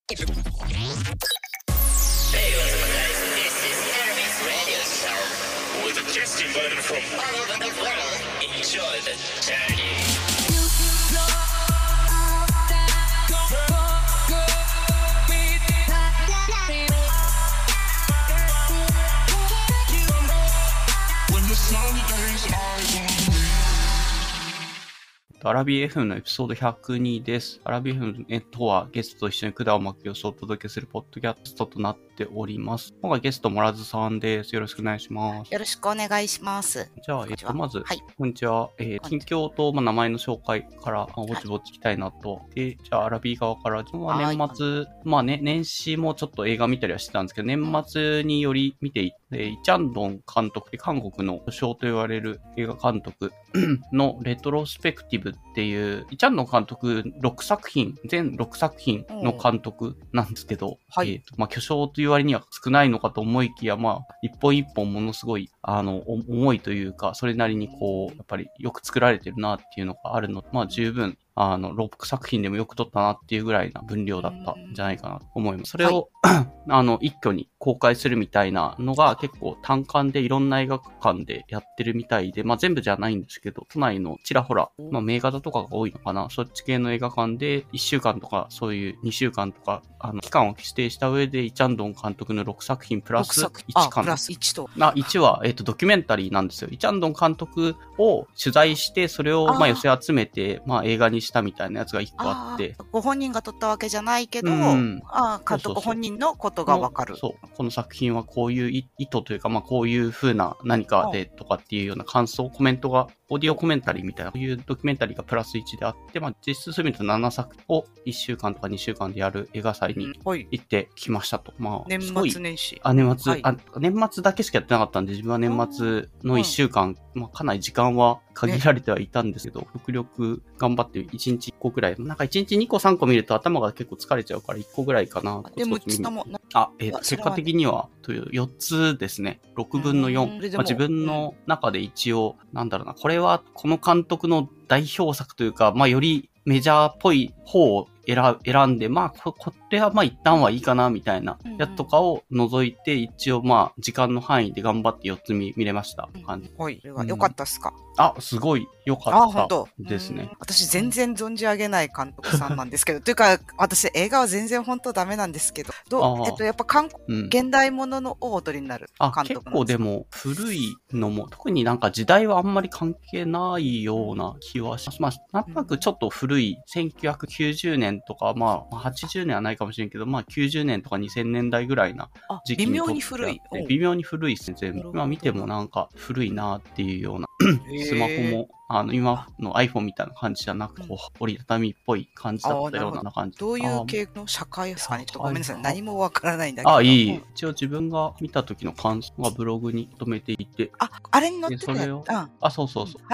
アラビ FM のエピソード102です。アラビ FM とはゲストと一緒に管を巻き寄せをお届けするポッドキャストとなっております。今回ゲスト、もらずさんです。よろしくお願いします。 よろしくお願いします。 じゃあ、まず、 はい、 こんにちは。近況と、名前の紹介からぼちぼち聞きたいなと。で、じゃあ、アラビ側から、年末、年始もちょっと映画見たりはしてたんですけど、年末により見ていて、イチャンドン監督で韓国の巨匠と言われる映画監督のレトロスペクティブっていう、イチャンドン監督全6作品の監督なんですけど、巨匠という割には少ないのかと思いきや、一本一本ものすごい、重いというか、それなりにやっぱりよく作られてるなっていうのがあるので、十分、6作品でもよく撮ったなっていうぐらいな分量だったんじゃないかなと思います。それを、一挙に公開するみたいなのが結構単館でいろんな映画館でやってるみたいで、全部じゃないんですけど、都内のちらほら、名画座とかが多いのかな、そっち系の映画館で1週間とか、そういう2週間とか、期間を指定した上で、イチャンドン監督の6作品プラス1かな。 プラス1と。 1は、ドキュメンタリーなんですよ。イチャンドン監督を取材して、それを寄せ集めて、映画にしたみたいなやつが1個あって。 ご本人が撮ったわけじゃないけど、監督本人のことがわかる。 そう。この作品はこういう意図というか、こういう風な何かでとかっていうような感想、コメントが、オーディオコメンタリーみたいな、そういうドキュメンタリーがプラス1であって、実質すべて7作を1週間とか2週間でやる映画祭に行ってきましたと。 年末年始。 年末だけしかやってなかったんで、自分は年末の1週間、かなり時間は限られてはいたんですけど、極力頑張って1日1個ぐらい、1日2個3個見ると頭が結構疲れちゃうから1個ぐらいかな。結果的には4つですね。6分の4。自分の中で一応、これはこの監督の代表作というか、よりメジャーっぽい方を選んで、これは一旦はいいかな、みたいなやつとかを除いて、一応時間の範囲で頑張って4つ見れました。 はい。良かったっすか？ すごい良かったですね。 私全然存じ上げない監督さんなんですけど、というか、私映画は全然本当ダメなんですけど、やっぱ現代もののをお撮りになる監督なんですか？ 結構でも古いのも、特に時代はあんまり関係ないような気はします。なんとなくちょっと古い1990年とか、80年はないかもしれんけど、90年とか2000年代ぐらいな時期に撮ってあって。微妙に古いですね、全部。見ても古いなっていうような。スマホも、今の iPhone みたいな感じじゃなく、折りたたみっぽい感じだったような感じ。 どういう系の社会ですかね？ちょっとごめんなさい。何もわからないんだけど。 一応自分が見た時の感想がブログに留めていて。 あれに載ってたよ。そう。 はい。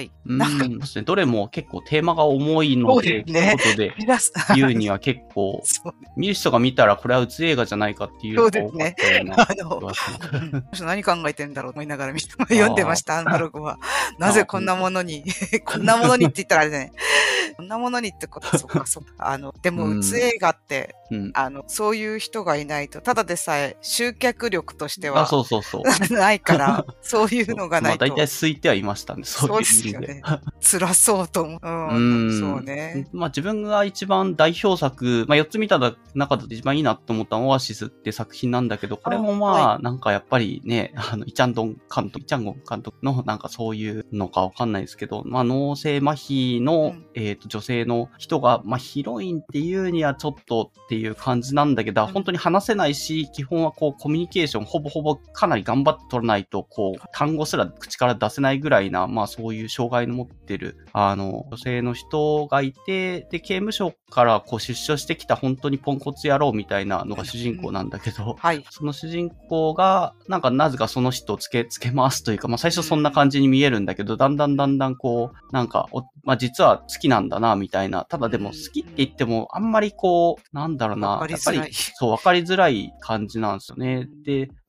ですね。どれも結構テーマが重いので、ということで、言うには結構、見る人が見たらこれはうつ映画じゃないかっていうのが多かったような気がします。 何考えてんだろうと思いながら読んでました、ブログは。なぜこんなものに、こんなものにって言ったらあれね。こんなものにってこと、そうか。でも、うつ映画って、そういう人がいないと、ただでさえ集客力としては、ないから、そういうのがないと。 大体空いてはいましたね、そういう意味で。 辛そうと思う。そうね。 自分が一番代表作、4つ見た中で一番いいなと思ったオアシスって作品なんだけど、これもやっぱりね、イチャンゴン監督のそういうのかわかんないですけど、脳性麻痺の、女性の人が、ヒロインっていうにはちょっとっていう感じなんだけど、本当に話せないし、基本はコミュニケーションほぼかなり頑張って取らないと、単語すら口から出せないぐらいな、そういう障害の持ってる、女性の人がいて、で、刑務所から出所してきた本当にポンコツ野郎みたいなのが主人公なんだけど、その主人公が、なぜかその人をつけ回すというか、最初そんな感じに見えるんだけど、だんだん実は好きなんだな、みたいな。ただでも好きって言っても、あんまりやっぱり、わかりづらい感じなんですよね。で、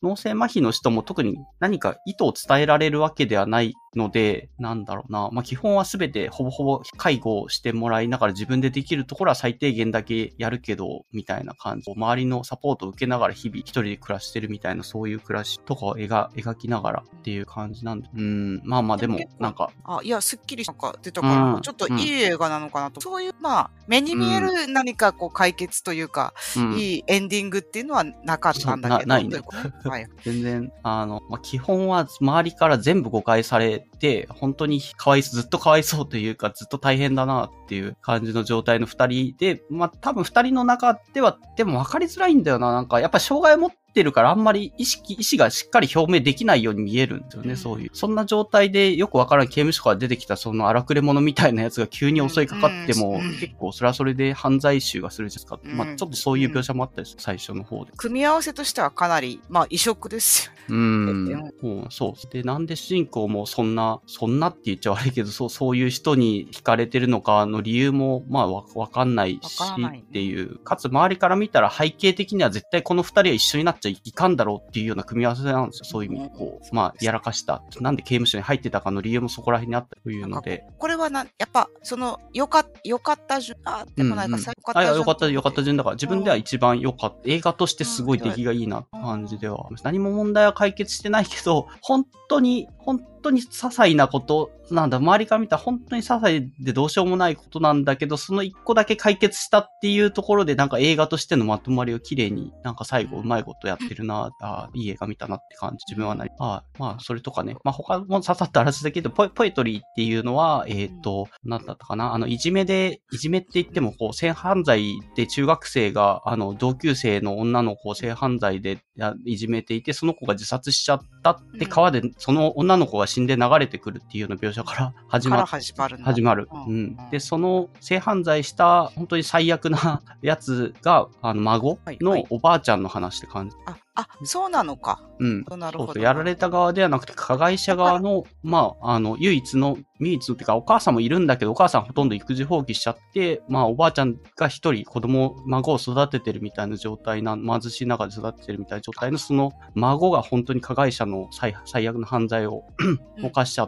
脳性麻痺の人も特に何か意図を伝えられるわけではないので、なんだろうな。まあ、基本はすべてほぼほぼ介護をしてもらいながら自分でできるところは最低限だけやるけど、みたいな感じ。周りのサポートを受けながら日々一人で暮らしてるみたいな、そういう暮らしとかを描きながらっていう感じなんで。まあまあでも、なんか。 いや、すっきりなんか出たから、ちょっといい映画なのかなと。そういう、まあ、目に見える何かこう解決というか、いいエンディングっていうのはなかったんだけど。 ないんだ。全然、まあ、基本は周りから全部誤解されて、本当にずっとかわいそうというか、ずっと大変だなっていう感じの状態の二人で、まあ多分二人の中では、でも分かりづらいんだよな。なんか、やっぱ障害を持ってるからあんまり意思がしっかり表明できないように見えるんですよね、そういう。そんな状態でよくわからん刑務所から出てきたその荒くれ者みたいなやつが急に襲いかかっても、結構それはそれで犯罪集がするじゃないですか。まあちょっとそういう描写もあったりする、最初の方で。 組み合わせとしてはかなり、まあ異色ですよ。 そう。で、なんで主人公もそんなって言っちゃ悪いけど、そういう人に惹かれてるのかの理由も、まあわかんないしっていう。かつ周りから見たら背景的には絶対この二人は一緒になっちゃいかんだろうっていうような組み合わせなんですよ。そういう意味、こう、まあ、やらかした。なんで刑務所に入ってたかの理由もそこら辺にあったというので。 これはやっぱ、良かった順、でもないか、 良かった順だから、自分では一番良かった。映画としてすごい出来がいいなって感じでは。何も問題は解決してないけど、本当に些細なことなんだ。周りから見たら本当に些細でどうしようもないことなんだけど、その一個だけ解決したっていうところで、なんか映画としてのまとまりを綺麗に、なんか最後うまいことやってるな。いい映画見たなって感じ。自分はまあ、それとかね。まあ他もささっとあらすだけど、ポエトリーっていうのは、なんだったかな。いじめって言っても、こう、性犯罪で中学生が、同級生の女の子を性犯罪でいじめていて、その子が自殺しちゃったって川で、その女の子が死んで流れてくるっていうような描写から始まる。で、その性犯罪した本当に最悪なやつが、孫のおばあちゃんの話って感じ。 そうなのか。 なるほど。やられた側ではなくて、加害者側の、まあ、唯一のっていうか、お母さんもいるんだけど、お母さんほとんど育児放棄しちゃって、まあ、おばあちゃんが一人孫を育ててるみたいな状態貧しい中で育ててるみたいな状態の、その孫が本当に加害者の最悪の犯罪を犯しちゃって、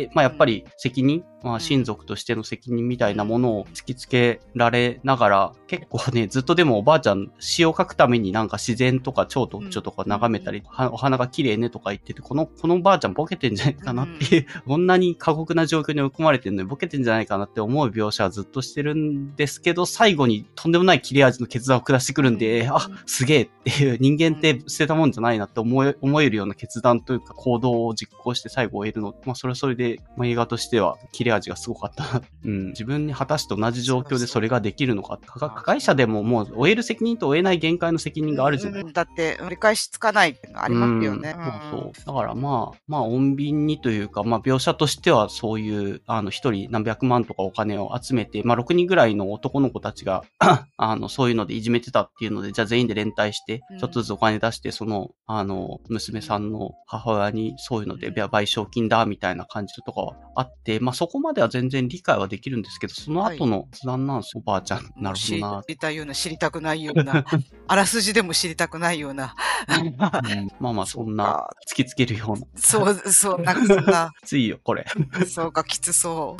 まあ、やっぱり責任、まあ、親族としての責任みたいなものを突きつけられながら、結構ね、ずっとでもおばあちゃん、詩を書くためになんか自然とか蝶ととか眺めたり、お花が綺麗ねとか言ってて、このおばあちゃんボケてんじゃないかなっていう、こんなに過酷な状況に追い込まれてるのにボケてんじゃないかなって思う描写はずっとしてるんですけど、最後にとんでもない切れ味の決断を下してくるんで、すげえっていう、人間って捨てたもんじゃないなって思えるような決断というか行動を実行して最後を終えるの、まあそれはそれで、まあ、映画としては切れ味がすごかったな。自分に果たして同じ状況でそれができるのか。加害者でももう負える責任と負えない限界の責任があるじゃない。 だって折り返しつかないっていうのありますよね。 そう。だからまあ穏便にというか、まあ描写としてはそういう一人何百万とかお金を集めて、まあ6人ぐらいの男の子たちがそういうのでいじめてたっていうので、じゃあ全員で連帯してちょっとずつお金出して、その娘さんの母親にそういうので賠償金だみたいな感じとかはあって、まあそこまでは全然理解はできるんですけど、その後の決断なんですよ、おばあちゃん。なるほどな。 知りたいような知りたくないようなあらすじでも知りたくないようなまあまあそんな突きつけるような。 そうなんかそんなきついよこれ。 そうか、きつそう。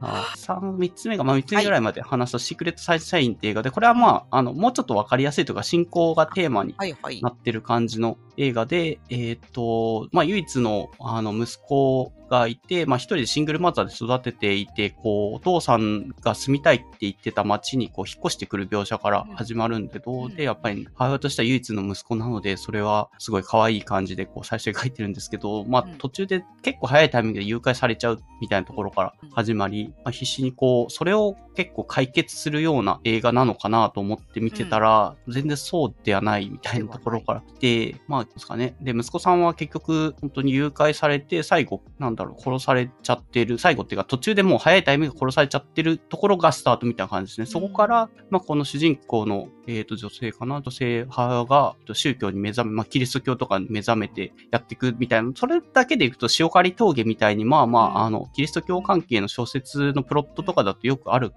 3つ目が、まあ3つ目ぐらいまで話すと、シークレットサインって映画で、これはまあもうちょっとわかりやすいというか、信仰がテーマになってる感じの映画で、まあ唯一の息子がいて、まあ一人でシングルマザーで育てていて、こう、お父さんが住みたいって言ってた町にこう引っ越してくる描写から始まるんで、で、やっぱり母親としては唯一の息子なので、それはすごい可愛い感じでこう最初に書いてるんですけど、まあ途中で結構早いタイミングで誘拐されちゃうみたいなところから始まり、まあ、必死にこう、それを結構解決するような映画なのかなと思って見てたら、全然そうではないみたいなところから来て、まあですかね。で、息子さんは結局本当に誘拐されて、最後、殺されちゃってる、最後っていうか途中でもう早いタイミングで殺されちゃってるところがスタートみたいな感じですね。そこから、まあこの主人公の、女性母親が宗教に目覚め、まあキリスト教とかに目覚めてやっていくみたいな、それだけでいくと塩刈峠みたいに、まあまあ、キリスト教関係の小説のプロットとかだとよくある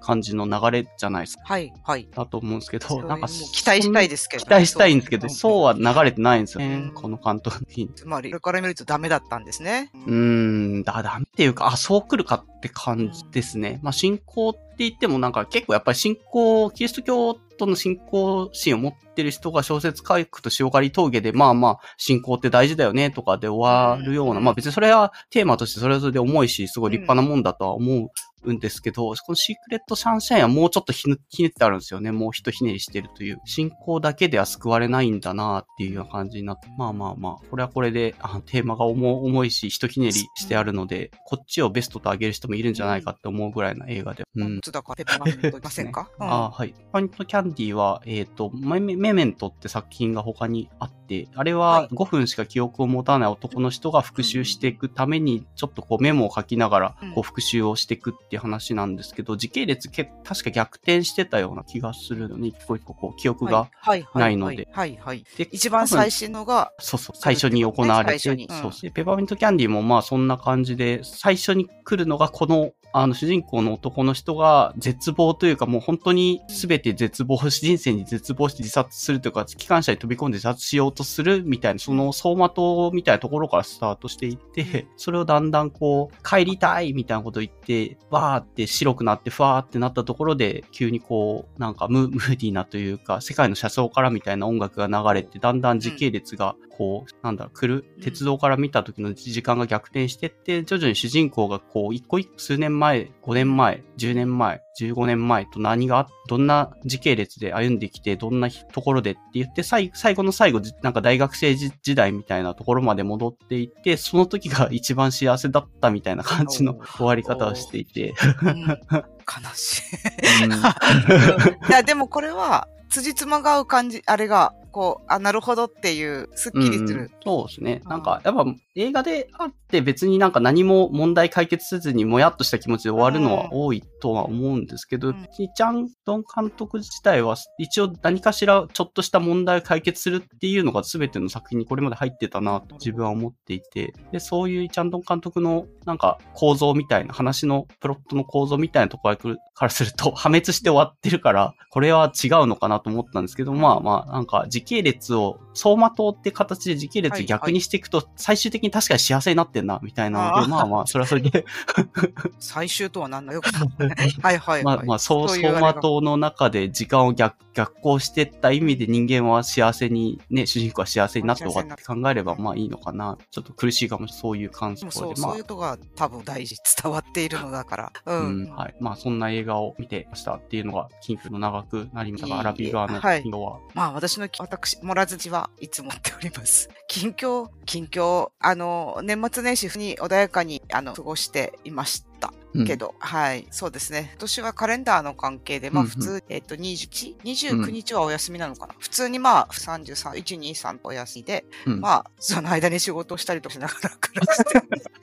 感じの流れじゃないですか。 はい、はい。 だと思うんですけど、なんか、 期待したいですけど、 期待したいんですけど、そうは流れてないんですよね、この監督に。 つまり、これから見るとダメだったんですね。 ダメっていうか、そう来るかって感じですね。まあ、信仰って言ってもなんか結構やっぱりキリスト教との信仰心を持ってる人が小説書くと塩刈峠で、まあまあ、信仰って大事だよねとかで終わるような、まあ別にそれはテーマとしてそれぞれで重いし、すごい立派なもんだとは思うんですけど、このシークレットサンシャインはもうちょっとひねってあるんですよね。もうひとひねりしてるという。信仰だけでは救われないんだなっていうような感じになって、まあまあまあ、これはこれでテーマが重いし、ひとひねりしてあるので、こっちをベストと上げる人もいるんじゃないかって思うぐらいな映画で。 だからペッパーミントいませんか？ はい。ペッパーミントキャンディーは、メメントって作品が他にあって、あれは5分しか記憶を持たない男の人が復讐していくために、ちょっとこうメモを書きながら、こう復讐をしていくっていう話なんですけど、時系列確か逆転してたような気がするのに、一個一個こう記憶がないので。 で、一番最新のが、 最初に行われて、そうで、ペッパーミントキャンディーもまあそんな感じで、最初に来るのがこの、主人公の男の人が絶望というかもう本当に全て人生に絶望して自殺するというか、機関車に飛び込んで自殺しようとするみたいな、その走馬灯みたいなところからスタートしていって、それをだんだんこう、帰りたいみたいなことを言って、わーって白くなって、ふわーってなったところで、急にこう、なんかムーディーなというか、世界の車窓からみたいな音楽が流れて、だんだん時系列がこう、鉄道から見た時の時間が逆転してって、徐々に主人公がこう、一個一個数年前、5年前、10年前、15年前とどんな時系列で歩んできて、どんなところでって言って、最後の最後、なんか大学生時代みたいなところまで戻っていって、その時が一番幸せだったみたいな感じの終わり方をしていて。 悲しい。いや、でもこれは、辻褄が合う感じ、あれが、こう、なるほどっていう、すっきりする。 そうですね。なんか、やっぱ映画であって別になんか何も問題解決せずにもやっとした気持ちで終わるのは多いとは思うんですけど、チャンドン監督自体は一応何かしらちょっとした問題を解決するっていうのが全ての作品にこれまで入ってたなと自分は思っていて、で、そういうチャンドン監督のなんか構造みたいな、話のプロットの構造みたいなところからすると破滅して終わってるから、これは違うのかなと思ったんですけど、まあまあ、なんか時系列を走馬灯って形で時系列逆にしていくと、最終的に確かに幸せになってんな、みたいなので、まあまあ、それはそれで。 最終とはなんだよ。はいはい。 まあまあ、走馬灯の中で時間を逆行してった意味で人間は幸せに、ね、主人公は幸せになって終わって考えればまあいいのかな。ちょっと苦しいかもしれない。そういう感想で。 そういうとが多分大事、伝わっているのだから。 はい。まあそんな映画を見てましたっていうのが、キングの長くなりましたが、アラビー側の近況は。 まあ私、モラズジはいつもっております。近況、年末年始に穏やかに、過ごしていました。けど、はい。そうですね。今年はカレンダーの関係で、まあ普通、29日はお休みなのかな。普通にまあ33、1、2、3お休みで、まあその間に仕事をしたりとかしながら暮らして。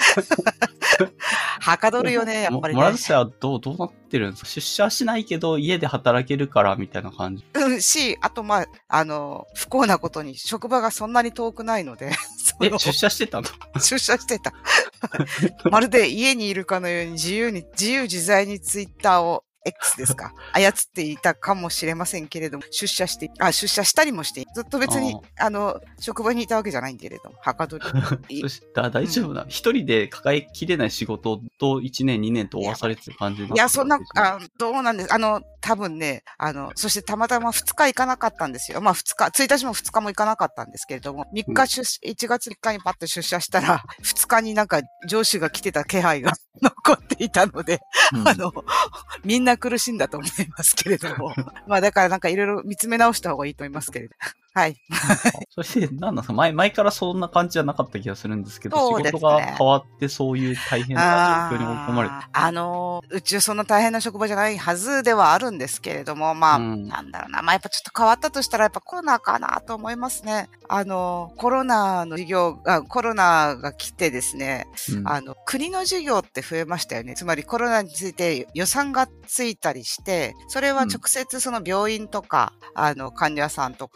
はかどるよね、やっぱりね。 モラズ社はどうなってるんですか？出社しないけど家で働けるからみたいな感じ。 あとまあ、不幸なことに職場がそんなに遠くないので。 出社してたの？ 出社してた。まるで家にいるかのように自由自在にツイッターをX ですか操っていたかもしれませんけれども、出社したりもして、ずっと別に、職場にいたわけじゃないんけれども、はかどり。 大丈夫な、一人で抱えきれない仕事と1年、2年と追わされてる感じになってる。 いや、そんな、どうなんです。多分ね、そしてたまたま2日行かなかったんですよ。まあ1日も2日も行かなかったんですけれども、1月3日にパッと出社したら、2日になんか上司が来てた気配が残っていたので、みんな苦しんだと思いますけれども。まあだからなんかいろいろ見つめ直した方がいいと思いますけれど。はい。 それで、なんですか、前からそんな感じじゃなかった気がするんですけど、仕事が変わってそういう大変な状況に追い込まれて。 うちそんな大変な職場じゃないはずではあるんですけれども、まあ、なんだろうな。まあやっぱちょっと変わったとしたらやっぱコロナかなと思いますね。コロナが来てですね、国の事業って増えましたよね。つまりコロナについて予算がついたりして、それは直接その病院とか、患者さんとか、あるい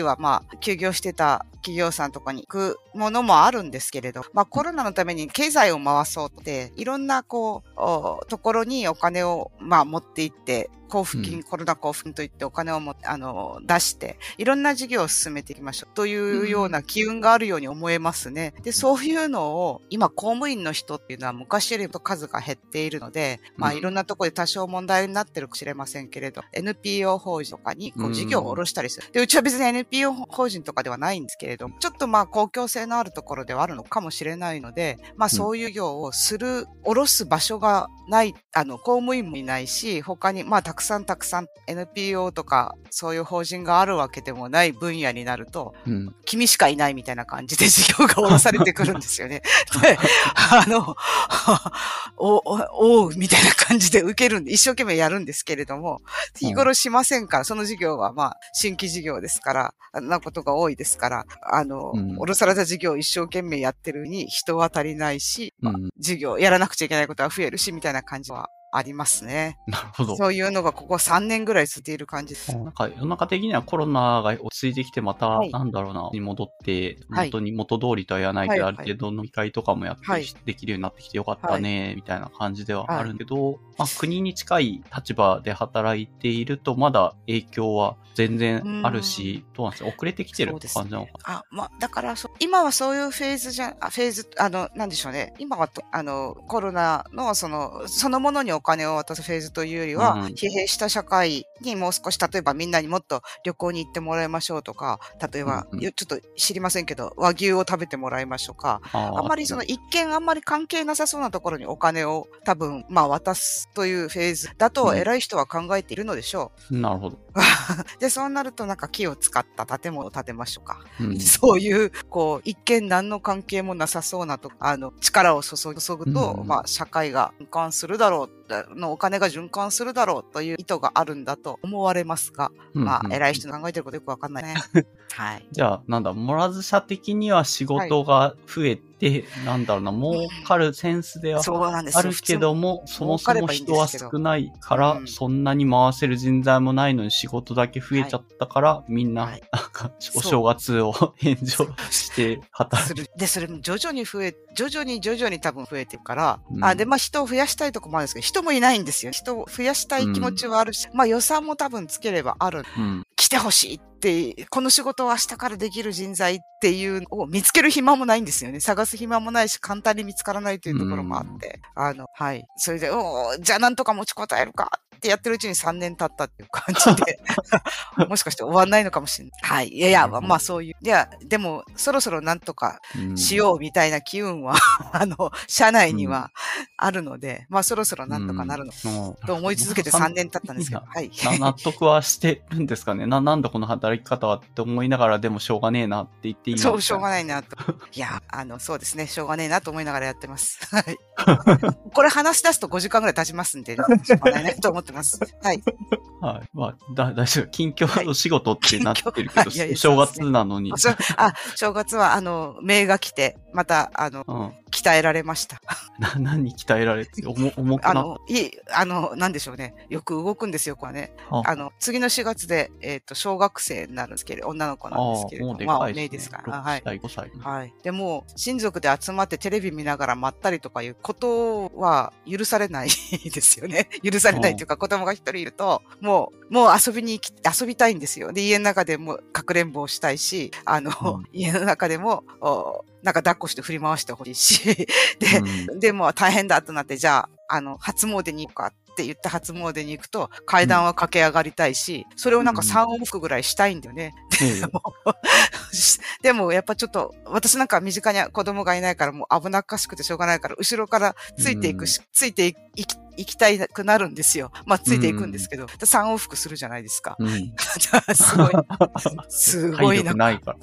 りは休業してた企業さんとかに行くものもあるんですけれど、コロナのために経済を回そうって、いろんなところにお金を持って行って、交付金、コロナ交付金といってお金を出して、いろんな事業を進めていきましょうというような機運があるように思えますね。で、そういうのを、今公務員の人っていうのは昔よりも数が減っているので、いろんなところで多少問題になってるかもしれませんけれど、NPO 法人とかに事業を下ろしたりする。で、うちは別に NPO 法人とかではないんですけれど、ちょっと公共性のあるところではあるのかもしれないので、そういう業を下ろす場所がない、公務員もいないし、他にたくさん NPO とかそういう法人があるわけでもない分野になると、君しかいないみたいな感じで事業が下ろされてくるんですよね。で、おうみたいな感じで受けるんで、一生懸命やるんですけれども、日頃しませんから、その事業は新規事業ですから、なことが多いですから、下ろされた事業を一生懸命やってるに人は足りないし、事業やらなくちゃいけないことは増えるし、みたいな感じはありますね。 なるほど。 そういうのがここ3年ぐらい続いている感じです。 世の中的にはコロナが落ち着いてきてまた、に戻って、本当に元通りとは言わないけど、ある程度飲み会とかもやってできるようになってきてよかったね、みたいな感じではあるけど、国に近い立場で働いているとまだ影響は全然あるし、どうなんですか？遅れてきてるって感じなのかな。だから今はそういうフェーズ、なんでしょうね。今はコロナのそのものにお金を渡すフェーズというよりは、疲弊した社会にもう少し、例えばみんなにもっと旅行に行ってもらいましょうとか、例えば、ちょっと知りませんけど、和牛を食べてもらいましょうか。あんまり一見あんまり関係なさそうなところにお金を多分、渡すというフェーズだと偉い人は考えているのでしょう。なるほど。 で、そうなると木を使った建物を建てましょうか。そういう、一見何の関係もなさそうな力を注ぐと、社会が循環するだろう、お金が循環するだろうという意図があるんだと思われますが、偉い人の考えてることよくわかんないね。はい。 じゃあ、モラズ社的には仕事が増えて、儲かるセンスではあるけども、そもそも人は少ないから、そんなに回せる人材もないのに仕事だけ増えちゃったから、みんな、お正月を返上して働く。 で、それも徐々に多分増えてるから、で、人を増やしたいとこもあるんですけど、人もいないんですよ。人を増やしたい気持ちはあるし、予算も多分つければある。来てほしいって、この仕事を明日からできる人材っていうのを見つける暇もないんですよね。探す暇もないし、簡単に見つからないというところもあって。はい。それで、じゃあなんとか持ちこたえるかってやってるうちに3年経ったっていう感じで、もしかして終わんないのかもしれない。はい。いや、そういう。でも、そろそろなんとかしようみたいな機運は、社内にはあるので、そろそろなんとかなるのと思い続けて3年経ったんですけど、はい。 納得はしてるんですかね。なんだこの働き方はって思いながら、でもしょうがねえなって言っていいの？ そう、しょうがないなと。いや、そうですね、しょうがねえなと思いながらやってます。はい。これ話し出すと5時間ぐらい経ちますんで、しょうがないなと思ってます。はい。 はい。大丈夫。近況の仕事ってなってるけど、正月なのに。 正月は、名が来て、また、鍛えられました。 何鍛えられて、重くななんでしょうね。よく動くんですよ、これね。次の4月で、小学生になるんですけど、女の子なんですけれども、お姉ですから。 はい。5歳。 はい。でも、親族で集まってテレビ見ながらまったりとかいうことは許されないですよね。許されないというか、子供が一人いると、もう遊びたいんですよ。で、家の中でもかくれんぼをしたいし、家の中でも、抱っこして振り回してほしいし、でも大変だとなって、じゃあ、初詣に行くかって言って初詣に行くと、階段は駆け上がりたいし、それを3往復ぐらいしたいんだよね。でも、やっぱちょっと、私なんか身近に子供がいないからもう危なっかしくてしょうがないから、後ろからついて行きたくなるんですよ。ついていくんですけど、3往復するじゃないですか。すごい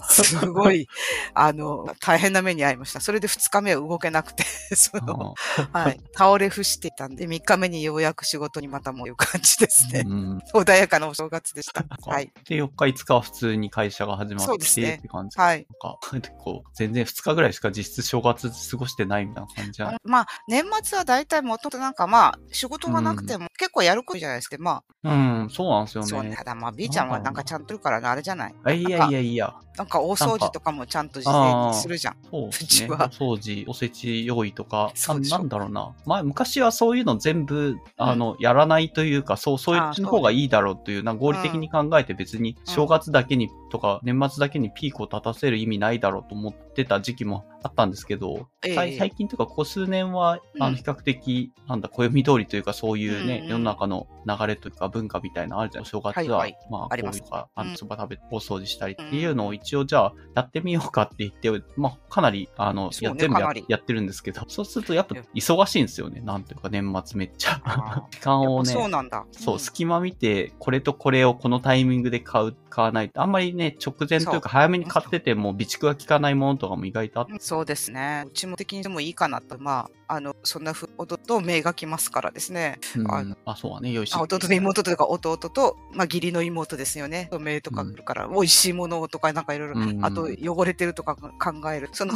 大変な目に遭いました。それで2日目は動けなくて、はい、倒れ伏していたんで、3日目にようやく仕事にまたもういう感じですね。穏やかなお正月でした。はい。 で、4日5日は普通に会社が始まってって感じ。はい。全然2日ぐらいしか実質正月過ごしてないみたいな感じじゃない？ 年末は大体もともと仕事がなくても結構やることじゃないですか。まあ。うん、そうなんですよね。 そうね。ただまあ B ちゃんはなんかちゃんとるからね、あれじゃない。 いやいやいや。 なんか大掃除とかもちゃんと事前にするじゃん。 そうですね。お掃除、おせち用意とか、なんだろうな。昔はそういうの全部、やらないというか、そういうの方がいいだろうという、合理的に考えて別に正月だけにとか、年末だけにピークを立たせる意味ないだろうと思ってた時期もあったんですけど、最近というか、ここ数年は、比較的、暦通りというか、そういうね、世の中の流れというか、文化みたいなのあるじゃん。正月は、こういうか、そば食べ、大掃除したりっていうのを一応じゃあ、やってみようかって言って、かなり、全部やってるんですけど、そうするとやっぱ忙しいんですよね。なんというか、年末めっちゃ。時間をね、 そうなんだ。 隙間見て、これとこれをこのタイミングで買わないと、あんまりね、直前というか、早めに買ってても、備蓄が効かないものとかも意外とあって。 そうですね。うちも的にでもいいかなと、そんな弟と姪が来ますからですね。 そうはね、よいしょ。 弟と妹とか弟と、義理の妹ですよね。姪とか来るから、美味しいものとかなんかいろいろ、あと汚れてるとか考える。その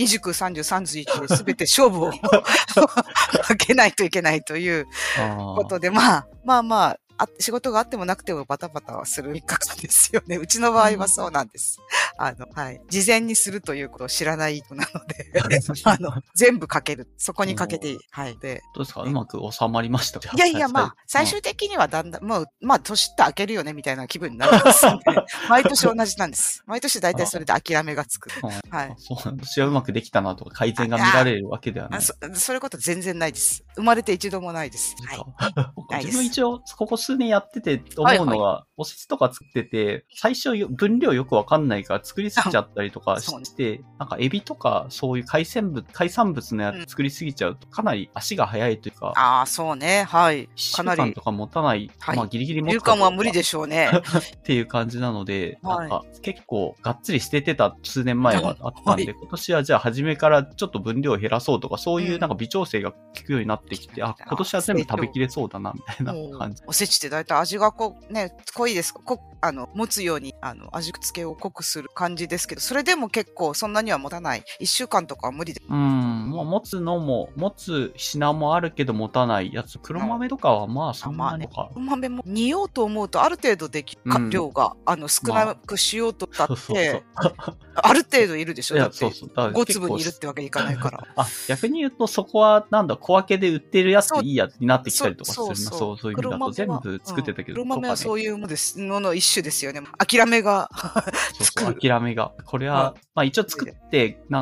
29、30、31で全て勝負をかけないといけないということで、仕事があってもなくてもバタバタはする3日間ですよね。うちの場合はそうなんです。事前にするということを知らない人なので、全部かける。そこにかけていい。はい。で、 どうですか？うまく収まりましたか？ いや、最終的にはだんだん、年って明けるよね、みたいな気分になりますので、毎年同じなんです。毎年大体それで諦めがつく。 はい。そう、私はうまくできたなとか、改善が見られるわけではない。 そういうこと全然ないです。生まれて一度もないです。はい。 自分一応、ここ数年やってて思うのが、おせちとか作ってて、最初分量よくわかんないから作りすぎちゃったりとかして、なんかエビとかそういう海産物のやつ作りすぎちゃうと、かなり足が早いというか、 そうね。はい。 かなり。1週間とか持たない。ギリギリ持つか。1 週間は無理でしょうね。 っていう感じなので、なんか結構がっつり捨ててた数年前はあったんで、今年はじゃあ初めからちょっと分量を減らそうとか、そういうなんか微調整が効くようになってきて、今年は全部食べきれそうだな、みたいな感じ。 おせちって大体味が濃いですか？持つように、味付けを濃くする感じですけど、それでも結構そんなには持たない。1週間とかは無理で。 持つ品もあるけど持たないやつ。黒豆とかはそんなにか。 黒豆も煮ようと思うとある程度できる量が、少なくしようとだって、ある程度いるでしょ？だって5粒にいるってわけいかないから。 逆に言うとそこは小分けで売ってるやつでいいやつになってきたりとかするな。そういう意味だと全部作ってたけど。 黒豆はそういうものの一種ですよね。諦めが。 諦めが。これは、一応作って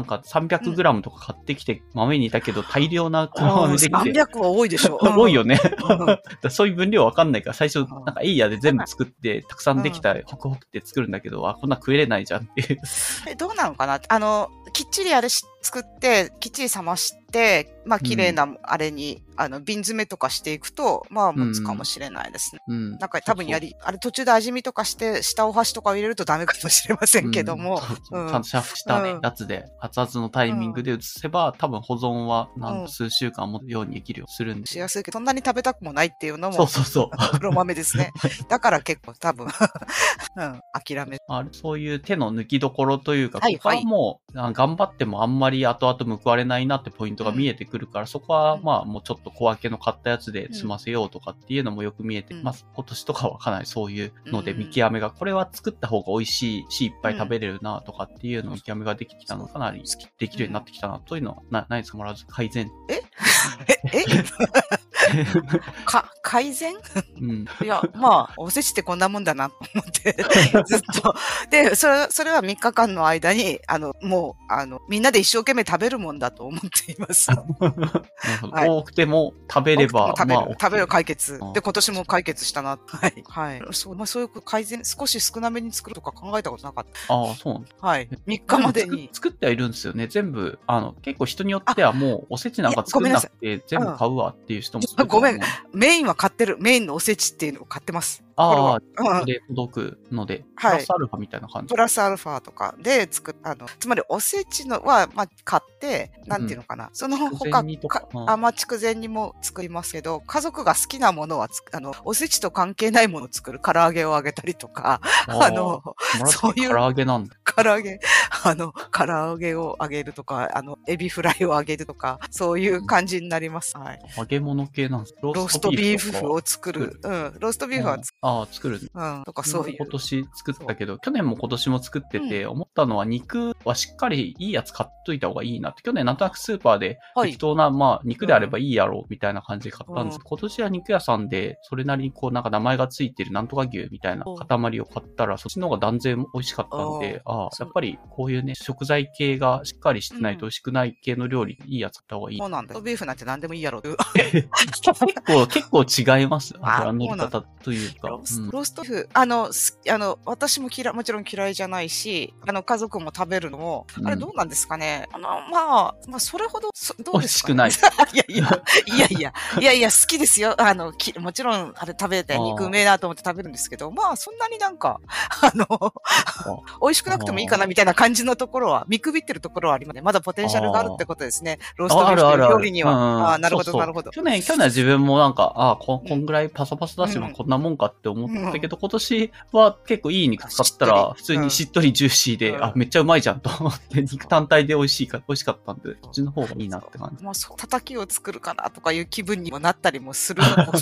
、300g とか買ってきて豆にいたけど、大量な黒豆できて。 300は多いでしょ。 多いよね。そういう分量わかんないから、最初、エイヤで全部作って、たくさんできたホクホクって作るんだけど、こんな食えれないじゃんっていう。 どうなのかな？きっちり作って、きっちり冷まして、綺麗なあれに、瓶詰めとかしていくと、持つかもしれないですね。なんか多分あれ途中で味見とかして、下お箸とかを入れるとダメかもしれませんけども。 ちゃんとシャーフしたね、やつで、熱々のタイミングで移せば、多分保存は数週間持つようにできるようにするんで。 しやすいけど、そんなに食べたくもないっていうのも、黒豆ですね。だから結構多分、諦め。 そういう手の抜きどころというか、ここはもう、頑張ってもあんまり後々報われないなってポイントが見えてくるから、そこはもうちょっと小分けの買ったやつで済ませようとかっていうのもよく見えてます。今年とかはかなりそういうので見極めが、これは作った方が美味しいし、いっぱい食べれるなとかっていうの見極めができてきたのかなりできるようになってきたなというのはないですか？もらず改善。 改善？いや、おせちってこんなもんだなと思って、ずっと。で、それは3日間の間に、みんなで一生懸命食べるもんだと思っています。 多くても食べれば、 食べる解決。で、今年も解決したな。はい。そういう改善、少し少なめに作るとか考えたことなかった。 そうなんです。 はい。3日までに。 作ってはいるんですよね。全部、結構人によってはもうおせちなんか作んなくて全部買うわっていう人も。 ごめん。メインは買ってる。メインのおせちっていうのを買ってます。 で届くので、プラスアルファみたいな感じ。 プラスアルファとかでつまりおせちのは、買って、なんていうのかな。その他、筑前煮も作りますけど、家族が好きなものはおせちと関係ないものを作る。唐揚げをあげたりとか、 そういう。唐揚げなんだ。 唐揚げ唐揚げを揚げるとか、エビフライを揚げるとか、そういう感じになります。はい。 揚げ物系なんですか？ ローストビーフを作る。うん。ローストビーフは作る。 うん。とかそういう。 今年作ったけど、去年も今年も作ってて、思ったのは肉はしっかりいいやつ買っといた方がいいなって。去年なんとなくスーパーで適当な、まあ肉であればいいやろうみたいな感じで買ったんですけど、今年は肉屋さんでそれなりにこうなんか名前がついてるなんとか牛みたいな塊を買ったら、そっちの方が断然美味しかったんで、やっぱりこういうね、食材系がしっかりしてないと美味しくない系の料理、いいやつ買った方がいい。 そうなんだ。ビーフなんて何でもいいやろ。 結構違います。油のり方というか。 ローストビーフ、私ももちろん嫌いじゃないし、家族も食べるのも、あれどうなんですかね。まあ、それほど、どうですかね。 美味しくない。 いやいや、好きですよ。もちろん、あれ食べて肉うめえなと思って食べるんですけど、まあ、そんなになんか、美味しくなくてもいいかなみたいな感じのところは、見くびってるところはありますね。まだポテンシャルがあるってことですね。ローストビーフという料理には。なるほど、なるほど。 去年は自分もなんか、こんぐらいパサパサだし、こんなもんかって思ったけど、今年は結構いい肉使ったら、普通にしっとりジューシーで、めっちゃうまいじゃんと思って、肉単体で美味しかったんで、こっちの方がいいなって感じ。 まあ、叩きを作るかなとかいう気分にもなったりもするのも、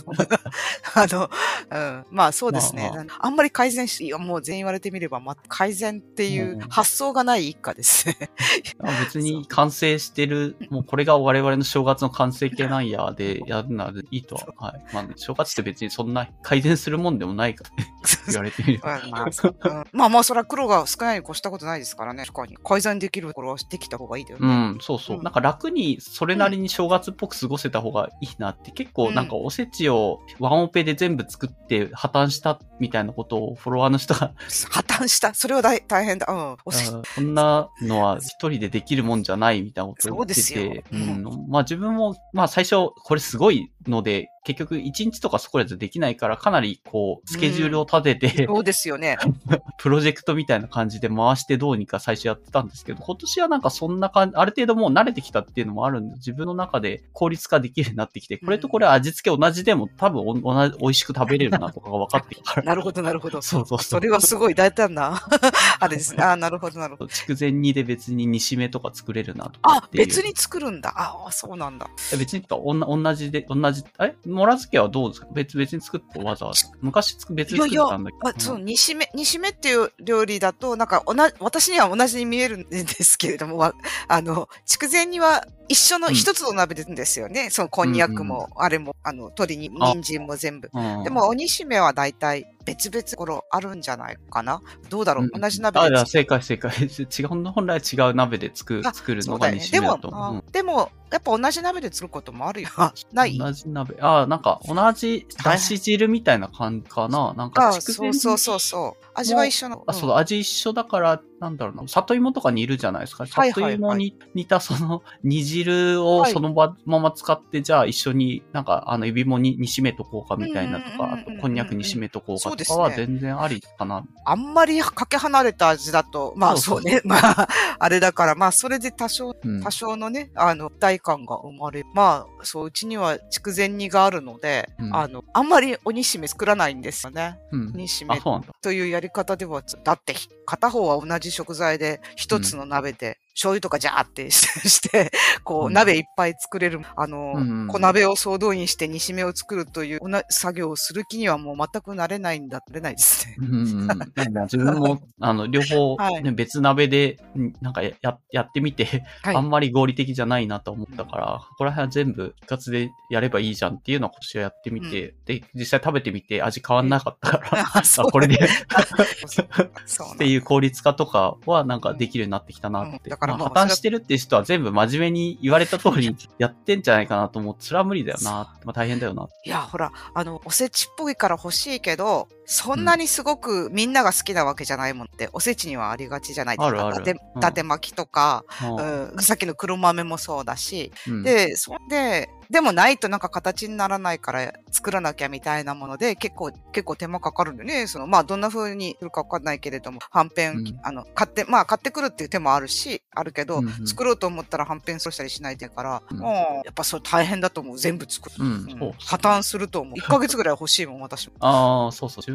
まあそうですね。あんまり改善もう全員言われてみれば、改善っていう発想がない一家ですね。 別に完成してる、もうこれが我々の正月の完成形なんやでやるならいいとは。はい。まあ、正月って別にそんな改善するもんでもないから言われてみれば。 まあ、それは黒が少ないに越したことないですからね。確かに。改善できるところはできた方がいいだよね。 そう。なんか楽にそれなりに正月っぽく過ごせた方がいいなって、結構なんかおせちをワンオペで全部作って破綻したみたいなことをフォロワーの人が破綻したそれは大変だ。 こんなのは一人でできるもんじゃないみたいなことを言ってて、まあ自分も、まあ最初これすごいので、結局1日とかそこらでできないから、かなりこう、スケジュールを立てて、 そうですよね。 プロジェクトみたいな感じで回してどうにか最初やってたんですけど、今年はなんかそんな感じ、ある程度もう慣れてきたっていうのもあるんで、自分の中で効率化できるようになってきて、これとこれ味付け同じでも多分美味しく食べれるなとかが分かってきたから。 なるほど、なるほど。 そう。 それはすごい大胆な、あれですね。なるほど、なるほど。 筑前煮で別に煮しめとか作れるなとか。 別に作るんだ。そうなんだ。 別に同じ、もら漬けはどうですか？別に作ってわざわざ。昔別に作ったんだけど。 そう、煮しめっていう料理だと、なんか私には同じに見えるんですけれども、筑前煮は一緒の一つの鍋ですよね。そのこんにゃくも、あれも、鶏に、人参も全部。でも、お煮しめは大体別々頃あるんじゃないかな。どうだろう、同じ鍋で。 正解。本来違う鍋で作るのが煮しめだと思う。 でも、やっぱ同じ鍋で作ることもあるよ。ない。 同じ鍋。なんか同じだし汁みたいな感じかな。なんかそう。味は一緒の。 そう、味一緒だから、なんだろうな。里芋とか煮るじゃないですか。里芋に煮たその煮汁をそのまま使って、じゃあ一緒になんかエビも煮しめとこうかみたいなとか、あとこんにゃく煮しめとこうかとかは全然ありかな。 あんまりかけ離れた味だと、まあそうね。まあ、あれだから、まあそれで多少のね、大感が生まれる。まあ、そう、うちには筑前煮があるので、あんまりお煮しめ作らないんですよね。煮しめというやり方では、だって片方は同じ食材で一つの鍋で、醤油とかジャーってして、こう、鍋いっぱい作れる、小鍋を総動員して煮しめを作るという作業をする気にはもう全くなれないですね。 自分も、両方、別鍋で、なんかやってみて、あんまり合理的じゃないなと思ったから、ここら辺は全部一括でやればいいじゃんっていうのを今年はやってみて、で、実際食べてみて味変わんなかったから、これでっていう効率化とかはなんかできるようになってきたなって。破綻してるっていう人は全部真面目に言われた通りやってんじゃないかなと思って、それは無理だよな。大変だよな。 いや、ほら、おせちっぽいから欲しいけど、そんなにすごくみんなが好きなわけじゃないもんって、おせちにはありがちじゃないですか。伊達巻きとか、さっきの黒豆もそうだし、でもないとなんか形にならないから作らなきゃみたいなもので、結構手間かかるんでね。まあ、どんな風にするかわかんないけれども、はんぺん、買ってくるっていう手もあるけど、作ろうと思ったらはんぺんそうしたりしないでから、やっぱそれ大変だと思う。全部作る。破綻すると思う。1ヶ月ぐらい欲しいもん、私も。 そう。自分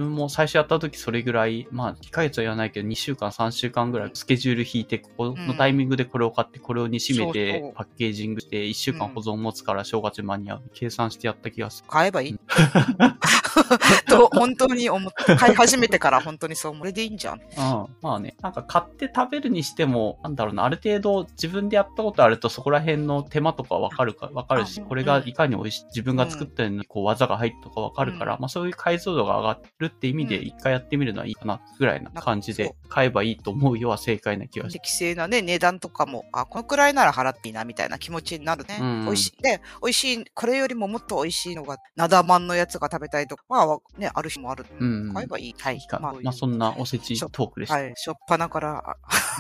分も最初やった時それぐらい、まあ、1ヶ月は言わないけど、2週間、3週間ぐらいスケジュール引いて、ここのタイミングでこれを買って、これを煮締めて、パッケージングして、1週間保存持つから正月間に合う。計算してやった気がする。 買えばいいと、本当に思って、買い始めてから本当にそう、これでいいんじゃん。 まあね、なんか買って食べるにしても、なんだろうな、ある程度自分でやったことあるとそこら辺の手間とかわかるし、これがいかに美味しい、自分が作ったようにこう技が入ったとかわかるから、まあそういう解像度が上がるって意味で一回やってみるのはいいかな、ぐらいな感じで買えばいいと思うよは正解な気がします。 適正なね、値段とかも、このくらいなら払っていいなみたいな気持ちになるね。美味しい。で、美味しい、これよりももっと美味しいのが、なだまんのやつが食べたいとか、まあね、ある日もある。買えばいい。はい。 まあそんなおせちトークでした。 はい。しょっぱなから、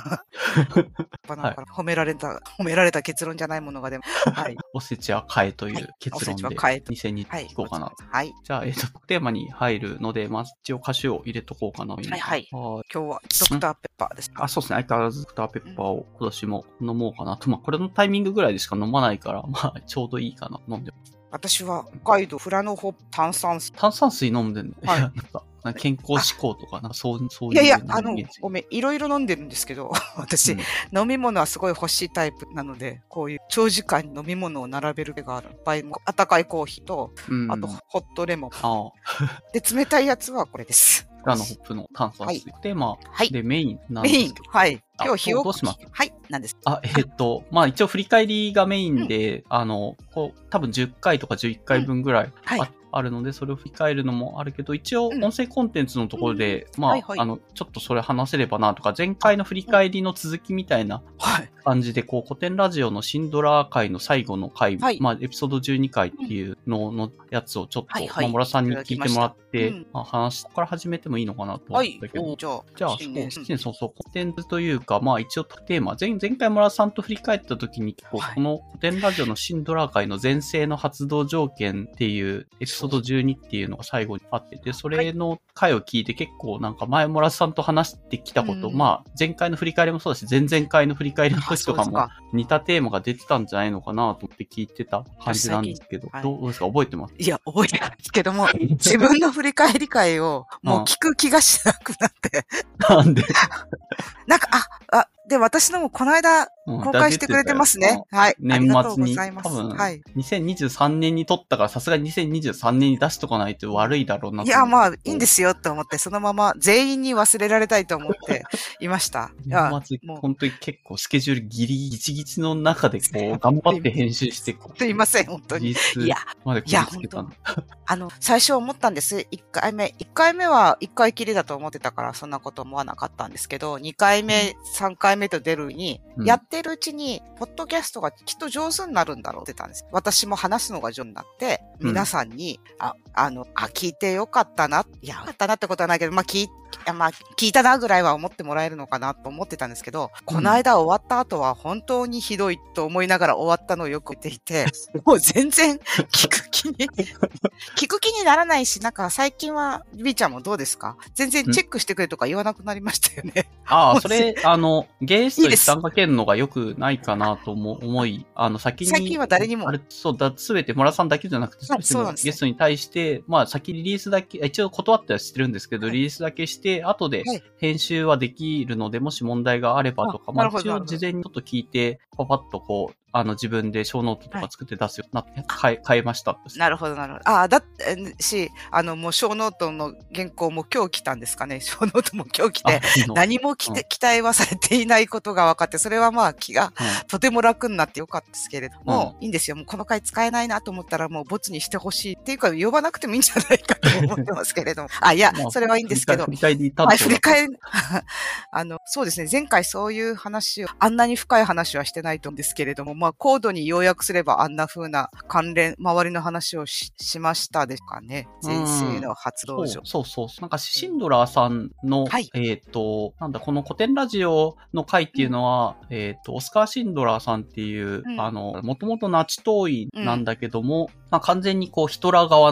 褒められた結論じゃないものがでも。はい。 おせちは買えという結論で、2002いこうかな。 はい。 じゃあ、テーマに入るので、まず一応歌詞を入れとこうかな。 はい。今日はドクターペッパーです。 そうですね。相変わらずドクターペッパーを今年も飲もうかなと。まあ、これのタイミングぐらいでしか飲まないから、まあ、ちょうどいいかな。飲んでます。 私は北海道富良野ホップ炭酸水。 炭酸水飲んでんの？はい。なんか健康志向とか、そういう。 いやいや、ごめん、いろいろ飲んでるんですけど、私、飲み物はすごい欲しいタイプなので、こういう長時間飲み物を並べる手がある。温かいコーヒーと、あと、ホットレモン。で、冷たいやつはこれです。 富良野ホップの炭酸水。テーマでメインなんです。メイン。はい。今日日をどうします？ はい、なんです。 まあ一応振り返りがメインで、多分10回とか11回分ぐらいあるので、それを振り返るのもあるけど、一応音声コンテンツのところで、まあ、ちょっとそれ話せればなとか、前回の振り返りの続きみたいな感じで、こう、古典ラジオのシンドラー回の最後の回、まあ、エピソード12回っていうのやつをちょっと、まあ、村さんに聞いてもらって、まあ、話、ここから始めてもいいのかなと思ったけど、じゃあ、そう、コンテンツというか、まあ、一応テーマ、前回村さんと振り返った時に、この古典ラジオのシンドラー回の前世の発動条件っていうエピソード12っていうのが最後にあってて、それの回を聞いて結構なんか前村さんと話してきたこと、まあ前回の振り返りもそうだし、前々回の振り返りの時とかも似たテーマが出てたんじゃないのかなと思って聞いてた感じなんですけど、どうですか？覚えてます？ いや、覚えてないですけども、自分の振り返り会をもう聞く気がしなくなって。 なんでなんか、で、私のもこの間、公開してくれてますね。はい。 年末に。多分、2023年に撮ったから、さすがに2023年に出しとかないと悪いだろうな。 いや、まあ、いいんですよって思って、そのまま全員に忘れられたいと思っていました。 年末、本当に結構スケジュールギチギチの中で、こう、頑張って編集して、 すいません、本当に。いや、本当最初思ったんです。1回目は1回きりだと思ってたから、そんなこと思わなかったんですけど、2回目、3回目と出るに、やってるうちに、ポッドキャストがきっと上手になるんだろうって言ったんです。私も話すのが上手になって、皆さんに、聞いてよかったな。いや、よかったなってことはないけど、聞いたなぐらいは思ってもらえるのかなと思ってたんですけど、この間終わった後は本当にひどいと思いながら終わったのをよく言っていて、もう全然聞く気にならないし、なんか最近は、B ちゃんもどうですか？全然チェックしてくれとか言わなくなりましたよね。 それ、ゲストに参加けるのが良くないかなと思い、最近は誰にも。 すべて村さんだけじゃなくて、ゲストに対して、まあ先リリースだけ、一応断ってはしてるんですけど、リリースだけして、後で編集はできるので、もし問題があればとか、まあ一応事前にちょっと聞いて、パパッとこう、自分で小ノートとか作って出すようになって、変えました。 なるほど。だってし、もう小ノートの原稿も今日来たんですかね。小ノートも今日来て、何も期待はされていないことが分かって、それはまあ気がとても楽になってよかったですけれども、いいんですよ。もうこの回使えないなと思ったらもうボツにしてほしいっていうか、呼ばなくてもいいんじゃないかと思ってますけれども。いや、それはいいんですけど。振り返り、そうですね。前回そういう話を、あんなに深い話はしてないと思うんですけれども、まあ、高度に要約すればあんな風な関連、周りの話を しましたですかね。前世の発動所。 そう。なんか、シンドラーさんの、この古典ラジオの回っていうのは、オスカー・シンドラーさんっていう、もともとナチ党員なんだけども、まあ、完全にこう、ヒトラー側の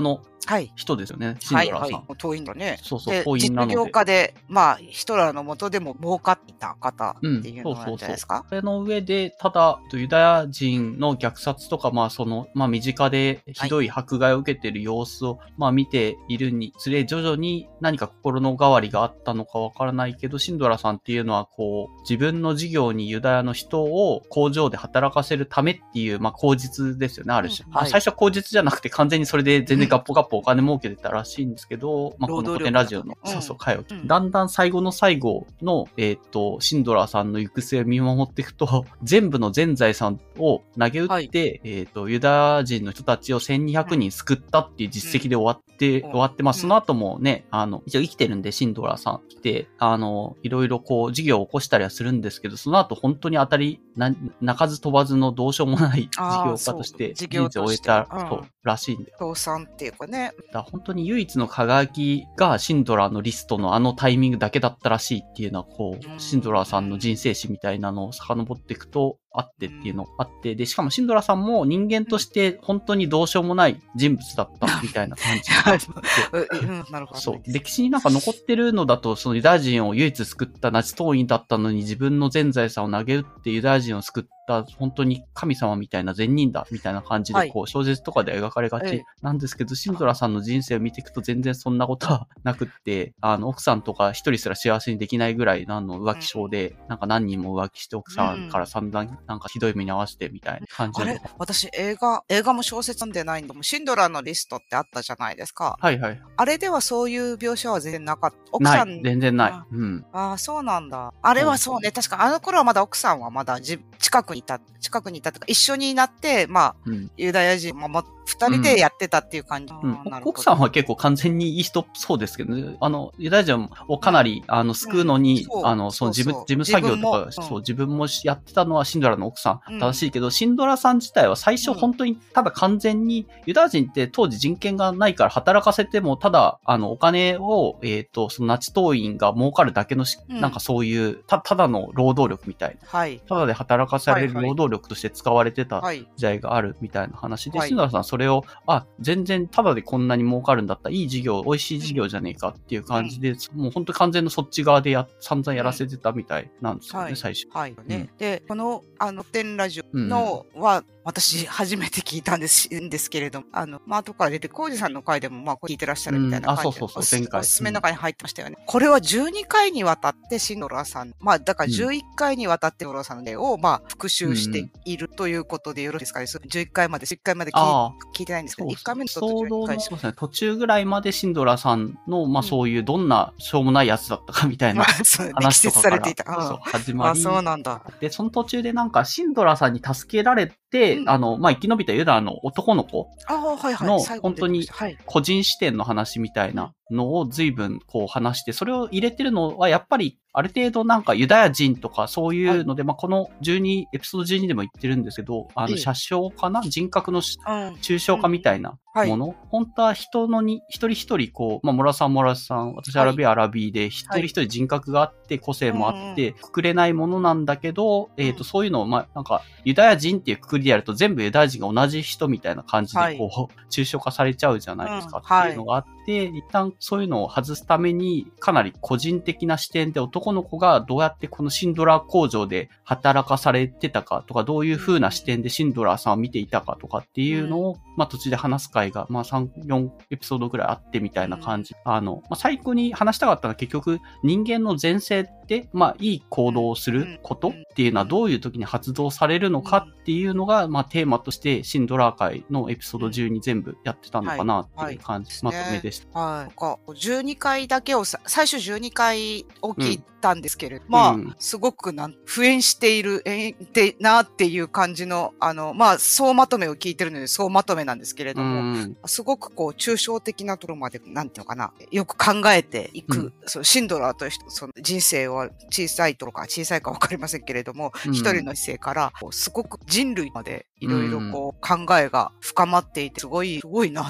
人ですよね、シンドラーさん。 はいはい。党員だね。 そうそう、党員なので。 実業家で、まあ、ヒトラーの下でも儲かっていた方っていうのなんじゃないですか。 それの上で、ただ、ユダヤ人の虐殺とか、まあ、まあ、身近でひどい迫害を受けている様子を、まあ、見ているにつれ、徐々に何か心の変わりがあったのかわからないけど、シンドラさんっていうのは、こう、自分の事業にユダヤの人を工場で働かせるためっていう、まあ、口実ですよね、ある種。最初は口実じゃなくて、完全にそれで全然ガッポガッポお金儲けてたらしいんですけど、まあ、この古典ラジオの、回を、だんだん最後の最後の、シンドラーさんの行く末を見守っていくと、全部の全財産を投げ打って、ユダヤ人の人たちを1200人救ったっていう実績で終わってます。その後もね、一応生きてるんで、シンドラーさん来て、いろいろこう、事業を起こしたりはするんですけど、その後本当に鳴かず飛ばずのどうしようもない事業家として、事業を終えた、らしいんで。 倒産っていうかね。 本当に唯一の輝きがシンドラーのリストのタイミングだけだったらしいっていうのは、こう、シンドラーさんの人生史みたいなのを遡っていくと、あってっていうのがあって、で、しかもシンドラさんも人間として本当にどうしようもない人物だったみたいな感じなるほど。 そう。歴史になんか残ってるのだと、そのユダヤ人を唯一救ったナチ党員だったのに自分の全財産を投げ打ってユダヤ人を救った本当に神様みたいな善人だみたいな感じでこう小説とかで描かれがちなんですけど、シンドラさんの人生を見ていくと全然そんなことはなくって、奥さんとか一人すら幸せにできないぐらい浮気症で、なんか何人も浮気して奥さんから散々なんかひどい目に遭わせてみたいな感じで。 私映画も小説読んでないんで、シンドラーのリストってあったじゃないですか。 はいはい。 あれではそういう描写は全然なかった。 奥さん。全然ない。うん。 ああ、そうなんだ。あれはそうね。確かあの頃はまだ奥さんはまだ近くにいたとか、一緒になって、まあ、ユダヤ人も二人でやってたっていう感じ。 奥さんは結構完全にいい人そうですけどね。ユダヤ人をかなり、救うのに、その事務作業とか、自分もやってたのはシンドラの奥さん正しいけど、シンドラさん自体は最初本当にただ完全に、ユダヤ人って当時人権がないから働かせても、ただ、お金を、そのナチ党員が儲かるだけのなんかそういう、ただの労働力みたいな。ただで働かされる労働力として使われてた時代があるみたいな話で、シンドラさんそれを、全然ただでこんなに儲かるんだったらいい事業、美味しい事業じゃねえかっていう感じで、もう本当に完全のそっち側で散々やらせてたみたいなんですよね、最初。 で、この、天ラジオのは、私、初めて聞いたんですけれども、まあ、後から出て、コウジさんの回でも、まあ、聞いてらっしゃるみたいな感じで、おすすめの中に入ってましたよね。これは12回にわたってシンドラーさん、まあ、だから11回にわたってシンドラーさんを、まあ、復習しているということでよろしいですかね。11回まで聞いてないんですけど、1回目の11回そうですね、途中ぐらいまでシンドラさんの、まあ、そういうどんなしょうもないやつだったかみたいな話とかから始まり、 そうなんだ。 で、その途中でなんかシンドラさんに助けられて、まあ、生き延びたユダヤの男の子の、本当に個人視点の話みたいなのを随分こう話して、それを入れてるのはやっぱりある程度なんかユダヤ人とかそういうので、まあ、このエピソード12でも言ってるんですけど、写生かな人格の抽象化みたいなもの、本当は人の一人一人こう、まあ、モラさん、私アラビーで一人一人人格があって、個性もあって、くくれないものなんだけど、そういうのを、まあ、なんか、ユダヤ人っていうくくりでやると全部ユダヤ人が同じ人みたいな感じで、こう、抽象化されちゃうじゃないですかっていうのがあって、一旦そういうのを外すために、かなり個人的な視点で男の子がどうやってこのシンドラー工場で働かされてたかとか、どういう風な視点でシンドラーさんを見ていたかとかっていうのを、まあ、途中で話す回が、まあ、3、4エピソードぐらいあってみたいな感じ。まあ、最後に話したかったのは結局、人間の前世って、まあ、いい行動をすることっていうのはどういう時に発動されるのかっていうのが、まあ、テーマとしてシンドラー会のエピソード中に全部やってたのかなっていう感じ、まとめでした。 はい。12回だけを最初12回を聞いたんですけれど、まあ、すごく普遍している、なっていう感じの、まあ、総まとめを聞いてるので、総まとめなんですけれども、すごくこう、抽象的なところまで、なんていうのかな、よく考えていく、そのシンドラーという人、その人生は小さいかわかりませんけれども、一人の姿勢から、すごく人類までいろいろこう、考えが深まっていて、すごいなと思って。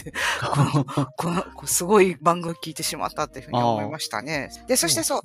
すごい番組聞いてしまったっていうふうに思いましたね。で、そしてそう、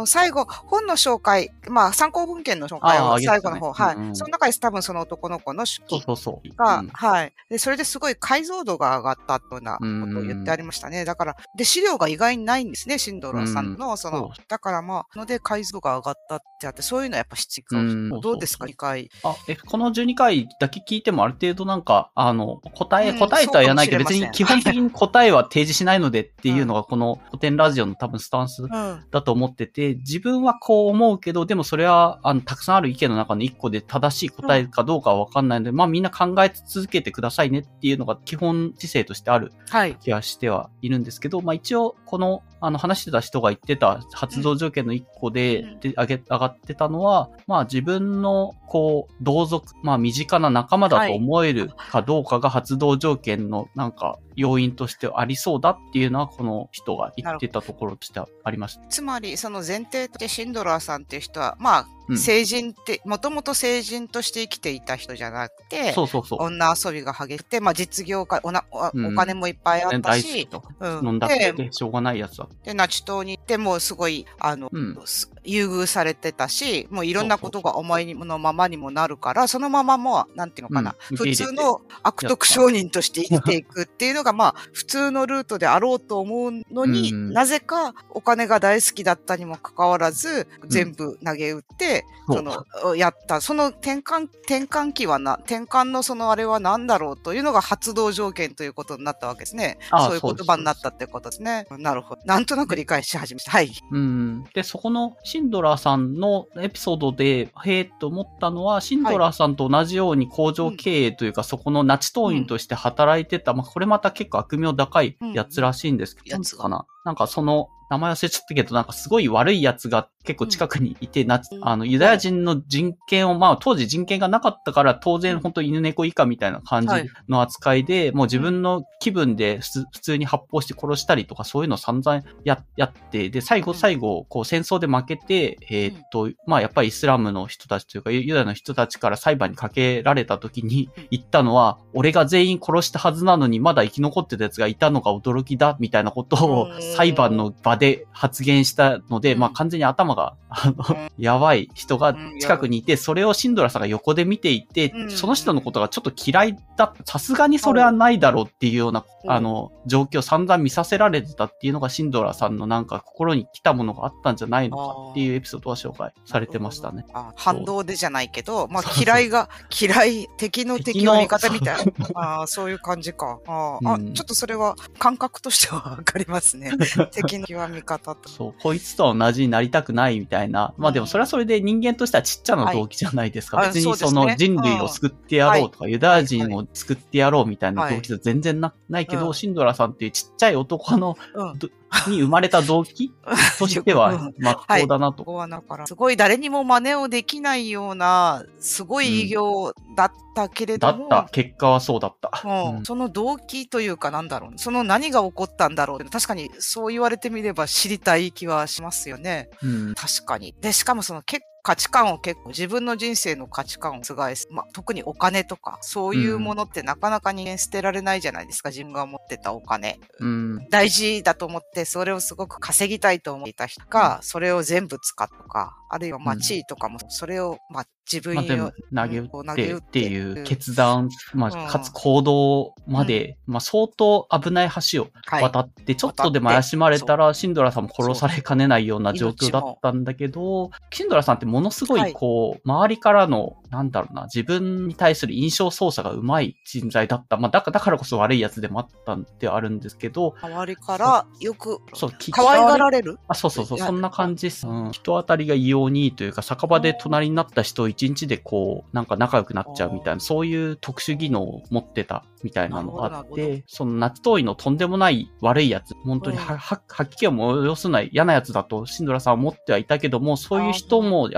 最後、本の紹介、まあ、参考文献の紹介を最後の方、はい。その中で多分その男の子の手記が、はい。で、それですごい解像度が上がったようなことを言ってありましたね。だから、で、資料が意外にないんですね、シンドラーさんの、だからまあ、ので解像度が上がったってあって、そういうのはやっぱ必要かもしれない。どうですか、2回。 この12回だけ聞いてもある程度なんか、答えとは言わないけど、別に基本的に答えは提示しないのでっていうのがこの古典ラジオの多分スタンスだと思ってて、自分はこう思うけど、でもそれは、たくさんある意見の中の1個で正しい答えかどうかはわかんないので、まあみんな考え続けてくださいねっていうのが基本姿勢としてある気がしてはいるんですけど、まあ一応この話してた人が言ってた発動条件の一個で、上がってたのは、まあ自分の、同族、まあ身近な仲間だと思えるかどうかが発動条件のなんか要因としてありそうだっていうのはこの人が言ってたところとしてありました。 つまりその前提としてシンドラーさんっていう人は、まあ、成人って、もともと成人として生きていた人じゃなくて、女遊びが激しくて、まあ実業家、お金もいっぱいあったし、 飲んだってしょうがないやつだ。 で、ナチ島に行ってもすごい、優遇されてたし、もういろんなことが思いのままにもなるから、そのままもう、なんていうのかな、普通の悪徳商人として生きていくっていうのが、まあ、普通のルートであろうと思うのに、なぜかお金が大好きだったにもかかわらず、全部投げ打って、やった。その転換期は転換のそのあれは何だろうというのが発動条件ということになったわけですね。そういう言葉になったってことですね。なるほど。なんとなく理解し始めました。はい。 で、そこのシンドラーさんのエピソードで、へーと思ったのは、シンドラーさんと同じように工場経営というか、そこのナチ党員として働いてた、まあ、これまた結構悪名高いやつらしいんですけど、なんかその、名前忘れちゃったけど、なんかすごい悪いやつが結構近くにいて、ユダヤ人の人権を、まあ当時人権がなかったから当然本当犬猫以下みたいな感じの扱いで、もう自分の気分で普通に発砲して殺したりとかそういうのを散々やって、で、最後、こう戦争で負けて、まあやっぱりイスラムの人たちというかユダヤの人たちから裁判にかけられた時に言ったのは、俺が全員殺したはずなのにまだ生き残ってたやつがいたのが驚きだみたいなことを裁判の場で発言したので、まあ完全に頭が、やばい人が近くにいて、それをシンドラさんが横で見ていて、その人のことがちょっと嫌いだ。さすがにそれはないだろうっていうような、状況を散々見させられてたっていうのがシンドラさんのなんか心に来たものがあったんじゃないのかっていうエピソードは紹介されてましたね。 反動でじゃないけど、まあ敵の味方みたいな。そういう感じか。ちょっとそれは感覚としてはわかりますね。敵の味方と。 そう、こいつとは同じになりたくないみたいな。まあでもそれはそれで人間としてはちっちゃな動機じゃないですか。別にその人類を救ってやろうとか、ユダヤ人を救ってやろうみたいな動機は全然ないけど、シンドラさんっていうちっちゃい男の、に生まれた動機としては、真っ当だなと。 すごい誰にも真似をできないような、すごい偉業だったけれども。 結果はそうだった。 その動機というかなんだろう。その何が起こったんだろう。確かにそう言われてみれば知りたい気はしますよね。確かに。で、しかもその価値観を自分の人生の価値観を覆す。まあ、特にお金とか、そういうものってなかなか人間捨てられないじゃないですか。自分が持ってたお金。大事だと思って、それをすごく稼ぎたいと思っていた人が、それを全部使うとか、あるいはまあ地位とかも、それをまあ自分に投げ打ってっていう決断、まあ、かつ行動まで、まあ相当危ない橋を渡って、ちょっとでも怪しまれたら、シンドラさんも殺されかねないような状況だったんだけど、シンドラさんってものすごい周りからの、なんだろうな、自分に対する印象操作がうまい人材だった。まあだからこそ悪いやつでもあったんではあるんですけど、 周りからよく可愛がられる？ そう、そんな感じです。人当たりが異様にいいというか、酒場で隣になった人を一日でなんか仲良くなっちゃうみたいな、そういう特殊技能を持ってたみたいなのがあって、そのナチ党員のとんでもない悪いやつ、本当に吐き気を催すない嫌なやつだとシンドラさんは思ってはいたけども、そういう人もやっ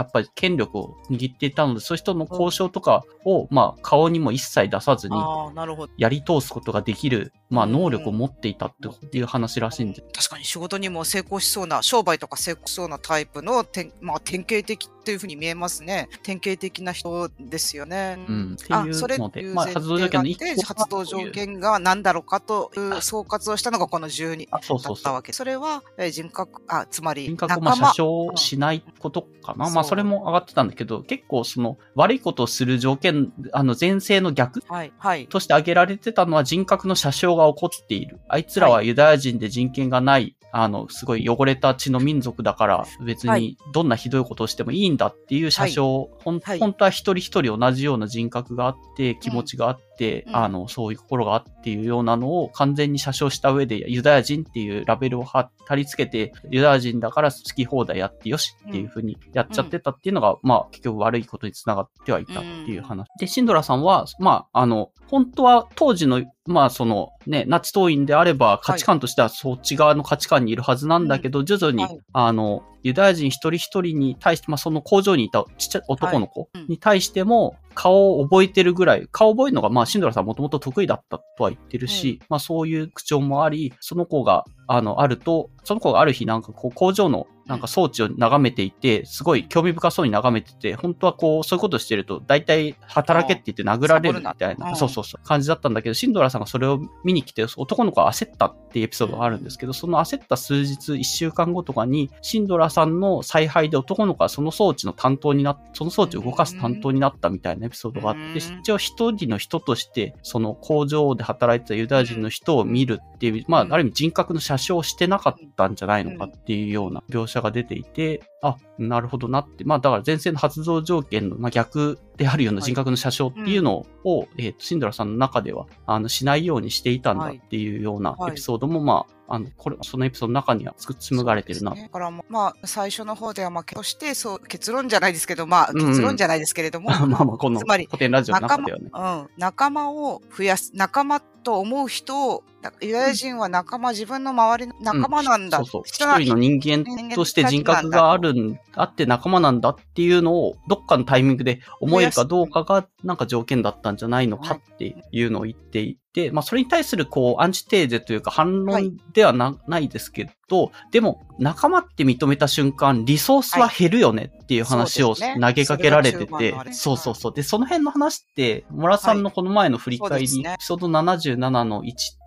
っぱり権力を握っていたので、そういう人の交渉とかを、まあ、顔にも一切出さずに、やり通すことができる、まあ、能力を持っていたっていう話らしいんで。 確かに仕事にも成功しそうな、商売とか成功しそうなタイプの、まあ、典型的っていうふうに見えますね。典型的な人ですよね。 っていうので、 まあ、発動条件の一個発動条件が何だろうかという総括をしたのがこの12だったわけ。それは、人格、つまり人格をまあ詐称しないことかな。まあ、それも上がってたんだけど、結構その悪いことをする条件、前世の逆として挙げられてたのは人格の詐称が起こっている。あいつらはユダヤ人で人権がない。すごい汚れた血の民族だから、別にどんなひどいことをしてもいいんだっていう詐称、本当は一人一人同じような人格があって、気持ちがあって、そういう心があっていうようなのを完全に詐称した上で、ユダヤ人っていうラベルを貼り付けて、ユダヤ人だから好き放題やってよしっていう風にやっちゃってたっていうのが、まあ結局悪いことにつながってはいたっていう話。で、シンドラさんは、まあ本当は当時の、まあそのね、ナチ党員であれば価値観としてはそっち側の価値観にいるはずなんだけど、徐々に、ユダヤ人一人一人に対して、まあその工場にいたちっちゃい男の子に対しても、顔を覚えてるぐらい、顔を覚えるのがまあシンドラさんもともと得意だったとは言ってるし、まあそういう口調もあり、その子があると、その子がある日なんかこう工場のなんか装置を眺めていて、すごい興味深そうに眺めてて、本当はこう、そういうことしてると、大体働けって言って殴られるみたいな、そう感じだったんだけど、シンドラさんがそれを見に来て、男の子は焦ったっていうエピソードがあるんですけど、その焦った数日、1週間後とかに、シンドラさんの采配で男の子はその装置の担当になっ、その装置を動かす担当になったみたいなエピソードがあって、一応一人の人として、その工場で働いてたユダヤ人の人を見るっていう、まあ、ある意味人格の詐称をしてなかったんじゃないのかっていうような描写が出ていて、なるほどなって。まあ、だから前世の発動条件の、まあ、逆であるような人格の詐称っていうのを、シンドラさんの中では、しないようにしていたんだっていうようなエピソードも、まあ、そのエピソードの中には紡がれてるな。 だからまあ、最初の方では、まあ、として、結論じゃないですけど、まあ、結論じゃないですけれども、 まあまあ、この古典ラジオの中ではね。 仲間を増やす、仲間と思う人を、ユダヤ人は仲間、自分の周りの仲間なんだ。 一人の人間として人格があって仲間なんだっていうのを、どっかのタイミングで思えるかどうかが、なんか条件だったんじゃないのかっていうのを言っていて、まあ、それに対するこう、アンチテーゼというか反論ではないですけど、でも、仲間って認めた瞬間、リソースは減るよねっていう話を投げかけられてて、そう。で、その辺の話って、モラさんのこの前の振り返り、エピソード77の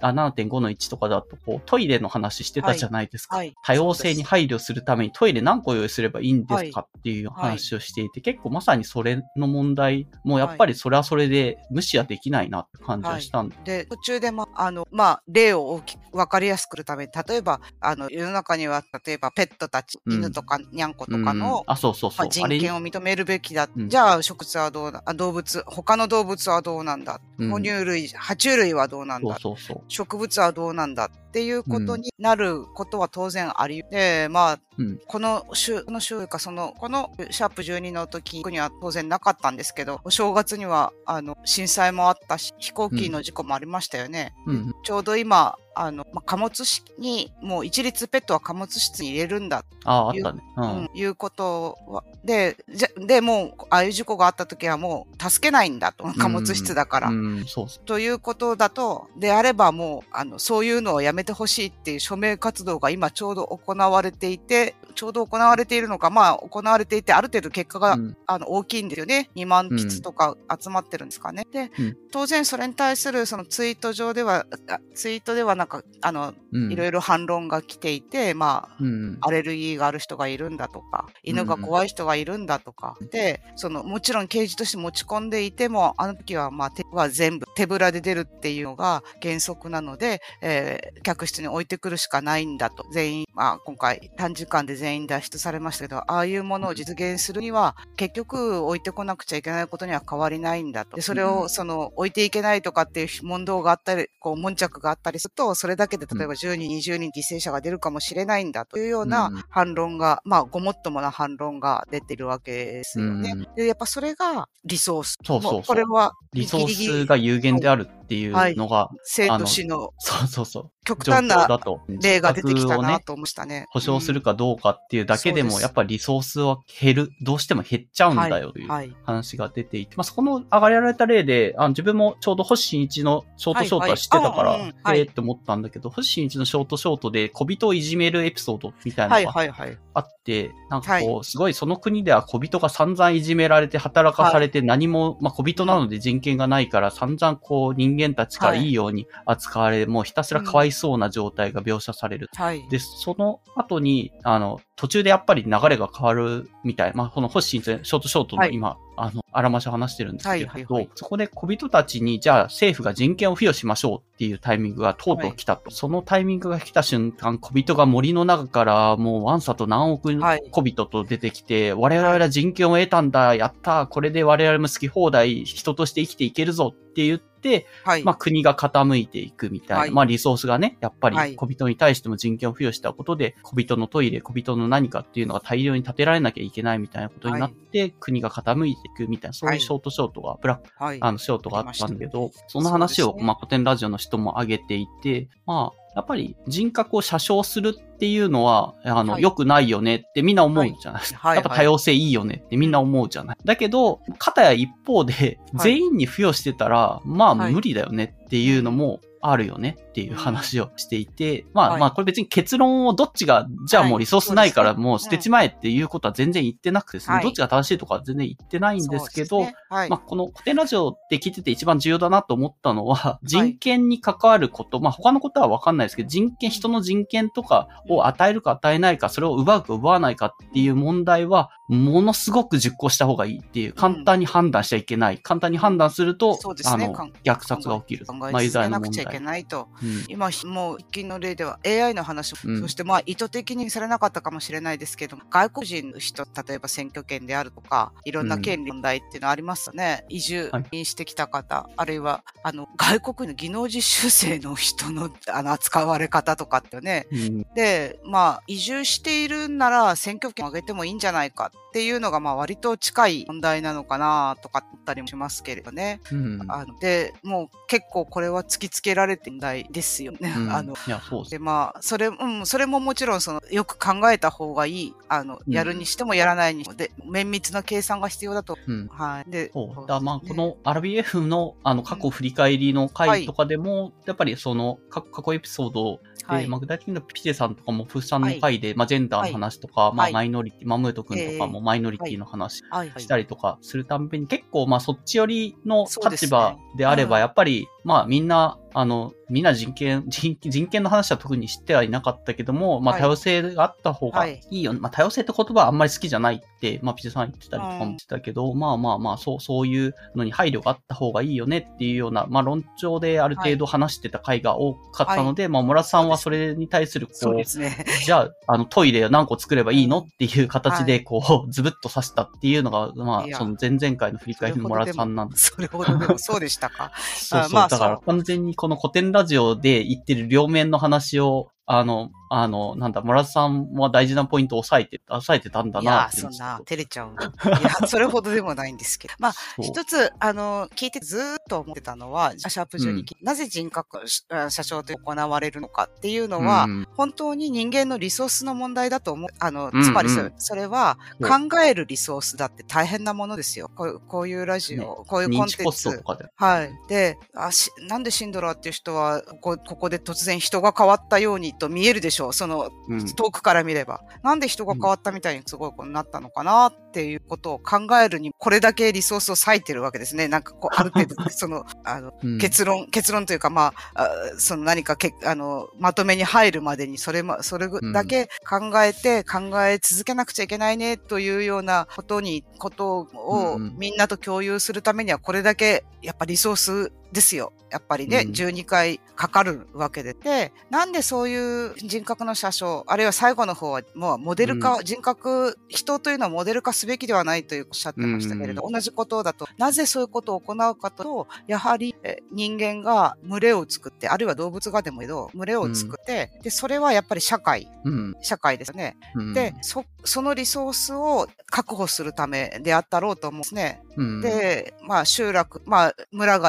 7.5 の1とかだと、こう、トイレの話してたじゃないですか。多様性に配慮するためにトイレ何個用意すればいいんですかっていう話をしていて、結構まさにそれの問題もやっぱりそれはそれで無視はできないなって感じはしたんで、途中でまあ、例を大きく分かりやすくするために、例えば、世の中には、例えばペットたち、犬とかニャンコとかの、人権を認めるべきだ。じゃあ、植物はどうだ、他の動物はどうなんだ。哺乳類、爬虫類はどうなんだ。植物はどうなんだっていうことになることは当然あり、で、まあ、この週か、このシャープ12の時には当然なかったんですけど、お正月には、震災もあったし、飛行機の事故もありましたよね。ちょうど今、貨物室に、もう一律ペットは貨物室に入れるんだ。 あったね。 いうことは、で、もう、ああいう事故があった時はもう、助けないんだと。貨物室だから。ということだと、であればもう、そういうのをやめてほしいっていう署名活動が今ちょうど行われていて、ちょうど行われているのか、まあ、行われていて、ある程度結果が、大きいんですよね。2万筆とか集まってるんですかね。で、当然それに対するそのツイートではなんか、いろいろ反論が来ていて、まあ、アレルギーがある人がいるんだとか、犬が怖い人がいるんだとか、で、もちろん刑事として持ち込んでいても、あの時はまあ、全部手ぶらで出るっていうのが原則なので、客室に置いてくるしかないんだと。全員、まあ、今回短時間で全員脱出されましたけど、ああいうものを実現するには、結局置いてこなくちゃいけないことには変わりないんだと。で、それを置いていけないとかっていう問答があったり、こう、悶着があったりすると、それだけで例えば10人、20人犠牲者が出るかもしれないんだというような反論が、まあ、ごもっともな反論が出てるわけですよね。で、やっぱそれがリソース。 そう。 これはリソースが有限であるっっていうのが、 生と死の。 そうそうそう。 極端な例が出てきたなと思いましたね。 保証するかどうかっていうだけでも、やっぱりリソースはどうしても減っちゃうんだよという話が出ていて、まあ、そこの上がられた例で、自分もちょうど星新一のショートは知ってたから、って思ったんだけど、星新一のショートで小人をいじめるエピソードみたいなのがあって、なんかこう、すごいその国では小人が散々いじめられて働かされて何も、まあ小人なので人権がないから散々こう人間たちがいいように扱われ、もうひたすらかわいそうな状態が描写される。で、その後に、途中でやっぱり流れが変わるみたい。まあ、この星新一ショートの今、あらまし話してるんですけど、そこで小人たちに、じゃあ政府が人権を付与しましょうっていうタイミングがとうとう来たと。そのタイミングが来た瞬間、小人が森の中からもうワンサと何億小人と出てきて、我々は人権を得たんだ、やったー、これで我々も好き放題人として生きていけるぞって言って、まあ国が傾いていくみたいな、まあリソースがね、やっぱり小人に対しても人権を付与したことで、小人のトイレ、小人の何かっていうのが大量に建てられなきゃいけないみたいなことになって、国が傾いていくみたいな、そういうショートが、ショートがあったんだけど、その話を、まあ古典ラジオの人も挙げていて、まあ、やっぱり人格を詐称するっていうのは、良くないよねってみんな思うじゃないですか。やっぱ多様性いいよねってみんな思うじゃない。だけど、片や一方で、全員に付与してたら、まあ無理だよねっていうのも、あるよねっていう話をしていて、まあこれ別に結論をどっちが、じゃあもうリソースないからもう捨てちまえっていうことは全然言ってなくてですね、どっちが正しいとかは全然言ってないんですけど、まあこの古典ラジオで聞いてて一番重要だなと思ったのは、人権に関わること、まあ他のことはわかんないですけど、人の人権とかを与えるか与えないか、それを奪うか奪わないかっていう問題は、ものすごく熟考した方がいいっていう、簡単に判断しちゃいけない。簡単に判断すると、虐殺が起きる。まあ、ユダヤの問題。 いけないと、今もう一近の例では AI の話も、そしてまあ意図的にされなかったかもしれないですけども、外国人の人、例えば選挙権であるとかいろんな権利問題っていうのはありますよね。移住してきた方、あるいは外国の技能実習生の人の扱われ方とかってね、でまあ移住しているんなら選挙権を上げてもいいんじゃないかっていうのがまあ割と近い問題なのかなとか思ったりもしますけれどね。でもう結構これは突きつけられてる問題ですよね。 いやそうです。 でまあそれももちろんよく考えた方がいいやるにしてもやらないにしてもで綿密な計算が必要だと。でまあこのアラビ F の過去振り返りの回とかでも、やっぱりその過去エピソードで、まあ具体的にピチェさんとかもフーさんの回で、まあジェンダーの話とか、まあマイノリティ、マムート君とかもマイノリティの話したりとかするたんびに、結構まあそっち寄りの立場であれば、やっぱりまあみんな人権の話は特に知ってはいなかったけども、まあ多様性があった方がいいよね。まあ多様性って言葉はあんまり好きじゃないって、まあピチェさん言ってたりとかもしたけど、まあ、そういうのに配慮があった方がいいよねっていうような、まあ論調である程度話してた回が多かったので、まあ村さんはそれに対するじゃあ、トイレ何個作ればいいのっていう形で、ズブッと刺したっていうのが、まあ、その前々回の振り返りの村さんなんです。 それほどでもそうでしたか。 そう、だから完全にこの古典ラジオで言ってる両面の話を、なんだ、村田さんは大事なポイントを抑えてたんだなって。 いや、そんな、照れちゃう。いや、それほどでもないんですけど。まあ、一つ、聞いてずーっと思ってたのは、シャープ12、なぜ人格詐称で行われるのかっていうのは、本当に人間のリソースの問題だと思う。つまりそれは、考えるリソースだって大変なものですよ。こういうラジオ、こういうコンテンツ。はい。で、なんでシンドラーっていう人は、ここで突然人が変わったようにと見えるでしょう。遠くから見れば。なんで人が変わったみたいにすごいことになったのかなっていうことを考えるに、これだけリソースを割いてるわけですね。なんかある程度、結論というか、まあ、何かまとめに入るまでに、それだけ考え続けなくちゃいけないね、というようなことをみんなと共有するためには、これだけ、やっぱリソースですよ。やっぱりね、12回かかるわけで。なんでそういう人格の詐称、あるいは最後の方は、もうモデル化、人というのはモデル化すべきではないとおっしゃってましたけれど、同じことだと、なぜそういうことを行うかと、やはり人間が群れを作って、あるいは動物がでもいいけど、群れを作って、で、それはやっぱり社会ですね。で、そのリソースを確保するためであったろうと思うんですね。で、まあ集落、まあ村があって、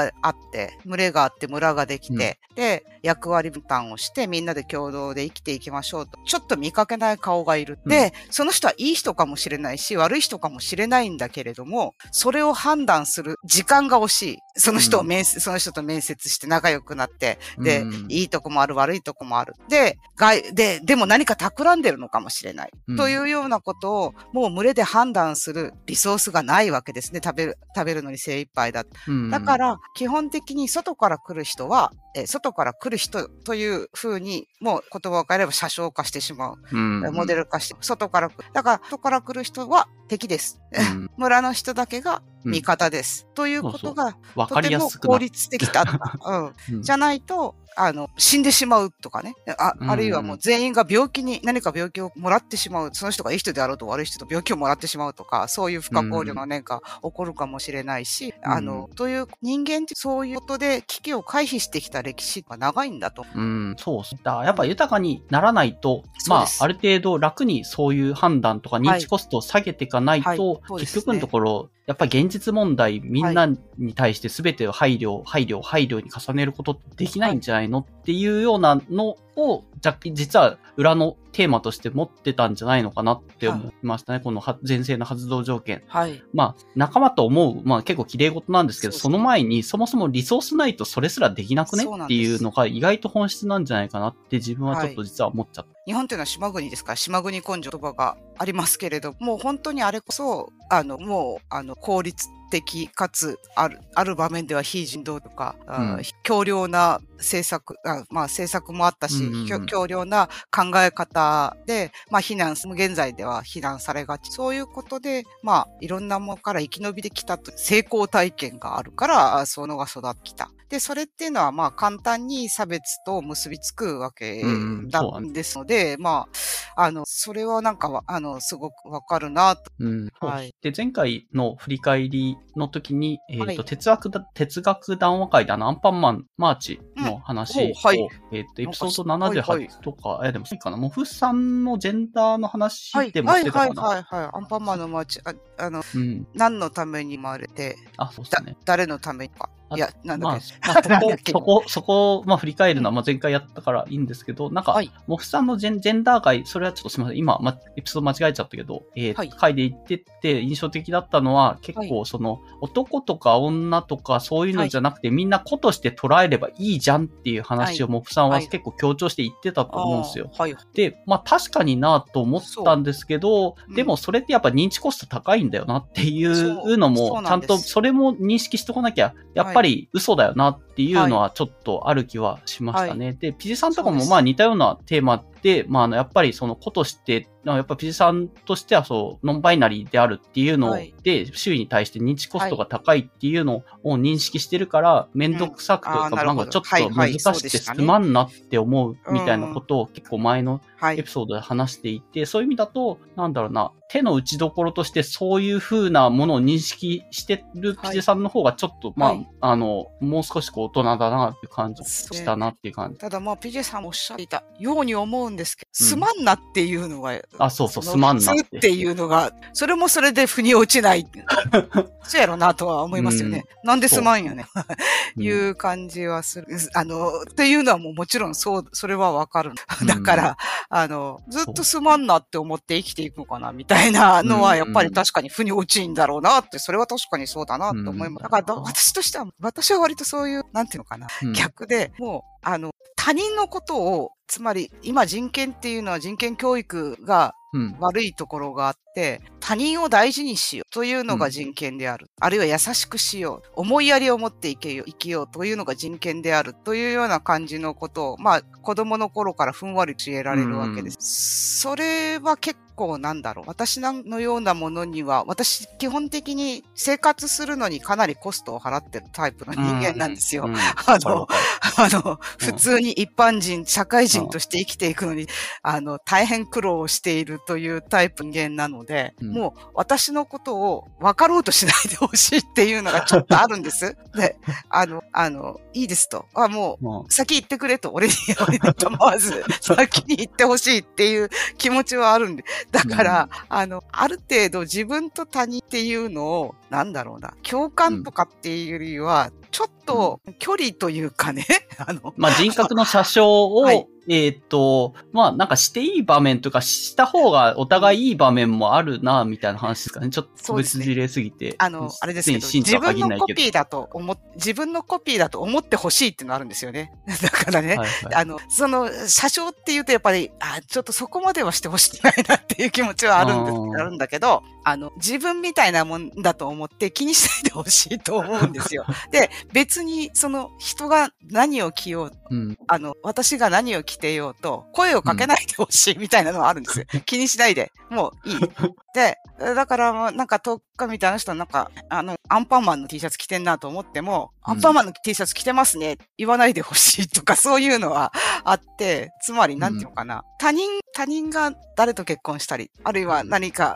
て、群れがあって、村ができて、で、役割分担をして、みんなで共同で生きていきましょうと。ちょっと見かけない顔がいる。で、その人はいい人かもしれないし、悪い人かもしれないんだけれども、それを判断する時間が欲しい。その人と面接して仲良くなって、で、いいとこもある、悪いとこもある。で、でも何か企んでるのかもしれない。というようなことを、もう群れで判断するリソースがないわけですね。食べるのに精一杯だ。だから、基本的に外から来る人は、外から来る人という風に、もう言葉を変えれば車掌化してしまう。モデル化して、外から来る。だから、外から来る人は敵です。村の人だけが味方です。ということが、とても効率的だった。じゃないと、死んでしまうとかね。あるいはもう全員が何か病気をもらってしまう。その人がいい人であろうと悪い人と病気をもらってしまうとか、そういう不可抗力の念が起こるかもしれないし、という人間ってそういうことで危機を回避してきた歴史が長いんだと。 そうです。だからやっぱ豊かにならないと、ある程度楽にそういう判断とか認知コストを下げていかないと、結局のところ、やっぱり現実問題みんなに対して全てを配慮に重ねることってできないんじゃないのっていうようなのを、実は裏のテーマとして持ってたんじゃないのかなって思いましたね。この前世の発動条件。仲間と思う、結構綺麗事なんですけど、その前にそもそもリソースないとそれすらできなくねっていうのが意外と本質なんじゃないかなって自分はちょっと実は思っちゃった。 日本というのは島国ですから、島国根性言葉がありますけれど、もう本当にあれこそ、効率的かつある場面では非人道とか、強量な政策もあったし、強量な考え方で、現在では非難されがち。そういうことで、いろんなものから生き延びてきたと、成功体験があるから、そのが育ってきた。で、それっていうのは、簡単に差別と結びつくわけですので、それはすごくわかるなと。 で、前回の振り返りの時に、哲学談話会でアンパンマンマーチの話と、エピソード78とか、でもそうかな、モフさんのジェンダーの話でもしてたかな。 アンパンマンのマーチ、何のために生まれて、 そうですね。 誰のためにか。いや、なんだっけ。 そこを振り返るのは前回やったからいいんですけど、モフさんのジェンダー会、それはちょっとすみません、今、エピソード間違えちゃったけど、会で言ってて印象的だったのは、結構男とか女とかそういうのじゃなくて、みんな子として捉えればいいじゃんっていう話をモフさんは結構強調して言ってたと思うんですよ。で、確かになと思ったんですけど、でもそれってやっぱ認知コスト高いんだよなっていうのも、ちゃんとそれも認識してこなきゃ、やっぱり嘘だよなっていうのはちょっとある気はしましたね。で、ピジさんとかも似たようなテーマで、やっぱりその子として、やっぱピジさんとしてはノンバイナリーであるっていうので、周囲に対して認知コストが高いっていうのを認識してるから、めんどくさくとか、ちょっと難しくてすまんなって思うみたいなことを結構前のエピソードで話していて、そういう意味だと、手の打ちどころとしてそういう風なものを認識してるピジさんの方がちょっと、もう少し大人だなっていう感じしたなっていう感じ。 ただピジさんもおっしゃっていたように思うんですけど、すまんなっていうのが、 すまんなっていうのが、それもそれで腑に落ちない。そうやろなとは思いますよね。なんですまんよね。いう感じはする。っていうのはもちろんそれはわかる。だから、ずっとすまんなって思って生きていくのかな、みたいなのは、やっぱり確かに腑に落ちんだろうなって、それは確かにそうだなと思います。だから私としては、私は割とそういう、なんていうのかな、逆で、もう、他人のことを、つまり、今人権っていうのは人権教育が悪いところがあって、他人を大事にしようというのが人権である。あるいは優しくしよう。思いやりを持って生きようというのが人権であるというような感じのことを、子供の頃からふんわり教えられるわけです。それは結構私のようなものには、私基本的に生活するのにかなりコストを払ってるタイプの人間なんですよ。普通に一般人、社会人として生きていくのに、大変苦労をしているというタイプ人間なので、もう私のことを分かろうとしないでほしいっていうのがちょっとあるんです。で、いいですと。もう、先言ってくれと、俺に構わず、先に言ってほしいっていう気持ちはあるんで。だから、ある程度自分と他人っていうのを、なんだろうな、共感とかっていうよりは、ちょっと距離というかね、 人格の詐称を、はい、なんかしていい場面とかした方がお互いいい場面もあるな、みたいな話ですかね。ちょっと個別事例すぎて。 あれですけど、自分のコピーだと思ってほしいっていうのがあるんですよね。だからね、詐称っていうとやっぱり、ちょっとそこまではしてほしくないなっていう気持ちはあるんだけど、自分みたいなもんだと思って気にしないでほしいと思うんですよ。で、別に人が何を着よう、私が何を着てようと、声をかけないでほしいみたいなのはあるんですよ。気にしないで。もういい。で、だから、なんか、10日みたいな人は、なんか、アンパンマンの T シャツ着てんなと思っても、アンパンマンの T シャツ着てますね。言わないでほしいとか、そういうのはあって、つまり、なんていうのかな。他人が誰と結婚したり、あるいは何か、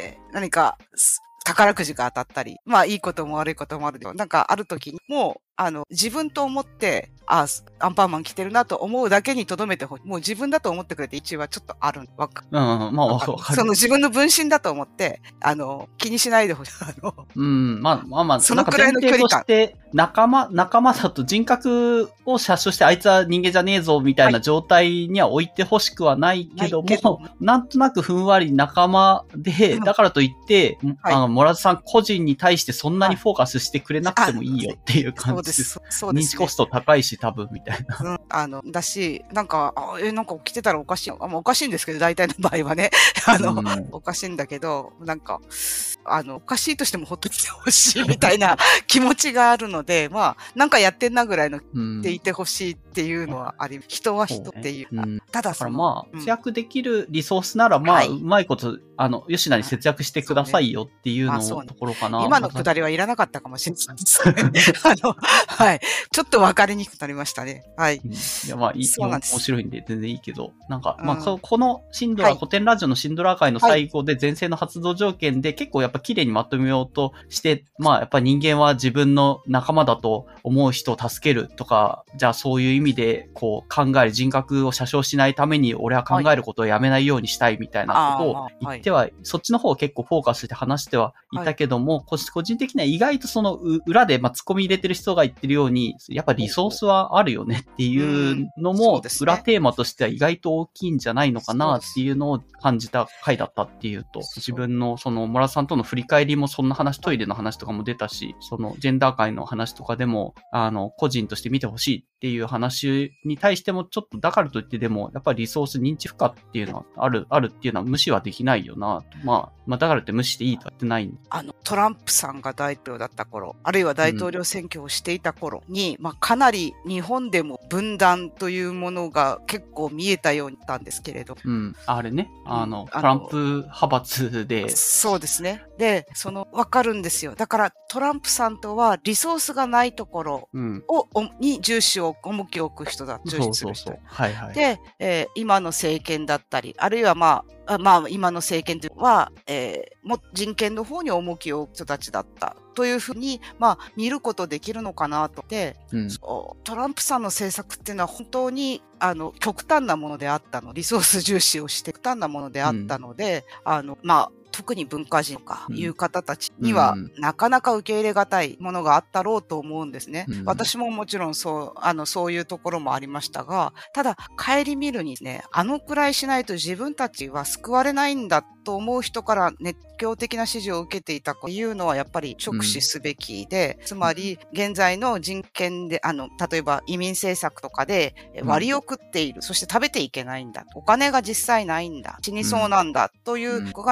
宝くじが当たったり、いいことも悪いこともあるけど、なんかある時にもう、自分と思って、アンパンマン着てるなと思うだけに留めてほしい。もう自分だと思ってくれて一応はちょっとある。わかる。その自分の分身だと思って、気にしないでほしい。 そのくらいの距離感。として仲間だと人格を詐称してあいつは人間じゃねえぞみたいな状態には置いてほしくはないけども、なんとなくふんわり仲間で、だからといって、モラズさん個人に対してそんなにフォーカスしてくれなくてもいいよっていう感じです。そうです。認知コスト高いし多分みたいな。 だし、なんか着てたらおかしい。おかしいんですけど、大体の場合はね。おかしいんだけど、なんか、おかしいとしてもほっといてほしいみたいな気持ちがあるので、なんかやってんなぐらいのでいてほしいっていうのはあり、人は人っていうか。ただ節約できるリソースなら、うまいこと、吉野に節約してくださいよっていうのところかな。 今のくだりはいらなかったかもしれないですね。はい。ちょっと分かりにくくなりましたね。はい。 いや、面白いんで全然いいけど、なんか、このシンドラ、古典ラジオのシンドラ会の最後で前世の発動条件で結構やっぱ綺麗にまとめようとして、やっぱ人間は自分の仲間だと思う人を助けるとか、じゃあそういう意味でこう考える人格を詐称しないために俺は考えることをやめないようにしたいみたいなことを言っては、そっちの方を結構フォーカスして話してはいたけども、個人的には意外とその裏で突っ込み入れてる人が言ってるように、やっぱリソースはあるよねっていうのも、裏テーマとしては意外と大きいんじゃないのかなっていうのを感じた回だったっていうと、自分のそのモラさんとの振り返りもそんな話、トイレの話とかも出たし、そのジェンダー界の話とかでも、個人として見てほしいっていう話に対してもちょっとだからといってでも、やっぱりリソース認知負荷っていうのはあるっていうのは無視はできないよな。だからって無視していいとは言ってないんで。 トランプさんが大統領だった頃、あるいは大統領選挙をしていた頃に、かなり日本でも分断というものが結構見えたようになったんですけれど。 あれね、トランプ派閥で。 そうですね。で、わかるんですよ。だからトランプさんとはリソースがないところに重きを置く人だ。重視する人。で、今の政権だったり、あるいは今の政権というのは、人権の方に重きを置く人たちだったというふうに、見ることできるのかなと。で、トランプさんの政策っていうのは本当に極端なものであったの。リソース重視をして極端なものであったので、特に文化人とかいう方たちには、なかなか受け入れがたいものがあったろうと思うんですね。私ももちろんそういうところもありましたが、ただ、顧みるにね、くらいしないと自分たちは救われないんだと思う人から熱狂的な支持を受けていたというのはやっぱり直視すべきで、つまり、現在の人権で、例えば移民政策とかで割を食っている、そして食べていけないんだ。お金が実際ないんだ。死にそうなんだ。という、がないんだと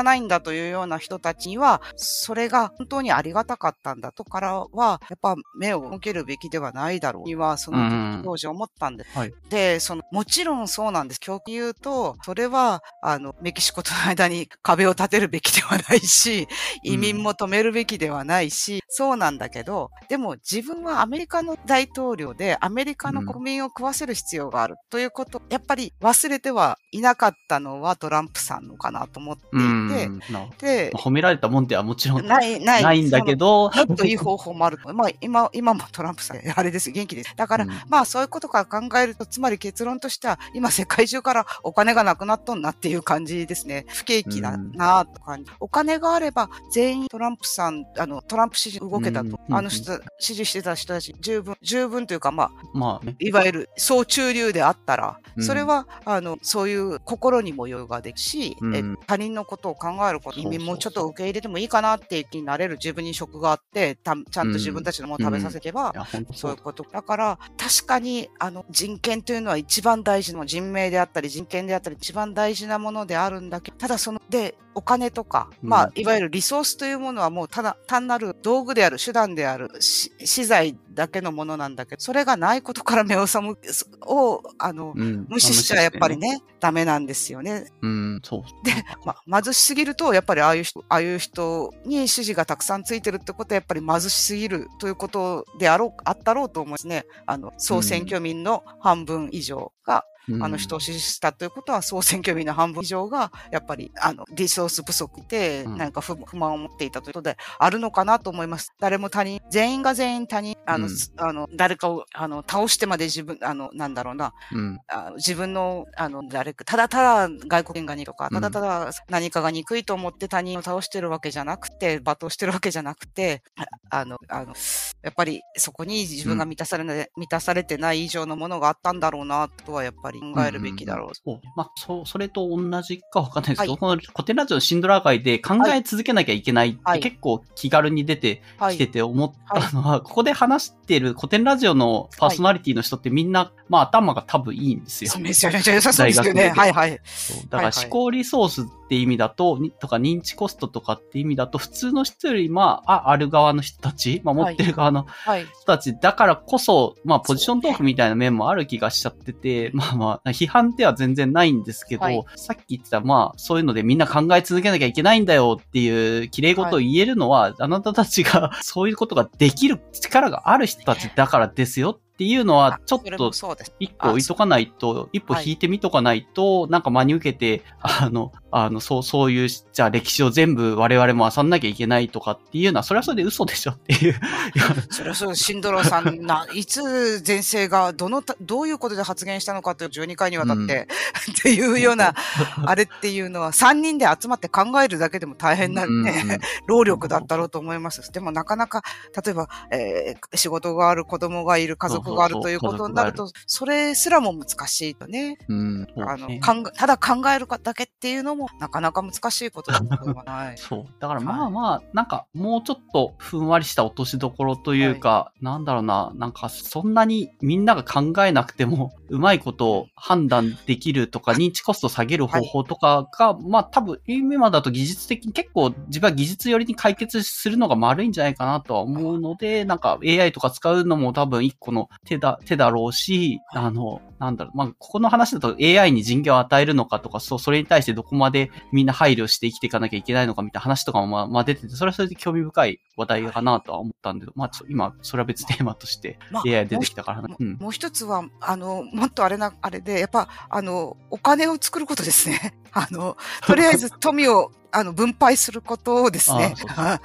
というような人たちには、それが本当にありがたかったんだとからは、やっぱ目を向けるべきではないだろうには、その時当時思ったんです。 はい、 で、もちろんそうなんです。極言うと、それは、メキシコとの間に壁を立てるべきではないし、移民も止めるべきではないし、そうなんだけど、でも自分はアメリカの大統領で、アメリカの国民を食わせる必要があるということ、やっぱり忘れてはいなかったのはトランプさんのかなと思っていて、 で、褒められたもんではもちろんないんだけど、 もっといい方法もある。まあ、今もトランプさん、あれです、元気です。だから、まあ、そういうことから考えると、つまり結論としては、今世界中からお金がなくなっとんなっていう感じですね。不景気だなと感じ。お金があれば、全員トランプさん、トランプ支持動けたと。支持してた人たち、十分というか、まあね、いわゆる、総中流であったら、それは、そういう心にも余裕ができるし、他人のことを考えること、移民もちょっと受け入れてもいいかなっていう気になれる自分に職があって、ちゃんと自分たちのものを食べさせれば、そういうこと。だから、確かに、人権というのは一番大事な、人命であったり、人権であったり、一番大事なものであるんだけど、ただお金とか、まあ、いわゆるリソースというものはもう単なる道具である、手段である、資材だけのものなんだけど、それがないことから目を背を、無視しちゃやっぱりね、ダメなんですよね。 そう。 で、貧しすぎると、やっぱりああいう人に支持がたくさんついてるってことは、やっぱり貧しすぎるということであったろうと思いますね。総選挙民の半分以上が、人を支持したということは、総選挙民の半分以上が、やっぱり、リソース不足で、何か不満を持っていたということで、あるのかなと思います。誰も全員が全員他人、誰かを、倒してまで自分、なんだろうな、自分の、ただただ外国人がとか、ただただ何かが憎いと思って他人を倒してるわけじゃなくて、罵倒してるわけじゃなくて、やっぱりそこに自分が満たされてない以上のものがあったんだろうな、とはやっぱり考えるべきだろう。 それと同じかわかんないですけど、この古典ラジオのシンドラー会で考え続けなきゃいけないって結構気軽に出てきてて思ったのは、ここで話してる古典ラジオのパーソナリティの人ってみんな、頭が多分いいんですよ。 めちゃめちゃ良さそうですよね。はいはい。 だから思考リソースって意味だと、とか認知コストとかって意味だと、普通の人よりある側の人たち、持ってる側の人たちだからこそ、ポジショントークみたいな面もある気がしちゃってて、批判では全然ないんですけど、さっき言ってた、そういうのでみんな考え続けなきゃいけないんだよっていう綺麗事を言えるのは、あなたたちがそういうことができる力がある人たちだからですよっていうのは、ちょっと一個置いとかないと、一歩引いてみとかないと、なんか真に受けて、そういう、じゃあ歴史を全部我々も漁んなきゃいけないとかっていうのは、それはそれで嘘でしょっていう。 それはそう、シンドラさんいつ前世がどういうことで発言したのかという12回にわたって、っていうような、あれっていうのは、3人で集まって考えるだけでも大変なね、労力だったろうと思います。でもなかなか、例えば、仕事がある、子供がいる、家族があるということになると、それすらも難しいとね。ただ考えるだけっていうのも、なかなか難しいことだと思わない。 そう。だからなんか、もうちょっとふんわりした落としどころというか、なんだろうな、なんかそんなにみんなが考えなくても、うまいことを判断できるとか、認知コストを下げる方法とかが、多分、今だと技術的に結構自分は技術寄りに解決するのが悪いんじゃないかなとは思うので、なんか AI とか使うのも多分一個の手だろうし、なんだろう、ここの話だと AI に人権を与えるのかとか、それに対してどこまでみんな配慮して生きていかなきゃいけないのかみたいな話とかも出てて、それはそれで興味深い話題かなとは思ったんで、今、それは別テーマとして AI 出てきたからね。 もう一つは、もっとあれで、やっぱ、お金を作ることですね。とりあえず富を、分配することをですね。はい。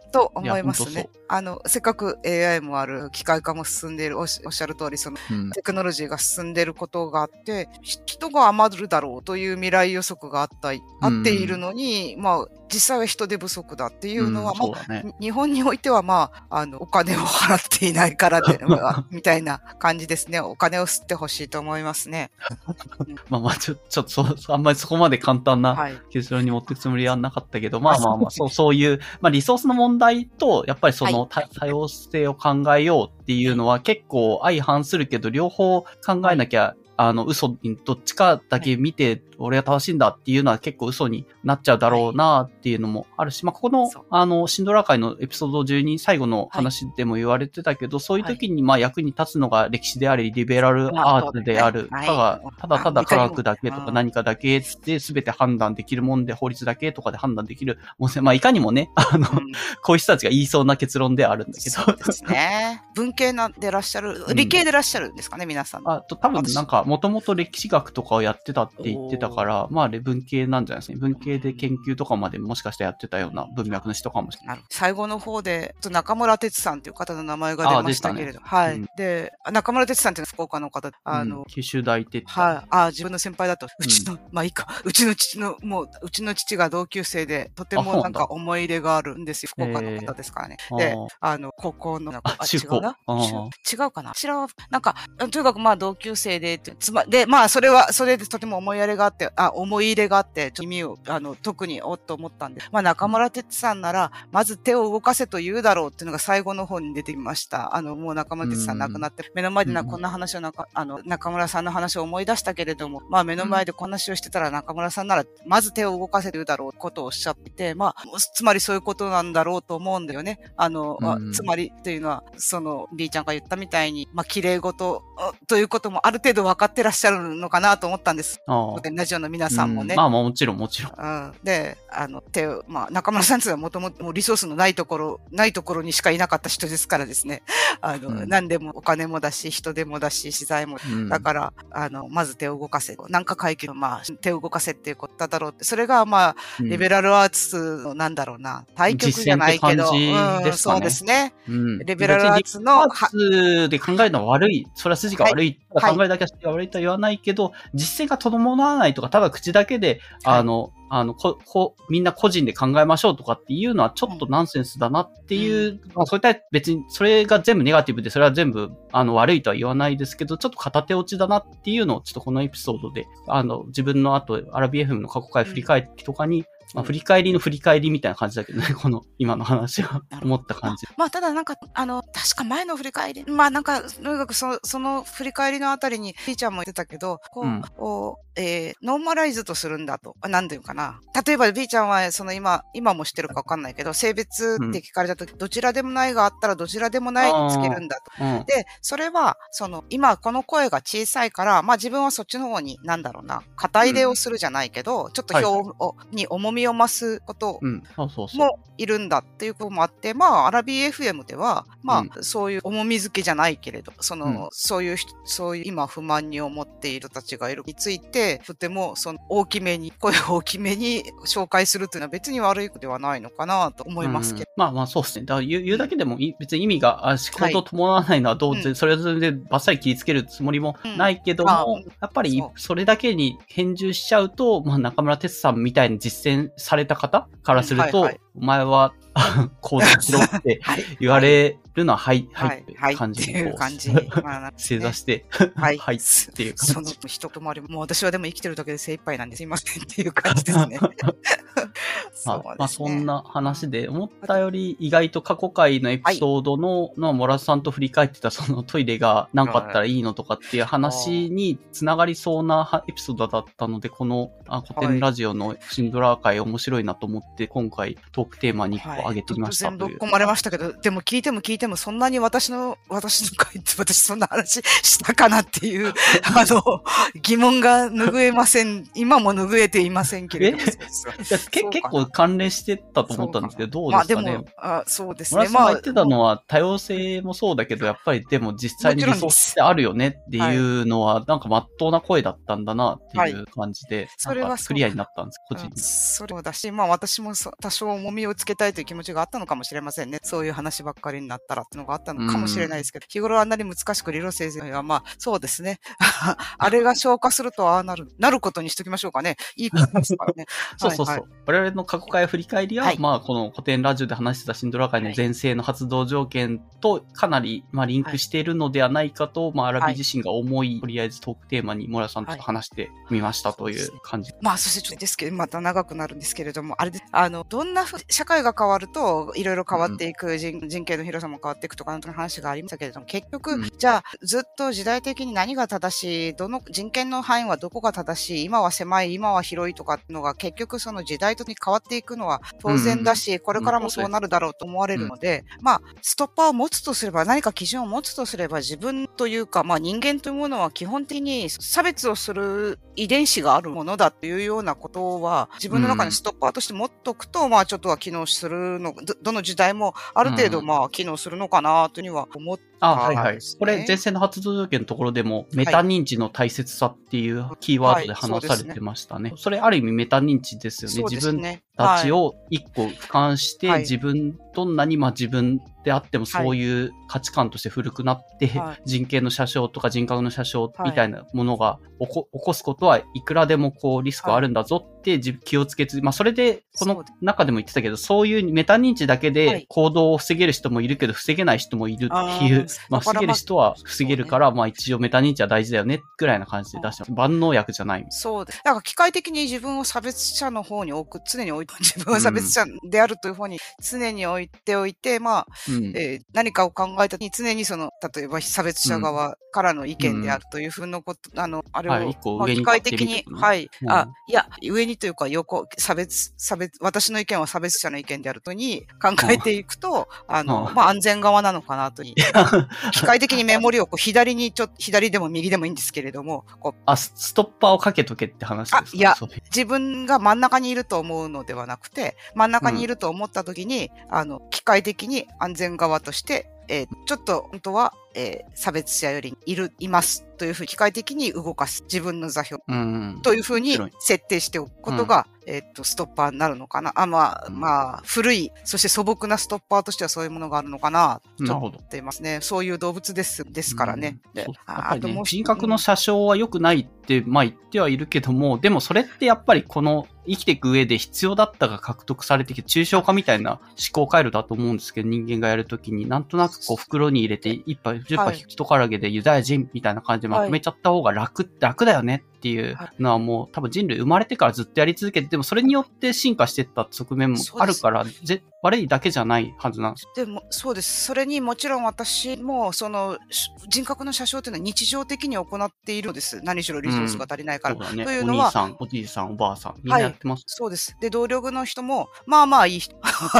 と思いますね。せっかく AI もある、機械化も進んでいる、おっしゃる通り、テクノロジーが進んでいることがあって、人が余るだろうという未来予測があっているのに、実際は人手不足だっていうのは、日本においては、お金を払っていないからで、みたいな感じですね。お金を吸ってほしいと思いますね。 ちょっとあんまりそこまで簡単な結論に持っていくつもりはなかったけど、そういう、リソースの問題と、やっぱりその多様性を考えようっていうのは結構相反するけど、両方考えなきゃ嘘にどっちかだけ見て、俺は正しいんだっていうのは結構嘘になっちゃうだろうなっていうのもあるし、まあ、ここの、シンドラー会のエピソード12最後の話でも言われてたけど、そういう時にまあ役に立つのが歴史であり、リベラルアーツであるかが、ただただ科学だけとか何かだけで全て判断できるもんで、法律だけとかで判断できるもんで、まあ、いかにもね、こういう人たちが言いそうな結論ではあるんだけど。 そうですね。文系でらっしゃる、理系でらっしゃるんですかね、皆さん。 多分なんか、もともと歴史学とかをやってたって言ってたから、まあ、文系なんじゃないですかね。文系で研究とかまでもしかしてやってたような文脈の人かもしれない。 最後の方で、中村哲さんという方の名前が出ましたけれど、はい。で、中村哲さんっていうのは福岡の方、 九州大哲。 はい。自分の先輩だと、うちの、まあいいか、うちの父が同級生で、とてもなんか思い入れがあるんですよ。福岡の方ですからね。で、高校の、違うな違うかななんか、とにかくまあ同級生で、で、まあそれでとても思い入れがあって、ちょっと耳を、特におっと思ったんで、まあ中村哲さんなら、まず手を動かせと言うだろうっていうのが最後の方に出てきました。もう中村哲さん亡くなって、目の前でこんな話を中村さんの話を思い出したけれども、まあ目の前でこんな話をしてたら中村さんなら、まず手を動かせと言うだろうことをおっしゃっていて、まあ、つまりそういうことなんだろうと思うんだよね。つまりっていうのは、B ちゃんが言ったみたいに、まあ、綺麗事ということもある程度分かってらっしゃるのかなと思ったんです。ラジオの皆さんもね。 まあもちろん。 で、まあ、中村さんというのはもともとリソースのないところにしかいなかった人ですからですね。何でもお金もだし、人でもだし、資材も。だから、まず手を動かせ。なんか解決、まあ、手を動かせっていうことだろうって。それが、まあ、リベラルアーツの、なんだろうな、対局じゃないけど、そうですね。リベラルアーツの。 アーツで考えるのは悪い。それは筋が悪い。考えだけは筋が悪いとは言わないけど、実践が伴わないとか、ただ口だけで、みんな個人で考えましょうとかっていうのはちょっとナンセンスだなっていう、まあそういった別にそれが全部ネガティブでそれは全部悪いとは言わないですけど、ちょっと片手落ちだなっていうのをちょっとこのエピソードで自分の後アラビ FM の過去回振り返りとかに、まあ、振り返りの振り返りみたいな感じだけどね、この今の話は思った感じ。 まあただなんか確か前の振り返り、まあなんかとにかくその振り返りのあたりにピーちゃんも言ってたけど、ノーマライズとするんだと。なんていうかな。例えば B ちゃんは今も知ってるかわかんないけど、性別って聞かれたとき、どちらでもないがあったらどちらでもないにつけるんだと。で、それは、今この声が小さいから、まあ自分はそっちの方に、なんだろうな、肩入れをするじゃないけど、ちょっと表に重みを増すこともいるんだっていうこともあって、まあアラビ FM では、まあそういう重み付けじゃないけれど、そういう今不満に思っている人たちがいるについて、とても声を大きめに紹介するというのは別に悪いことではないのかなと思いますけど。 まあまあそうですね。だから言うだけでも別に意味が思考と伴わないのはそれぞれでバッサリ切りつけるつもりもないけども、やっぱりそれだけに返事しちゃうと、まあ中村哲さんみたいに実践された方からすると、お前はこうしろって言われるのは、はいって感じで、正座して、はいっていう感じ。 その一通り、もう私はでも生きてるだけで精一杯なんですいませんっていう感じですね。 まあそんな話で、思ったより意外と過去回のエピソードのモラスさんと振り返ってたそのトイレが何かあったらいいのとかっていう話につながりそうなエピソードだったので、この古典ラジオのシンドラー会面白いなと思って今回トークテーマに1個上げてみましたという。 全部込まれましたけど、でも聞いてもそんなに私の回って私そんな話したかなっていう疑問が拭えません。今も拭えていませんけれども。 結構関連してたと思ったんですけど、どうですかね。 まあでも、そうですね。 村瀬さんが言ってたのは多様性もそうだけど、やっぱりでも実際にリソースってあるよねっていうのは、なんか真っ当な声だったんだなっていう感じで、それはクリアになったんです、個人に。 それもだし、まあ私も多少重みをつけたいという気持ちがあったのかもしれませんね。そういう話ばっかりになったらっていうのがあったのかもしれないですけど、日頃あんなに難しく理論先生は、まあそうですね。あれが消化するとああなることにしときましょうかね。いいことですからね。 そう。我々の過去回振り返りは、まあこの古典ラジオで話してたシンドラ会の前世の発動条件とかなり、まあ、リンクしているのではないかと、まあアラビ自身が思い、とりあえずトークテーマにモラさんと話してみましたという感じ。 まあそしてちょっとですけど、また長くなるんですけれども、あれです。どんな風社会が変わると、いろいろ変わっていく、人権の広さも変わっていくとか、の話がありましたけれども、結局、じゃあ、ずっと時代的に何が正しい、人権の範囲はどこが正しい、今は狭い、今は広いとかっていうのが、結局その時代とに変わっていくのは当然だし、これからもそうなるだろうと思われるので、ストッパーを持つとすれば、何か基準を持つとすれば、自分というか、人間というものは基本的に差別をする遺伝子があるものだというようなことは、自分の中にストッパーとして持っとくと、ちょっとは機能するの、どの時代もある程度、機能するのかなというには思ってはいはい。これ、前線の発動条件のところでも、メタ認知の大切さっていうキーワードで話されてましたね。それ、ある意味メタ認知ですよね。自分たちを一個俯瞰して、自分、どんなに自分であってもそういう価値観として古くなって、人権の詐称とか人格の詐称みたいなものが起こすことはいくらでもリスクあるんだぞって気をつけつつ、それで、この中でも言ってたけど、そういうメタ認知だけで行動を防げる人もいるけど、防げない人もいるっていう、防げる人は防げるから、一応メタ認知は大事だよね、ぐらいな感じで出してます。万能薬じゃない。 そうです。だから機械的に自分を差別者の方に常に置いて、自分は差別者であるという方に常に置いておいて、何かを考えた時に常に例えば差別者側からの意見であるというふうなこと、あれを、機械的に、いや、上にというか私の意見は差別者の意見であるとに考えていくと、安全側なのかなとに。機械的にメモリを左でも右でもいいんですけれども、 ストッパーをかけとけって話ですか？ いや、自分が真ん中にいると思うのではなくて、真ん中にいると思った時に、機械的に安全側として、ちょっと本当は、差別者よりいますというふうに機械的に動かす自分の座標というふうに設定しておくことが、ストッパーになるのかな。古い、そして素朴なストッパーとしてはそういうものがあるのかなと思っていますね。そういう動物ですからね。 あともう人格の詐称は良くないって、言ってはいるけども、でもそれってやっぱりこの生きていく上で必要だったが獲得されてきて、抽象化みたいな思考回路だと思うんですけど、人間がやるときになんとなく袋に入れて1杯、10杯一からげでユダヤ人みたいな感じでまとめちゃった方が楽だよねっていうのはもう多分人類生まれてからずっとやり続けて、でもそれによって進化していった側面もあるから、悪いだけじゃないはずなんです。 でも、そうです。それにもちろん私も、人格の詐称というのは日常的に行っているのです。何しろリソースが足りないから。 そうだね。 というのは、 お兄さん、おじいさん、おばあさん、みんなやってます。 そうです。で、同僚の人も、いい人。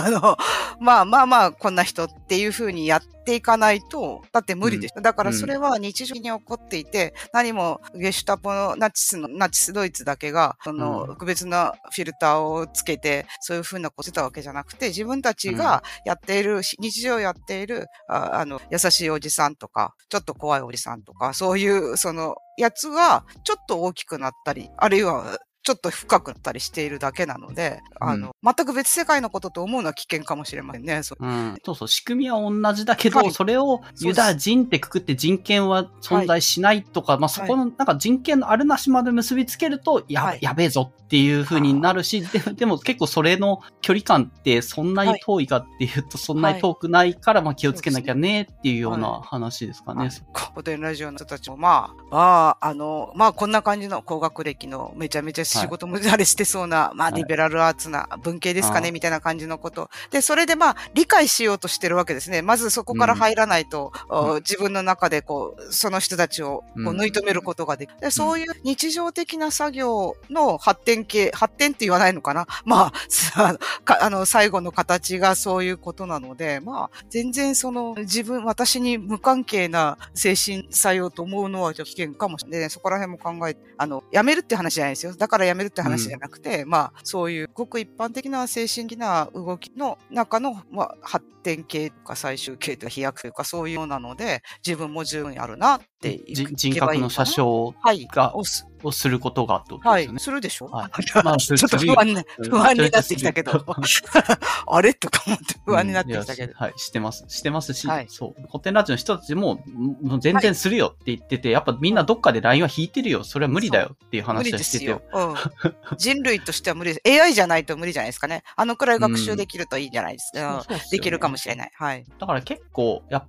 こんな人っていう風にやっていかないと、だって無理です。だからそれは日常に起こっていて、何もゲシュタポのナチスドイツだけが、特別なフィルターをつけて、そういう風なことしてたわけじゃなくて、自分たちがやっている、日常やっている、優しいおじさんとか、ちょっと怖いおじさんとか、そういう、やつが、ちょっと大きくなったり、あるいは、ちょっと深くなったりしているだけなので、全く別世界のことと思うのは危険かもしれませんね。 そうそう、仕組みは同じだけど、それをユダヤ人ってくくって人権は存在しないとか、そこのなんか人権のあるなしまで結びつけると、やべえぞっていう風になるし、でも結構それの距離感ってそんなに遠いかっていうと、そんなに遠くないから気をつけなきゃねっていうような話ですかね。 古典ラジオの人たちも、こんな感じの高学歴のめちゃめちゃ仕事もあれしてそうな、リベラルアーツな文系ですかね、みたいな感じのこと。で、それで理解しようとしてるわけですね。まずそこから入らないと、自分の中でその人たちを縫い止めることができる。で、そういう日常的な作業の発展って言わないのかな。最後の形がそういうことなので、全然私に無関係な精神作用と思うのは危険かもしれない。そこら辺も考えて、やめるって話じゃないですよ。だからやめるって話じゃなくて、そういうごく一般的な精神的な動きの中の、発展系とか最終系とか飛躍というかそういうのなので、自分も十分あるなって人格の詐称をすることがってことですよね。 するでしょ？ちょっと不安になってきたけど。あれとか思って不安になってきたけど。 してますし、そう。古典ラジオの人たちも全然するよって言ってて、やっぱみんなどっかでラインは引いてるよ。それは無理だよっていう話はしててよ。 人類としては無理です。AI じゃないと無理じゃないですかね。くらい学習できるといいんじゃないですか。できるかもしれない。 だから結構、やっぱり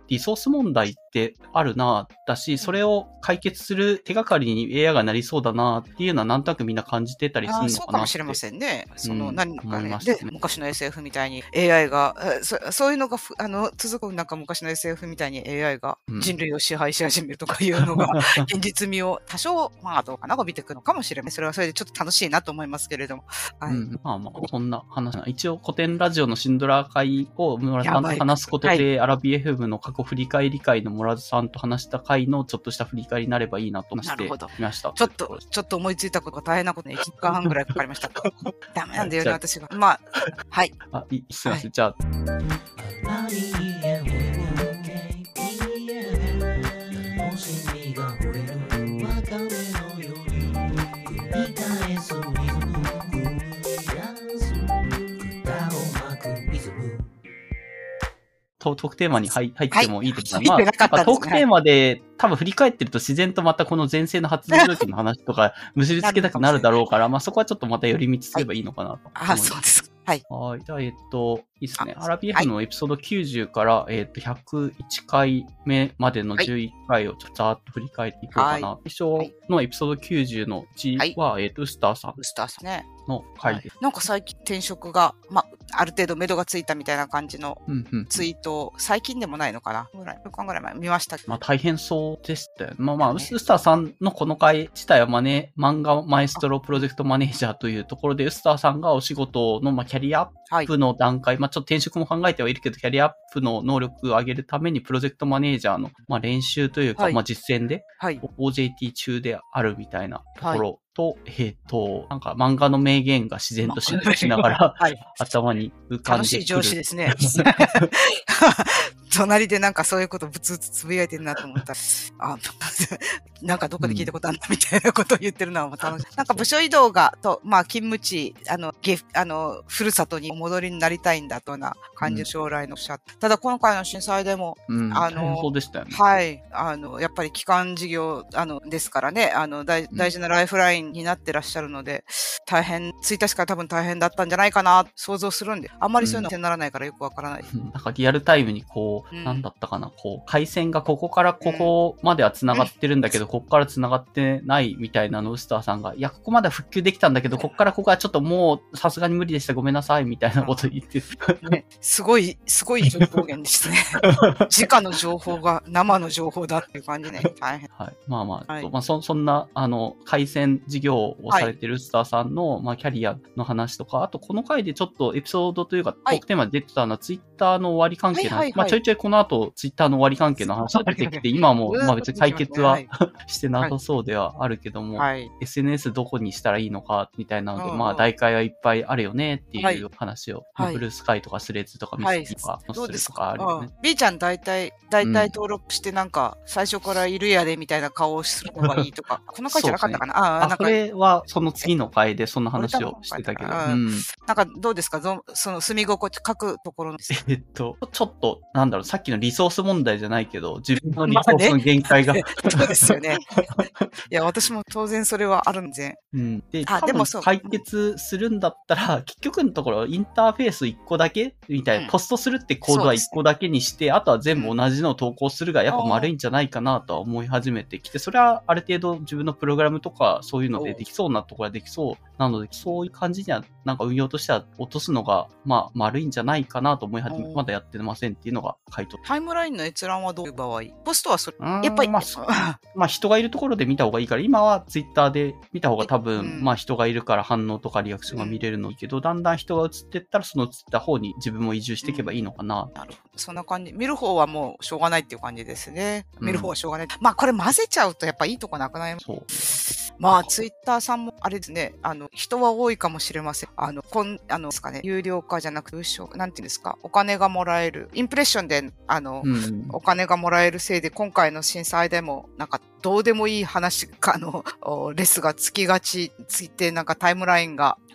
リソース問題ってあるな、だし、それを解決する手がかりに AI がなりそうだなっていうのはなんとなくみんな感じてたりするのかなって。 そうかもしれませんね。何かね。で、昔の SF みたいに AI が、そういうのが続くなんか昔の SF みたいに AI が人類を支配し始めるとかいうのが、現実味を多少、どうかな、帯びてくるのかもしれない。それはそれでちょっと楽しいなと思いますけれども。はい。 そんな話な。一応古典ラジオのシンドラー会を村さんと話すことで、アラビ FM の過去振り返り会の村さんと話した回のちょっとした振り返りになればいいなと思ってみました。 ちょっと思いついたことが大変なことに1時間半ぐらいかかりました。ダメなんだよね、私が。はい。 すいません。じゃあ。トークテーマに入ってもいいですか？トークテーマで多分振り返ってると自然とまたこの前世の発動条件の話とか結びつけたくなるだろうから、そこはちょっとまた寄り道すればいいのかなと思います。 そうです。はい。 じゃあ、いいですね。アラビ F のエピソード90から、101回目までの11回をちょっとざーっと振り返っていこうかな。最初のエピソード90のうちは、ウスターさん。 ウスターさんね。 の回です。 なんか最近転職が、ある程度目処がついたみたいな感じのツイートを、最近でもないのかな1週間ぐらい前見ました。 大変そうでしたよ。ウスターさんのこの回自体は漫画マエストロプロジェクトマネージャーというところで、ウスターさんがお仕事のキャリアアップの段階、ちょっと転職も考えてはいるけど、キャリアアップの能力を上げるためにプロジェクトマネージャーの練習というか、実践で、OJT 中であるみたいなところ。なんか漫画の名言が自然としながら、頭に浮かんでくる。 楽しい上司ですね。隣でなんかそういうことぶつつぶやいてるなと思ったら、なんかどこで聞いたことあるんだみたいなことを言ってるのは楽しい。なんか部署移動勤務地、ふるさとにお戻りになりたいんだとな感じの将来のおっしゃった。ただ今回の震災でも、 そうでしたよね。 はい。やっぱり基幹事業、ですからね、大事なライフラインになってらっしゃるので、1日から多分大変だったんじゃないかな、想像するんで、あんまりそういうのにならないからよくわからない。 なんかリアルタイムになんだったかな、回線がここからここまでは繋がってるんだけど、ここから繋がってないみたいなのをウスターさんが、いや、ここまでは復旧できたんだけど、ここからここはちょっともうさすがに無理でした、ごめんなさい、みたいなこと言ってね、すごい情報源ですね。直の情報が生の情報だっていう感じね。大変。 はい。そんな、回線事業をされてるウスターさんの、キャリアの話とか、あとこの回でちょっとエピソードというか、トークテーマで出てたのは、ツイッターの終わり関係の話。ちょいちょいこの後、ツイッターの終わり関係の話が出てきて、今も、別に解決はしてなさそうではあるけども、SNS どこにしたらいいのか、みたいなので、代替はいっぱいあるよね、っていう話を、ブルースカイとかスレッズとかミスとか、 どうですかあるよね。B ちゃん大体登録してなんか、最初からいるやでみたいな顔をするのがいいとか、この回じゃなかったかなこれはその次の回でそんな話をしてたけど。なんかどうですかその住み心地書くところの。 ちょっと、さっきのリソース問題じゃないけど、自分のリソースの限界が。 そうですよね。いや、私も当然それはあるんで。 で、多分解決するんだったら、結局のところインターフェース1個だけみたいな、ポストするってコードは1個だけにして、あとは全部同じのを投稿するがやっぱ丸いんじゃないかなとは思い始めてきて、それはある程度自分のプログラムとかそういうのでできそうなところはできそうなので、そういう感じにはなんか運用としては落とすのが丸いんじゃないかなと思い始め、まだやってませんっていうのが回答。 タイムラインの閲覧はどういう場合？ポストはそれやっぱり人がいるところで見た方がいいから、今はツイッターで見た方が多分人がいるから反応とかリアクションが見れるのいいけど、だんだん人が映ってったらその映った方に自分も移住していけばいいのかな。 なるほど。そんな感じ。見る方はもうしょうがないっていう感じですね。見る方はしょうがない。これ混ぜちゃうとやっぱいいとこなくなります。そう。ツイッターさんもあれですね、人は多いかもしれません。ですかね、有料化じゃなくて、なんていうんですか、お金がもらえる、インプレッションで、お金がもらえるせいで、今回の震災でも、なんか、どうでもいい話レスがついて、なんかタイムラインが、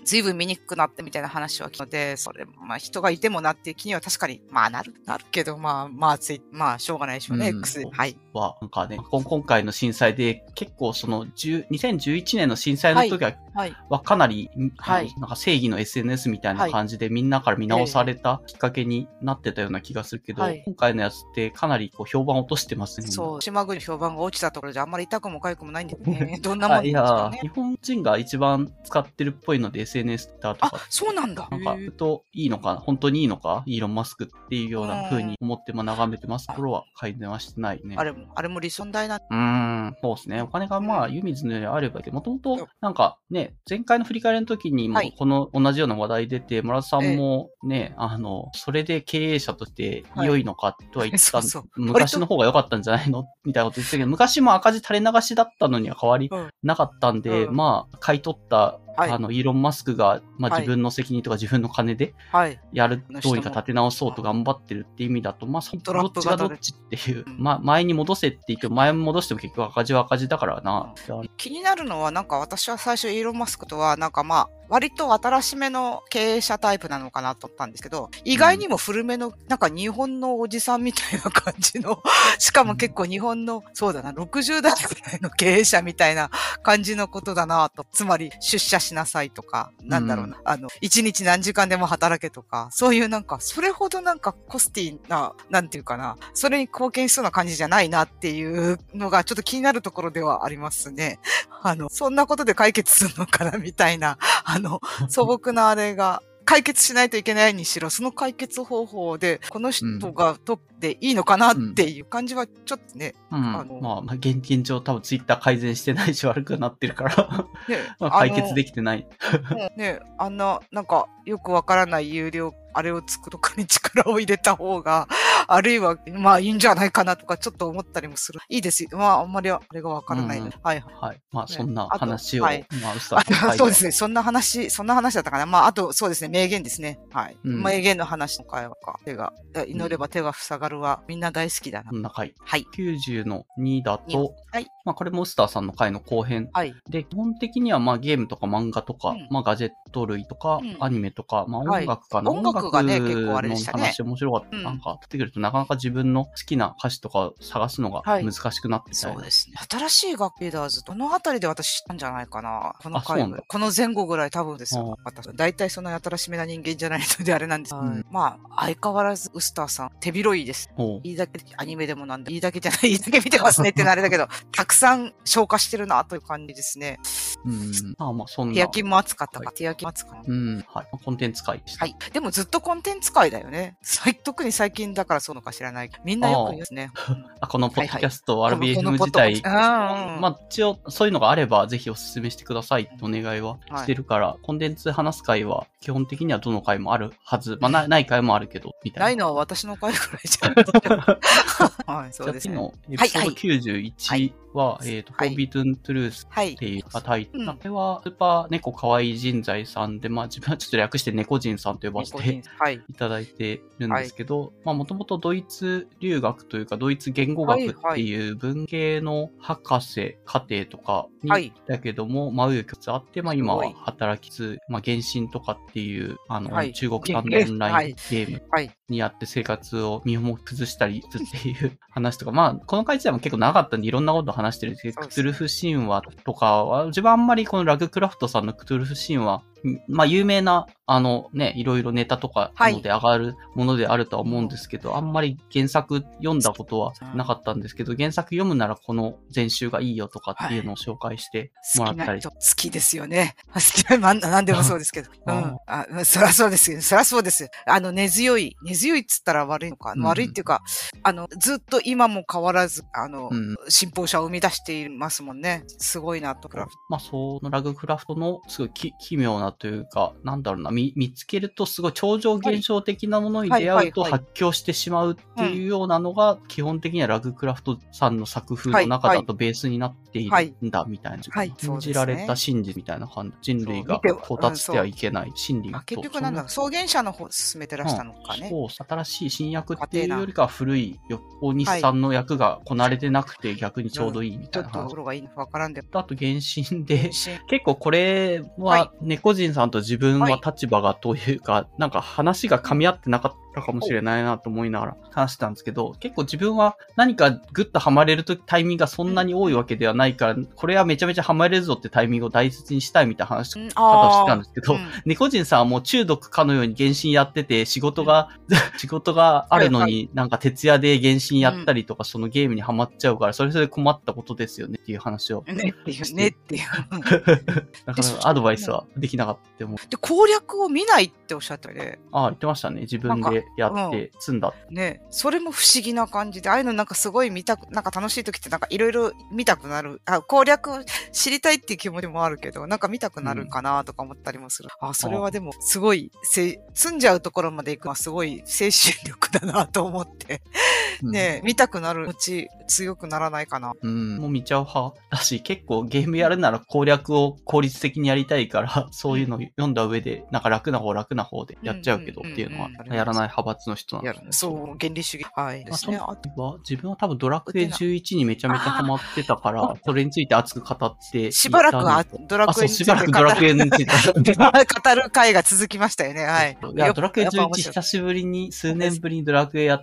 随分見にくくなってみたいな話は聞くので、それ、まあ人がいてもなっていう気には確かに、まあなるけど、まあしょうがないでしょうね、X で。はい。 なんかね、今回の震災で結構その2011年の震災の時はかなり、なんか正義の SNS みたいな感じでみんなから見直されたきっかけになってたような気がするけど、今回のやつってかなりこう評判落としてますね。 そう、島国評判が落ちたところじゃあんまり痛くも痒くもないんだよね。どんなもんですかね。 日本人が一番使ってるっぽいので SNS だとか。 そうなんだ。 なんか、いいのか、本当にいいのか、イーロン・マスクっていうような風に思って眺めてます。ところは改善はしてないね。 あれも理想大な。 そうですね。お金がまあ、湯水のようにあればいいけど、もともと、なんかね、前回の振り返りの時にも、この同じような話題出て、村田さんもね、それで経営者として良いのかとは言った、昔の方が良かったんじゃないのみたいなこと言ってたけど、昔も赤字垂れ流しだったのには変わりなかったんで、まあ、買い取った、イーロン・マスクが、まあ自分の責任とか自分の金で、やる、どうにか立て直そうと頑張ってるっていう意味だと、まあ、どっちがどっちっていう、まあ、前に戻せって言っても、前に戻しても結局赤字は赤字だからな。 気になるのは、なんか私は最初イーロン・マスクとは、なんかまあ、割と新しめの経営者タイプなのかなと思ったんですけど、意外にも古めの、なんか日本のおじさんみたいな感じの、しかも結構日本の、そうだな、60代くらいの経営者みたいな感じのことだなと。つまり、出社しなさいとか、なんだろうな、1日何時間でも働けとか、そういうなんか、それほどなんかコスティな、なんていうかな、それに貢献しそうな感じじゃないなっていうのがちょっと気になるところではありますね。そんなことで解決するのかなみたいな、素朴なあれが、解決しないといけないにしろ、その解決方法で、この人がトップでいいのかなっていう感じはちょっとね。 まあ、現状多分ツイッター改善してないし悪くなってるからまあ解決できてない。 ね、なんか、よくわからない有料、あれを作るとかに力を入れた方が、あるいは、まあいいんじゃないかなとかちょっと思ったりもする。いいですよ。まああんまりあれがわからない。はい。 まあそんな話を、まあ、そうですね。そんな話だったかな。まああと、そうですね。名言ですね。はい。名言の話の会話か。祈れば手が塞がるはみんな大好きだな。 こんな回。はい。90の2だと、まあこれもウスターさんの回の後編。で、基本的にはまあゲームとか漫画とか、まあガジェット類とか、アニメとか、まあ音楽かな。 音楽がね、結構あれでしたね。 話面白かった。なんか、出てくるとなかなか自分の好きな歌詞とかを探すのが難しくなってたり、 そうですね。新しい楽器リーダーズ、どのあたりで私知ったんじゃないかな。この回この前後ぐらい多分ですよ。大体そんな新しめな人間じゃないのであれなんです。まあ、相変わらずウスターさん、手広いです。いいだけ、アニメでもなんだ、いいだけじゃない、いいだけ見てますねってのあれだけど、たくさん消化してるなという感じですね。 まあそんな。 手焼きも熱かったか、手焼きも熱かった。 はい。コンテンツ会でした。 はい。でもずっとコンテンツ会だよね。特に最近だからそうのか知らない。みんなよく言うんですね。 このポッドキャスト、RBFM 自体、まあ一応そういうのがあればぜひお勧めしてくださいってお願いはしてるから、コンテンツ話す会は基本的にはどの回もあるはず。まあない回もあるけど、みたいな。 ないのは私の回くらいじゃん。はい、そうですね。 次のエピソード91は、Forbidden Truth っていうタイトル。これはスーパー猫かわいい人材さんで、まあ自分はちょっと略して猫人さんと呼ばせていただいてるんですけど、まあもともとドイツ留学というかドイツ言語学っていう文系の博士課程とかにだけども、まあ紆余曲折あって、まあ今は働きつつ、まあ原神とかっていう中国産のオンラインゲームにやって生活を身を崩したりっていう話とか、まあこの回自体も結構長かったんでいろんなことを話してるんですけど、クトゥルフ神話とかは、自分あんまりこのラグクラフトさんのクトゥルフ神話、まあ有名な、いろいろネタとかので上がるものであるとは思うんですけど、あんまり原作読んだことはなかったんですけど、原作読むならこの前集がいいよとかっていうのを紹介してもらったり。 好きですよね。好きなんでもそうですけど。そりゃそうですよ。そりゃそうです。根強いっつったら悪いのか。悪いっていうか、ずっと今も変わらず、信奉者を生み出していますもんね。すごいなと。 まあ、そのラグクラフトのすごい奇妙なというか、なんだろうな、見つけるとすごい超常現象的なものに出会うと発狂してしまうっていうようなのが、基本的にはラグクラフトさんの作風の中だとベースになっているんだみたいな。信じられた真実みたいな感じ。人類が到達してはいけない真理が。 結局なんだろう、草原者の方進めてらしたのかね。 そう、新しい新薬っていうよりかは古い大西さんの役がこなれてなくて逆にちょうどいいみたいな話。 ちょっとがいいのかわからんで。 あと原神で、結構これは猫人さんと自分は立場がというか、なんか話が噛み合ってなかったかもしれないなと思いながら話してたんですけど、結構自分は何かグッとハマれるタイミングがそんなに多いわけではないから、これはめちゃめちゃハマれるぞってタイミングを大切にしたいみたいな話し方をしてたんですけど、猫人さんはもう中毒かのように原神やってて、仕事があるのになんか徹夜で原神やったりとか、そのゲームにハマっちゃうから、それで困ったことですよねっていう話を。 ねっていう。 だからアドバイスはできなかった思う。 で、攻略を見ないっておっしゃったよね。 言ってましたね。自分でやって積んだ。 ね、それも不思議な感じで、ああいうのなんかすごいなんか楽しい時ってなんかいろいろ見たくなる。攻略知りたいっていう気持ちもあるけど、なんか見たくなるかなとか思ったりもする。それはでもすごい、積んじゃうところまで行くのはすごい精神力だなと思って。ね、見たくなるうち強くならないかな。 もう見ちゃう派だし、結構ゲームやるなら攻略を効率的にやりたいから、そういうのを読んだ上で、なんか楽な方でやっちゃうけどっていうのは、やらない派閥の人なんです。 そう、原理主義。はい。 ですね。あとは、自分は多分ドラクエ11にめちゃめちゃハマってたから、それについて熱く語って。 しばらくドラクエについて。 しばらくドラクエについて語る回が続きましたよね。はい。 いや、ドラクエ11久しぶりに、数年ぶりにドラクエやって、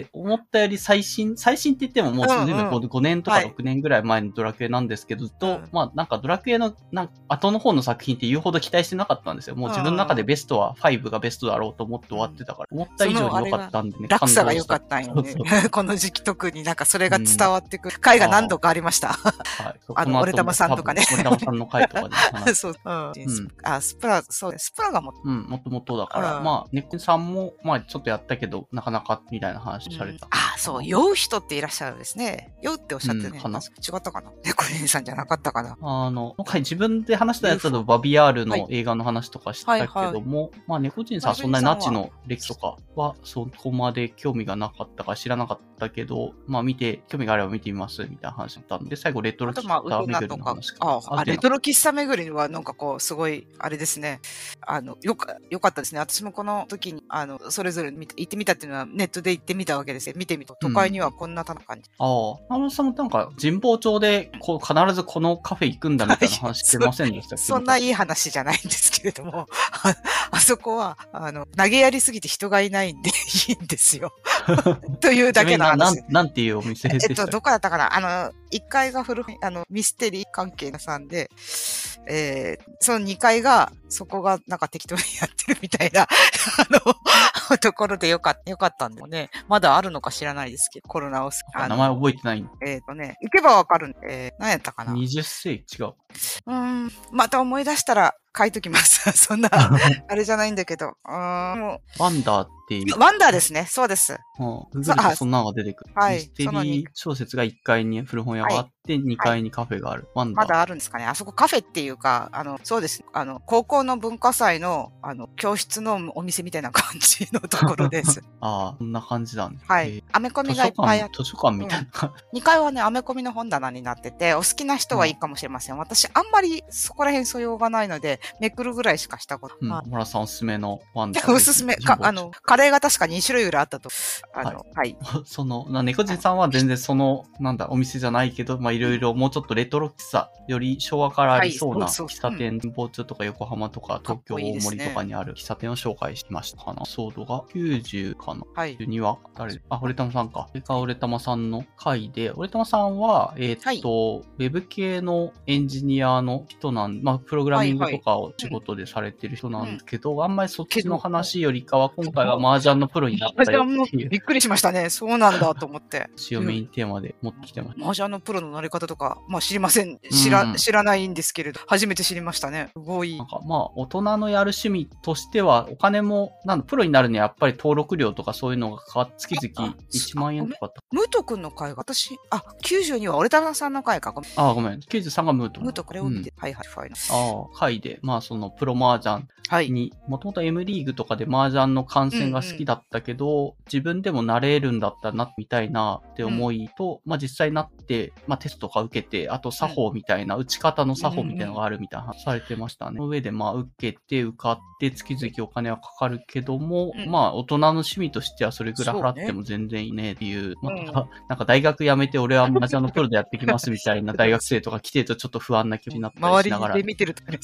思ったより最新って言ってももう全然5年とか6年ぐらい前のドラクエなんですけど、まあなんかドラクエの後の方の作品って言うほど期待してなかったんですよ。もう自分の中でベストは5がベストだろうと思って終わってたから、思った以上に良かったんでね。 落差が良かったんよね。この時期特になんかそれが伝わってくる回が何度かありました。はい。俺玉さんとかね。 俺玉さんの回とかで。 そう。スプラがもともとだから、まあ、猫さんも、まあちょっとやったけど、なかなかみたいな話された。 そう、酔う人っていらっしゃるんですね。酔うっておっしゃってね。違ったかな。猫人さんじゃなかったかな。 今回自分で話したやつだとバビアールの映画の話とかしたけども、まあ猫人さんはそんなにナチの歴とかはそこまで興味がなかったか知らなかったけど、まあ興味があれば見てみますみたいな話だったんで、最後レトロ喫茶巡りの話か。 レトロ喫茶巡りはなんかこう、すごい、あれですね。よかったですね。私もこの時に、それぞれ行ってみたっていうのはネットで行ってみたわけですよ。見てみると。都会にはこんな感じ。 さんもなんか神保町で必ずこのカフェ行くんだみたいな話してませんでしたっけ？ そんないい話じゃないんですけれども、あそこは、投げやりすぎて人がいないんでいいんですよ。というだけの話。 なんていうお店でしたどこだったかな1階がミステリー関係屋さんで、その2階が、そこがなんか適当にやってるみたいな、ところでよかったんだよね。まだあるのか知らないですけど、コロナを名前覚えてない。 行けばわかるんで、何やったかな。 20世紀違う。 また思い出したら書いときます。そんな、あれじゃないんだけど。 ワンダーっていう。 ワンダーですね。そうです。 そんなのが出てくる。ミステリー小説が1階に古本屋があって、2階にカフェがある。ワンダー。 まだあるんですかね。あそこカフェっていうか、そうです。高校の文化祭の、教室のお店みたいな感じのところです。 そんな感じなんです。 はい。アメコミがいっぱいあって。 図書館みたいな。 2階はね、アメコミの本棚になってて、お好きな人はいいかもしれません。私、あんまりそこら辺素養がないので、めくるぐらいしかしたことない。 モラさんおすすめのワンダー。 おすすめ、カレーが確か2種類ぐらいあったと。はい。 猫人さんは全然お店じゃないけど、まあいろいろもうちょっとレトロ喫茶、より昭和からありそうな喫茶店、神保町とか横浜とか東京大森とかにある喫茶店を紹介しましたかな。ソードが90かな。はい。12は誰？俺玉さんか。それから俺玉さんの回で、俺玉さんは、ウェブ系のエンジニアの人まあプログラミングとかを仕事でされてる人なんですけど、あんまりそっちの話よりかは、今回は麻雀のプロになったよっていう。 びっくりしましたね。そうなんだと思って。 主要メインテーマで持ってきてました。 麻雀のプロのなり方とか、まあ知りません。知らないんですけれど、初めて知りましたね。すごい。 なんかまあ大人のやる趣味としては、お金も、プロになるにはやっぱり登録料とかそういうのが月々1万円とか。 ムート君の回が、私、92は俺玉さんの回か。 ごめん。93がムート。 ムートこれを見て、はい。 回で、まあプロ麻雀に、もともと M リーグとかで麻雀の観戦が好きだったけど、自分でもなれるんだったらなってみたいなって思いと、まあ実際なって、まあテストとか受けて、あと作法みたいな、打ち方の作法みたいなのがあるみたいな話されてましたね。その上でまあ受けて受かって月々お金はかかるけども、まあ大人の趣味としてはそれぐらい払っても全然いいねっていう、なんか大学辞めて俺は麻雀のプロでやってきますみたいな大学生とか来てるとちょっと不安な気持ちになったりしながら。 周りで見てるとかですよね。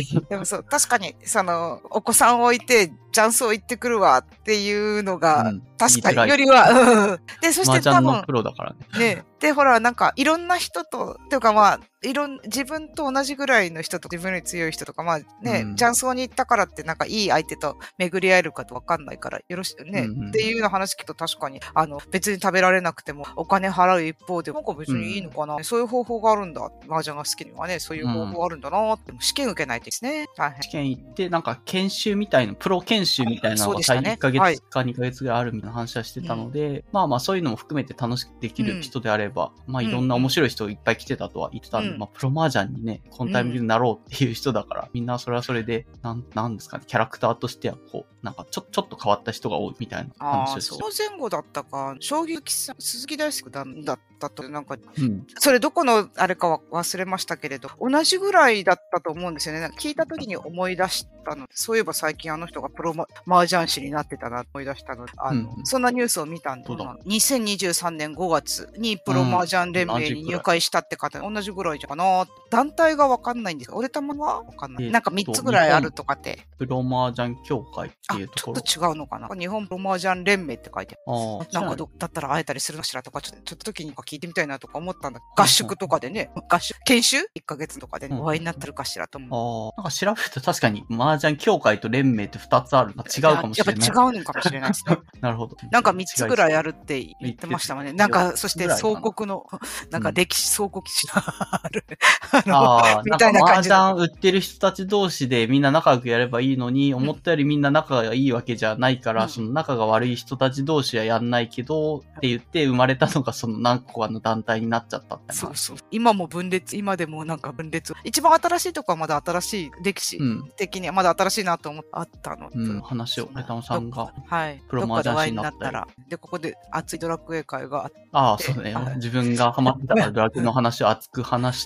でもそう、確かに、お子さんを置いて、雀荘行ってくるわっていうのが、確かによりは、で、そして多分、 のプロだからね。で、ほら、なんか、いろんな人と、というかまあ、自分と同じぐらいの人と自分より強い人とか、まあね、雀荘に行ったからってなんかいい相手と巡り合えるかとわかんないから、よろしくね、っていうような話聞くと確かに、別に食べられなくてもお金払う一方で、なんか別にいいのかな、そういう方法があるんだ。麻雀が好きにはね、そういう方法あるんだなって、試験受けないとですね。大変。 試験行って、なんか研修みたいな、プロ研修みたいなのが1ヶ月か2ヶ月ぐらいあるみたいな話はしてたので、まあまあそういうのも含めて楽しくできる人であれば、まあいろんな面白い人いっぱい来てたとは言ってたんで、まあプロ麻雀にね、このタイミングになろうっていう人だから、みんなそれはそれで、なんですかね、キャラクターとしてはこう、なんかちょっと変わった人が多いみたいな話をして。 その前後だったか、将棋さん、鈴木大輔だったと、なんか、それどこのあれかは忘れましたけれど、同じぐらいだったと思うんですよね。なんか聞いた時に思い出したの。そういえば最近あの人がプロ麻雀師になってたなと思い出したので、そんなニュースを見たんで、2023年5月にプロ麻雀連盟に入会したって方、同じぐらいじゃかな。団体がわかんないんですが、俺たまはわかんない。なんか3つぐらいあるとかって。 プロ麻雀協会っていうところ。 ちょっと違うのかな。日本プロ麻雀連盟って書いてある。なんかだったら会えたりするのかしらとか、ちょっと時に聞いてみたいなとか思ったんだ。合宿とかでね、研修 ?1 ヶ月とかで、お会いになってるかしらと思う。なんか調べると確かに麻雀協会と連盟って2つあるの違うかもしれない。 やっぱ違うのかもしれないですね。 なるほど。 なんか3つぐらいあるって言ってましたもんね。なんか、そして総国の、なんか歴史、総国史のある。みたいな感じ。 麻雀売ってる人たち同士でみんな仲良くやればいいのに、思ったよりみんな仲がいいわけじゃないから、その仲が悪い人たち同士はやんないけど、って言って生まれたのがその何個かの団体になっちゃったって。 そうそう。今も分裂、今でもなんか分裂。一番新しいとこはまだ新しい、歴史的にはまだ新しいなと思ってあったの。 話を、レタモさんが、 プロ麻雀師になったら。で、ここで熱いドラクエ会があって。 そうね。自分がハマってたからドラクエの話を熱く話して、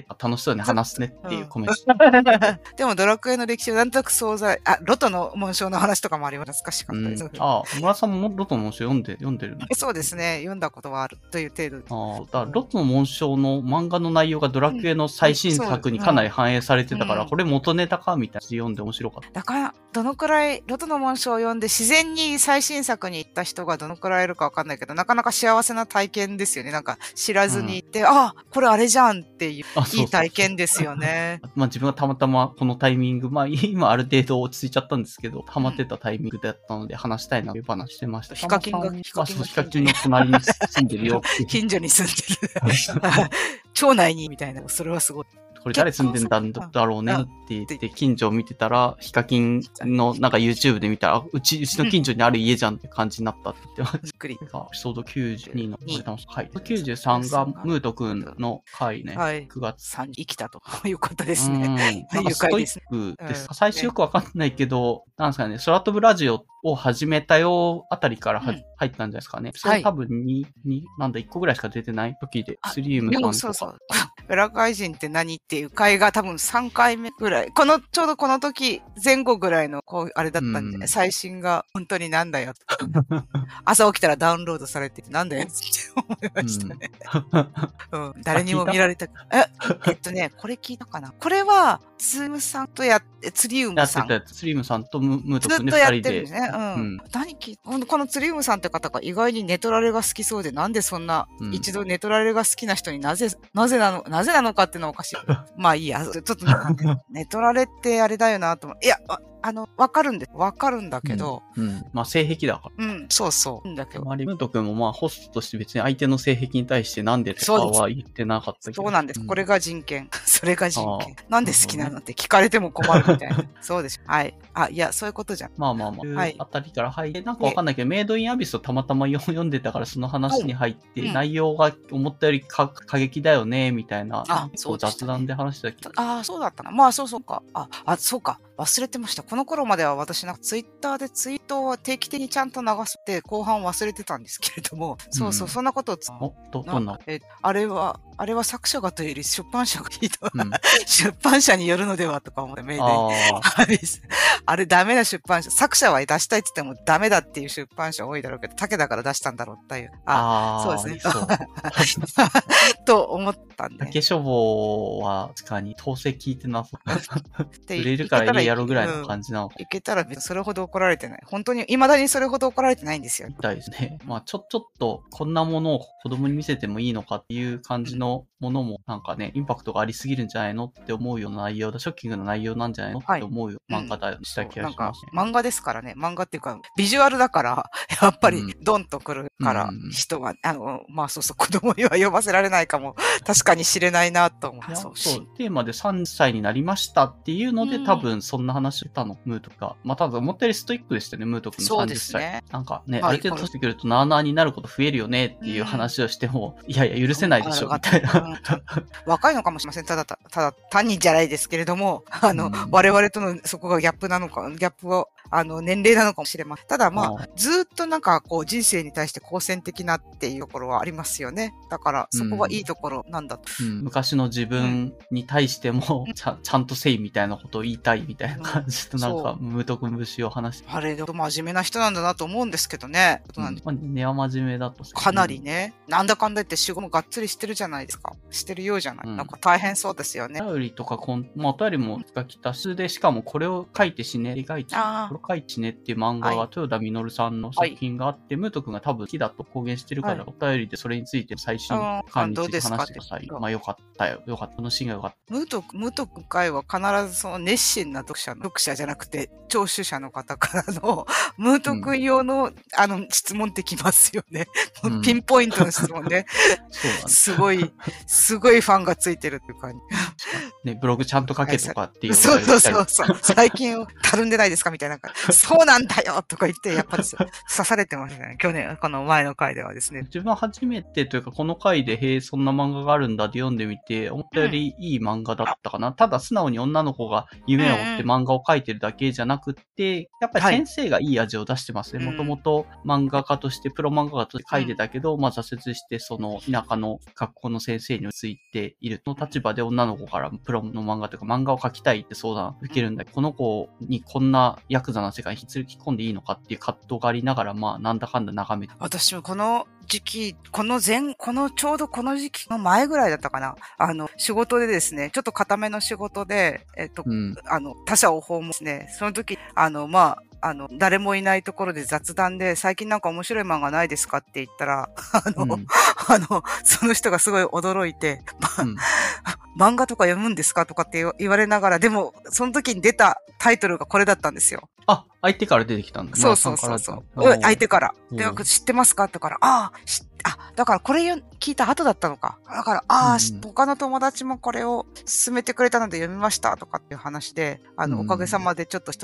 楽しそうに話すねっていうコメント。 でもドラクエの歴史はなんとなく惣菜、ロトの紋章の話とかもあります。懐かしかったです。 村さんもロトの紋章読んでるの？ そうですね。読んだことはあるという程度。 ロトの紋章の漫画の内容がドラクエの最新作にかなり反映されてたから、これ元ネタかみたいな読んで面白かった。 だから、どのくらいロトの紋章を読んで自然に最新作に行った人がどのくらいいるかわかんないけど、なかなか幸せな体験ですよね。なんか知らずに行って、これあれじゃんっていう、いい体験ですよね。 自分がたまたまこのタイミング、今ある程度落ち着いちゃったんですけど、ハマってたタイミングだったので話したいなという話してました。 ヒカキンの隣に住んでるよ。 近所に住んでる。町内にみたいな、それはすごい。 これ誰住んでんだろうねって言って、近所を見てたら、ヒカキンのなんか YouTube で見たら、うちの近所にある家じゃんって感じになったって言ってました。 びっくり。 エピソード92の回。93がムート君の回ね。9月。 生きたと。よかったですね。 なんかストイックです。最初よくわかんないけど、なんですかね、空飛ぶラジオを始めたよあたりから入ったんじゃないですかね。それ多分1個ぐらいしか出てない時で、スリームさんとか。 そうそう。裏怪人って何っていう回が多分3回目ぐらい。ちょうどこの時前後ぐらいのあれだったんで、最新が本当になんだよ。朝起きたらダウンロードされててなんだよって思いましたね。誰にも見られた。これ聞いたかな。これは、ツームさんとツリウムさん。 ツリウムさんとムート君で 2人で。ずっとやってるんですね。このツリウムさんって方が意外にネトラレが好きそうで、なんでそんな、一度ネトラレが好きな人になぜなのかっていうのはおかしい。まあいいや。ちょっとネトラレってあれだよなと思う。いや、わかるんだけど。 性癖だから。 そうそう。だけど。 ムート君もホストとして別に相手の性癖に対してなんでとかは言ってなかったけど。 そうなんです。これが人権。それが人権。なんで好きなのって聞かれても困るみたいな。そうです。はい。いや、そういうことじゃん。あたりから入って、なんかわかんないけど、メイドインアビスをたまたま読んでたからその話に入って、内容が思ったより過激だよね、みたいな。雑談で話したけど。そうだったな。まあ、そうか。そうか。 忘れてました。この頃までは私なんかツイッターでツイートを定期的にちゃんと流して後半忘れてたんですけれども、そうそう、そんなことをどんなあれは作者がというより出版社がいいと、出版社によるのではとか思って、メールあれダメな出版社、作者は出したいって言ってもダメだっていう出版社多いだろうけど、竹だから出したんだろうっていう。そうですね。と思ったんで。 竹書房は確かに統制聞いてなそう。売れるからやろうぐらいの感じなのか。 いけたらそれほど怒られてない。本当に未だにそれほど怒られてないんですよ。 みたいですね。まあちょっとこんなものを子供に見せてもいいのかっていう感じのものもなんかね、インパクトがありすぎるんじゃないのって思うような内容だ。ショッキングな内容なんじゃないのって思うよ、漫画だよした気がしますね。 漫画ですからね。漫画っていうか、ビジュアルだから、やっぱりドンとくるから、人は、まあそうそう、子供には読ませられないかも、確かに知れないなと思う。 そう、テーマで3歳になりましたっていうので、多分そんな話したの、ムートが。まあただ思ったよりストイックでしたね、ムート君の30歳。そうですね。なんかね、ある程度年してくるとなーなーになること増えるよねっていう話をしても、いやいや許せないでしょ、みたいな。 若いのかもしれません。ただ単にじゃないですけれども、我々とのそこがギャップなのか、ギャップを、年齢なのかもしれません。ただまあ、ずっとなんかこう人生に対して好戦的なっていうところはありますよね。だからそこがいいところなんだと。 昔の自分に対しても、ちゃんとせいみたいなことを言いたいみたいな感じとなんか、無徳節を話して。 あれ、真面目な人なんだなと思うんですけどね。 根は真面目だと。 かなりね。なんだかんだ言って仕事もがっつりしてるじゃないですか。してるようじゃない。なんか大変そうですよね。 お便りとかお便りもが来たしで、しかもこれを書いて死ね、描いて、書いて死ねっていう漫画が豊田実さんの作品があって、ムート君が多分好きだと公言してるから、お便りでそれについて最新刊について話してください。まあよかったよ。このシーンがよかった。 ムート君会は必ずその熱心な読者じゃなくて、聴取者の方からの、ムート君用の、質問ってきますよね。ピンポイントの質問ね。すごいファンがついてるっていう感じ。 ね、ブログちゃんと書けとかっていう。 そう。最近たるんでないですかみたいな。そうなんだよとか言って、やっぱり刺されてましたね。去年、この前の回ではですね。 自分は初めてというか、この回で、そんな漫画があるんだって読んでみて、思ったよりいい漫画だったかな。ただ素直に女の子が夢を追って漫画を描いてるだけじゃなくって、やっぱり先生がいい味を出してますね。もともと漫画家として、プロ漫画家として描いてたけど、まあ挫折して、その田舎の学校の先生についているの立場で女の子からプロの漫画というか漫画を描きたいって相談受けるんだけど、この子にこんなヤクザな世界に引き込んでいいのかっていう葛藤がありながら、まあなんだかんだ眺めて。 私もこの時期、ちょうどこの時期の前ぐらいだったかな。仕事でですね、ちょっと固めの仕事で、他社を訪問ですね。その時、誰もいないところで雑談で、最近なんか面白い漫画ないですかって言ったら、その人がすごい驚いて、漫画とか読むんですかとかって言われながら、でも、その時に出たタイトルがこれだったんですよ。 相手から出てきたんだ。 そう。相手から。で、知ってますかって言うから、だからこれ聞いた後だったのか。だから、他の友達もこれを勧めてくれたので読みましたとかっていう話で、おかげさまでちょっと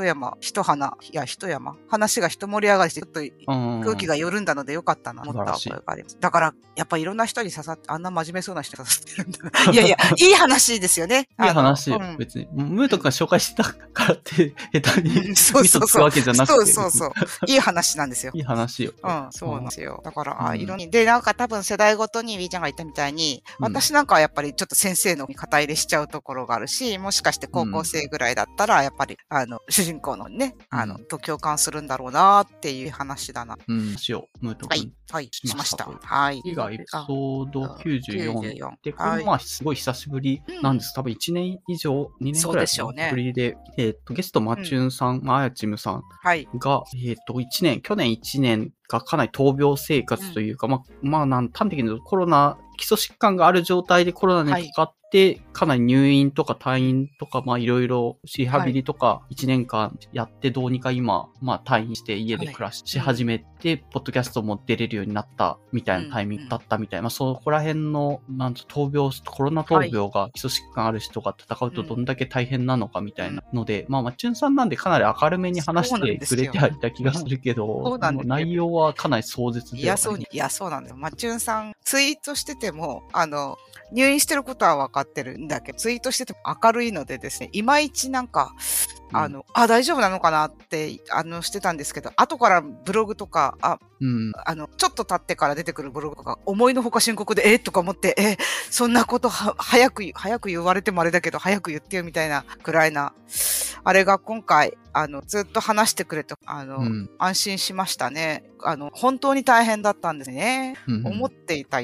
話が一盛り上がりして、ちょっと空気が緩んだのでよかったなと思った覚えがあります。だから、やっぱりいろんな人に刺さって、あんな真面目そうな人に刺さってるんだな。いや、いい話ですよね。 いい話よ、別に。ムートが紹介したからって、下手に嘘つくわけじゃなくて。 そう。いい話なんですよ。 いい話よ。 そうなんですよ。だから、色に。で、なんか多分世代ごとに B ちゃんが言ったみたいに、私なんかはやっぱりちょっと先生の肩入れしちゃうところがあるし、もしかして高校生ぐらいだったら、やっぱり、主人公のね、と共感するんだろうなっていう話だな。 しよう。ムート君。 はい、しました。はい。 次がエピソード94。で、これまあすごい久しぶりなんです。多分1年以上、2年くらいぶりで、ゲストマチュンさん、あやちむさんが、去年1年がかなり闘病生活というか、端的に言うとコロナ、基礎疾患がある状態でコロナにかかって、かなり入院とか退院とか、いろいろリハビリとか1年間やってどうにか今、退院して家で暮らし始めて、ポッドキャストも出れるようになったみたいなタイミングだったみたいな、そこら辺の、コロナ闘病が基礎疾患ある人が戦うとどんだけ大変なのかみたいなので、マチュンさんなんでかなり明るめに話してくれてはいた気がするけど、内容はかなり壮絶で。 いや、そうなんだよ。マチュンさん、ツイートしてても、入院してることは分かってる。 んだけど、ツイートしてても明るいのでですね、いまいちなんか、大丈夫なのかなって、してたんですけど、後からブログとか、ちょっと経ってから出てくるブログとか、思いのほか深刻で、とか思って、そんなこと早く言われてもあれだけど、早く言ってよみたいなくらいな、あれが今回、ずっと話してくれて、安心しましたね。本当に大変だったんですね。思っていた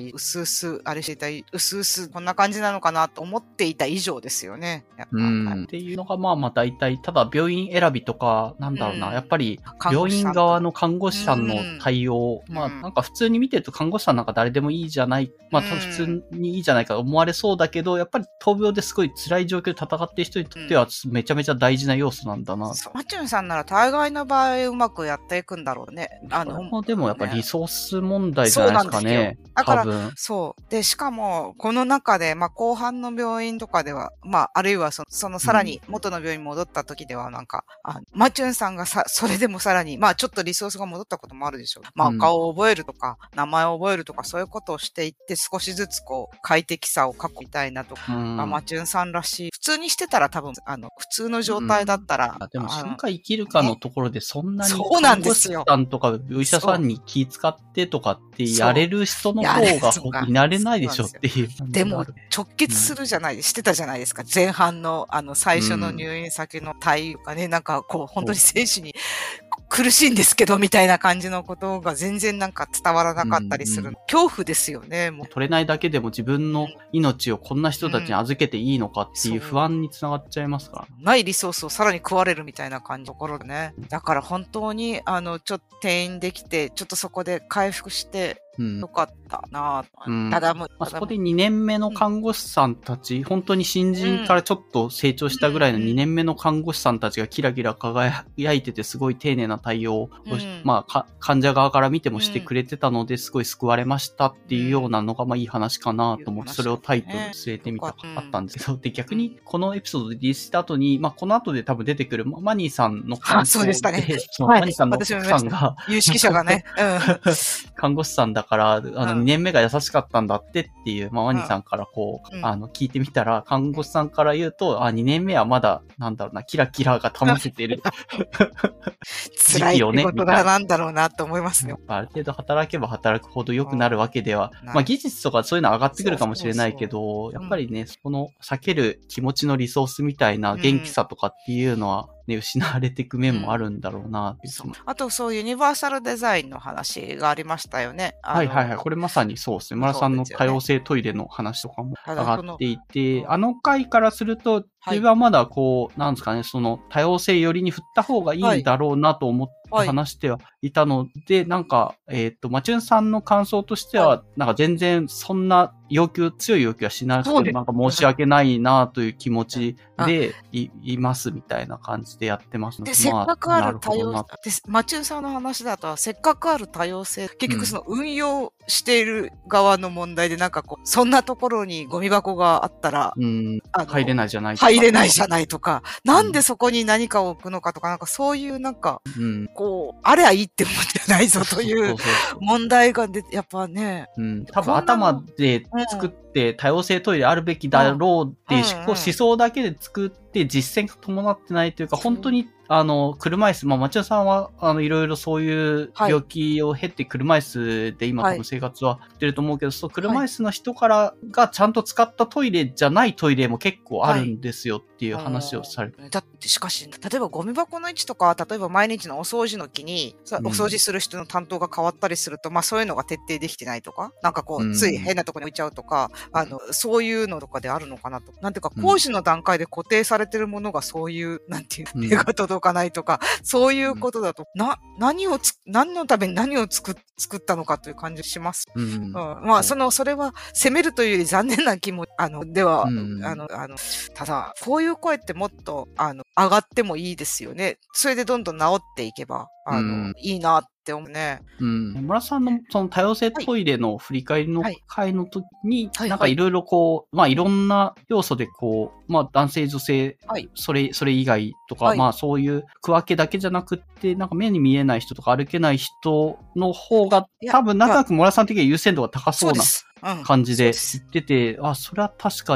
こんな感じなのかなと思っていた以上ですよね。 っていうのが、まあ大体、ただ病院選びとか、なんだろうな、やっぱり、病院側の看護師さんの対応、なんか普通に見てると看護師さんなんか誰でもいいじゃない、普通にいいじゃないかと思われそうだけど、やっぱり闘病ですごい辛い状況で戦っている人にとっては、めちゃめちゃ大事な要素なんだな。 マチュンさんなら大概の場合うまくやっていくんだろうね。 でもやっぱりリソース問題じゃないですかね。 だから、そう。で、しかも、この中で、後半の病院とかでは、あるいはそのさらに元の病院に戻った時では、なんか、マチュンさんがそれでもさらに、ちょっとリソースが戻ったこともあるでしょう。顔を覚えるとか、名前を覚えるとか、そういうことをしていって、少しずつ快適さを確保みたいなとか、マチュンさんらしい。普通にしてたら多分、普通の状態だったら。 でも、死ぬか生きるかのところで、そんなに、 そうなんですよ。 看護師さんとか、お医者さんに気使ってとかってやれる人の方がいられないでしょっていう。 でも、直結するしてたじゃないですか。前半の、最初の入院先の対応がね、なんか本当に選手に苦しいんですけど、みたいな感じのことが全然なんか伝わらなかったりする。恐怖ですよね、もう。 取れないだけでも自分の命をこんな人たちに預けていいのかっていう不安につながっちゃいますから。 ないリソースをさらに食われるみたいな感じのところでね。だから本当に、ちょっと転院できて、ちょっとそこで回復して、よかったなぁ。ただもう、 そこで2年目の看護師さんたち、本当に新人からちょっと成長したぐらいの2年目の看護師さんたちがキラキラ輝いててすごい丁寧な対応を、患者側から見てもしてくれてたのですごい救われましたっていうようなのがいい話かなと思って、それをタイトル据えてみたかったんですけど、で、逆にこのエピソードでリリースした後に、この後で多分出てくるマニーさんの感想で、 そうでしたね。 マニーさんの奥さんが、 有識者がね、 看護師さんだから、2年目が優しかったんだってっていう、ワニさんから聞いてみたら、看護師さんから言うと、2年目はまだ、なんだろうな、キラキラが保せている。 辛いってことなんだろうなと思いますよ。 ある程度働けば働くほど良くなるわけでは、技術とかそういうの上がってくるかもしれないけど、やっぱりね、その避ける気持ちのリソースみたいな元気さとかっていうのは、ね、失われていく面もあるんだろうな、 あと、そう、ユニバーサルデザインの話がありましたよね。 はいはいはい。これまさにそうですね。村さんの多様性トイレの話とかも上がっていて、あの回からすると、自分はまだなんですかね、その多様性寄りに振った方がいいんだろうなと思って話してはいたので、なんか、マチュンさんの感想としては、なんか全然そんな強い要求はしなくて、なんか申し訳ないなという気持ちでいますみたいな感じでやってますので。 で、せっかくある多様性、マチュンさんの話だと、せっかくある多様性、結局その運用している側の問題で、なんかそんなところにゴミ箱があったら、 入れないじゃない入れないじゃないとか、なんでそこに何かを置くのかとか、なんかそういうなんか、あれはいいって思ってないぞという問題がやっぱね。 多分頭で作って多様性トイレあるべきだろうっていう思想だけで作って実践が伴ってないというか、本当に車椅子、町田さんは、いろいろそういう病気を経て車椅子で今多分生活はしてると思うけど、そう、車椅子の人からがちゃんと使ったトイレじゃないトイレも結構あるんですよっていう話をされて。 だってしかし、例えばゴミ箱の位置とか、例えば毎日のお掃除の日に、お掃除する人の担当が変わったりすると、そういうのが徹底できてないとか、なんかつい変なところに置いちゃうとか、そういうのとかであるのかなと。なんていうか、工事の段階で固定されてるものがそういう、なんていう、手が届かないとか、そういうことだと、何のために何を作ったのかという感じします。それは責めるというより残念な気も、では、ただ、こういう声ってもっと、上がってもいいですよね。それでどんどん治っていけば、いいなって思うね。 村さんのその多様性トイレの振り返りの回の時に、なんかいろいろいろんな要素で男性女性、それ以外とか、そういう区分けだけじゃなくって、なんか目に見えない人とか歩けない人の方が、多分なんとなく村さん的には優先度が高そうな感じで言ってて、それは確かに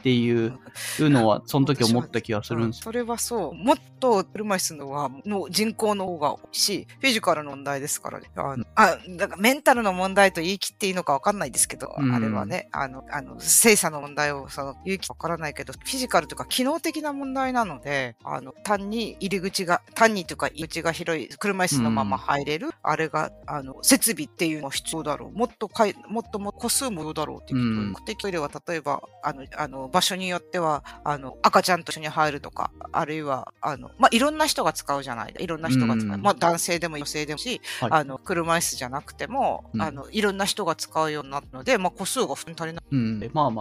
っていうのは、その時思った気がするんですよ。 それはそう。もっと車椅子の人口の方が多いし、フィジカルの問題ですからね。だからメンタルの問題と言い切っていいのかわかんないですけど、あれはね、性差の問題を言い切ってわからないけど、フィジカルというか機能的な問題なので、単にというか入り口が広い、車椅子のまま入れる、あれが、設備っていうのは必要だろう。もっと個数も必要だろうっていう。目的トイレは例えば、場所によっては、赤ちゃんと一緒に入るとか、あるいは、いろんな人が使うじゃない。いろんな人が使う。男性でも女性でもし、車椅子じゃなくても、いろんな人が使うようになるので、個数が普通に足りない。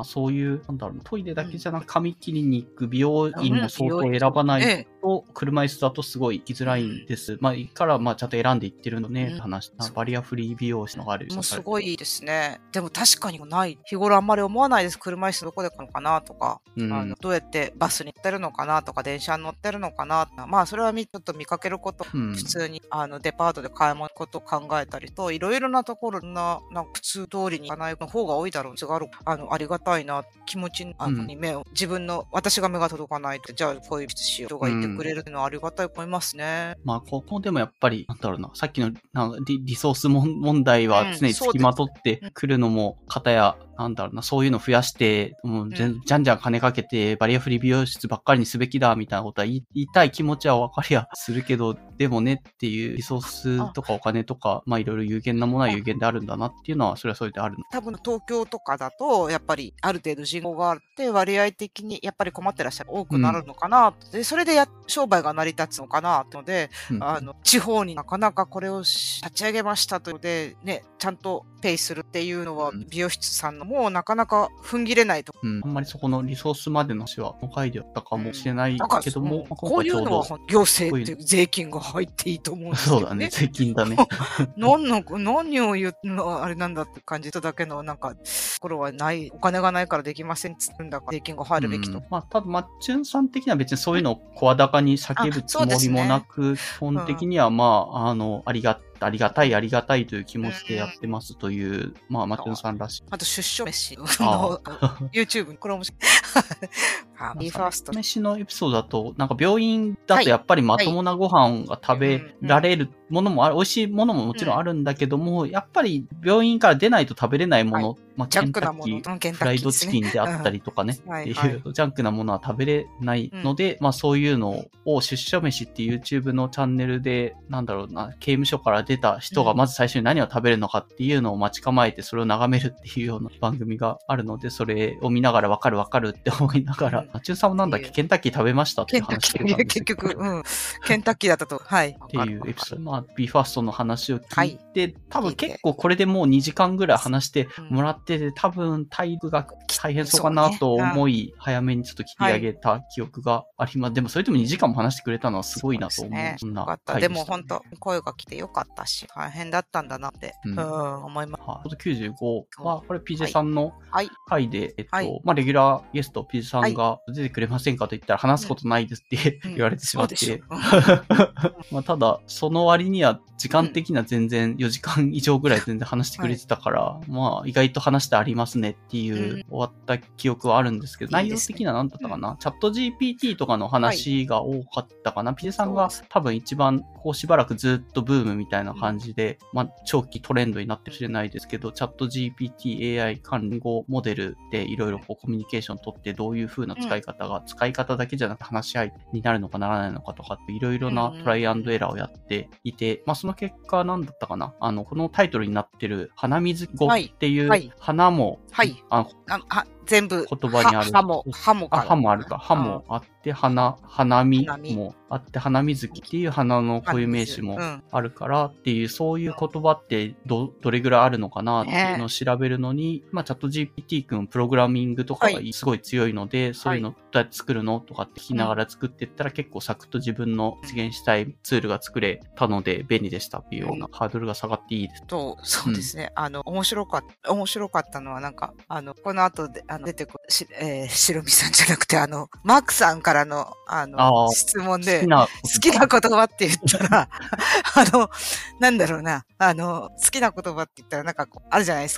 そういう、トイレだけじゃなく、髪切りに行く美容院も相当選ばないと、車椅子だとすごい行きづらいんです。からちゃんと選んでいってるのね、話バリアフリー美容師のがある。 もうすごいですね。でも確かにない。日頃あんまり思わないです。車椅子どこで買うのかなとか、どうやってバスに乗ってるのかなとか、電車に乗ってるのかな。それはちょっと見かけること、普通にデパートで買い物ことを考えたりと、いろいろなところ普通通りに行かないの方が多いだろう。ありがたいな、気持ちに私が目が届かないと、じゃあこういう人がいてくれるのはありがたいと思いますね。 ここでもやっぱり、さっきのリソース問題は常に付きまとってくるのも、片や、そういうの増やして、じゃんじゃん金かけて、バリアフリー美容室ばっかりにすべきだ、みたいなことは言いたい気持ちは分かりはするけど、でもねっていうリソースとかお金とか、いろいろ有限なものは有限であるんだなっていうのは、それはそれであるの。 多分東京とかだと、やっぱりある程度人口があって、割合的にやっぱり困ってらっしゃる多くなるのかな。で、それで商売が成り立つのかな、ので、地方になかなかこれを立ち上げましたというので、ね、ちゃんとペイするっていうのは、美容室さんのもうなかなか踏ん切れないと。 あんまりそこのリソースまでの話は、お回であったかもしれないけども、 こういうのは行政っていう税金が入っていいと思うんですよね。 そうだね、税金だね。 何を言うのあれなんだって感じただけの、ところはない、お金がないからできませんっつうんだから、税金が入るべきと。 ただ、チュンさん的には別にそういうのを声高に叫ぶつもりもなく、基本的にはありがたいという気持ちでやってますという、チュンさんらしい。 あと、出所飯の YouTube、これ面白い。 ビーファースト。飯のエピソードだと、病院だとやっぱりまともなご飯が食べられるものもある、美味しいものももちろんあるんだけども、やっぱり病院から出ないと食べれないもの、ケンタッキー、フライドチキンであったりとかね、っていうジャンクなものは食べれないので、そういうのを出所飯っていう YouTube のチャンネルで、刑務所から出た人がまず最初に何を食べるのかっていうのを待ち構えてそれを眺めるっていうような番組があるので、それを見ながらわかるって思いながら、チュンさんもケンタッキー食べましたって話してたんです結局、ケンタッキーだったと、はい。 っていうエピソード。ビーファーストの話を聞いて、多分結構これでもう2時間ぐらい話してもらってて、多分タイプが大変そうかなと思い、早めにちょっと切り上げた記憶があります。でもそれでも2時間も話してくれたのはすごいなと思う。そんな回でしたね。 でも本当、声が来てよかったし、大変だったんだなって、思います。 95は、これ PJ さんの回で、レギュラーゲスト PJ さんが出てくれませんかと言ったら話すことないですって言われてしまって。ただ、その割には時間的には全然4時間以上ぐらい全然話してくれてたから、意外と話してありますねっていう終わった記憶はあるんですけど、内容的には何だったかな、チャット GPT とかの話が多かったかな。PJ さんが多分一番こうしばらくずっとブームみたいな感じで、長期トレンドになってるかもしれないですけど、チャット GPT AI 関語モデルでいろいろコミュニケーション取ってどういう風な使い方が、使い方だけじゃなくて話し合いになるのかならないのかとかっていろいろなトライアンドエラーをやっていて、その結果何だったかな、このタイトルになってる花水語っていう、花も、 全部言葉にある。 歯もあるか。歯もあって、花見もあって、花水木っていう花の固有名詞もあるからっていう、そういう言葉ってどれぐらいあるのかなっていうのを調べるのに、チャット GPT 君プログラミングとかがすごい強いので、そういうのどうやって作るのとかって聞きながら作っていったら結構サクッと自分の実現したいツールが作れたので便利でしたっていうようなハードルが下がっていいです。 そうですね。面白かったのはこの後で、出てくる、白見さんじゃなくて、マークさんからの、質問で、好きな言葉って言ったら、なんだろうな、好きな言葉って言ったら、あるじゃないですか。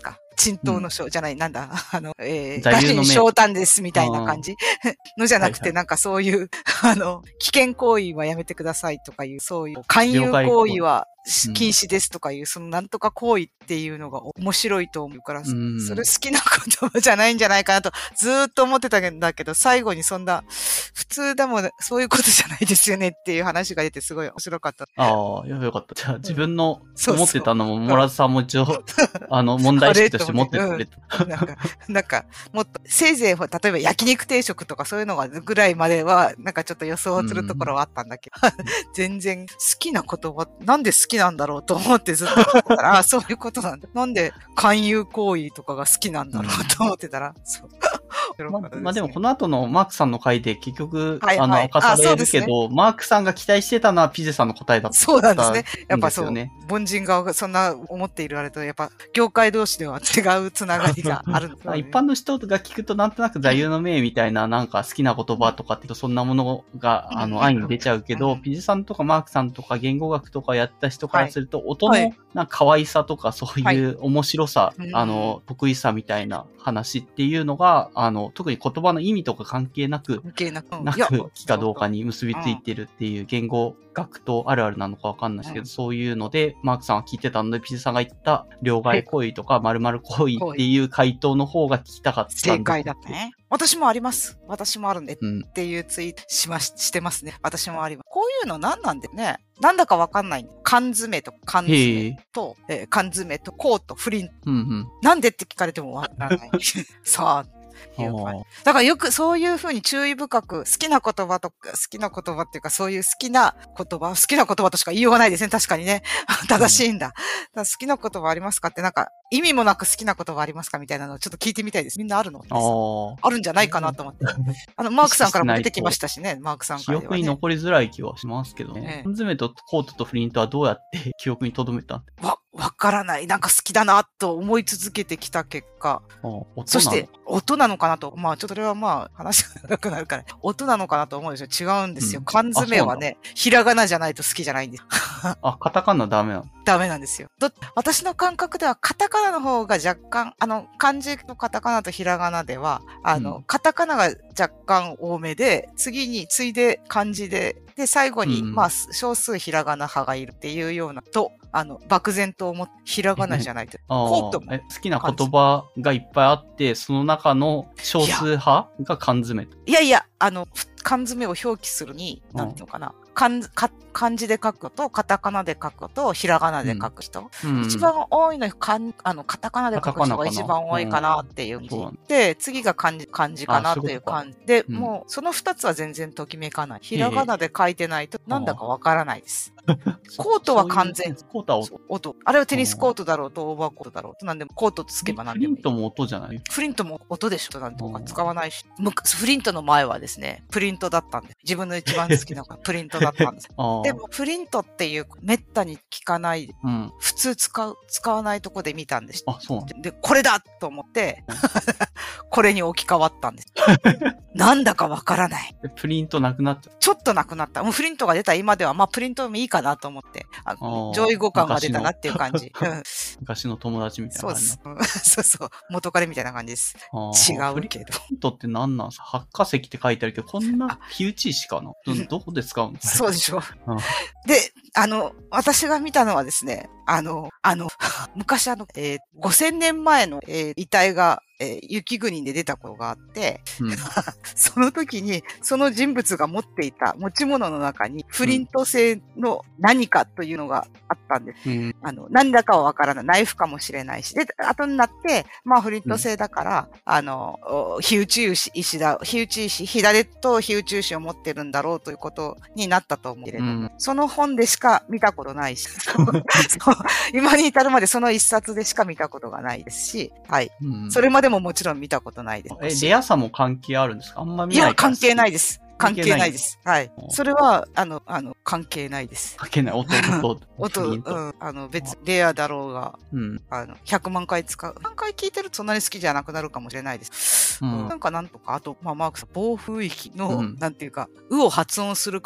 沈騰の章じゃない、なんだ、 座右の銘。 昇誕ですみたいな感じのじゃなくて、なんかそういう、危険行為はやめてくださいとかいう、そういう、勧誘行為は禁止ですとかいう、そのなんとか行為っていうのが面白いと思うから、それ好きな言葉じゃないんじゃないかなとずーっと思ってたんだけど、最後にそんな、普通でもそういうことじゃないですよねっていう話が出てすごい面白かった。 ああ、よかった。じゃあ自分の思ってたのも、モラズさんも一応、問題意識として持ってくれた。 なんか、もっと、せいぜい、例えば焼肉定食とかそういうのがぐらいまでは、なんかちょっと予想するところはあったんだけど、全然好きな言葉、なんで好きなんだろうと思ってずっと思ってたら、ああ、そういうことなんだ。なんで勧誘行為とかが好きなんだろうと思ってたら、そう。 まあでもこの後のマークさんの回で結局、明かされるけど、マークさんが期待してたのはピゼさんの答えだった。 そうなんですね。やっぱそう。凡人がそんな思っているあれと、やっぱ業界同士では違うつながりがあるんですね。 一般の人が聞くとなんとなく座右の銘みたいななんか好きな言葉とかってそんなものが愛に出ちゃうけど、ピゼさんとかマークさんとか言語学とかやった人からすると、音のなんか可愛さとかそういう面白さ、得意さみたいな話っていうのが、特に言葉の意味とか関係なく、好きかどうかに結びついてるっていう言語学とあるあるなのかわかんないですけど、そういうので、マークさんは聞いてたので、ピゼさんが言った両替行為とか〇〇行為っていう回答の方が聞きたかったんです。 正解だったね。私もあります。私もあるねっていうツイートしてますね。私もあります。こういうの何なんでね。なんだかわかんない。缶詰と缶詰と、缶詰とコート、フリント。なんでって聞かれてもわからない。さあ。だからよくそういうふうに注意深く好きな言葉っていうかそういう好きな言葉としか言いようがないですね。確かにね。正しいんだ。好きな言葉ありますかってなんか意味もなく好きな言葉ありますかみたいなのをちょっと聞いてみたいです。みんなあるのあるんじゃないかなと思って。マークさんからも出てきましたしね。マークさんから、 記憶に残りづらい気はしますけどね。缶詰とコートとフリントはどうやって記憶に留めたんわからない。なんか好きだなと思い続けてきた結果。そして音なのかなと。まあちょっとそれはまあ話が長くなるから。音なのかなと思うんですよ。違うんですよ。缶詰はね、ひらがなじゃないと好きじゃないんです。 カタカナダメなの？ ダメなんですよ。私の感覚ではカタカナの方が若干、漢字のカタカナとひらがなでは、カタカナが若干多めで、次いで漢字で、最後に、まあ、少数ひらがな派がいるっていうようなと、漠然と思って、ひらがなじゃないと。コートも。 好きな言葉がいっぱいあって、その中の少数派が缶詰。 いや、缶詰を表記するに、なんていうのかな。漢字で書くと、カタカナで書くと、ひらがなで書く人。一番多いのは、カタカナで書く人が一番多いかなっていう感じ。で、次が漢字かなっていう感じ。で、もう、その二つは全然ときめかない。ひらがなで書いてないと、なんだかわからないです。コートは完全。 コートは音。あれはテニスコートだろうと、オーバーコートだろうと、なんでも、コートとつけばなんでもいい。 フリントも音じゃない？ フリントも音でしょ、なんとか使わないし。フリントの前はですね、プリントだったんです。自分の一番好きなプリントだったんです。でも、プリントっていう、めったに聞かない、普通使わないとこで見たんです。で、これだと思って、これに置き換わったんです。なんだかわからない。 プリントなくなった？ ちょっとなくなった。もうプリントが出た今では、まあプリントもいいかなと思って、上位互換が出たなっていう感じ。 昔の友達みたいな感じ。 そう。元彼みたいな感じです。違うけど。 プリントって何なんすか？発火石って書いてあるけど、こんな火打ち石かな？どこで使うの？ そうでしょ。で、私が見たのはですね、昔5000年前の、遺体が、雪国で出たことがあって、その時に、その人物が持っていた持ち物の中に、フリント製の何かというのがあったんです。何だかはわからない。ナイフかもしれないし。で、後になって、まあ、フリント製だから、火打ち石、左と火打ち石を持ってるんだろうということになったと思うけれども、その本でしか見たことないし、今に至るまでその一冊でしか見たことがないですし、はい。それまでももちろん見たことないです。 レアさも関係あるんですか？あんま見ない。 いや、関係ないです。関係ないです。はい。それは、関係ないです。 関係ない。 音、別、レアだろうが、100万回使う。何回聞いてるとそんなに好きじゃなくなるかもしれないです。なんとか、あと、まあ、マークさん、暴風域の、なんていうか、うを発音するかどう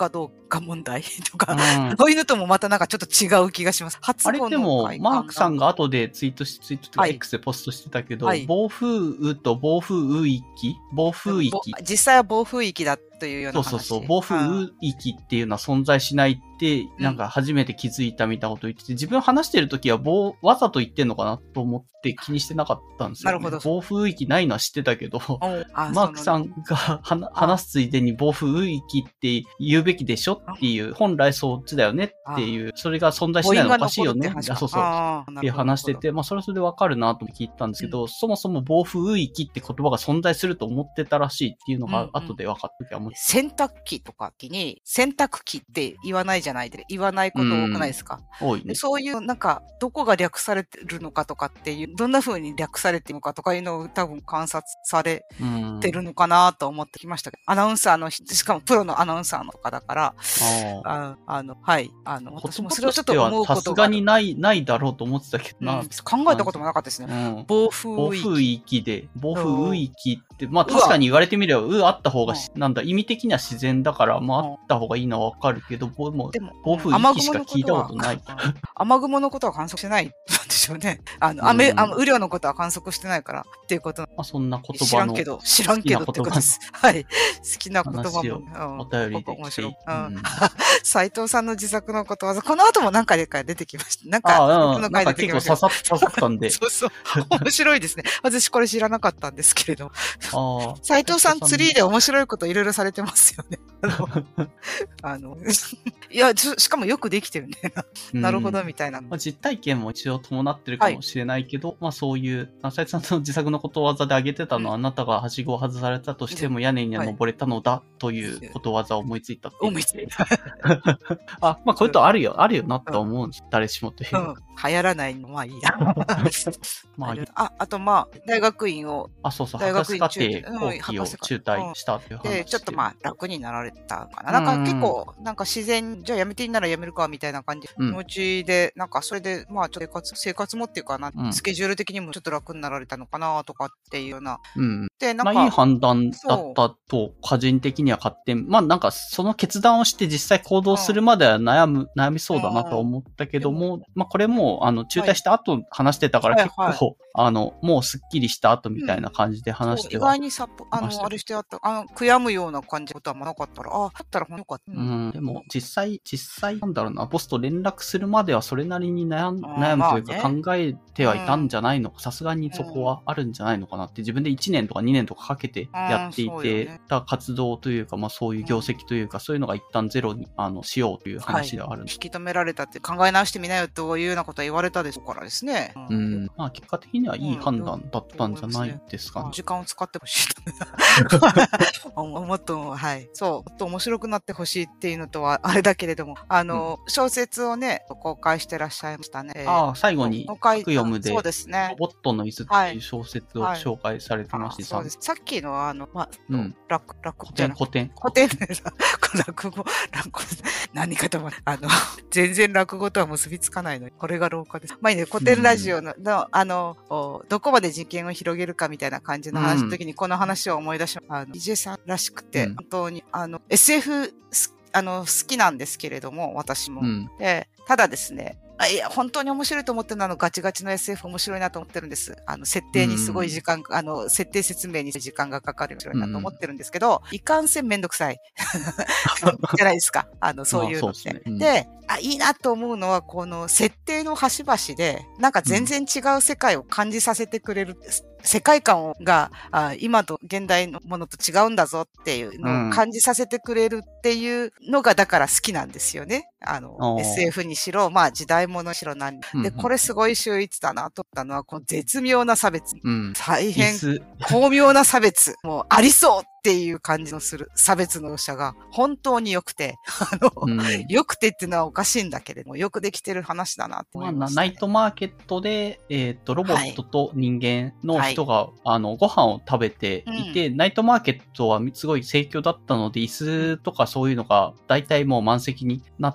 化問題とか、そういうのともまたなんかちょっと違う気がします。 あれでも、マークさんが後でツイートとか X でポストしてたけど、暴風雨と暴風域実際は暴風域だというような話。 そう。暴風域っていうのは存在しないって、なんか初めて気づいたみたいなことを言ってて、自分話してるときはわざと言ってんのかなと思って気にしてなかったんですよ、ね。なるほど。暴風域ないのは知ってたけど、マークさんが話すついでに暴風域って言うべきでしょっていう、本来そっちだよねっていう、それが存在しないのおかしいよね。そう。って話してて、まあそれはそれでわかるなと聞いたんですけど、そもそも暴風域って言葉が存在すると思ってたらしいっていうのが後で分かった時は思って。 洗濯機とかに、洗濯機って言わないじゃないで、言わないこと多くないですか？ 多いね。 そういう、なんか、どこが略されてるのかとかっていう、どんな風に略されてるのかとかいうのを多分観察されてるのかなと思ってきましたけど、アナウンサーの、しかもプロのアナウンサーの方だから、はい。私もそれをちょっと思うことが。 さすがにないだろうと思ってたけどな。 考えたこともなかったですね。暴風域で、暴風域って、まあ確かに言われてみれば、あった方が、なんだ、意味的には自然だから、まああった方がいいのはわかるけど、暴風域しか聞いたことない。 雨雲のことは観測してないんでしょうね。雨量のことは観測してないからっていうこと。 まあそんな言葉の。 知らんけどってことです。はい。好きな言葉も。お便りで面白い。斉藤さんの自作のことわざ、この後も何回か出てきました。なんか結構刺さったんで。 そう。面白いですね。私これ知らなかったんですけれど。斉藤さんツリーで面白いこといろいろされてますよね。いや、しかもよくできてるね。なるほど、みたいな。 実体験も一応伴ってるかもしれないけど、まあそういう、斉藤さんの自作のことわざで挙げてたのは、あなたがはしごを外されたとしても屋根には登れたのだということわざを思いついたって思いついた。 まあこういうとあるよなと思うんです。誰しもという。 流行らないの、まあいいや。あとまあ、大学院を。 そう。博士課程後期を中退したっていう話で。 ちょっとまあ楽になられたかな。なんか結構、なんか自然、じゃあ辞めていいなら辞めるかみたいな感じ。気持ちで、なんかそれで、まあちょっと生活もっていうかな、スケジュール的にもちょっと楽になられたのかなとかっていうような。 で、なんか。まあいい判断だったと、個人的には勝手に、まあなんかその決断をして実際行動するまでは悩みそうだなと思ったけども、まあこれも、中退した後話してたから結構、もうスッキリした後みたいな感じで話しては。 意外にあれしてあった、悔やむような感じのことはなかったら、だったらよかった。 でも実際なんだろうな、ボスと連絡するまではそれなりに悩むというか考えてはいたんじゃないのか、さすがにそこはあるんじゃないのかなって自分で1年とか2年とかかけてやっていてた活動というか、まあそういう業績というか、そういうのが一旦ゼロにしようという話ではあるんです。 引き止められたって考え直してみなよというようなことは言われたですからですね。 まあ結果的にはいい判断だったんじゃないですかね。 時間を使ってほしい。もっと、はい。そう。もっと面白くなってほしいっていうのとは、あれだけれども、小説をね、公開してらっしゃいましたね。 最後に、読むで、 そうですね。 ロボットの椅子っていう小説を紹介されてまして、 そうです。さっきの古典。 落語、何かとも、全然落語とは結びつかないのに、これが廊下です。まあいいね、古典ラジオの、どこまで人権を広げるかみたいな感じの話の時に、この話を思い出しました。DJ さんらしくて、本当に、SF、好きなんですけれども、私も。ただですね、いや、本当に面白いと思ってるのはガチガチの SF 面白いなと思ってるんです。設定にすごい時間、設定説明に時間がかかる面白いなと思ってるんですけど、いかんせんめんどくさい。じゃないですか。そういうのって。で、いいなと思うのは、この設定の端々で、なんか全然違う世界を感じさせてくれる。世界観が今と現代のものと違うんだぞっていうのを感じさせてくれるっていうのがだから好きなんですよね。SF にしろ、まあ時代物にしろ何。で、これすごい秀逸だなと思ったのは、この絶妙な差別。大変巧妙な差別。もうありそうっていう感じのする差別の良さが本当に良くて、良くてっていうのはおかしいんだけれども、よくできてる話だなって思いました、ね。 ナイトマーケットで、ロボットと人間の人が、ご飯を食べていて、ナイトマーケットはすごい盛況だったので、椅子とかそういうのが大体もう満席になって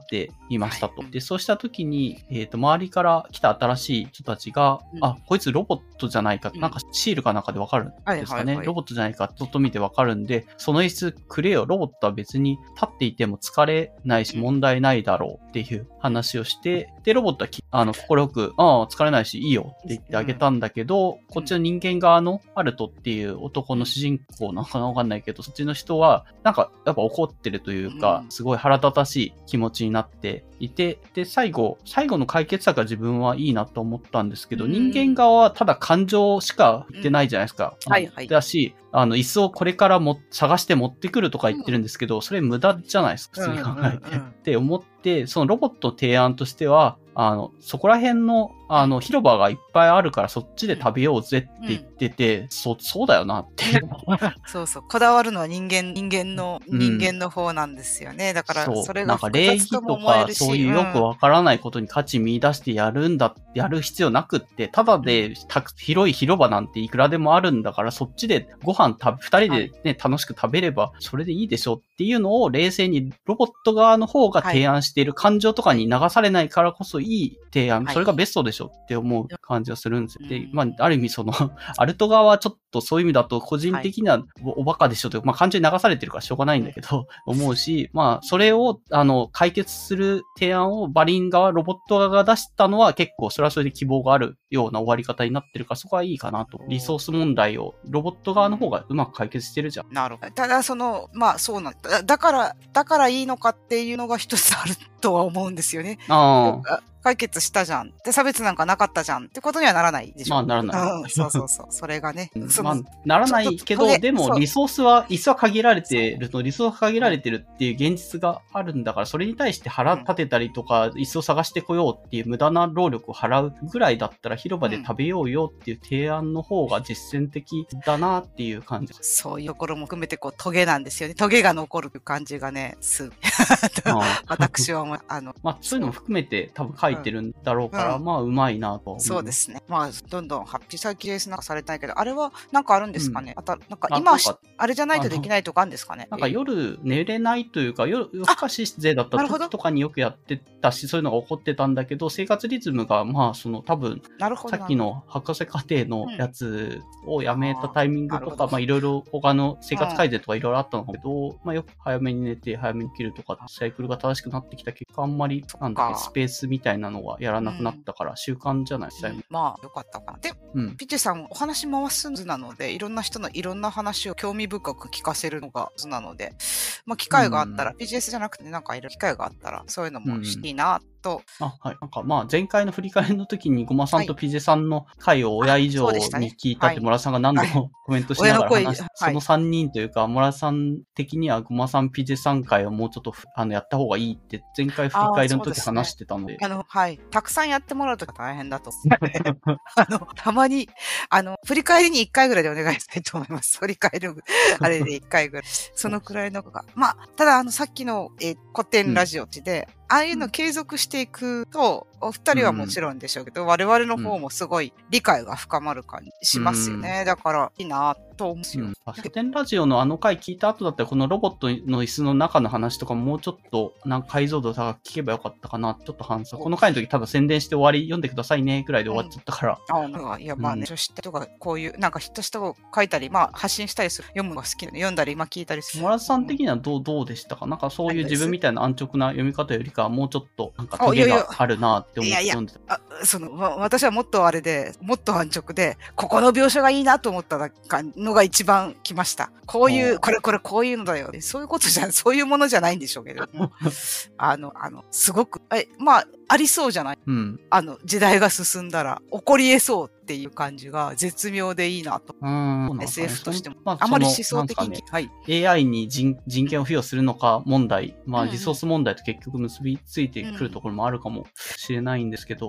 いましたと。で、そうした時に、周りから来た新しい人たちが、こいつロボットじゃないか、なんかシールかなんかでわかるんですかね。ロボットじゃないか、ちょっと見てわかるんで、その椅子くれよ。ロボットは別に立っていても疲れないし問題ないだろうっていう話をして、で、ロボットは心よく、疲れないしいいよって言ってあげたんだけど、こっちの人間側のアルトっていう男の主人公なんかわかんないけど、そっちの人は、なんかやっぱ怒ってるというか、すごい腹立たしい気持ちになっていて、で、最後の解決策は自分はいいなと思ったんですけど、人間側はただ感情しか言ってないじゃないですか。だし、椅子をこれから探して持ってくるとか言ってるんですけど、それ無駄じゃないですか、普通に考えて。って思って、そのロボットの提案としては、そこら辺の、広場がいっぱいあるからそっちで食べようぜって言ってて、そうだよなって。 そうそう。こだわるのは人間の方なんですよね。だから、それが複雑とも思えるし。 そういうよくわからないことに価値見出してやる必要なくって、ただで広い広場なんていくらでもあるんだから、そっちでご飯二人でね、楽しく食べれば、それでいいでしょっていうのを冷静にロボット側の方が提案している感情とかに流されないからこそいい提案、それがベストでしょって思う感じがするんですよ。で、ある意味アルト側はちょっとそういう意味だと個人的にはおバカでしょというか、感情に流されてるからしょうがないんだけど、思うし、それを、解決する提案をバリン側、ロボット側が出したのは結構それはそれで希望があるような終わり方になってるから、そこはいいかなと。リソース問題をロボット側の方がうまく解決してるじゃん。 なるほど。ただそうなんだ。だからいいのかっていうのが一つあるとは思うんですよね。解決したじゃん。で、差別なんかなかったじゃんってことにはならないでしょ。 ならない。 そう。それがね。 ならないけど、でも椅子は限られてるリソースが限られてるっていう現実があるんだから、それに対して腹立てたりとか、椅子を探してこようっていう無駄な労力を払うぐらいだったら、広場で食べようよっていう提案の方が実践的だなっていう感じ。 そういうところも含めて、トゲなんですよね。トゲが残る感じがね、私はそういうのも含めて多分書いてるんだろうから、うまいなと。 そうですね。どんどんハッピーサーキュレーションなんかされたいけど、あれはなんかあるんですかね。なんか今、あれじゃないとできないとかあるんですかね。 なんか夜寝れないというか、夜更かし勢だった時とかによくやってたし、そういうのが起こってたんだけど、生活リズムが多分、さっきの博士課程のやつをやめたタイミングとか、いろいろ他の生活改善とかいろいろあったんだけど、よく早めに寝て早めに起きるとか、サイクルが正しくなってきた結果、あんまり、スペースみたいなのはやらなくなったから、習慣じゃないですか。 よかったかな。で、ピッチさん、お話回す図なので、いろんな人のいろんな話を興味深く聞かせるのが図なので、機会があったら、PGS じゃなくて、なんかいろいろ機会があったら、そういうのもしていいなと。 はい。なんか前回の振り返りの時に、ごまさんと PJ さんの回を親以上に聞いたって、モラさんが何度もコメントしながら話して、その3人というか、モラさん的にはごまさん PJ さん回をもうちょっとやった方がいいって、前回振り返りの時話してたので。 たくさんやってもらうと大変だと。たまに、振り返りに1回ぐらいでお願いしたいと思います。振り返る、あれで1回ぐらい。そのくらいのが。たださっきの、古典ラジオで、ああいうの継続していくと、お二人はもちろんでしょうけど、我々の方もすごい理解が深まる感じしますよね。だから、いいなと思うんですよ。 古典ラジオの回聞いた後だったら、このロボットの椅子の中の話とかもうちょっと、解像度高く聞けばよかったかな、ちょっと反省。この回の時ただ宣伝して終わり、読んでくださいね、くらいで終わっちゃったから。知った人がこういう、ヒットしたを書いたり、発信したりする、読むのが好きなの、読んだり、聞いたりする。 モラさん的にはどうでしたか？そういう自分みたいな安直な読み方よりか、もうちょっと、トゲがあるなって思って読んでた。 私はもっとあれで、もっと安直で、ここの描写がいいなと思ったのが一番来ました。こういう、これこういうのだよ。そういうものじゃないんでしょうけども。すごく、ありそうじゃない、時代が進んだら起こり得そうっていう感じが絶妙でいいなと。SF としても。あまり思想的に。 AI に人権を付与するのか問題、リソース問題と結局結びついてくるところもあるかもしれないんですけど、それぐらい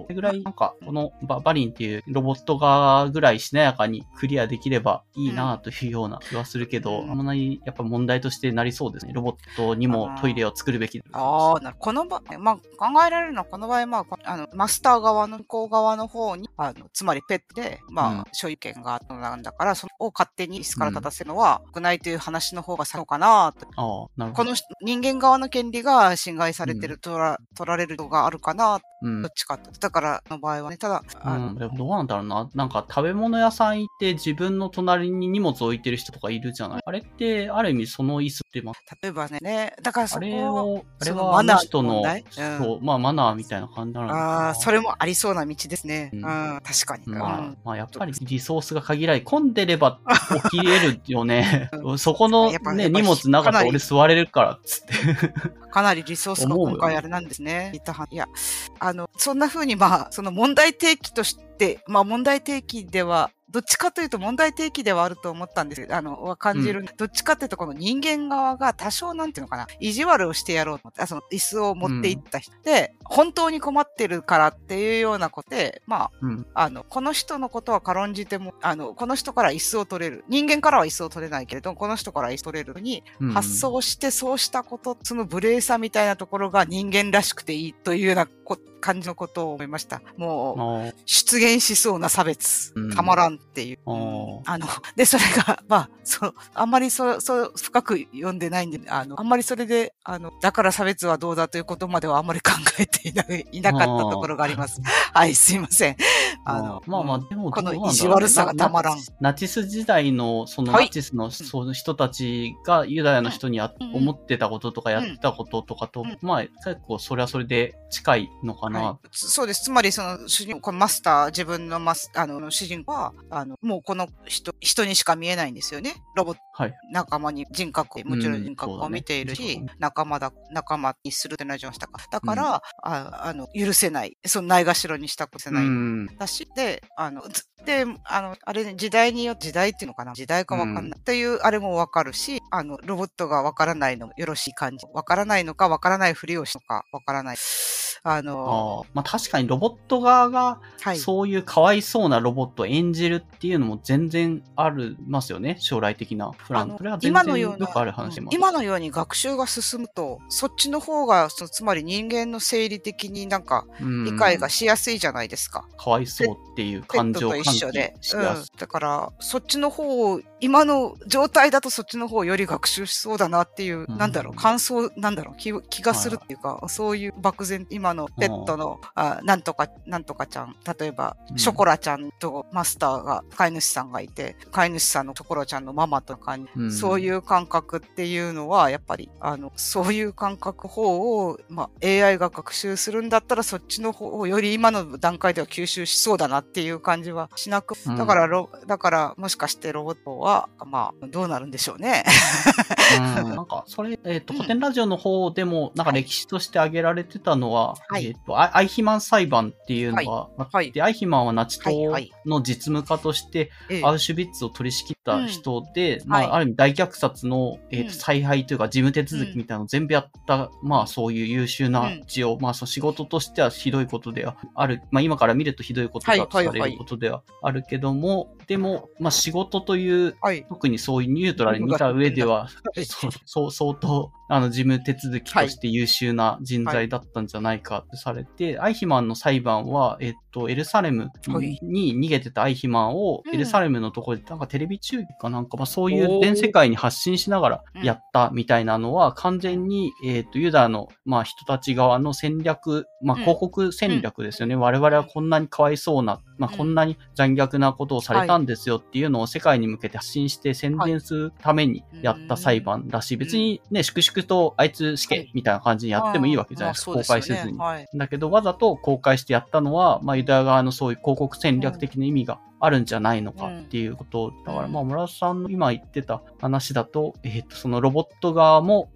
なんか、このバリンっていうロボット側ぐらいしなやかにクリアできればいいなというような気はするけど、あんまりやっぱ問題としてなりそうですね。ロボットにもトイレを作るべき。 この場合、まあ、考えられるのは、この場合、まあ、マスター側の向こう側の方に、つまりペットで、まあ、所有権があるなんだから、それを勝手に椅子から立たせるのは、良くないという話の方が先かなと。なるほど。この人間側の権利が侵害されてる、取られるのがあるかな、どっちかと。だから、の場合はね、ただ、 でもどうなんだろうな。なんか食べ物屋さん行って自分の隣に荷物置いてる人とかいるじゃない。あれって、ある意味その椅子って、 例えばね、だからあれはあの人の、そう、まあマナーみたいな感じなのかな。 それもありそうな道ですね。確かに。 まあやっぱりリソースが限られ、混んでれば起きれるよね。そこのね、荷物なかったら俺座れるからっつって。 かなりリソースが今回あれなんですね。いや、そんな風にまあ、その問題提起として、まあ問題提起では、どっちかというと問題提起ではあると思ったんですけど、感じる。どっちかというとこの人間側が多少なんていうのかな、意地悪をしてやろうと思って、その椅子を持っていった人で、本当に困ってるからっていうようなことで、まあ、この人のことは軽んじても、この人から椅子を取れる。人間からは椅子を取れないけれど、この人から椅子取れるに、発想してそうしたこと、その無礼さみたいなところが人間らしくていいというような感じのことを思いました。もう、出現しそうな差別、たまらんっていう。で、それが、まあ、あんまり深く読んでないんで、あんまりそれで、だから差別はどうだということまではあんまり考えていなかったところがあります。はい、すいません。 まあ、でも、 この意地悪さがたまらん。 ナチス時代の、そのナチスのその人たちがユダヤの人に思ってたこととかやってたこととかと、まあ、結構それはそれで近いのかな。 そうです。つまり、このマスター、自分の主人公は、もうこの人にしか見えないんですよね。ロボット。仲間に人格、もちろん人格を見ているし、仲間にするってなりましたか。だから、許せない。ないがしろにしたくせない。だし、で、あれね、時代によって時代っていうのかな、時代かわかんない。っていう、あれもわかるし、ロボットがわからないのもよろしい感じ。わからないのか、わからないふりをしたのか、わからない。 まあ確かにロボット側が、そういうかわいそうなロボットを演じるっていうのも全然ありますよね。将来的なプラン。それは全然よくある話も。 今のように学習が進むと、そっちの方が、つまり人間の生理的になんか、理解がしやすいじゃないですか。 かわいそうっていう感情を感じしやすい。 だから、そっちの方を、今の状態だとそっちの方をより学習しそうだなっていう、感想、気がするっていうか、そういう漠然、今のペットの、なんとかちゃん、例えば、ショコラちゃんとマスターが、飼い主さんがいて、飼い主さんのショコラちゃんのママとかに、そういう感覚っていうのは、やっぱり、そういう感覚方を、まあ、AI が学習するんだったら、そっちの方をより今の段階では吸収しそうだなっていう感じはしなく、だから、もしかしてロボットは、まあ、どうなるんでしょうね。 なんか、それ、古典ラジオの方でも、なんか歴史として挙げられてたのは、アイヒマン裁判っていうのがあって、アイヒマンはナチ党の実務家として、アウシュビッツを取り仕切った人で、まあ、ある意味大虐殺の、采配というか事務手続きみたいなのを全部やった、まあ、そういう優秀な一応、まあ、その仕事としてはひどいことではある。まあ、今から見るとひどいことだとされることではあるけども、でも、まあ、仕事という、特にそういうニュートラルに見た上では、相当、事務手続きとして優秀な人材だったんじゃないかってされて、アイヒマンの裁判は、エルサレムに逃げてたアイヒマンを、エルサレムのところで、なんかテレビ中継かなんか、まあそういう全世界に発信しながらやったみたいなのは、完全に、ユダの、まあ人たち側の戦略、まあ広告戦略ですよね。我々はこんなにかわいそうな、まあこんなに残虐なことをされたんですよっていうのを世界に向けて発信して宣伝するためにやった裁判だし、別にね、粛々とあいつ死刑みたいな感じにやってもいいわけじゃないですか、公開せずに。だけどわざと公開してやったのは、まあユダヤ側のそういう広告戦略的な意味があるんじゃないのかっていうこと。だからまあ村田さんの今言ってた話だと、そのロボット側も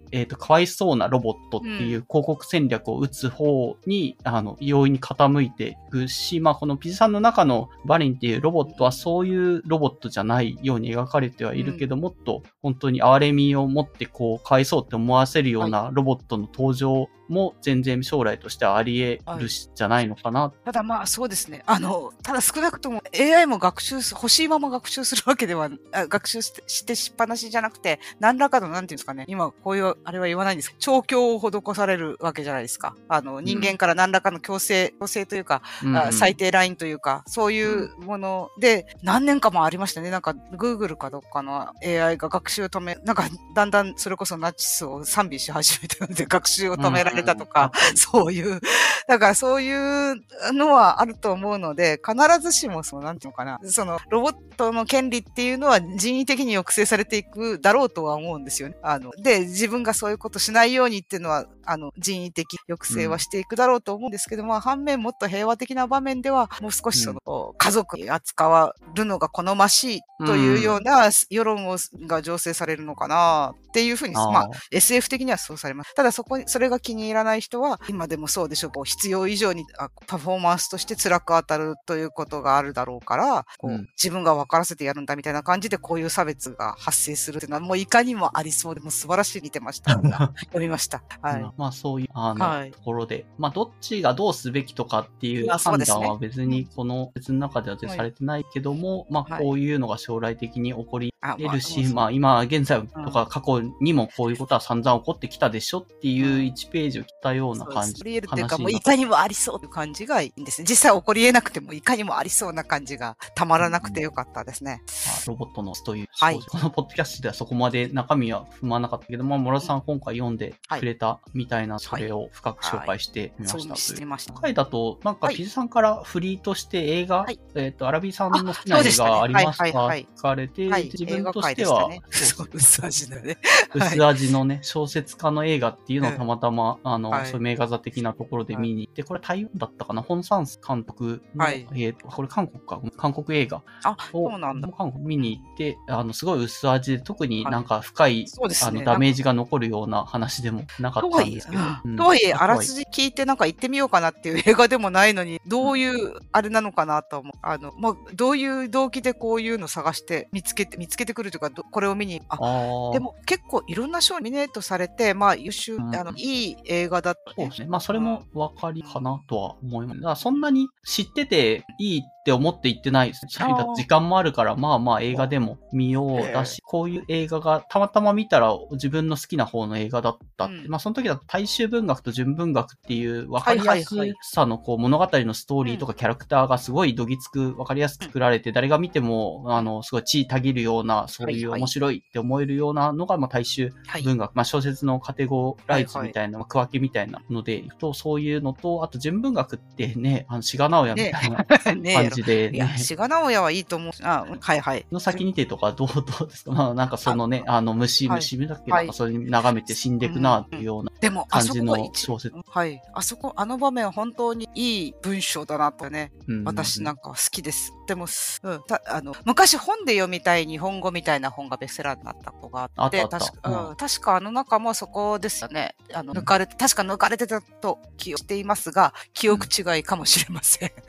かわいそうなロボットっていう広告戦略を打つ方に、容易に傾いていくし、まあ、このピジさんの中のバリンっていうロボットはそういうロボットじゃないように描かれてはいるけど、もっと本当に哀れみを持ってこう、かわいそうって思わせるようなロボットの登場も全然将来としてはあり得るじゃないのかな。 ただまあそうですね。ただ少なくとも AI も欲しいまま学習するわけでは、学習してしっぱなしじゃなくて、何らかの、なんていうんですかね。今、こういう、あれは言わないんですけど、調教を施されるわけじゃないですか。人間から何らかの強制というか、最低ラインというか、そういうもので、何年かもありましたね。なんか、Google かどっかの AI が学習を止め、なんか、だんだんそれこそナチスを賛美し始めたので、学習を止められたとか、そういう、だからそういうのはあると思うので、必ずしもなんていうのかな、そのロボットの権利っていうのは人為的に抑制されていくだろうとは思うんですよね。で、自分がそういうことしないようにっていうのは、人為的抑制はしていくだろうと思うんですけども、反面もっと平和的な場面では、もう少し家族に扱わるのが好ましいというような世論が醸成されるのかなっていうふうに、まあ、SF 的にはそうされます。ただそれが気に入らない人は、今でもそうでしょう、必要以上にパフォーマンスとして辛く当たるということがあるだろうから、自分が分からせてやるんだみたいな感じでこういう差別が発生するっていうのはもういかにもありそうで、もう素晴らしい見てました。読みました。はい。 まあそういうところで、まあどっちがどうすべきとかっていう判断は別にこの別の中ではされてないけども、まあこういうのが将来的に起こり得るし、まあ今現在とか過去にもこういうことは散々起こってきたでしょっていう1ページを切ったような感じ。 起こり得るっていうか、もういかにもありそうという感じがいいんですね。実際起こり得なくてもいかにもありそうな感じがたまらなくてよかったですね。 ロボットのという、このポッドキャストではそこまで中身は踏まなかったけど、まあ諸田さん今回読んでくれたみたいな、それを深く紹介してみました。今回だと、なんかピズさんからフリーとして映画、アラビさんの好きな映画ありますか聞かれて、自分としては、 薄味だね。 薄味のね、小説家の映画っていうのをたまたま、そういう名画座的なところで見に行って、これ台湾だったかな、ホン・サンス監督の、これ韓国か、韓国映画を韓国見に行って、すごい薄味で、特になんか深い、ダメージが残るような話でもなかったんですけど。 とはいえ、あらすじ聞いてなんか行ってみようかなっていう映画でもないのに、どういうあれなのかなと思う。まあ、どういう動機でこういうの探して見つけてくるというか、これを見に、でも結構いろんな賞にノミネートされて、まあ優秀、いい映画だった、 そうですね。まあそれも分かりかなとは思います。だからそんなに知ってていいって思って言ってないです。時間もあるから、まあまあ映画でも見ようだし、こういう映画がたまたま見たら自分の好きな方の映画だったって、まあその時だと大衆文学と純文学っていう分かりやすさのこう物語のストーリーとかキャラクターがすごいどぎつく分かりやすく作られて、誰が見てもすごい地位たぎるような、そういう面白いって思えるようなのが、まあ大衆文学、まあ小説のカテゴライズみたいな、区分けみたいなので、そういうのと、あと純文学ってね、志賀直哉みたいな感じで、 いや、志賀直哉はいいと思う。 の先にてとかどうですか？まあなんかそのね、虫だっけ、なんかそれに眺めて死んでいくなっていうような感じの小説。 あの場面は本当にいい文章だなとね、私なんかは好きです。でも、昔本で読みたい日本語みたいな本がベストセラーになった子があって、確か中もそこですよね。確か抜かれてたと記憶していますが、記憶違いかもしれません。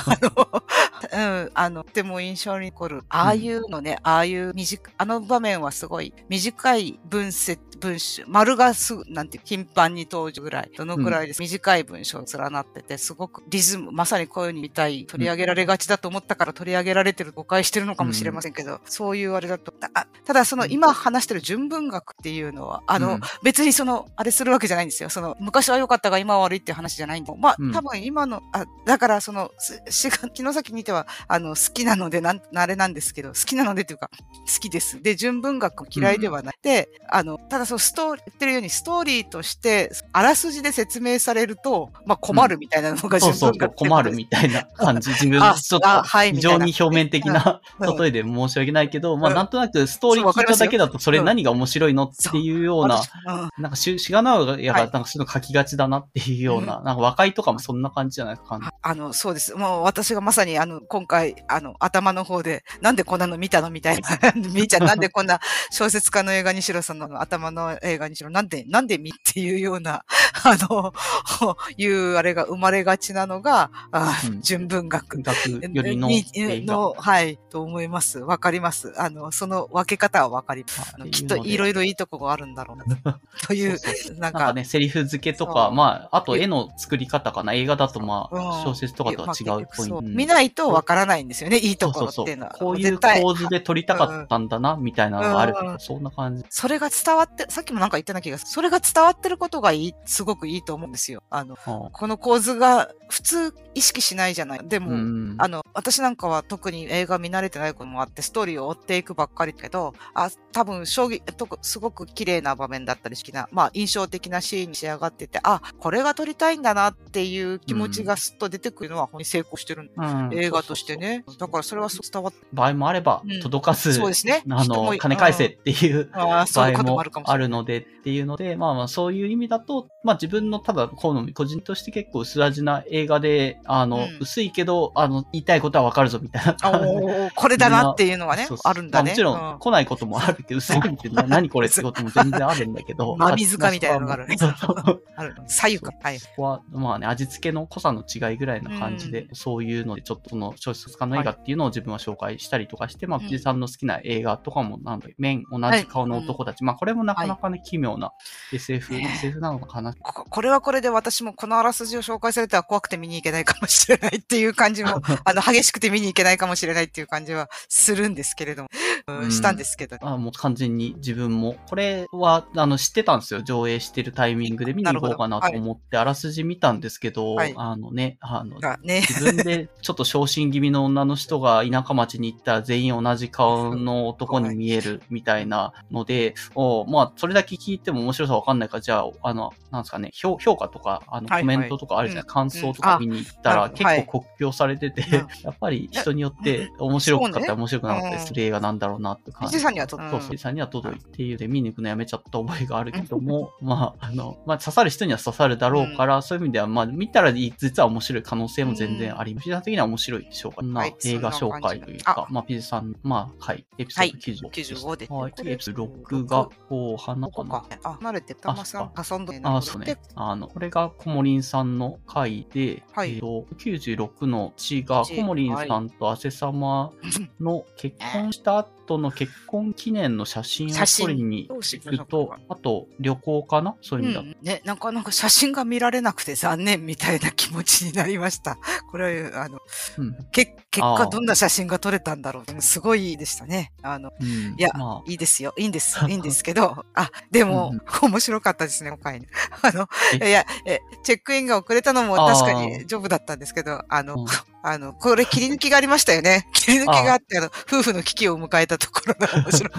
でも印象に残る。ああいうのね、あの場面はすごい短い文章、丸がなんていう、頻繁に登場ぐらい、どのくらいです、短い文章連なってて、すごくリズム、まさにこういうの見たい、取り上げられがちだと思ったから取り上げられてる、誤解してるのかもしれませんけど、そういうあれだと。ただ今話してる純文学っていうのは、別にあれするわけじゃないんですよ。昔は良かったが今は悪いっていう話じゃないんで。まあ、多分今の、だから城崎にては、好きなので、あれなんですけど、好きなのでというか、好きです。で、純文学嫌いではない。で、ただ言ってるようにストーリーとして、あらすじで説明されると、まあ困るみたいなのが純文学。 困るみたいな感じ。自分ちょっと非常に表面的な例えで申し訳ないけど、まあなんとなくストーリー聞いただけだとそれ何が面白いのっていうような、なんか志賀直哉がなんかそういうの書きがちだなっていうような、なんか和解とかもそんな感じじゃないですか。 そうです。もう私がまさに今回、頭の方で、なんでこんなの見たのみたいな、みーちゃんなんでこんな小説家の映画にしろ、その頭の映画にしろ、なんで見っていうような、いうあれが生まれがちなのが、純文学。 よりの映画。 はい、と思います。わかります。その分け方はわかります。きっといろいろいいとこがあるんだろうな。という、 なんかね、セリフ付けとか、まあ、あと絵の作り方かな。映画だとまあ、小説とかとは違うポイント。 見ないとわからないんですよね、いいところっていうのは。 こういう構図で撮りたかったんだな、みたいなのがあるけど、そんな感じ。 それが伝わって、さっきもなんか言ったような気がする。それが伝わってることがすごくいいと思うんですよ。この構図が普通意識しないじゃない。でも、私なんかは特に映画見慣れてないこともあって、ストーリーを追っていくばっかりだけど、多分、すごく綺麗な場面だったり、まあ、印象的なシーンに仕上がってて、これが撮りたいんだなっていう気持ちがすっと出てくるのは、本当に成功してるんだ。映画としてね。だからそれは伝わって。 場合もあれば、届かず、 そうですね。 金返せっていう場合もあるのでっていうので、まあまあそういう意味だと、まあ自分のただ好み、個人として結構薄味な映画で、薄いけど、言いたいことはわかるぞみたいな。 これだなっていうのがね、あるんだね。 もちろん来ないこともあるけど、薄いって何これってことも全然あるんだけど。 真水かみたいなのがあるね。ある。左右か。はい。 ここは、まあね、味付けの濃さの違いぐらいな感じで、そういうので、ちょっとその小説家の映画っていうのを自分は紹介したりとかして、まあ、ピジさんの好きな映画とかも、なんだ同じ顔の男たち。まあ、これもなかなかね、奇妙な SF なのかな。 これはこれで私もこのあらすじを紹介されたら怖くて見に行けないかもしれないっていう感じも、激しくて見に行けないかもしれないっていう感じはするんですけれども、したんですけど。 もう完全に自分も、これは、知ってたんですよ。上映してるタイミングで見に行こうかなと思って、あらすじ見たんですけど、自分でちょっと昇進気味の女の人が田舎町に行ったら全員同じ顔の男に見えるみたいなので、まあ、それだけ聞いても面白さわかんないから、じゃあ、なんですかね、評価とか、コメントとかあるじゃない、感想とか見に行ったら、結構酷評されてて、やっぱり人によって面白かったり面白くなかったりする映画なんだろうなって感じ。 ピジさんには届いて。 そう、ピジさんには届いていうで見に行くのやめちゃった覚えがあるけども、まあ、刺さる人には刺さるだろうから、そういう意味では、まあ、見たら実は面白い可能性も全然あります。ピジさん的には面白いでしょうか。こんな映画紹介というか、まあ、ピジさん、まあ、はい、エピソード 95で。 はい、エピソード6が、花かな。 離れて、たまさん、遊んでそうね。これがコモリンさんの回で、96の1がコモリンさんと汗様の結婚した後の結婚記念の写真を撮りに行くと、あと旅行かなそういう意味だ。ね、なんか写真が見られなくて残念みたいな気持ちになりました。これは、結果どんな写真が撮れたんだろう。すごいでしたね。いや、いいですよ。いいんです。いいんですけど、でも、面白かったですね、今回。いや、チェックインが遅れたのも確かに丈夫だったんですけど、これ切り抜きがありましたよね。切り抜きがあって、夫婦の危機を迎えたところが面白かった。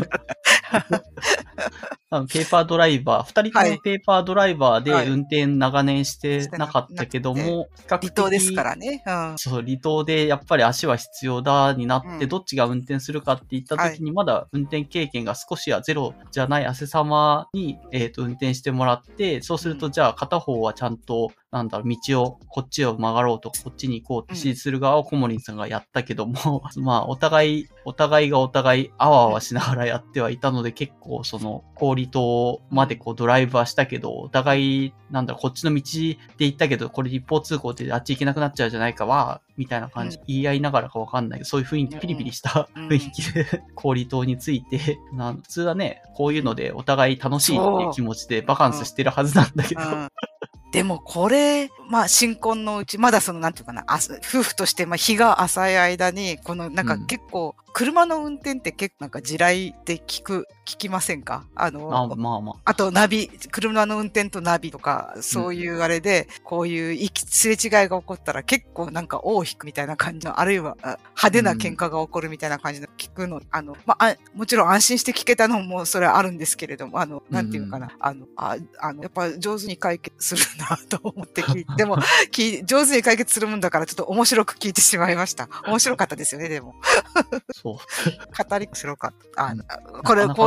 ペーパードライバー、二人ともペーパードライバーで運転長年してなかったけども、比較的。 離島ですからね。 そう、離島でやっぱり足は必要だになって、どっちが運転するかって言った時に、まだ運転経験が少しやゼロじゃない汗様に、運転してもらって、そうするとじゃあ片方はちゃんと、道を、こっちを曲がろうとか、こっちに行こうって指示する側をコモリンさんがやったけども、まあ、お互いあわあわしながらやってはいたので、結構氷島までドライバーしたけど、お互い、こっちの道で行ったけど、これ一方通行であっち行けなくなっちゃうじゃないかは、みたいな感じ、言い合いながらかわかんないけど、そういう雰囲気、ピリピリした雰囲気で、氷島について、普通はね、こういうのでお互い楽しいっていう気持ちでバカンスしてるはずなんだけど、 でもこれ、まあ新婚のうち、まだなんていうかな、夫婦として、まあ日が浅い間に、結構、車の運転って結構地雷で聞きませんか？あと車の運転とナビとか、そういうあれで、こういうすれ違いが起こったら結構尾を引くみたいな感じの、あるいは派手な喧嘩が起こるみたいな感じの聞くの、もちろん安心して聞けたのもそれはあるんですけれども、なんていうかな、やっぱ上手に解決するなと思って聞いて、でも、上手に解決するもんだからちょっと面白く聞いてしまいました。面白かったですよね、でも。 そう。 語り面白かった。こうい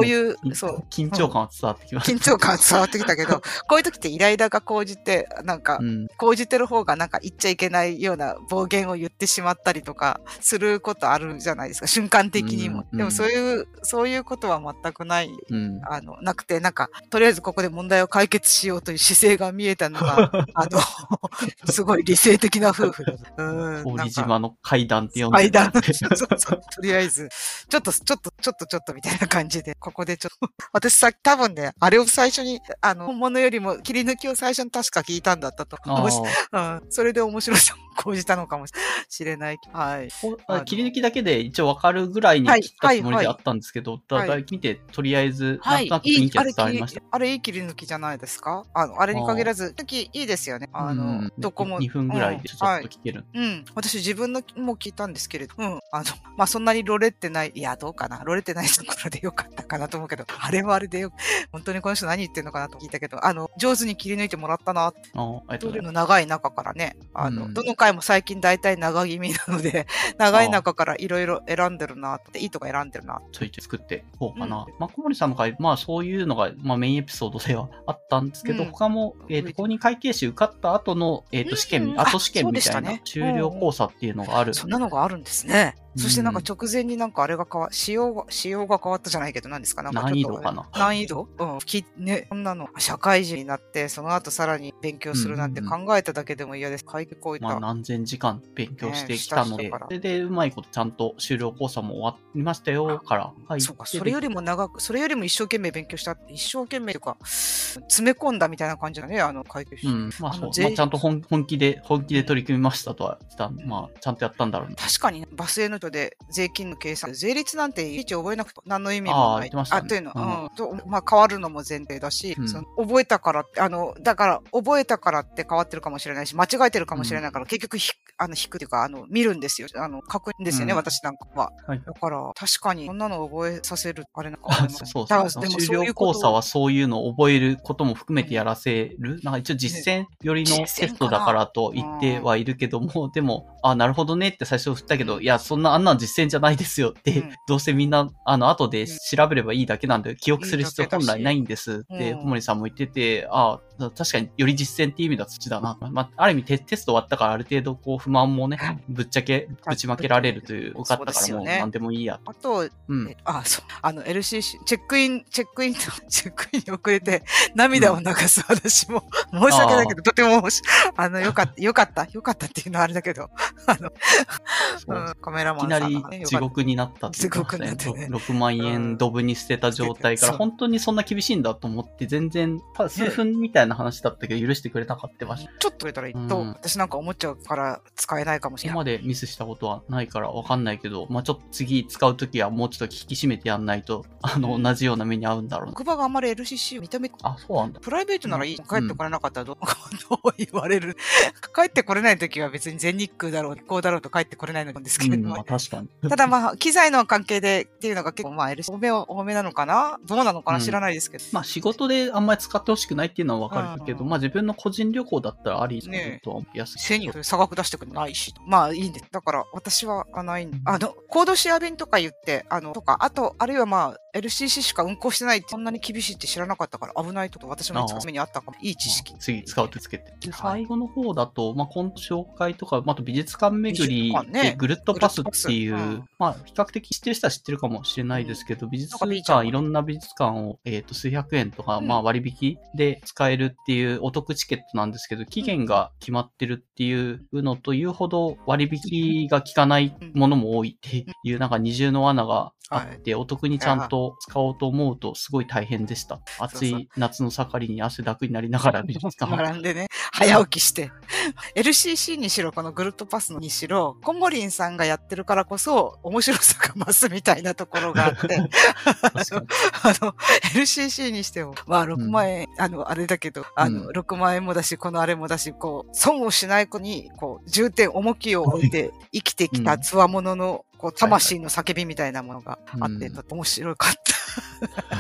いう、そう。 緊張感は伝わってきました。 緊張感は伝わってきたけど、こういう時ってイライラが高じて、なんか、高じてる方がなんか言っちゃいけないような暴言を言ってしまったりとか、することあるじゃないですか、瞬間的にも。でもそういうことは全くない、なくて、なんか、とりあえずここで問題を解決しようという姿勢が見えたのが、すごい理性的な夫婦だ。 堀島の階段って呼んで階段。そうとりあえず、ちょっとみたいな感じで、ここでちょっと、私さ、多分ね、あれを最初に、本物よりも切り抜きを最初に確か聞いたんだったと。それで面白さを講じたのかもしれない。はい。 切り抜きだけで一応わかるぐらいに切ったつもりであったんですけど、見て、とりあえず、なんとなく雰囲気が伝わりました。 あれいい切り抜きじゃないですか？あれに限らず、いいですよね。どこも。 2分ぐらいでちょっと聞ける。 私自分のも聞いたんですけれど、まあ、そんなにロレってない、いや、どうかな。ロレってないところでよかったかなと思うけど、あれはあれで本当にこの人何言ってんのかなと聞いたけど、上手に切り抜いてもらったな。どれの長い中からね、どの回も最近大体長気味なので、長い中からいろいろ選んでるなって、いいとこ選んでるな。 ちょいちょい作っていこうかな。まあ、小森さんの回、まあそういうのが、まあメインエピソードではあったんですけど、他も、公認会計士受かった後の、試験、後試験みたいな、修了考査っていうのがある。 そんなのがあるんですね。そしてなんか直前になんかあれが仕様が変わったじゃないけど何ですか？なんか難易度かな。 難易度？ね、こんなの社会人になってその後さらに勉強するなんて考えただけでも嫌です。書いてこいた。 まあ何千時間勉強してきたので、それでうまいことちゃんと修了講座も終わりましたよから入って。 そうか、それよりも一生懸命勉強した。一生懸命というか、詰め込んだみたいな感じだね、会計士。 まあそう。まあちゃんと本気で取り組みましたとは言った。まあちゃんとやったんだろうね。 確かに、バスへので税金の計算、税率なんていち覚えなくて何の意味もない。というの、まあ変わるのも前提だし、覚えたからって、だから覚えたからって変わってるかもしれないし、間違えてるかもしれないから、結局引くっていうか、見るんですよ。書くんですよね、私なんかは。だから、確かに、そんなの覚えさせる、あれなんか思います。 そう。でも修了講座はそういうのを覚えることも含めてやらせる。なんか一応実践よりのテストだからと言ってはいるけども、でも、なるほどねって最初振ったけど、いや、そんなあんな実践じゃないですよって、どうせみんな、後で調べればいいだけなんで、記憶する必要本来ないんですって、小森さんも言ってて、確かにより実践っていう意味だとそっちだな。まあ、ある意味テスト終わったからある程度こう不満もね、ぶちまけられるという、受かったからもう何でもいいやと。 あと、LCC、チェックインに遅れて涙を流す私も、申し訳ないけど、とてもよかったっていうのはあれだけど、カメラマンさんが、 いきなり地獄になったっていうか、 地獄になってね。 6万円ドブに捨てた状態から、本当にそんな厳しいんだと思って、全然、ただ数分みたいな話だったけど、許してくれなかったました。 ちょっと入れたらいいと、私なんか思っちゃうから使えないかもしれない。 今までミスしたことはないからわかんないけど、まあちょっと次使うときはもうちょっと引き締めてやんないと、同じような目に遭うんだろうな。 職場があんまり LCC を認めて、 そうなんだ。 プライベートならいい。帰ってこれなかったらどう言われる。帰ってこれないときは別に全日空だろう、こうだろうと帰ってこれないのですけれども。 確かに。 ただまあ、機材の関係でっていうのが結構まあ LCC 多めなのかな？どうなのかな？知らないですけど。 まあ仕事であんまり使ってほしくないっていうのはわかるけど、まあ自分の個人旅行だったらありとは思いやすい。 背に差額出してくれないし。まあいいんです。だから私はないんで。コードシェア便とか言って、あるいはまあ、LCC しか運行してないってそんなに厳しいって知らなかったから危ないと私もいつか目にあったかも。いい知識。 次使うとつけて。最後の方だと、まあ、コント紹介とか、あと美術館巡りでぐるっとパスっていう、まあ、比較的知ってる人は知ってるかもしれないですけど、美術館、いろんな美術館を、数百円とか、まあ、割引で使えるっていうお得チケットなんですけど、期限が決まってるっていうのというほど割引が効かないものも多いっていう、なんか二重の罠があって、お得にちゃんと使おうと思うとすごい大変でした。暑い夏の盛りに汗だくになりながら美術館並んでね、早起きして。LCC にしろ、このグルッとパスにしろ、コモリンさんがやってるからこそ、面白さが増すみたいなところがあって、LCC にしても、まあ6万円、あれだけど、6万円もだし、このあれもだし、こう、損をしない子に、こう、重点、重きを置いて生きてきたつわものの、 こう、魂の叫びみたいなものがあって、とても面白かった。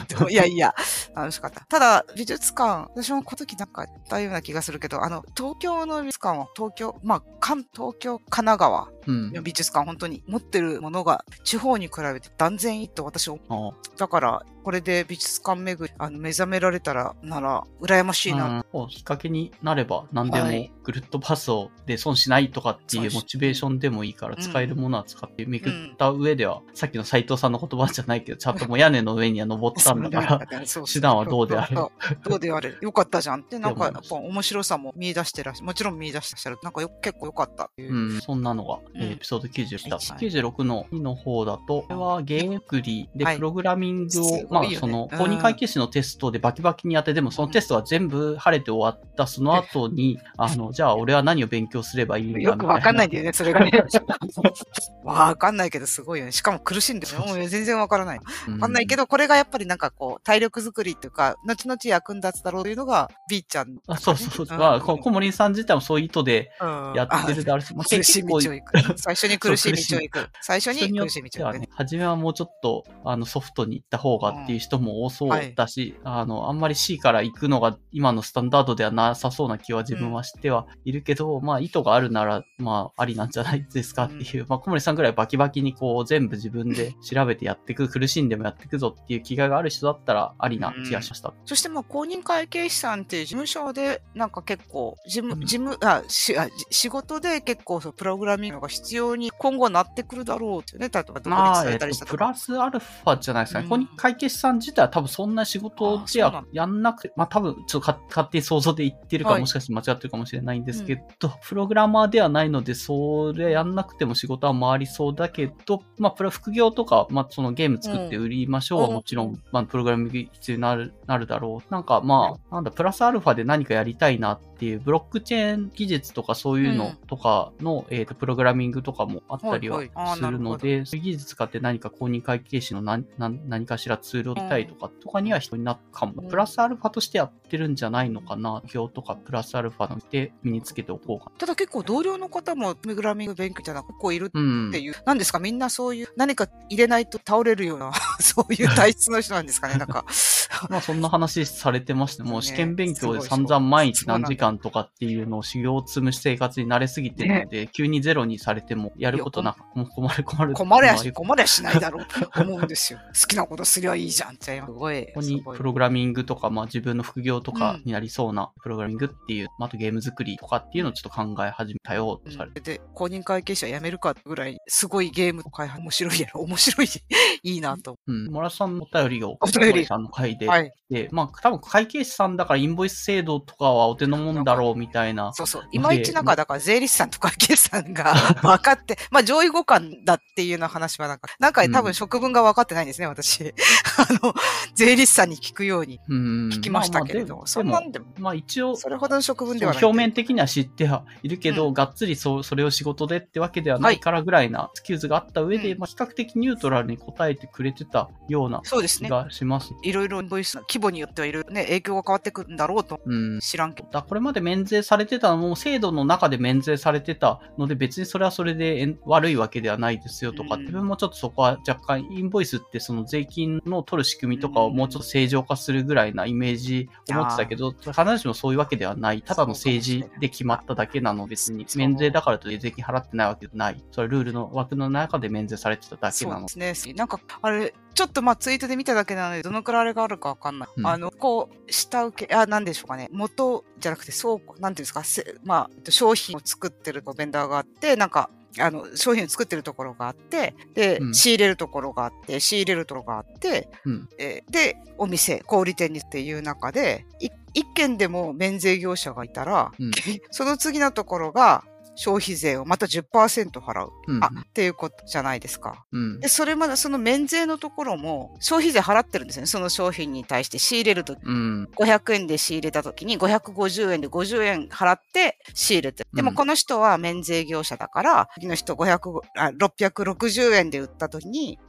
でもいやいや、楽しかった。ただ、美術館、私もこの時なんか言ったような気がするけど、東京の美術館は、東京、東京、神奈川の美術館、本当に持ってるものが地方に比べて断然いいと私は思う。だから、これで美術館巡り、目覚められたら、なら、羨ましいな。 きっかけになれば、何でもぐるっとパスをで損しないとかっていうモチベーションでもいいから、使えるものは使ってめくった上では、さっきの斉藤さんの言葉じゃないけど、ちゃんともう屋根の上には登ったんだから、手段はどうであれ。どうであれ。よかったじゃんって、なんかやっぱ面白さも見出してらっしゃる。もちろん見出してらっしゃる。なんか結構よかったっていう。 そんなのが、エピソード90だ。96の2の方だと、これはゲーム作りでプログラミングを、その、公認会計士のテストでバキバキにやって、でもそのテストが全部晴れて終わったその後に、じゃあ俺は何を勉強すればいいのかみたいな。 よくわかんないんだよね、それがね。わかんないけどすごいよね。しかも苦しんでる。もう全然わからない。わかんないけど、これがやっぱりなんかこう、体力作りっていうか、後々役に立つだろうというのが、B ちゃん、ね。 そう。小森さん自体もそういう意図でやってるであるし、 苦しい道を行く。最初に苦しい道を行く。最初に苦しい道を行く。 初めはもうちょっと、ソフトに行った方がっていう人も多そうだし、あんまり C から行くのが今のスタンダードではなさそうな気は自分はしてはいるけど、意図があるなら、ありなんじゃないですかっていう、小森さんぐらいバキバキにこう全部自分で調べてやっていく、苦しんでもやっていくぞっていう気概がある人だったらありな気がしました。 そして公認会計士さんっていう事務所でなんか結構、仕事で結構プログラミングが必要に今後なってくるだろうっていうね、例えば独立されたりしたとか。 プラスアルファじゃないですかね。公認会計士さん自体は多分そんな仕事ではやんなくて、多分ちょっと勝手に想像で言ってるか、もしかして間違ってるかもしれないんですけど、プログラマーではないので、それやんなくても仕事は回りそうだけど、副業とか、そのゲーム作って売りましょうはもちろん、プログラミング必要になるだろう。なんかプラスアルファで何かやりたいなっていう、ブロックチェーン技術とかそういうのとかの、プログラミングとかもあったりはするので、そういう技術使って何か公認会計士の何かしらツールを見たいとかには人になるかも。プラスアルファとしてやってるんじゃないのかな。表とかプラスアルファので身につけておこうか。 ただ結構同僚の方もプログラミング勉強じゃなく結構いるっていう、なんですか、みんなそういう何か入れないと倒れるようなそういう体質の人なんですかね、なんか。 そんな話されてまして、もう試験勉強で散々毎日何時間とかっていうのを修行を積む生活に慣れすぎてるので、急にゼロにされてもやることなく、もう困る。 困りゃしないだろうと思うんですよ。好きなことすりゃいいじゃんって。すごい。 ここにプログラミングとか、自分の副業とかになりそうなプログラミングっていう、あとゲーム作りとかっていうのをちょっと考え始めたよとされて。 で、公認会計士は辞めるかぐらい、すごいゲームの開発面白い、いいなと。 村さんのお便りを、森さんの回で、で、多分会計士さんだからインボイス制度とかはお手のもんだろうみたいな。 そう。いまいちだから税理士さんと会計士さんが分かって、上位互換だっていうような話はなんか多分職分が分かってないんですね、私。税理士さんに聞くように聞きましたけれど。そんなんでも。 一応、 それほどの職分ではない。 表面的には知ってはいるけど、がっつりそれを仕事でってわけではないからぐらいなスキルズがあった上で、比較的ニュートラルに答えてくれてたような気がします。 いろいろインボイスの規模によってはいろいろね、影響が変わってくるんだろうと。知らんけど。 これまで免税されてたのも、制度の中で免税されてたので、別にそれはそれで悪いわけではないですよとか、自分もちょっとそこは若干、インボイスってその税金の取る仕組みとかをもうちょっと正常化するぐらいなイメージを持ってたけど、必ずしもそういうわけではない。ただの政治で決まっただけなので、別に免税だからと税金払ってないわけじゃない。それルールの枠の中で免税されてただけなの。 そうですね。なんか、あれ、ちょっとツイートで見ただけなので、どのくらいあれがあるかわかんない。下請け、なんでしょうかね。元じゃなくて倉庫、なんていうんですか、商品を作ってるベンダーがあって、なんか、商品を作ってるところがあって、で、仕入れるところがあって、仕入れるところがあって、で、お店、小売店にっていう中で、一軒でも免税業者がいたら、その次のところが、消費税をまた 10% 払う、っていうことじゃないですか。で、それまでその免税のところも消費税払ってるんですよね。その商品に対して仕入れると、500円で仕入れた時に550円で50円払って仕入れてる。でもこの人は免税業者だから、次の人660円で売った時に、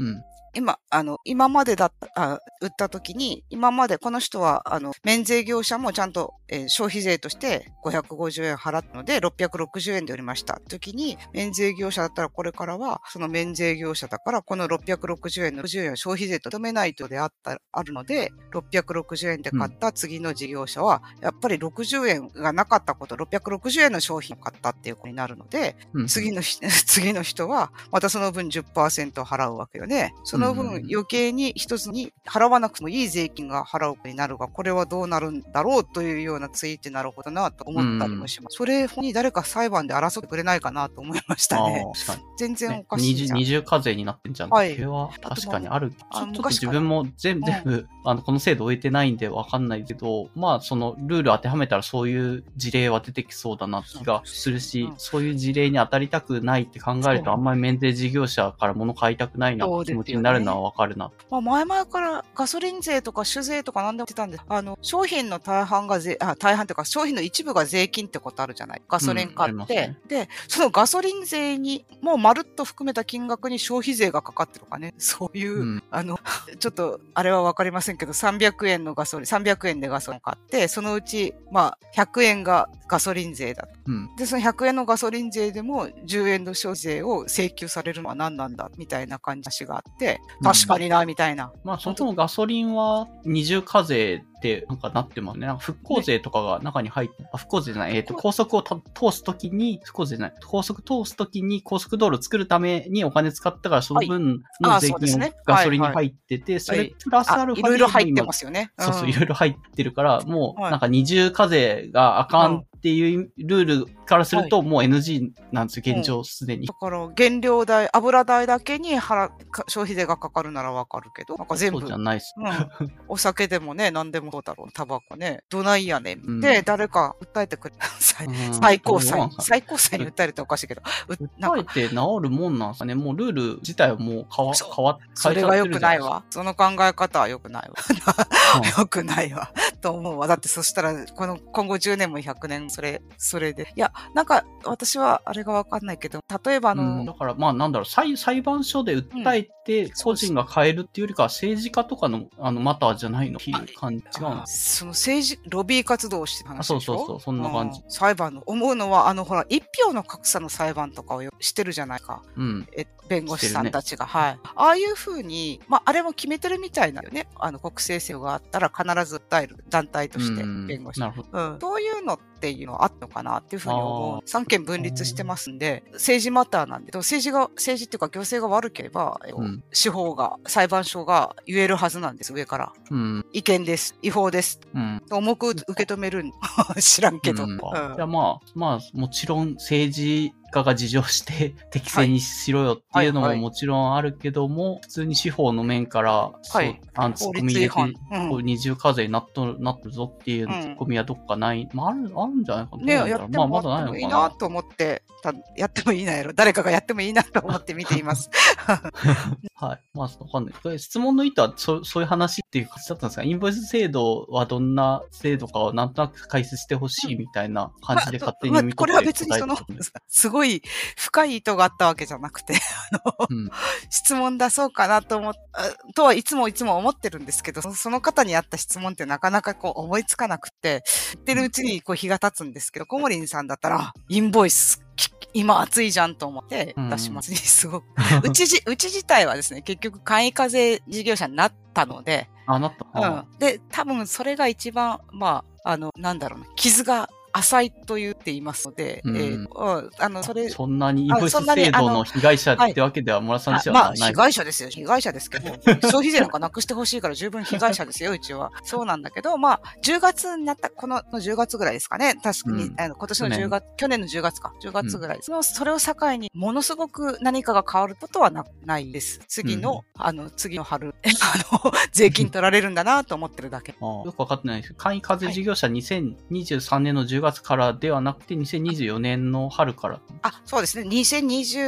今まで売った時に、今までこの人は、免税業者もちゃんと、消費税として550円払ったので、660円で売りました。時に、免税業者だったらこれからは、その免税業者だから、この660円の60円を消費税と止めないとあるので、660円で買った次の事業者は、やっぱり60円がなかったこと、660円の商品を買ったっていうことになるので、次の人は、またその分 10% 払うわけよね。その分余計に一つに払わなくてもいい税金が払うことになるが、これはどうなるんだろうというようなツイートになるほどなと思ったりもします。それに誰か裁判で争ってくれないかなと思いましたね。全然おかしいじゃん。 二重課税になってんじゃん。はい。それは確かにある。ちょっと自分も全部、この制度終えてないんでわかんないけど、まあそのルール当てはめたらそういう事例は出てきそうだな気がするし、そういう事例に当たりたくないって考えると、あんまり免税事業者から物買いたくないなって気持ちになるのはわかるな。 まあ前々からガソリン税とか酒税とか何でも言ってたんで、商品の大半というか商品の一部が税金ってことあるじゃない。ガソリン買って、で、そのガソリン税にもうまるっと含めた金額に消費税がかかってるとかね。そういう、ちょっとあれはわかりませんけど、300円でガソリン買って、そのうち、まあ、100円がガソリン税だと。で、その100円のガソリン税でも10円の消費税を請求されるのは何なんだみたいな感じがあって、確かにな、みたいな。 まあ、そもそもガソリンは二重課税ってなんかなってますね。なんか復興税とかが中に入って、復興税じゃない、高速を通すときに、高速道路作るためにお金使ったから、その分の税金がガソリンに入ってて、それプラスアルファでいろいろ入ってますよね。 そう、いろいろ入ってるから、もうなんか二重課税があかんっていうルールからすると、もう NG なんですよ、現状すでに。 だから、原料代、油代だけに消費税がかかるならわかるけど、なんか全部。 そうじゃないっす。 お酒でもね、何でもそうだろう。タバコね。どないやねん。で、誰か訴えてくれ。最高裁に訴えるっておかしいけど。 訴えて治るもんなんすかね。もうルール自体はもう変わってるじゃないですか。 それが良くないわ。その考え方は良くないわ。良くないわ。と思うわ。だってそしたら、今後10年も100年、それで。いや、なんか、私はあれがわかんないけど、例えばだから、まあなんだろう、裁判所で訴えて、個人が変えるっていうよりかは、政治家とかの、マターじゃないのっていう感じが。 そのロビー活動をして話でしょ。 そう、そんな感じ。 裁判の、思うのは、ほら、一票の格差の裁判とかをしてるじゃないか。弁護士さんたちが。はい。ああいうふうに、まあ、あれも決めてるみたいなよね。国政制度があったら必ず訴える団体として、弁護士。 なるほど。 そういうのっていうのはあったのかなっていうふうに思う。三権分立してますんで、政治マターなんで、政治っていうか行政が悪ければ、司法が、裁判所が言えるはずなんです、上から。違憲です。違法です。重く受け止める知らんけど。じゃあまあ、もちろん政治家が事情して適正にしろよっていうのももちろんあるけども、普通に司法の面から、ツッコミ入れて、二重課税になっるぞっていうツッコミはどっかない、まああるんじゃないかな。 ね、やってもいいなと思って、やってもいいなやろ。誰かがやってもいいなと思って見ています。 はい。まあ、わかんない。質問の意図はそういう話っていう感じだったんですか？インボイス制度はどんな制度かをなんとなく解説してほしいみたいな感じで勝手に読み取って、 これは別にすごい深い意図があったわけじゃなくて、質問出そうかなとはいつも思ってるんですけど、その方にあった質問ってなかなか思いつかなくて、言ってるうちに日が経つんですけど、コモリンさんだったら、インボイス、今暑いじゃんと思って出します。すごく。うち自体はですね、結局簡易課税事業者になったので、 なった。 で、多分それが一番、まあ、なんだろうな、傷が浅いと言っていますので、 そんなにインボイス制度の被害者ってわけでは村さん自身はない。 まあ、被害者ですよ。被害者ですけど、消費税なんかなくしてほしいから十分被害者ですよ、うちは。そうなんだけど、まあ、10月になった、この10月ぐらいですかね。確かに、今年の10月、去年の10月か。10月ぐらい。それを境に、ものすごく何かが変わることはないです。次の春、税金取られるんだなと思ってるだけ。 よくわかってないです。簡易課税事業者2023年の10月からではなくて2024年の春から。 そうですね。2023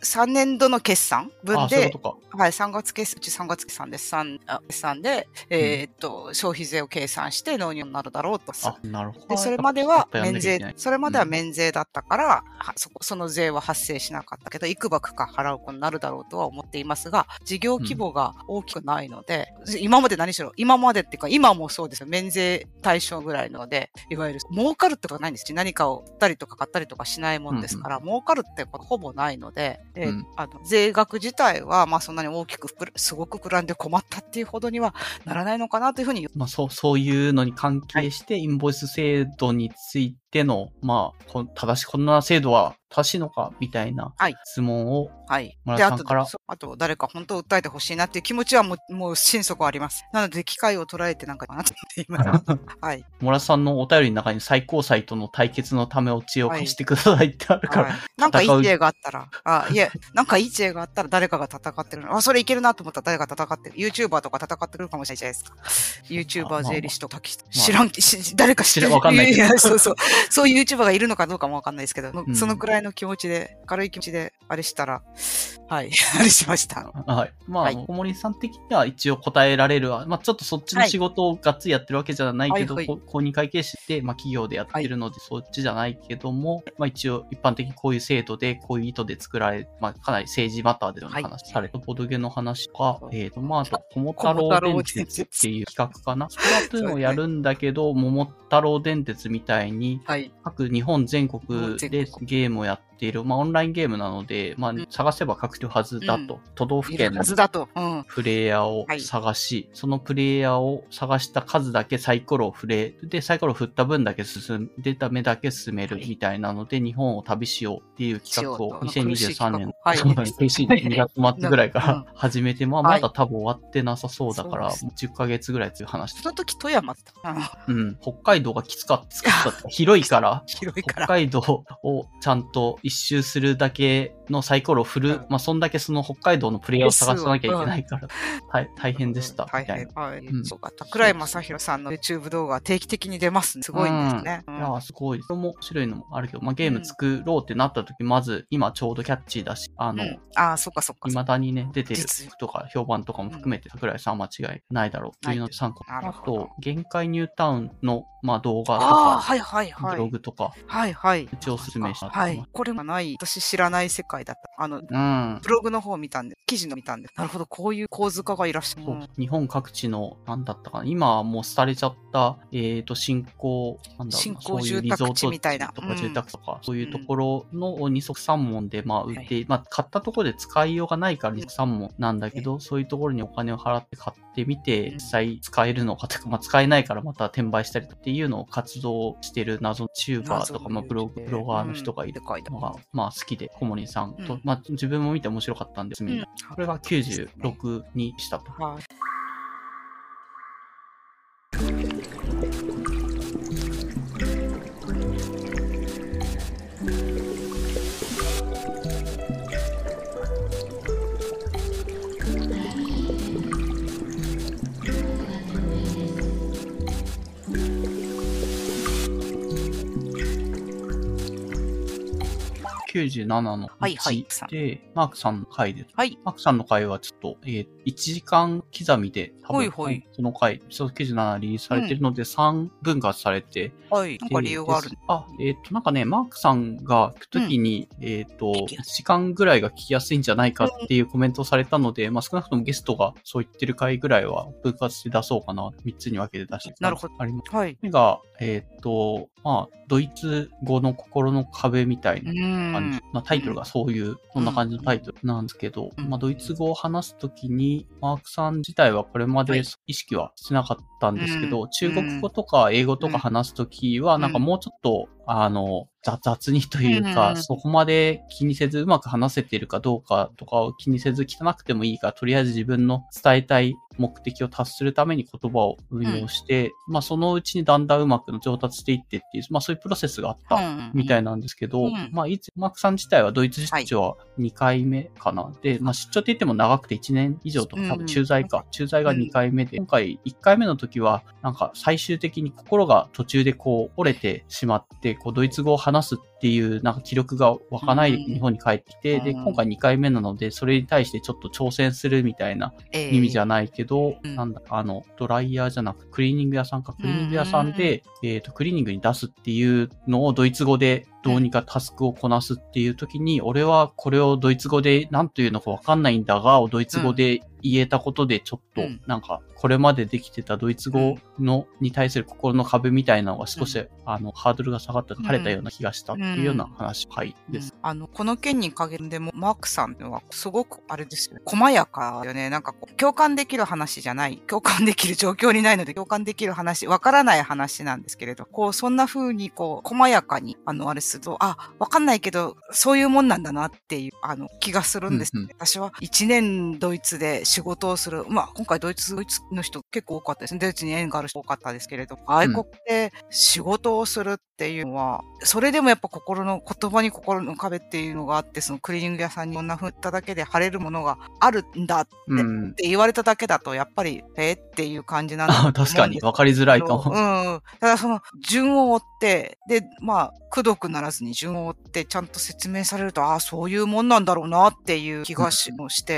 3年度の決算分で、 そういうことか。 はい、3月決算、うち3月決算です。決算で、消費税を計算して納入になるだろうと。 なるほど。 で、それまでは免税だったから、その税は発生しなかったけど、いくばくか払うことになるだろうとは思っていますが、事業規模が大きくないので、今までっていうか、今もそうですよ。免税対象ぐらいので、いわゆる儲かるってことはないんですし、何かを売ったりとか買ったりとかしないもんですから、儲かるってことはほぼないので、税額自体は、そんなに大きくすごく膨らんで困ったっていうほどにはならないのかなというふうに。 そういうのに関係して、インボイス制度についての、こんな制度は正しいのかみたいな質問を、村さんから。 あと、誰か本当訴えてほしいなっていう気持ちはもう心底あります。なので、機会を捉えてなんかなと思っています。はい。 村さんのお便りの中に最高裁との対決のためお知恵を貸してくださいってあるから。 なんかいい知恵があったら、なんかいい知恵があったら誰かが戦ってる。それいけるなと思ったら誰か戦ってる。YouTuber とか戦ってるかもしれないじゃないですか。YouTuber 税理士とか知らん、誰か知ってる。 わかんないけど。 そういう YouTuber がいるのかどうかもわかんないですけど、そのくらいの気持ちで、軽い気持ちで、あれしたら、あれしました。 はい。小森さん的には一応答えられるわ。ちょっとそっちの仕事をがっつりやってるわけじゃないけど、公認会計士って、企業でやってるので、そっちじゃないけども、一応一般的にこういう制度で、こういう意図で作られ、かなり政治マターでの話されたボードゲの話とか、あと、桃太郎電鉄っていう企画かな。スプラトゥーンをやるんだけど、桃太郎電鉄みたいに、各日本全国でゲームをやっている、オンラインゲームなので、探せば書くはずだと、都道府県のプレイヤーを探し、そのプレイヤーを探した数だけサイコロを振れ、で、サイコロを振った分だけ出た目だけ進めるみたいなので、日本を旅しようっていう企画を2023年の2月末ぐらいから始めて、まだ多分終わってなさそうだから、10ヶ月ぐらいという話。 その時富山だった。 北海道がきつかった。広いから、北海道をちゃんと一周するだけのサイコロを振る、そんだけその北海道のプレイヤーを探さなきゃいけないから、大変でした。 大変。そうか。桜井正宏さんの YouTube 動画は定期的に出ますね。すごいんですね。 いや、すごい。それも面白いのもあるけど、ゲーム作ろうってなった時、まず、今ちょうどキャッチーだし、 そっか。 未だにね、出てるとか、評判とかも含めて、桜井さんは間違いないだろうっていうので参考。あと、限界ニュータウンの、動画とか、ブログとか、一応おすすめした。 これがない、私知らない世界だった。ブログの方見たんで、記事の見たんで、なるほど、こういう構図家がいらっしゃる。 日本各地の、なんだったかな、今はもう廃れちゃった、新興住宅地みたいな。 とか住宅とか、そういうところの二足三門で、売って、買ったところで使いようがないから二足三門なんだけど、そういうところにお金を払って買ってみて、実際使えるのかとか、使えないからまた転売したりっていうのを活動してる謎のチューバーとか、ブロガーの人がいるのが、好きで、小森さんと、自分も見て面白かったんです。これが96にしたと。97の1で、マークさんの回です。マークさんの回はちょっと、1時間刻みで、多分、その回、97リリースされてるので、3分割されて、 なんか理由がある。 なんかね、マークさんが行くときに、1時間ぐらいが聞きやすいんじゃないかっていうコメントをされたので、少なくともゲストがそう言ってる回ぐらいは分割して出そうかな、3つに分けて出してなるほど。 あります。それが、ドイツ語の心の壁みたいな感じ。タイトルがそういう、そんな感じのタイトルなんですけど、ドイツ語を話すときに、マークさん自体はこれまで意識はしてなかったんですけど、中国語とか英語とか話すときは、なんかもうちょっと、雑にというか、そこまで気にせずうまく話せているかどうかとかを気にせず汚くてもいいから、とりあえず自分の伝えたい目的を達するために言葉を運用して、そのうちにだんだんうまく上達していってっていう、そういうプロセスがあったみたいなんですけど、マークさん自体はドイツ出張は2回目かな。で、出張って言っても長くて1年以上とか、多分駐在が2回目で、今回1回目の時は、なんか最終的に心が途中で折れてしまって、ドイツ語を話話すっていうなんか記録が湧かない日本に帰ってきて、で、今回2回目なので、それに対してちょっと挑戦するみたいな意味じゃないけど、なんだ、ドライヤーじゃなくクリーニング屋さんか、クリーニング屋さんで、クリーニングに出すっていうのをドイツ語でどうにかタスクをこなすっていう時に、俺はこれをドイツ語で何というのかわかんないんだが、ドイツ語で言えたことでちょっと、なんか、これまでできてたドイツ語に対する心の壁みたいなのが少し、ハードルが下がった、晴れたような気がしたっていうような話、はいです。 この件に限るでも、マークさんはすごくあれですよね。細やかよね。なんかこう、共感できる話じゃない。共感できる状況にないので、共感できる話、わからない話なんですけれど、こう、そんな風にこう、細やかに、あれすると、わかんないけど、そういうもんなんだなっていう、気がするんですね。私は1年ドイツで仕事をする。まあ、今回ドイツの人結構多かったですね。ドイツに縁がある人多かったですけれど、外国で仕事をするっていうのは、それでもやっぱ言葉に心の壁っていうのがあって、そのクリーニング屋さんにこんな風に言っただけで晴れるものがあるんだって言われただけだと、やっぱり、っていう感じなんだと思うんです。 確かに、わかりづらいかも。 ただその、順を追って、で、まあ、くどくならずに順を追ってちゃんと説明されると、そういうもんなんだろうなっていう気がして。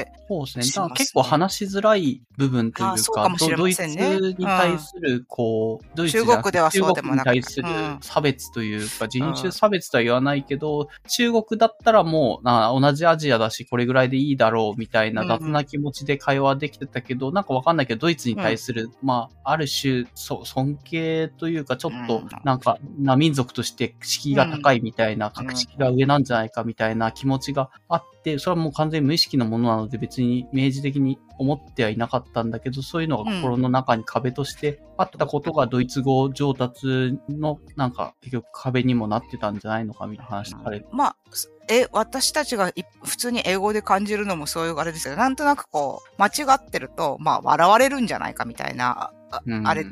そうですね。だから結構話しづらい部分というか、 そうかもしれませんね。 ドイツに対する、こう、ドイツ中国ではそうでもなく中国に対する差別というか、人種差別とは言わないけど、中国だったらもう、同じアジアだし、これぐらいでいいだろうみたいな雑な気持ちで会話できてたけど、なんかわかんないけど、ドイツに対する、まあ、ある種、尊敬というか、ちょっと、なんか、民族として敷居が高いみたいな、格式が上なんじゃないかみたいな気持ちがあって、それはもう完全に無意識のものなので別に明示的に思ってはいなかったんだけど、そういうのが心の中に壁としてあったことがドイツ語上達のなんか結局壁にもなってたんじゃないのかみたいな話されて。 まあ、私たちが普通に英語で感じるのもそういうあれですけど、なんとなくこう、間違ってると、まあ、笑われるんじゃないかみたいな、あれって、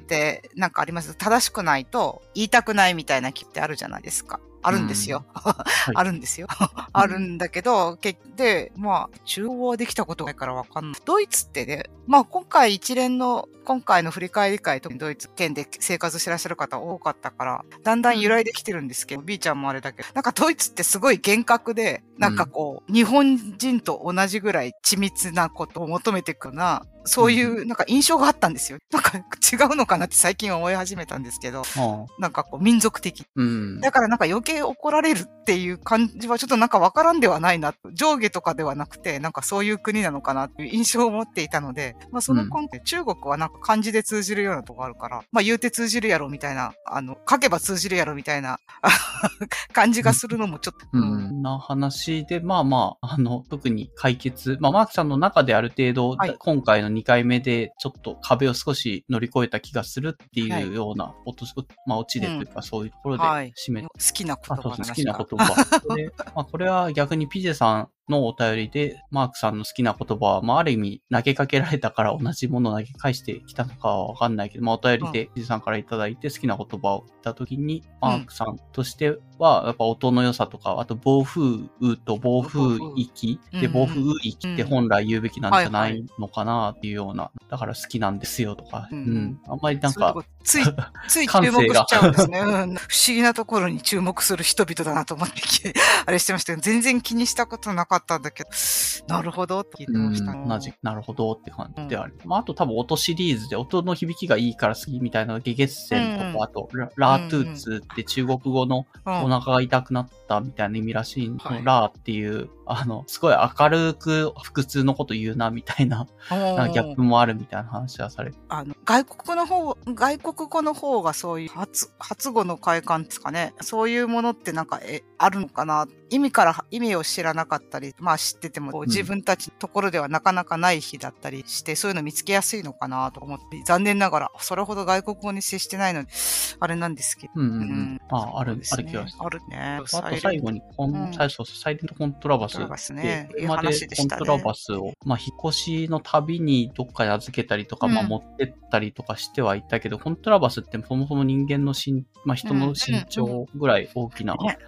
なんかあります。正しくないと言いたくないみたいな気ってあるじゃないですか。あるんですよ。あるんですよ。あるんだけど、まあ、中央はできたことないからわかんない。ドイツってね、まあ今回の振り返り会、特にドイツ圏で生活してらっしゃる方多かったから、だんだん由来できてるんですけど、B ちゃんもあれだけど、なんかドイツってすごい厳格で、なんかこう、日本人と同じぐらい緻密なことを求めていくな、そういうなんか印象があったんですよ。なんか違うのかなって最近は思い始めたんですけど、なんかこう民族的。だからなんか余計怒られるっていう感じはちょっとなんかわからんではないな。上下とかではなくて、なんかそういう国なのかなっていう印象を持っていたので、まあその根拠、中国はなんか漢字で通じるようなとこあるから、まあ言うて通じるやろみたいな、書けば通じるやろみたいな感じがするのもちょっと。 な話で、まあまあ、特に解決、まあマークさんの中である程度、今回の2回目でちょっと壁を少し乗り越えた気がするっていうようなまあオチでというかそういうところで締めて。 好きな言葉好きな言葉。で、まあこれは逆にピジェさんのお便りで、マークさんの好きな言葉は、まあある意味投げかけられたから同じものを投げ返してきたのかはわかんないけど、まあお便りでピジェさんからいただいて好きな言葉を言ったときに、マークさんとしては、やっぱ音の良さとか、あと暴風雨と暴風域で、暴風雨域って本来言うべきなんじゃないのかなっていうような、だから好きなんですよとか、あんまりなんか、 つい注目しちゃうんですね。不思議なところに注目する人々だなと思ってあれしてましたけど、全然気にしたことなかったんだけど、なるほどって聞いてました。 なるほどって感じである。まあ、あと多分音シリーズで音の響きがいいから好きみたいな、ゲゲッセンとか、あと、ラートゥーツって中国語のお腹が痛くなったみたいな意味らしいの、ラーっていう、すごい明るく普通のこと言うなみたいな、ギャップもあるみたいな話はされて。 外国語の方がそういう発語の快感ですかね。そういうものってなんか、あるのかな。意味を知らなかったり、まあ知ってても、自分たちのところではなかなかない日だったりして、そういうの見つけやすいのかなと思って、残念ながら、それほど外国語に接してないので、あれなんですけど。 ある気がする。 あるね。 あと最後に、サイレントコントラバス。 ね。 今までコントラバスを、まあ引っ越しのたびにどっかに預けたりとか、まあ持ってったりとかしてはいたけど、コントラバスってそもそも人間のまあ人の身長ぐらい大きな楽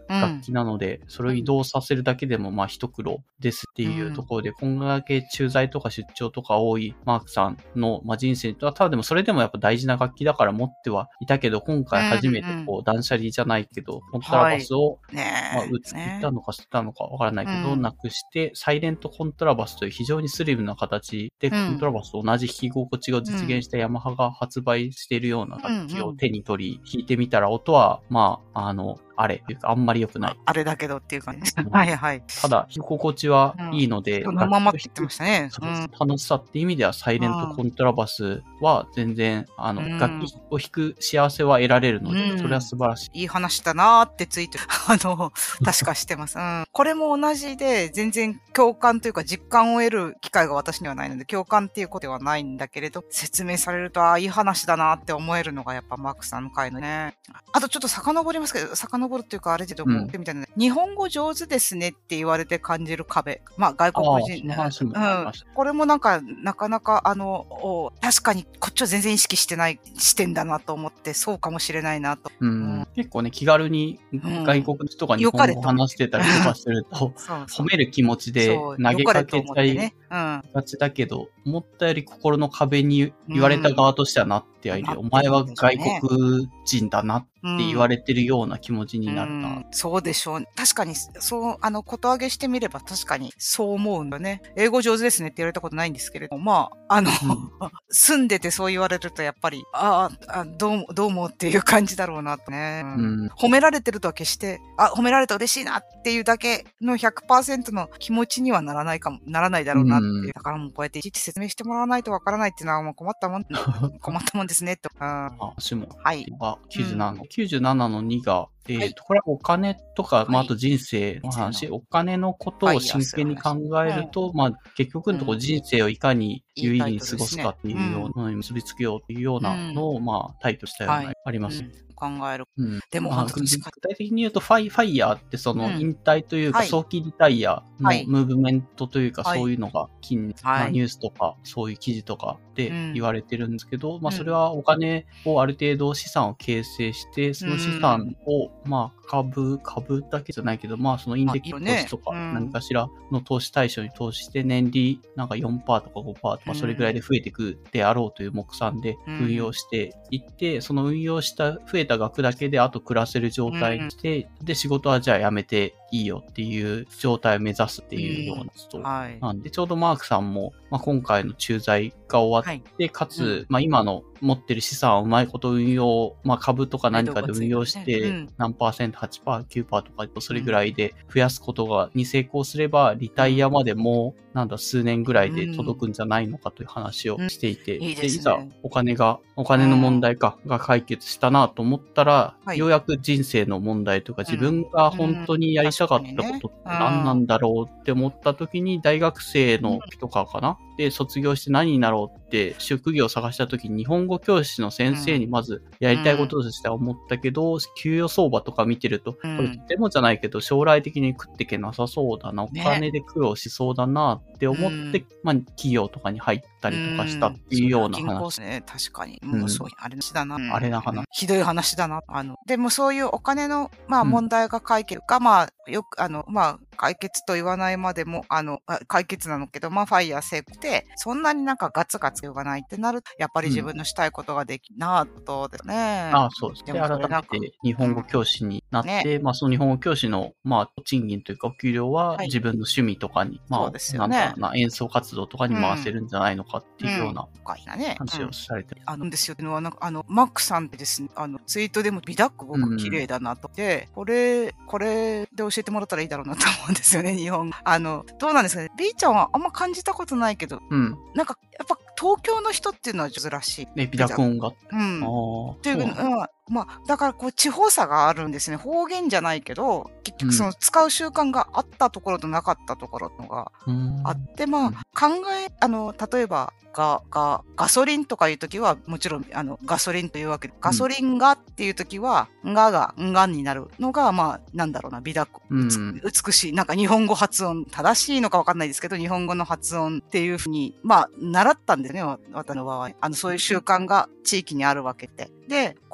先なので、それを移動させるだけでもまあ一苦労ですっていうところで、こんだけ駐在とか出張とか多いマークさんの、まあ、人生とは、ただでもそれでもやっぱ大事な楽器だから持ってはいたけど、今回初めてこう断捨離じゃないけど、コントラバスを、まあ、売ったのか捨てたのかわからないけど、なくして、サイレントコントラバスという非常にスリムな形で、コントラバスと同じ弾き心地を実現したヤマハが発売しているような楽器を手に取り、弾いてみたら音は、まあ、あれっていうかあんまり良くない。 あれだけどっていう感じです。はいはい。 ただ、弾き心地はいいので、 そのままって言ってましたね。 楽しさっていう意味では、サイレントコントラバスは全然、楽器を弾く幸せは得られるので、それは素晴らしい。 いい話だなーってついて、確かしてます。これも同じで、全然共感というか実感を得る機会が私にはないので、共感っていうことではないんだけれど、説明されると、いい話だなって思えるのがやっぱマークさんの回のね。あとちょっと遡りますけど、遡るっていうかあれでども、みたいな、日本語上手ですねって言われて感じる壁。まあ外国人の。これもなんか、なかなか確かにこっちは全然意識してない視点だなと思って、そうかもしれないなと。 結構ね、気軽に外国の人が日本語を話してたりとかすると、褒める気持ちで投げかけちゃいがちだけど、思ったより心の壁に言われた側としてはなってはいる。お前は外国人だなって言われてるような気持ちになるな。 そうでしょう。確かに、そう、こと上げしてみれば確かにそう思うんだね。英語上手ですねって言われたことないんですけれども、まあ、住んでてそう言われるとやっぱり、どうもっていう感じだろうなってね。褒められてるとは決して、褒められて嬉しいなっていうだけの 100% の気持ちにはならないだろうなっていう。だからもうこうやっていちいち説明してもらわないとわからないっていうのはもう困ったもんですね、と。 私も。 はい。 97の2が、これはお金とか、まあ、あと人生の話、お金のことを真剣に考えると、まあ、結局のところ人生をいかに有意義に過ごすかっていうようなのに結びつけようっていうようなのを、まあ、タイトルしたような、あります。 考える。でも、 具体的に言うと、ファイヤーってその引退というか、早期リタイアのムーブメントというか、そういうのが近年、ニュースとか、そういう記事とかで言われてるんですけど、まあ、それはお金をある程度資産を形成して、その資産を、まあ、株だけじゃないけど、まあ、そのインデックス投資とか、何かしらの投資対象に投資して、年利なんか 4% とか 5% とか、それぐらいで増えていくであろうという目算で運用していって、その運用した増えた額だけであと暮らせる状態にして、で、仕事はじゃあやめていいよっていう状態を目指すっていうようなことなんで、ちょうどマークさんも、まあ、今回の駐在が終わって、かつ、まあ、今の持ってる資産をうまいこと運用、まあ、株とか何かで運用して、何%、8%、9% とか、それぐらいで増やすことに成功すれば、リタイアまでもう、数年ぐらいで届くんじゃないのかという話をしていて、で、いざお金の問題が解決したなと思ったら、ようやく人生の問題とか、自分が本当にやりたかったことって何なんだろうって思った時に、大学生の人かなで、卒業して何になろうって職業を探した時に日本語教師の先生にまずやりたいこととしては思ったけど、給与相場とか見てると、これとてもじゃないけど将来的に食っていけなさそうだな、お金で苦労しそうだなって思って、まあ企業とかに入ったりとかしたっていうような話。 ね、確かに。もうそういうあれだな。 あれな話。 ひどい話だな。でもそういうお金の、まあ問題が解決か、まあよく、まあ解決と言わないまでも、解決なのけど、まあファイヤー成功で、そんなになんかガツガツ言わないってなると、やっぱり自分のしたいことができなとですね。 そうですね。で、改めて日本語教師になって、まあその日本語教師の、まあ賃金というかお給料は自分の趣味とかに、まあ、なんだろうな、演奏活動とかに回せるんじゃないのかっていうような話をされてる。 ですよ。マックさんってですね、ツイートでも美ダック僕綺麗だなと。で、これで教えてもらったらいいだろうなと思うんですよね、日本語。どうなんですかね。B ちゃんはあんま感じたことないけど、なんか、やっぱ東京の人っていうのは珍しい。 美濁音が。 っていう、まあ、だからこう地方差があるんですね。方言じゃないけど、結局その使う習慣があったところとなかったところのがあって、まあ、例えば、ガソリンとかいうときは、もちろん、ガソリンというわけで、ガソリンがっていうときは、がになるのが、まあ、なんだろうな、美濁。美しい。なんか日本語発音、正しいのかわかんないですけど、日本語の発音っていうふうに、まあ、習ったんですね、私の場合。そういう習慣が地域にあるわけで。で、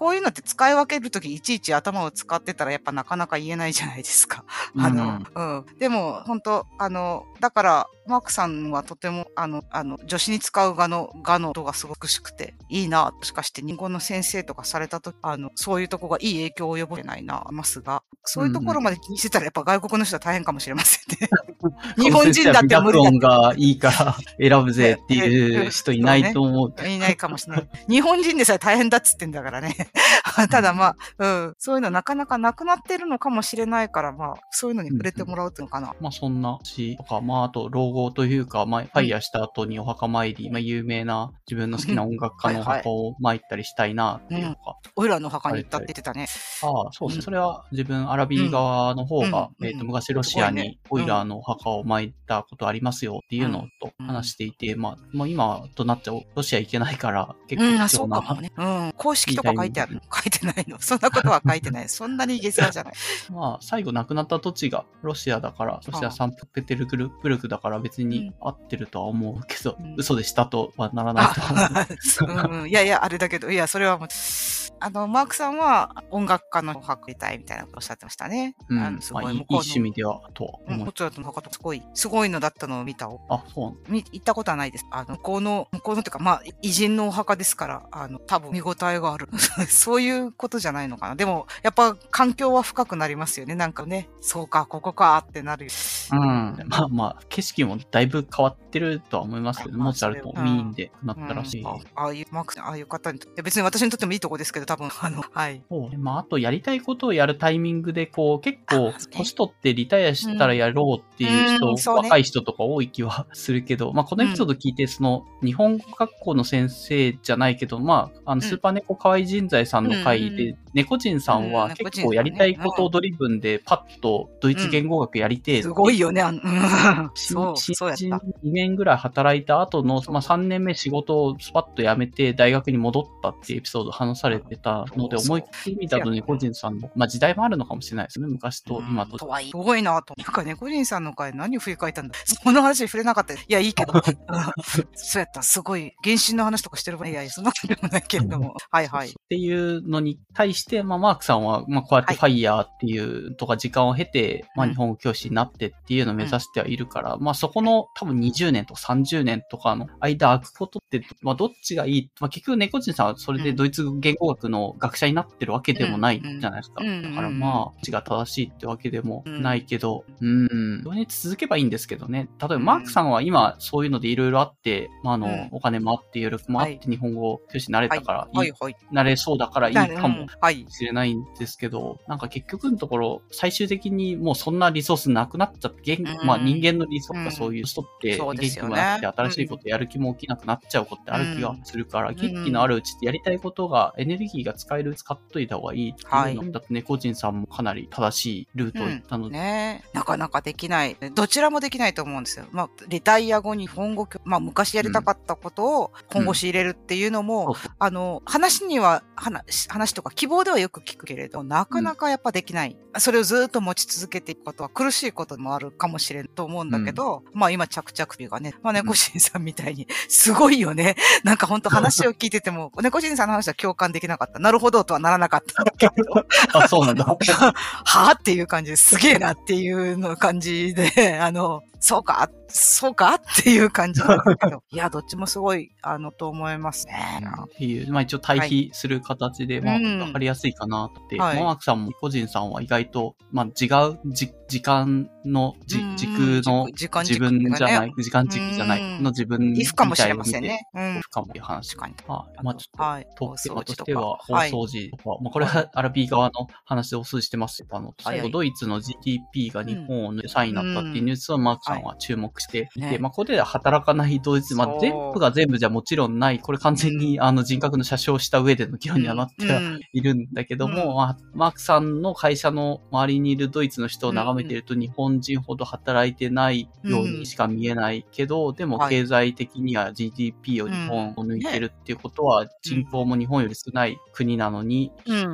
こういうのって使い分けるときいちいち頭を使ってたらやっぱなかなか言えないじゃないですか。でも、本当だから、マークさんはとても、助詞に使うがの音がすごくしくて、いいな、もしかして日本語の先生とかされたとき、そういうとこがいい影響を及ぼせないな、ますが、そういうところまで気にしてたらやっぱ外国の人は大変かもしれませんね。日本人だって無理だって。 がいいから選ぶぜっていう人いないと思う。 いないかもしれない。日本人でさえ大変だっつってんだからね。ただまあ、そういうのなかなかなくなってるのかもしれないから、まあ、そういうのに触れてもらうっていうのかな。 まあそんなしとか、まああと老後というか、まあファイヤーした後にお墓参り、まあ有名な自分の好きな音楽家のお墓を参ったりしたいなっていうか。 オイラの墓に行ったって言ってたね。 ああ、そうですね。それは自分アラビー側の方が、昔ロシアにオイラーのお墓を参ったことありますよっていうのと話していて、まあもう今となっちゃロシア行けないから結構貴重な。 そうかもね。公式とか書いてあるの？書いてないの？そんなことは書いてない。そんなに下世話じゃない。 まあ最後亡くなった土地がロシアだから、ロシアサンクペテルブルクだから別に合ってるとは思うけど、嘘でしたとはならないと思う。いやいや、あれだけど、いや、それはもう、マークさんは音楽家のお墓みたいみたいなことをおっしゃってましたね。 すごい、いい趣味ではとは思う。こちらの墓とすごいのだったのを見たを。 あ、そう行ったことはないです。向こうのっていうか、まあ、偉人のお墓ですから、多分見応えがある。そういうことじゃないのかな。でも、やっぱ環境は深くなりますよね。なんかね、そうか、ここかってなる。 まあまあ、景色もだいぶ変わってるとは思いますけど、モーツァルト、ウィーンでなったらしい。 ああいう方にとって、別に私にとってもいいとこですけど、多分、はい。 まあ、あとやりたいことをやるタイミングで、こう、結構、年取ってリタイアしたらやろうっていう人、若い人とか多い気はするけど、まあ、このエピソード聞いて、日本語学校の先生じゃないけど、まあ、スーパー猫かわい人材さんの会で、猫人さんは結構やりたいことをドリブンでパッとドイツ言語学やりてえ。 すごいよね、 新人2年ぐらい働いた後の、まあ、3年目仕事をスパッと辞めて大学に戻ったっていうエピソード話されてたので、思いっきり見たと猫人さんの、まあ、時代もあるのかもしれないですね、昔と今と。 すごいなと。なんか猫人さんの会何を振り返ったんだ。その話に触れなかった。いや、いいけど。そうやった。すごい、原神の話とかしてる場合、いや、そんなことでもないけれども。はいはい。 っていうのに対して、まあ、マークさんは、まあ、こうやってファイヤーっていうとか時間を経て、まあ、日本語教師になってっていうのを目指してはいるから、まあ、そこの多分20年とか30年とかの間空くことって、まあ、どっちがいい、まあ、結局猫人さんはそれでドイツ言語学の学者になってるわけでもないじゃないですか。だからまあ、どっちが正しいってわけでもないけど、どう続けばいいんですけどね。例えばマークさんは今そういうのでいろいろあって、まあ、お金もあって余力もあって日本語教師になれたからなれそうだからいいかもしれないんですけど、なんか結局のところ、最終的にもうそんなリソースなくなっちゃって、まあ人間のリソースがそういう人って元気もなくて新しいことやる気も起きなくなっちゃうことってある気がするから、元気のあるうちってやりたいことが、エネルギーが使えるうち使っといた方がいいっていうのだって猫人さんもかなり正しいルートを行ったので。 ね、なかなかできない。どちらもできないと思うんですよ。まあ、リタイア後に本語、まあ昔やりたかったことを本腰入れるっていうのも、話には、話とか希望ではよく聞くけれど、なかなかやっぱできない。それをずっと持ち続けていくことは苦しいこともあるかもしれんと思うんだけど、まあ今着々というかね、まあ猫人さんみたいに、すごいよね。なんか本当話を聞いてても、猫人さんの話は共感できなかった。なるほどとはならなかったんだけど。 あ、そうなんだ。はぁっていう感じですげえなっていうの感じで、そうかっていう感じなんだけど。いや、どっちもすごい、と思いますね。 っていう、まあ一応対比する形で、まあ、わかりやすいかなって。マークさんも個人さんは意外と、まあ違う時間の、軸の自分じゃない、時間軸じゃないの自分みたいな。 かもしれませんね。 かもいう話。 まあちょっと、テーマとしては、大掃除とか、まあこれはアラビー側の話で大掃除してますけど、最後ドイツの GDP が日本を3位になったっていうニュースをマークさんは注目していて、まあここで働かないドイツ、まあ全部が全部じゃもちろんない、これ完全に人格の詐称した上での議論にはなってはいるんだけども、マークさんの会社の周りにいるドイツの人を眺めていると日本人ほど働いてないようにしか見えないけど、でも経済的には GDP を日本を抜いてるっていうことは人口も日本より少ない国なのに、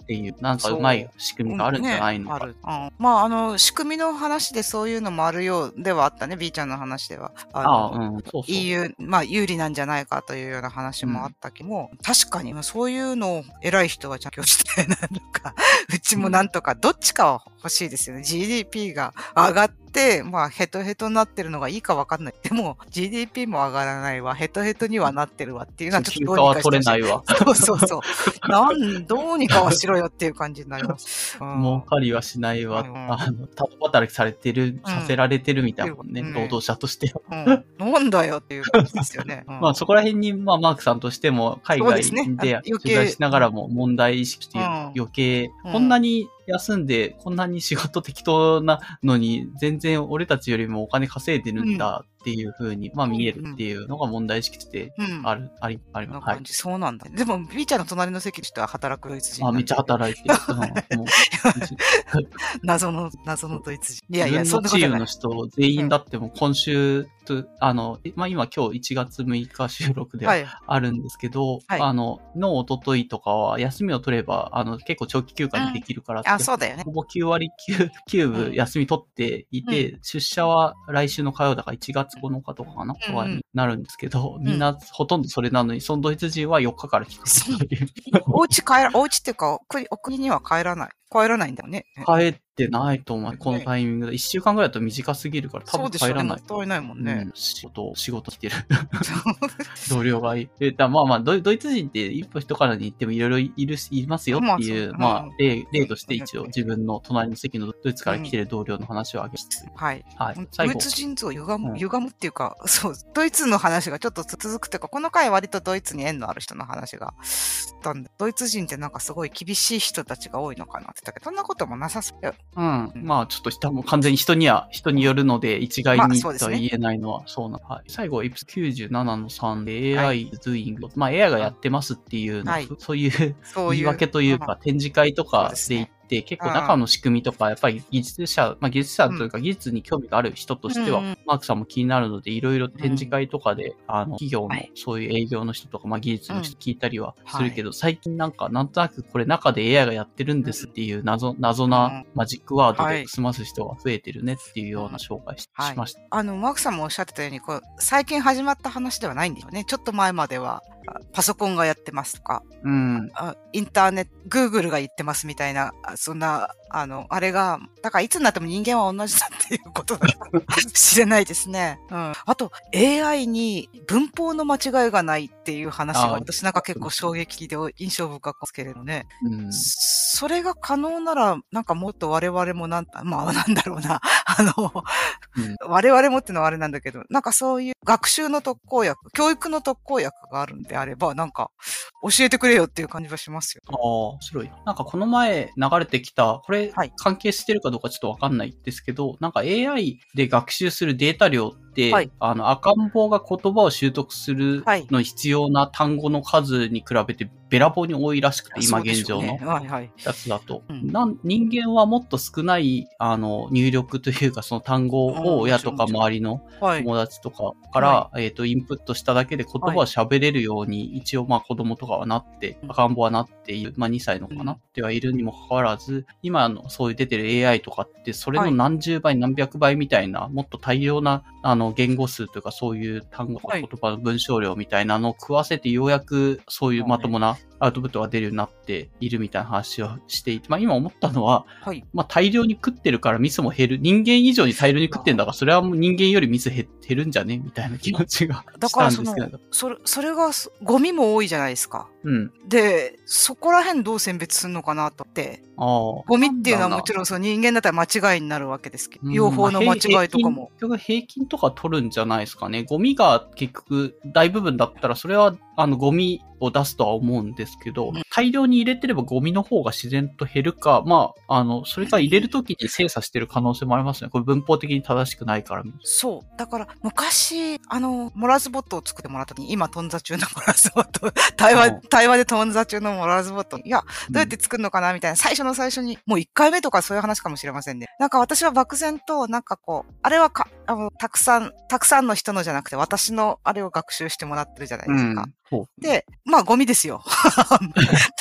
っていう、なんかうまい仕組みがあるんじゃないのか。 ね、ある。まあ、仕組みの話でそういうのもあるようではあったね、B ちゃんの話では。 そうそう。 EU、まあ、有利なんじゃないかというような話もあったけども、確かに、そういうのを偉い人はちゃんとしてなのか、うちもなんとか、どっちかは欲しいですよね。GDP が上がって、まあ、ヘトヘトになってるのがいいかわかんない。でも、GDP も上がらないわ、ヘトヘトにはなってるわっていうのはちょっとどうにかしてほしい。 金貨は取れないわ。 そうそうそう。どうにかはしろよっていう感じになります。 儲かりはしないわ。ただ働きさせられてるみたいなもんね。労働者としては。なんだよっていう感じですよね。 まあそこら辺に、まあマークさんとしても海外で取材しながらも問題意識という余計、こんなに休んで、こんなに仕事適当なのに、全然俺たちよりもお金稼いでるんだっていう風に、まあ見えるっていうのが問題意識としてあります。はい。 そうなんだ。でも、B ちゃんの隣の席の人は働くドイツ人。 めっちゃ働いてる。 謎のドイツ人。いやいや、そんなチームの人全員だっても今週と、まあ今日1月6日収録ではあるんですけど、の一昨日とかは休みを取れば、結構長期休暇にできるからって、 そうだよね。 ほぼ9割9分休み取っていて、出社は来週の火曜だから1月9日とかかな、とかになるんですけど、みんなほとんどそれなのに、そのドイツ人は4日から帰国という。 お家っていうか、お国には帰らないんだよね。 帰ってないと思う。このタイミングで。1週間ぐらいだと短すぎるから多分帰らない。そうですよね。もったいないもんね。 仕事来てる。同僚がいる。まあドイツ人って一歩人からに行ってもいろいろいますよっていう、まあ例として一応自分の隣の席のドイツから来てる同僚の話を挙げつつ。 はい。ドイツ人像歪むっていうか、そう、ドイツの話がちょっと続くというか、この回割とドイツに縁のある人の話がったんで、ドイツ人ってなんかすごい厳しい人たちが多いのかなって言ったけど、そんなこともなさそうよ。 まあちょっと完全に人によるので、一概にとは言えないのはそうな。はい。最後はエピソード97の3で AI is doing、まあ AI がやってますっていうの、そういう言い訳というか、展示会とかで言って、結構中の仕組みとか、やっぱり技術者というか技術に興味がある人としては、マークさんも気になるので、いろいろ展示会とかで、企業のそういう営業の人とか、まあ技術の人聞いたりはするけど、最近なんとなくこれ中で AI がやってるんですっていう謎なマジックワードで済ます人が増えてるねっていうような紹介しました。 マークさんもおっしゃってたように、最近始まった話ではないんですよね。ちょっと前までは、パソコンがやってますとか、インターネット、Google が言ってますみたいな、そんな、あれが、だからいつになっても人間は同じだっていうことだかもしれないですね。あと、AI に文法の間違いがないっていう話が私なんか結構衝撃で印象深くですけれどね。それが可能なら、なんかもっと我々もまあなんだろうな、我々もってのはあれなんだけど、なんかそういう学習の特効薬、教育の特効薬があるんであれば、なんか教えてくれよっていう感じはしますよ。 面白い。なんかこの前流れてきた、これ関係してるかどうかちょっとわかんないですけど、なんか AI で学習するデータ量って、赤ん坊が言葉を習得するのに必要な単語の数に比べてべらぼうに多いらしくて、今現状のやつだと。人間はもっと少ない入力というか、その単語を親とか周りの友達とかから、インプットしただけで言葉を喋れるように、一応まあ子供とかはなって、赤ん坊はなっている、まあ2歳のかなってはいるにもかかわらず、今のそういう出てる AI とかって、それの何十倍何百倍みたいな、もっと大量な言語数というかそういう単語、言葉の文章量みたいなのを食わせてようやくそういうまともなアウトプットが出るようになっているみたいな話をしていて、まあ今思ったのは、まあ大量に食ってるからミスも減る。人間以上に大量に食ってんだから、それはもう人間よりミス減るんじゃねみたいな気持ちがしたんですけど。 それがゴミも多いじゃないですか。で、そこら辺どう選別するのかなと思って。ゴミっていうのはもちろんその人間だったら間違いになるわけですけど、用法の間違いとかも。 結局平均とか取るんじゃないですかね。ゴミが結局大部分だったら、それはゴミを出すとは思うんですけど、大量に入れてればゴミの方が自然と減るか、まあ、それが入れるときに精査してる可能性もありますね。これ文法的に正しくないから。 そう。だから、昔、モラズボットを作ってもらった時に、今、頓挫中のモラズボット、対話で頓挫中のモラズボット、いや、どうやって作るのかなみたいな、最初に、もう1回目とかそういう話かもしれませんね。なんか私は漠然と、なんかこう、あれはたくさんの人のじゃなくて、私のあれを学習してもらってるじゃないですか。で、まあゴミですよ。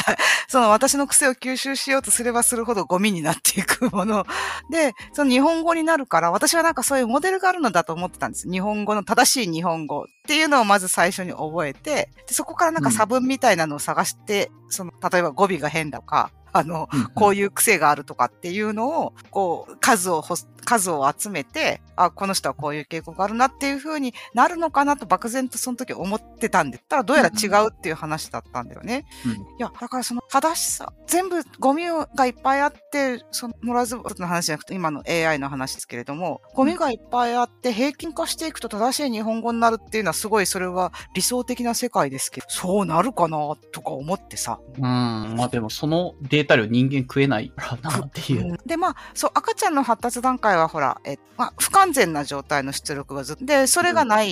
その私の癖を吸収しようとすればするほどゴミになっていくもので、その日本語になるから、私はなんかそういうモデルがあるのだと思ってたんです。日本語の正しい日本語っていうのをまず最初に覚えて、でそこからなんか差分みたいなのを探して、例えば語尾が変だとか、こういう癖があるとかっていうのを、こう、数を集めて、この人はこういう傾向があるなっていう風になるのかなと漠然とその時思ってたんで、ただどうやら違うっていう話だったんだよね。いや、だからその正しさ、全部ゴミがいっぱいあって、モラズボットの話じゃなくて今の AI の話ですけれども、ゴミがいっぱいあって平均化していくと正しい日本語になるっていうのはすごいそれは理想的な世界ですけど、そうなるかなとか思ってさ。 まあでもそのデータ量人間食えないからなっていう。 で、赤ちゃんの発達段階はほら、不完全な状態の出力がずっと、で、それがない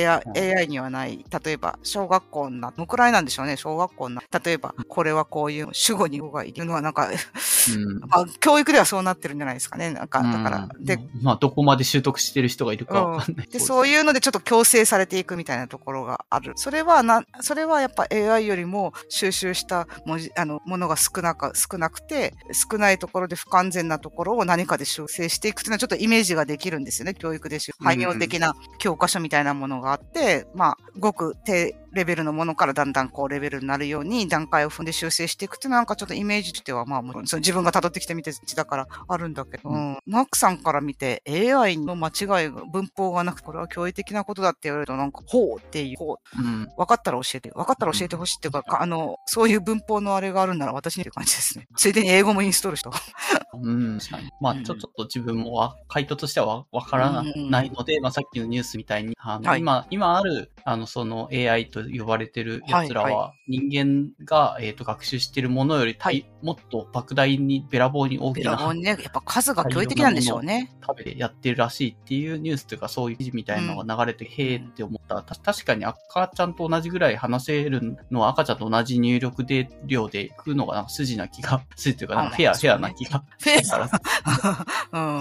、AI にはない、例えば、小学校どのくらいなんでしょうね、小学校例えば、これはこういう主語に語がいるのはなんか、教育ではそうなってるんじゃないですかね、なんか、だから、で、 どこまで習得してる人がいるかわかんない。 で、そういうのでちょっと強制されていくみたいなところがある。それはやっぱ AI よりも収集したものが少なくて、少ないところで不完全なところを何かで修正していくっていうのはちょっとイメージができるんですよね。教育で汎用的な教科書みたいなものがあって、ごく低レベルのものからだんだんこうレベルになるように段階を踏んで修正していくっていうのはなんかちょっとイメージとしてはもちろん自分が辿ってきてみてだからあるんだけど、マークさんから見て AI の間違いが文法がなくてこれは驚異的なことだって言われるとなんかほうっていう、分かったら教えてほしいっていうか、そういう文法のあれがあるんなら私にっていう感じですね。ついでに英語もインストールした。 ちょっと自分も回答としてはわからないので、さっきのニュースみたいに、今ある、その AI と呼ばれてるやつらは、人間が、学習しているものより、もっと莫大にべらぼうに大きな。べらぼうにね、 やっぱ数が驚異的なんでしょうね。 食べてやってるらしいっていうニュースというか、そういう記事みたいなのが流れて、へーって思った。確かに赤ちゃんと同じぐらい話せるのは赤ちゃんと同じ入力量で食うのがなんか筋な気がするというか、なんかフェアな気がするから。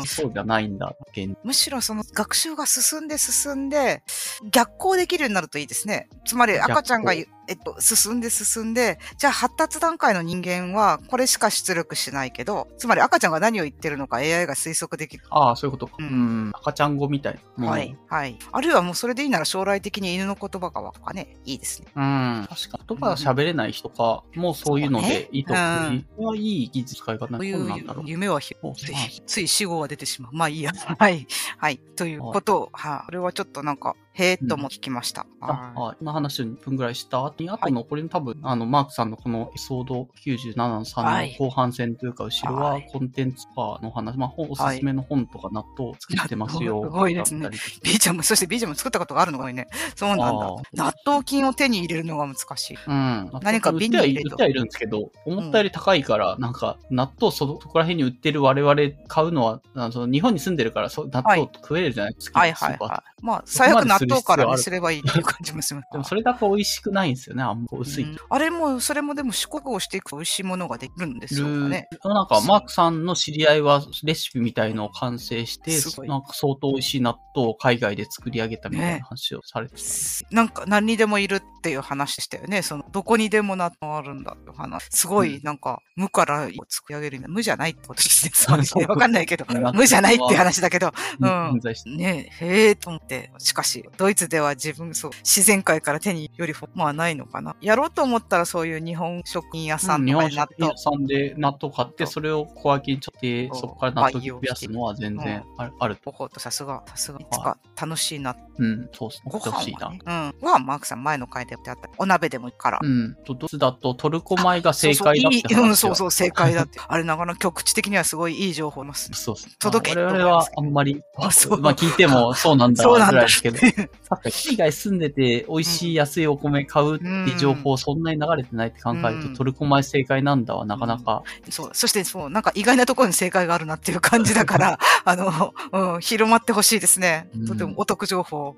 そうじゃないんだ。 むしろその学習が進んで、逆行できるようになるといいですね。つまり赤ちゃんが進んで、じゃあ発達段階の人間はこれしか出力しないけど、つまり赤ちゃんが何を言ってるのか AI が推測できる。 そういうことか。赤ちゃん語みたいな。 はい。あるいはもうそれでいいなら将来的に犬の言葉がとかね、いいですね。 確か言葉が喋れない人か、もうそういうのでいいと思う。これはいい技術使い方なんだろう。 夢はつい死語が出てしまう。まあいいや。はい。ということを、これはちょっとなんか、へーっとも聞きました。 この話を2分ぐらいした後に、あと残りの多分、マークさんのこのエピソード97の3の後半戦というか、後ろはコンテンツとかの話、おすすめの本とか納豆を作ってますよ。 すごいですね。B ちゃんも作ったことがあるのがね。そうなんだ。納豆菌を手に入れるのが難しい。何か瓶に入れると。 売ってはいるんですけど、思ったより高いから、なんか、納豆そこら辺に売ってる我々買うのは、日本に住んでるから、納豆食えるじゃないですか。 最悪納豆からにすればいいっていう感じもします。 でもそれだと美味しくないんですよね、あんま薄い。 それもでも試行をしていくと美味しいものができるんですよね。 なんか、マークさんの知り合いはレシピみたいのを完成して、なんか相当美味しい納豆を海外で作り上げたみたいな話をされてた。 なんか何にでもいるっていう話でしたよね。どこにでも納豆あるんだっていう話。すごい、なんか、無から作り上げる無じゃないってことですね。わかんないけど、無じゃないっていう話だけど、ねへーと思って。しかし、ドイツでは自然界から手によりないのかな。やろうと思ったらそういう日本食品屋さんとかで納豆。日本食品屋さんで納豆買って、それを小分けにちょっとで、そこから納豆増やすのは全然ある。 さすが、いつか楽しいな。 そうですね。ご飯しいな。 マークさん前の回でやってあった。お鍋でもいいから。 ドイツだとトルコ米が正解だって話。 そう、正解だって。あれなかなか局地的にはすごいいい情報ます。 そう。 届け我々はあんまり、聞いてもそうなんだぐらいですけど。海外住んでて美味しい安いお米買うって情報そんなに流れてないって考えると、トルコ米正解なんだはなかなか。 そしてなんか意外なところに正解があるなっていう感じだから、広まってほしいですね。とてもお得情報。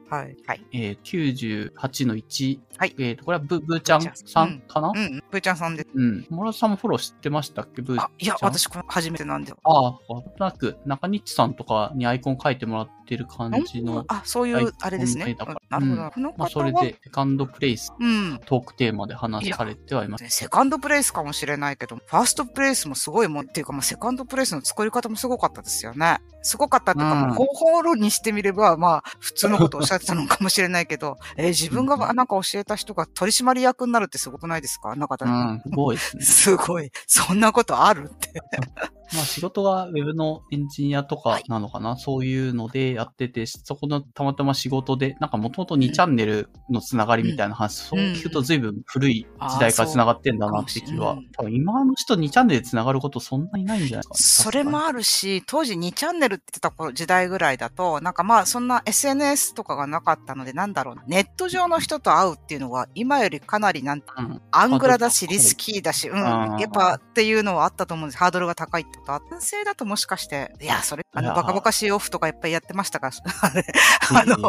98の1。これはブーちゃんさんかな？ ブーちゃんさんです。 モラさんもフォロー知ってましたっけ？ブーちゃん。 いや、私初めてなんで。 なんとなく、中西さんとかにアイコン書いてもらってる感じの。 そういう、あれですですね。なるほど。この方は、 それで、セカンドプレイス、トークテーマで話されてはいます。 セカンドプレイスかもしれないけど、ファーストプレイスもすごいもんっていうか、セカンドプレイスの作り方もすごかったですよね。すごかったっていうか、方法論にしてみれば、普通のことをおっしゃってたのかもしれないけど、自分がなんか教えた人が取締役になるってすごくないですか？すごいですね。 すごい。そんなことあるって。 仕事がウェブのエンジニアとかなのかな、そういうのでやってて、そこのたまたま仕事で、なんかもともと2チャンネルのつながりみたいな話、そう聞くと随分古い時代からつながってんだなって気は、多分今の人2チャンネルでつながることそんなにないんじゃないですか。 それもあるし、当時2チャンネルって言ってた時代ぐらいだと、そんな SNS とかがなかったので、ネット上の人と会うっていうのは、今よりかなりアングラだし、リスキーだし、やっぱっていうのはあったと思うんです。ハードルが高いってことは。男性だともしかして、いや、それ、バカバカしいオフとかいっぱいやってましたから、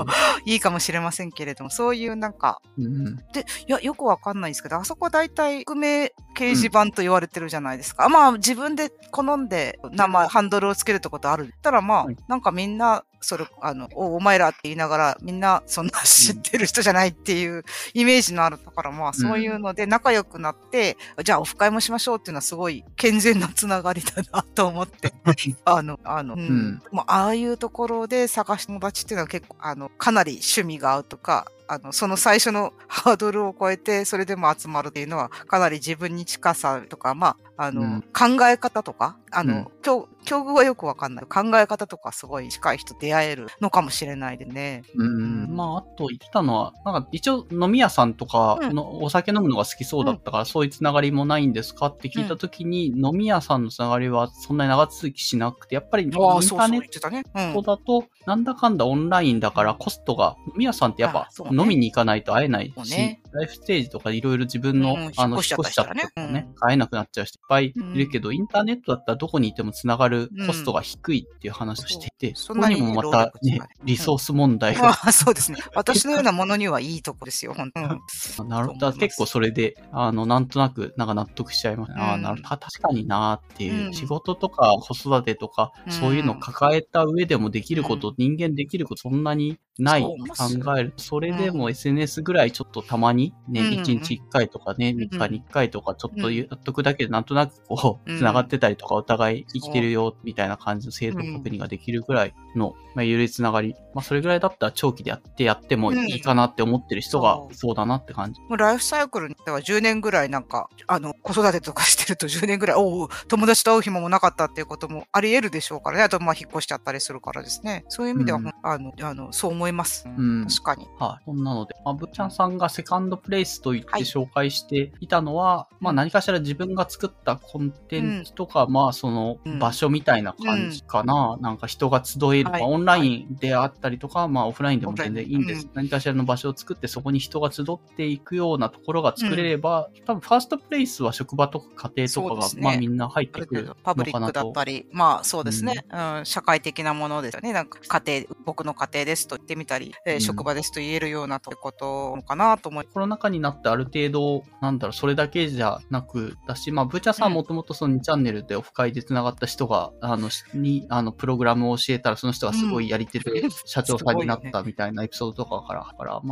いいかもしれませんけれども、そういうで、いや、よくわかんないんですけど、あそこ大体、匿名掲示板と言われてるじゃないですか。自分で好んでハンドルをつけるってことある。たらみんな、お前らって言いながら、みんなそんな知ってる人じゃないっていうイメージのあるだからそういうので仲良くなって、じゃあオフ会もしましょうっていうのはすごい健全なつながりだなと思って。ああいうところで探し友達っていうのは結構、かなり趣味が合うとか、その最初のハードルを超えて、それでも集まるっていうのは、かなり自分に近さとか、考え方とか、境遇はよくわかんない。考え方とかすごい近い人出会えるのかもしれないでね。 あと言ってたのは、一応飲み屋さんとか、お酒飲むのが好きそうだったから、そういうつながりもないんですかって聞いたときに、飲み屋さんのつながりはそんなに長続きしなくて、やっぱりインターネットだと、なんだかんだオンラインだからコストが、飲み屋さんってやっぱ飲みに行かないと会えないし、ライフステージとかいろいろ自分の、引っ越しちゃったらね、会えなくなっちゃう人いっぱいいるけど、インターネットだったらどこにいてもつながるコストが低いっていう話をしていて、そこにもまたね、リソース問題が。 そうですね。私のようなものにはいいとこですよ、本当なるほど。結構それで、なんとなく、納得しちゃいます。なるほど。確かになーっていう、仕事とか子育てとか、そういうのを抱えた上でもできること、人間できることそんなにない考える。それでも SNS ぐらいちょっとたまにね、1日1回とかね、3日に1回とかちょっとやっとくだけでなんとなく繋がってたりとか、お互い生きてるよ、みたいな感じの制度確認ができるぐらいの、ゆるいつながり。それぐらいだったら長期でやってもいいかなって思ってる人がいそうだなって感じ。 ライフサイクルでは10年ぐらい子育てとかしてると10年ぐらい、友達と会う暇もなかったっていうこともあり得るでしょうからね。あと、引っ越しちゃったりするからですね。そういう意味では、そう思います。確かに。 そんなので、ぶっちゃんさんがセカンドプレイスと言って紹介していたのは、何かしら自分が作ったコンテンツとか、その場所みたいな感じかな。なんか人が集える、オンラインであったりとか、オフラインでも全然いいんです。何かしらの場所を作って、そこに人が集っていくようなところが作れれば、多分ファーストプレイスは職場とか家庭とかが、みんな入ってくるのかなと。 パブリックだったり、そうですね、社会的なものですよね。なんか僕の家庭ですと言ってみたり、職場ですと言えるようなことかなと思い。 コロナ禍になってある程度、それだけじゃなくだし、ブーチャーさんはもともとその2チャンネルでオフ会で繋がった人が、プログラムを教えたらその人がすごいやり手で社長さんになったみたいなエピソードとかから、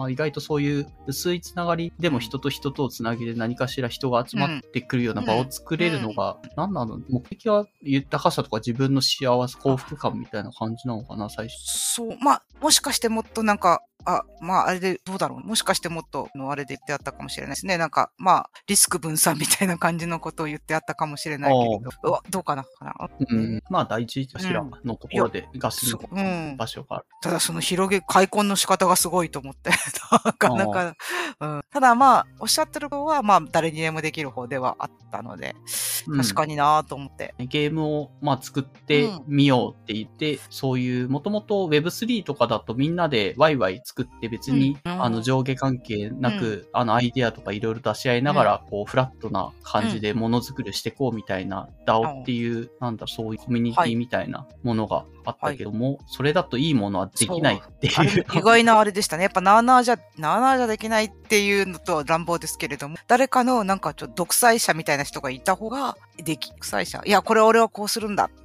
意外とそういう薄いつながりでも人と人とをつなげて何かしら人が集まってくるような場を作れるのが、目的は豊かさとか自分の幸せ、幸福感みたいな感じなのかな、最初。 そう、もしかしてもっとあれでどうだろう。もしかしてもっとあれで言ってあったかもしれないですね。リスク分散みたいな感じのことを言ってあったかもしれないけど、どうかな。 第一柱のところでガスの場所がある。 ただその開墾の仕方がすごいと思って。なかなか。ただおっしゃってる方は誰にでもできる方ではあったので、確かになと思って。 ゲームを作ってみようって言って、そういう、もともと Web3 とかだとみんなでワイワイ作って別に、上下関係なく、アイデアとかいろいろ出し合いながら、フラットな感じでものづくりしていこうみたいな、DAO っていう、そういうコミュニティみたいなものがあったけども、それだといいものはできないっていう。 意外なあれでしたね。やっぱなあなあじゃできないっていうのと乱暴ですけれども、誰かのちょっと独裁者みたいな人がいた方が独裁者。いや、これ俺はこうするんだっ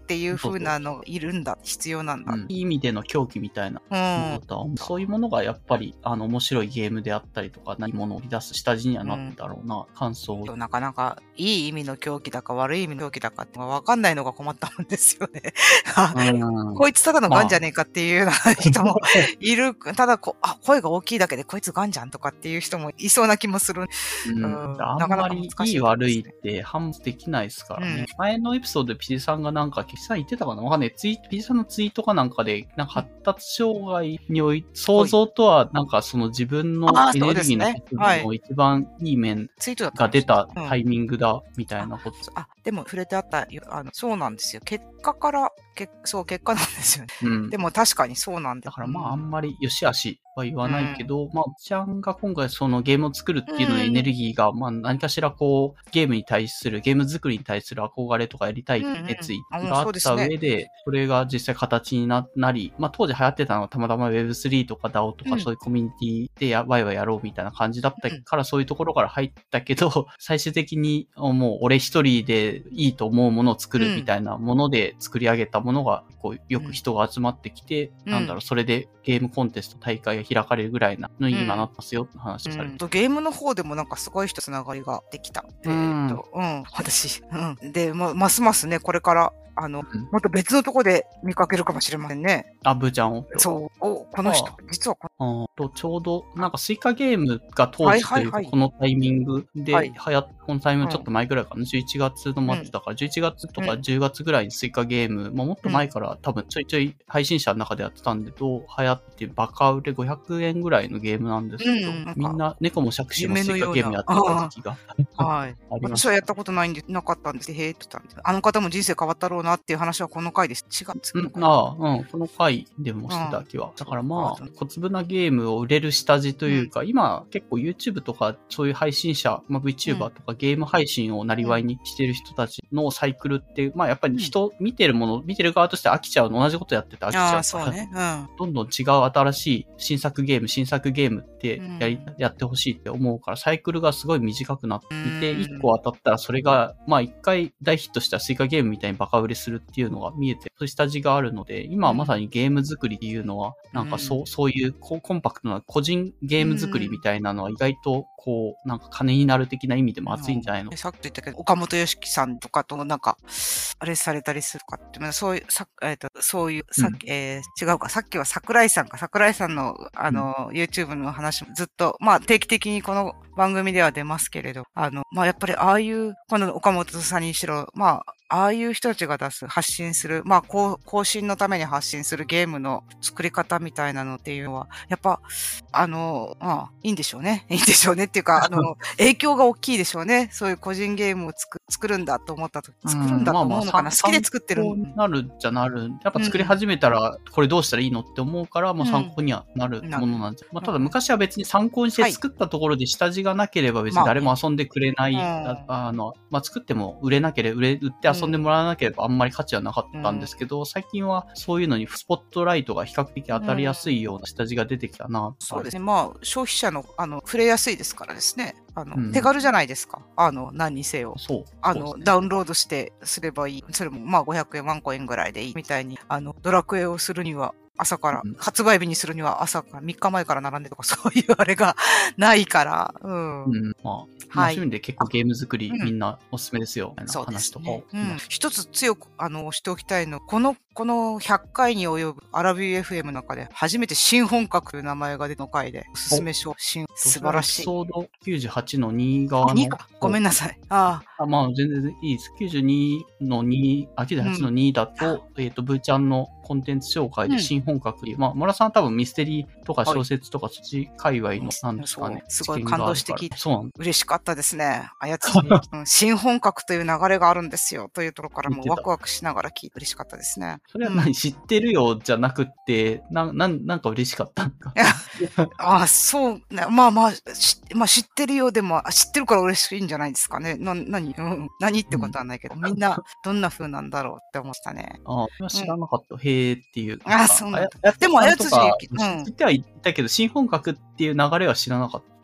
っていう風なのいるんだ、必要なんだ。 いい意味での狂気みたいな、そういうものがやっぱり面白いゲームであったりとか、何ものを出す下地にはなっただろうな、感想。 なかなかいい意味の狂気だか悪い意味の狂気だかって分かんないのが困ったもんですよね。こいつただのガンじゃねえかっていうような人もいる。ただ声が大きいだけでこいつガンじゃんとかっていう人もいそうな気もする。 あんまりいい悪いって判別できないですからね。前のエピソードでピジさんがなんか、ピジさん言ってたかなわかんない。ピジさんのツイートかなんかで、なんか発達障害において、想像とはなんかその自分のエネルギーの活動の一番いい面が出たタイミングだみたいなこと。 でも触れてあった、そうなんですよ。結果なんですよね。でも確かにそうなんだからあんまり良し悪しは言わないけど、ちゃんが今回そのゲームを作るっていうののエネルギーが、何かしらゲーム作りに対する憧れとかやりたい熱意があった上で、それが実際形になり、当時流行ってたのはたまたま Web3 とか DAO とかそういうコミュニティでワイワイやろうみたいな感じだったから、そういうところから入ったけど、最終的にもう俺一人でいいと思うものを作るみたいなもので作り上げたものが、よく人が集まってきて、それでゲームコンテスト大会が開かれるぐらいなのに今なってますよって話されて、 ゲームの方でもなんかすごい人つながりができた。私。で、ますますね、これから、もっと別のとこで見かけるかもしれませんね。 ブーちゃんを。 そう。この人、実はちょうど、なんかスイカゲームが当時というか、このタイミングでこのタイミングちょっと前ぐらいかな、11月の末だから、11月とか10月ぐらいにスイカゲーム、もっと前から多分ちょいちょい配信者の中でやってたんで、流行ってバカ売れ500円ぐらいのゲームなんですけど、みんな猫も杢子もスイカゲームやってた時期がはい。私はやったことなかったんです。へえって言ったんです。あの方も人生変わったろうなっていう話はこの回です。違う。 この回でもしてた気は。だから小粒なゲームを売れる下地というか、今結構 YouTube とかそういう配信者、VTuber とかゲーム配信をなりわいにしてる人たちのサイクルって、やっぱり見てる側として飽きちゃうの、同じことやってて飽きちゃうから、どんどん違う新しい新作ゲームってやってほしいって思うから、サイクルがすごい短くなっていて、1個当たったらそれが、1回大ヒットしたスイカゲームみたいにバカ売れするっていうのが見えて、そういう下地があるので、今はまさにゲーム作りっていうのは、なんかそういうコンパクトな個人ゲーム作りみたいなのは意外となんか金になる的な意味でも熱いんじゃないの？ さっき言ったけど、岡本良樹さんとかとなんか、あれされたりするかって、そういう、違うか、さっきは桜井さんのYouTube の話もずっと、定期的にこの番組では出ますけれど、やっぱりああいう、この岡本さんにしろ、ああいう人たちが発信する、更新のために発信するゲームの作り方みたいなのっていうのは、やっぱ、いいんでしょうね。いいんでしょうねっていうか、影響が大きいでしょうね。そういう個人ゲームを作るんだと思ったとき、作るんだと思うのかな。好きで作ってる。 なるっちゃなる。やっぱ作り始めたら、これどうしたらいいのって思うから、参考にはなるものなんじゃ。ただ昔は別に参考にして作ったところで下地がなければ別に誰も遊んでくれない。作っても売って遊んでもらわなければあんまり価値はなかったんですけど、最近はそういうのにスポットライトが比較的当たりやすいような下地が出てきたな。 そうですね。消費者の、触れやすいですからですね。手軽じゃないですか。何にせよ。ダウンロードすればいい。それも500円、1個円ぐらいでいいみたいに、ドラクエをするには、朝から、発売日にするには朝から3日前から並んでとかそういうあれがないから。 そういう意味で結構ゲーム作りみんなおすすめですよ。話とかを。 一つ強く押しておきたいの、この100回に及ぶアラビュー FM の中で初めて新本格という名前が出たの回でおすすめ素晴らしい。 エピソード98の2側の。 2か。ごめんなさい。 全然いいです。98の2だと、ブーちゃんのコンテンツ紹介で新本格で、村さんは多分ミステリーとか小説とかそっち界隈のなんですかね。 すごい感動して聞いて、嬉しかったですね。新本格という流れがあるんですよというところからもワクワクしながら聞いて嬉しかったですね。 それは知ってるよじゃなくて、なんか嬉しかったんか。 そうね。知ってるよでも、知ってるから嬉しいんじゃないですかね。何ってことはないけど、みんなどんな風なんだろうって思ったね。 知らなかった。へーっていう。 そうなんだ。でも、あやつじ知ってはいたけど、新本格っていう流れは知らなかった。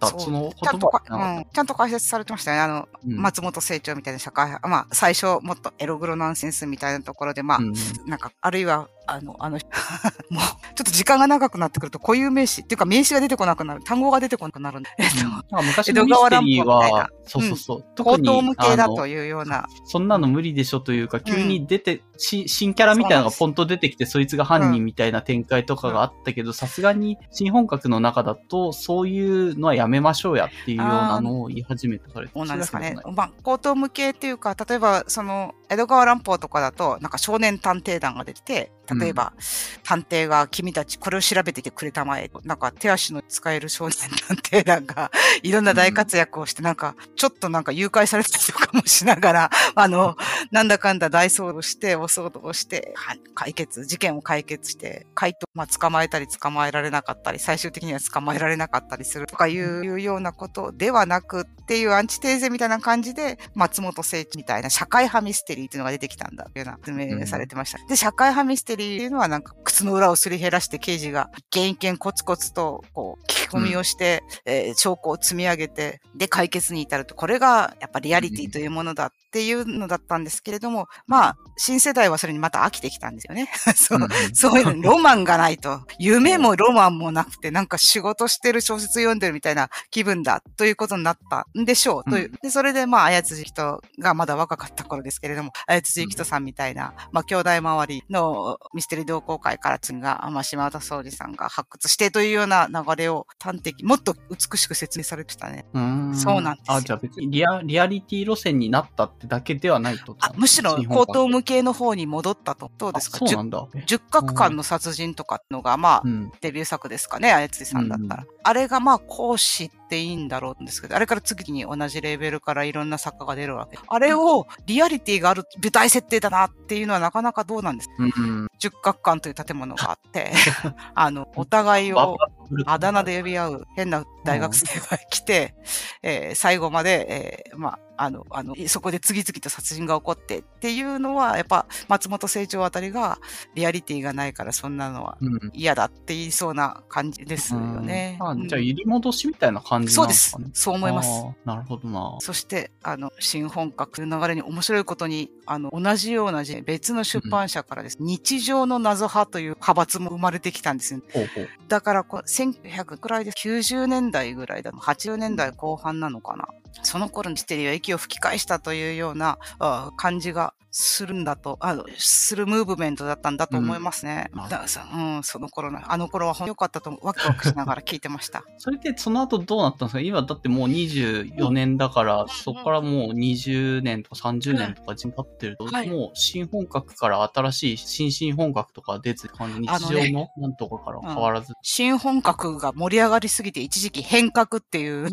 ったその言葉ちゃんと解説されてましたね。松本清張みたいな社会派。まあ、最初もっとエログロナンセンスみたいなところで、まあ、なんか、あるいは、もう、ちょっと時間が長くなってくると固有名詞っていうか名詞が出てこなくなる。単語が出てこなくなるんで。 昔のミステリーは、そう。 特に。口頭無形だというような。 そんなの無理でしょというか、急に出て、新キャラみたいなのがポンと出てきて、そいつが犯人みたいな展開とかがあったけど、さすがに新本格の中だと、そういうのはやめましょうやっていうようなのを言い始めたから。 そうなんですかね。まあ、口頭無形っていうか、例えば、江戸川乱歩とかだと、なんか少年探偵団が出てて、例えば、探偵が君たちこれを調べてきてくれたまえ。なんか手足の使える少年探偵団がいろんな大活躍をして、なんか、ちょっとなんか誘拐されてたりとかもしながら、なんだかんだ大騒動して、大騒動して、事件を解決して、捕まえたり捕まえられなかったり、最終的には捕まえられなかったりするとかいうようなことではなくっていうアンチテーゼみたいな感じで、松本清張みたいな社会派ミステリーっていうのが出てきたんだっていうような説明されてました。で、社会派ミステリーっていうのはなんか靴の裏をすり減らして刑事が一件コツコツとこう聞き込みをして、証拠を積み上げて、で解決に至ると、これがやっぱリアリティというものだっていうのだったんですけれども、まあ、新世代はそれにまた飽きてきたんですよね。そういうロマンがないと、夢もロマンもなくて、なんか仕事してる小説読んでるみたいな気分だということになったんでしょう。という。で、それでまあ、綾辻人がまだ若かった頃ですけれども、綾辻人さんみたいな、まあ、兄弟周りのミステリー同好会から次が、まあ、島田総司さんが発掘してというような流れを端的、もっと美しく説明されてたね。そうなんですよ。 じゃあ別にリアリティ路線になったってだけではないと。 むしろ口頭無形の方に戻ったと。どうですか？ そうなんだ。 十角館の殺人とかのが、まあ、デビュー作ですかね、綾辻さんだったら。あれがまあ、講師っていいんだろうんですけど、あれから次に同じレーベルからいろんな作家が出るわけ。あれをリアリティがある舞台設定だなっていうのはなかなかどうなんですか？十角館という建物があって、お互いをあだ名で呼び合う変な大学生が来て、最後まで、まあ、そこで次々と殺人が起こってっていうのは、やっぱ松本清張あたりがリアリティがないからそんなのは嫌だって言いそうな感じですよね。 じゃあ、入り戻しみたいな感じなんですかね。 そうです。そう思います。 なるほどな。 そして、新本格の流れに面白いことに、同じような別の出版社からです。日常の謎派という派閥も生まれてきたんですよ。だから、1900くらいで90年代ぐらいだと、80年代後半なのかな。その頃にミステリーは息を吹き返したというような感じがするんだと、するムーブメントだったんだと思いますね。その頃あの頃は良かったとワクワクしながら聞いてました。 それでその後どうなったんですか？今だってもう24年だから、そこからもう20年とか30年とか経ってると、もう新本格から新しい新本格とか出ず、日常のなんとかから変わらず。 新本格が盛り上がりすぎて一時期変革っていう、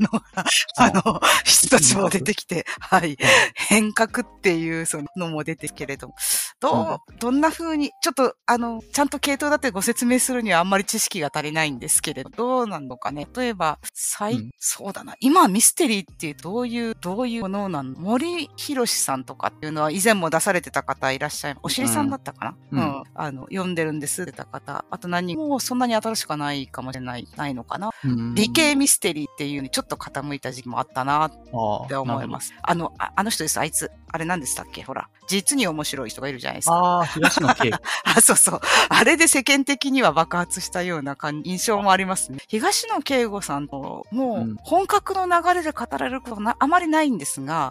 一つも出てきて、はい。変革っていうそのも出てるけれども、どんな風に、ちょっと、ちゃんと系統だってご説明するにはあんまり知識が足りないんですけれど、どうなのかね。例えば、そうだな。今、ミステリーってどういうものなの？森博さんとかっていうのは以前も出されてた方いらっしゃいます。おしりさんだったかな？読んでるんですってた方。あともうそんなに新しくはないかもしれないのかな。理系ミステリーっていうにちょっと傾いた時期もあったなって思います。あの人です、あいつ。あれ何でしたっけ？ほら。実に面白い人がいるじゃないですか。 東野圭吾。 そうそう。あれで世間的には爆発したような印象もありますね。東野圭吾さんと、もう、本格の流れで語られることあまりないんですが、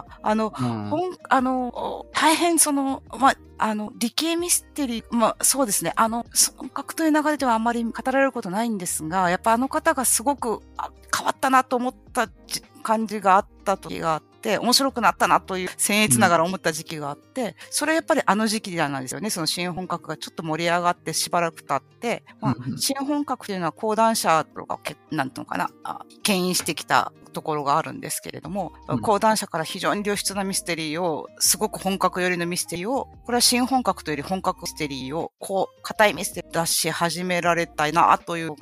大変理系ミステリー、そうですね。本格という流れではあまり語られることないんですが、やっぱあの方がすごく変わったなと思った感じがあった時があって、面白くなったなという僭越ながら思った時期があって、それやっぱりあの時期なんですよね。その新本格がちょっと盛り上がってしばらく経って、新本格というのは講談社とか、なんていうのかな、牽引してきたところがあるんですけれども、講談社から非常に良質なミステリーを、すごく本格寄りのミステリーを、これは新本格というより本格ミステリーを、硬いミステリー出し始められたいなというのが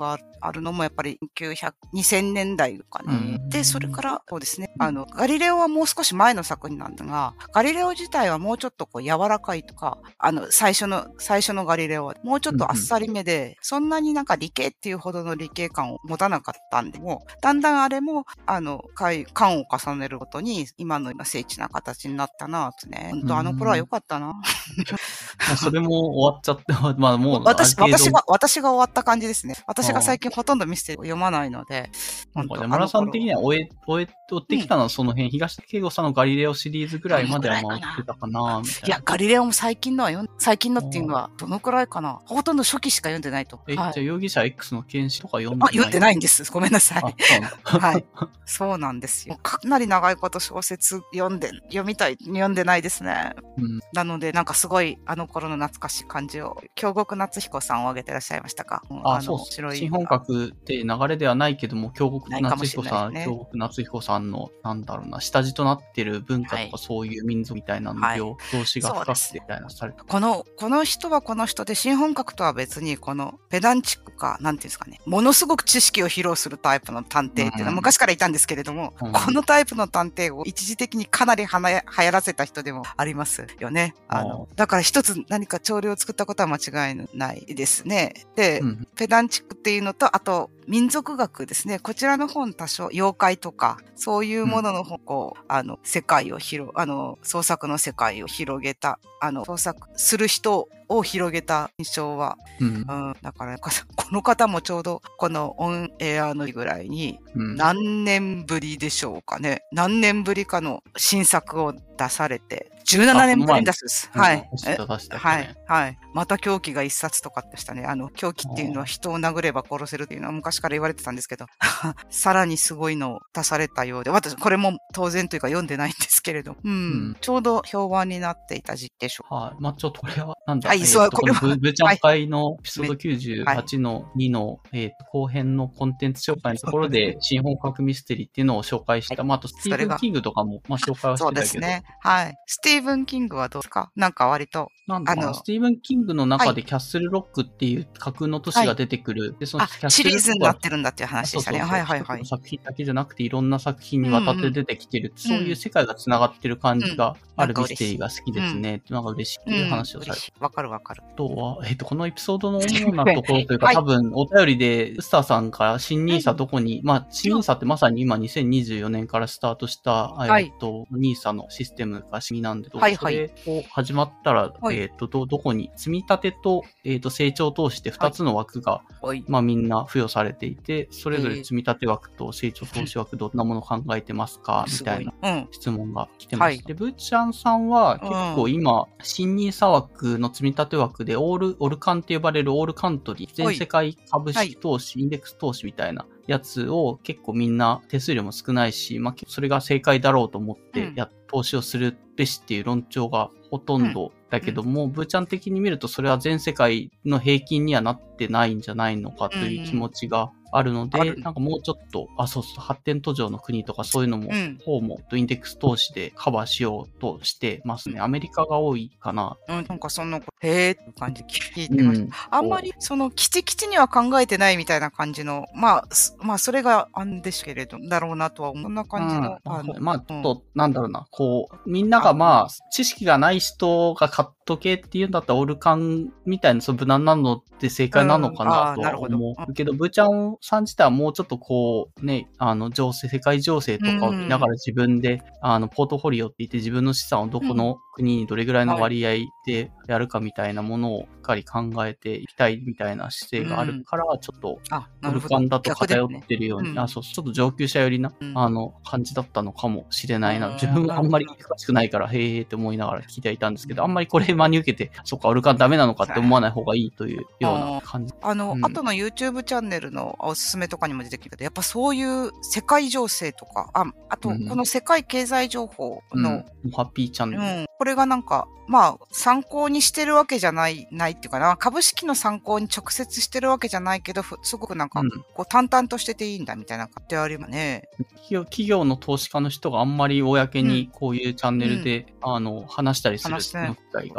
あるのもやっぱり2000年代かな。で、それから、そうですね、ガリレオはもう少し前の作品なんだが、ガリレオ自体はもうちょっとこう柔らかいとか、最初のガリレオはもうちょっとあっさりめで、そんなになんか理系っていうほどの理系感を持たなかったんで、もだんだんあれも、感を重ねるごとに、今の精緻な形になったなってね。本当あの頃は良かったな。 それも終わっちゃって、まあもう私が終わった感じですね。私が最近ほとんどミステリーを読まないので。 なんか山田さん的には終ってきたのはその辺、東出圭吾さんのガリレオシリーズぐらいまでは回ってたかな、みたいな。 いや、ガリレオも最近のっていうのは、どのくらいかな。ほとんど初期しか読んでないと。 じゃあ容疑者 X の検視とか読んでない？ 読んでないんです。ごめんなさい。はい。そうなんですよ。かなり長いこと小説読んでないですね。なので、なんかすごい、あの頃の懐かしい感じを、京極夏彦さんを挙げてらっしゃいましたか？ そう。新本格って流れではないけども、京極夏彦さん、京極夏彦さんの、なんだろうな、下地となってる文化とかそういう民族みたいなのを、動詞が深くてみたいなされて、 この人はこの人で、新本格とは別に、このペダンチックか、なんていうんですかね、ものすごく知識を披露するタイプの探偵っていうのは昔からいたんですけれども、このタイプの探偵を一時的にかなり流行らせた人でもありますよね。だから一つ何か潮流を作ったことは間違いないですね。で、ペダンチックっていうのと、あと、民族学ですね。こちらの本多少、妖怪とか、そういうものの方、世界を創作の世界を広げた、創作する人を広げた印象は、だから、この方もちょうど、このオンエアのぐらいに、何年ぶりでしょうかね。何年ぶりかの新作を出されて、17年ぶりに出すんです。はい。はい。また狂気が一冊とかでしたね。狂気っていうのは人を殴れば殺せるっていうのは昔から言われてたんですけど、さらにすごいのを出されたようで、私、これも当然というか読んでないんですけれど、ちょうど評判になっていた時期でしょう。 はい。まあ、ちょっとこれは、なんだ、 これは。 ブーちゃん会のエピソード98の2の、後編のコンテンツ紹介のところで、新本格ミステリーっていうのを紹介した。まあ、あと、スティーブン・キングとかも、まあ、紹介はしてたけど。そうですね。 はい。スティーブン・キングはどうですか？なんか割と。 スティーブン・キングの中でキャッスルロックっていう架空の都市が出てくる。で、そのシリーズになってるんだっていう話でしたね。 はい。作品だけじゃなくていろんな作品にわたって出てきてる。そういう世界が繋がってる感じがあるミステリーが好きですね。なんか嬉しいっていう話をされて。 わかる。あとは、このエピソードの主なところというか、多分お便りで、ウスターさんから新ニーサどこに、まあ、新ニーサってまさに今2024年からスタートした、ニーサのシステムが仕組みなんで、それを始まったら、どこに、積み立てと、成長投資って2つの枠が、まあみんな付与されていて、それぞれ積み立て枠と成長投資枠どんなものを考えてますかみたいな質問が来てます。で、ブーちゃんさんは結構今、新ニーサ枠の積み立て枠でオルカンって呼ばれるオールカントリー、全世界株式投資、インデックス投資みたいなやつを結構みんな手数料も少ないし、まあそれが正解だろうと思って投資をするべしっていう論調がほとんどだけども、ブーちゃん的に見るとそれは全世界の平均にはなってないんじゃないのかという気持ちがあるので、なんかもうちょっと、発展途上の国とかそういうのも、方もインデックス投資でカバーしようとしてますね。アメリカが多いかな。 なんかそんな、へーって感じ聞いてました。あんまり、キチキチには考えてないみたいな感じの、まあ、それがあんですけれど、だろうなとは思う。そんな感じの。 まあ、ちょっと、なんだろうな、みんながまあ、知識がない人が買っとけっていうんだったら、オルカンみたいな無難なのって正解なのかなとは思うけど、ブーちゃんさん自体はもうちょっと世界情勢とかを見ながら自分で、ポートフォリオって言って自分の資産をどこの国にどれぐらいの割合でやるかみたいなものをしっかり考えていきたいみたいな姿勢があるから、ちょっと、オルカンだと偏ってるように、ちょっと上級者寄りな、感じだったのかもしれないな。自分はあんまり詳しくないから、へーって思いながら聞いてはいたんですけど、あんまりこれ真に受けて、そっか、オルカンダメなのかって思わない方がいいというような感じ。 後の YouTube チャンネルのおすすめとかにも出てきたけど、やっぱそういう世界情勢とか、あと、この世界経済情報の、 ハッピーチャンネル。 これがなんか、まあ、参考にしてるわけじゃないっていうかな、株式の参考に直接してるわけじゃないけど、すごくなんか、淡々としてていいんだみたいな感じでありますね。 企業の投資家の人があんまり公にこういうチャンネルで、話したりする機会が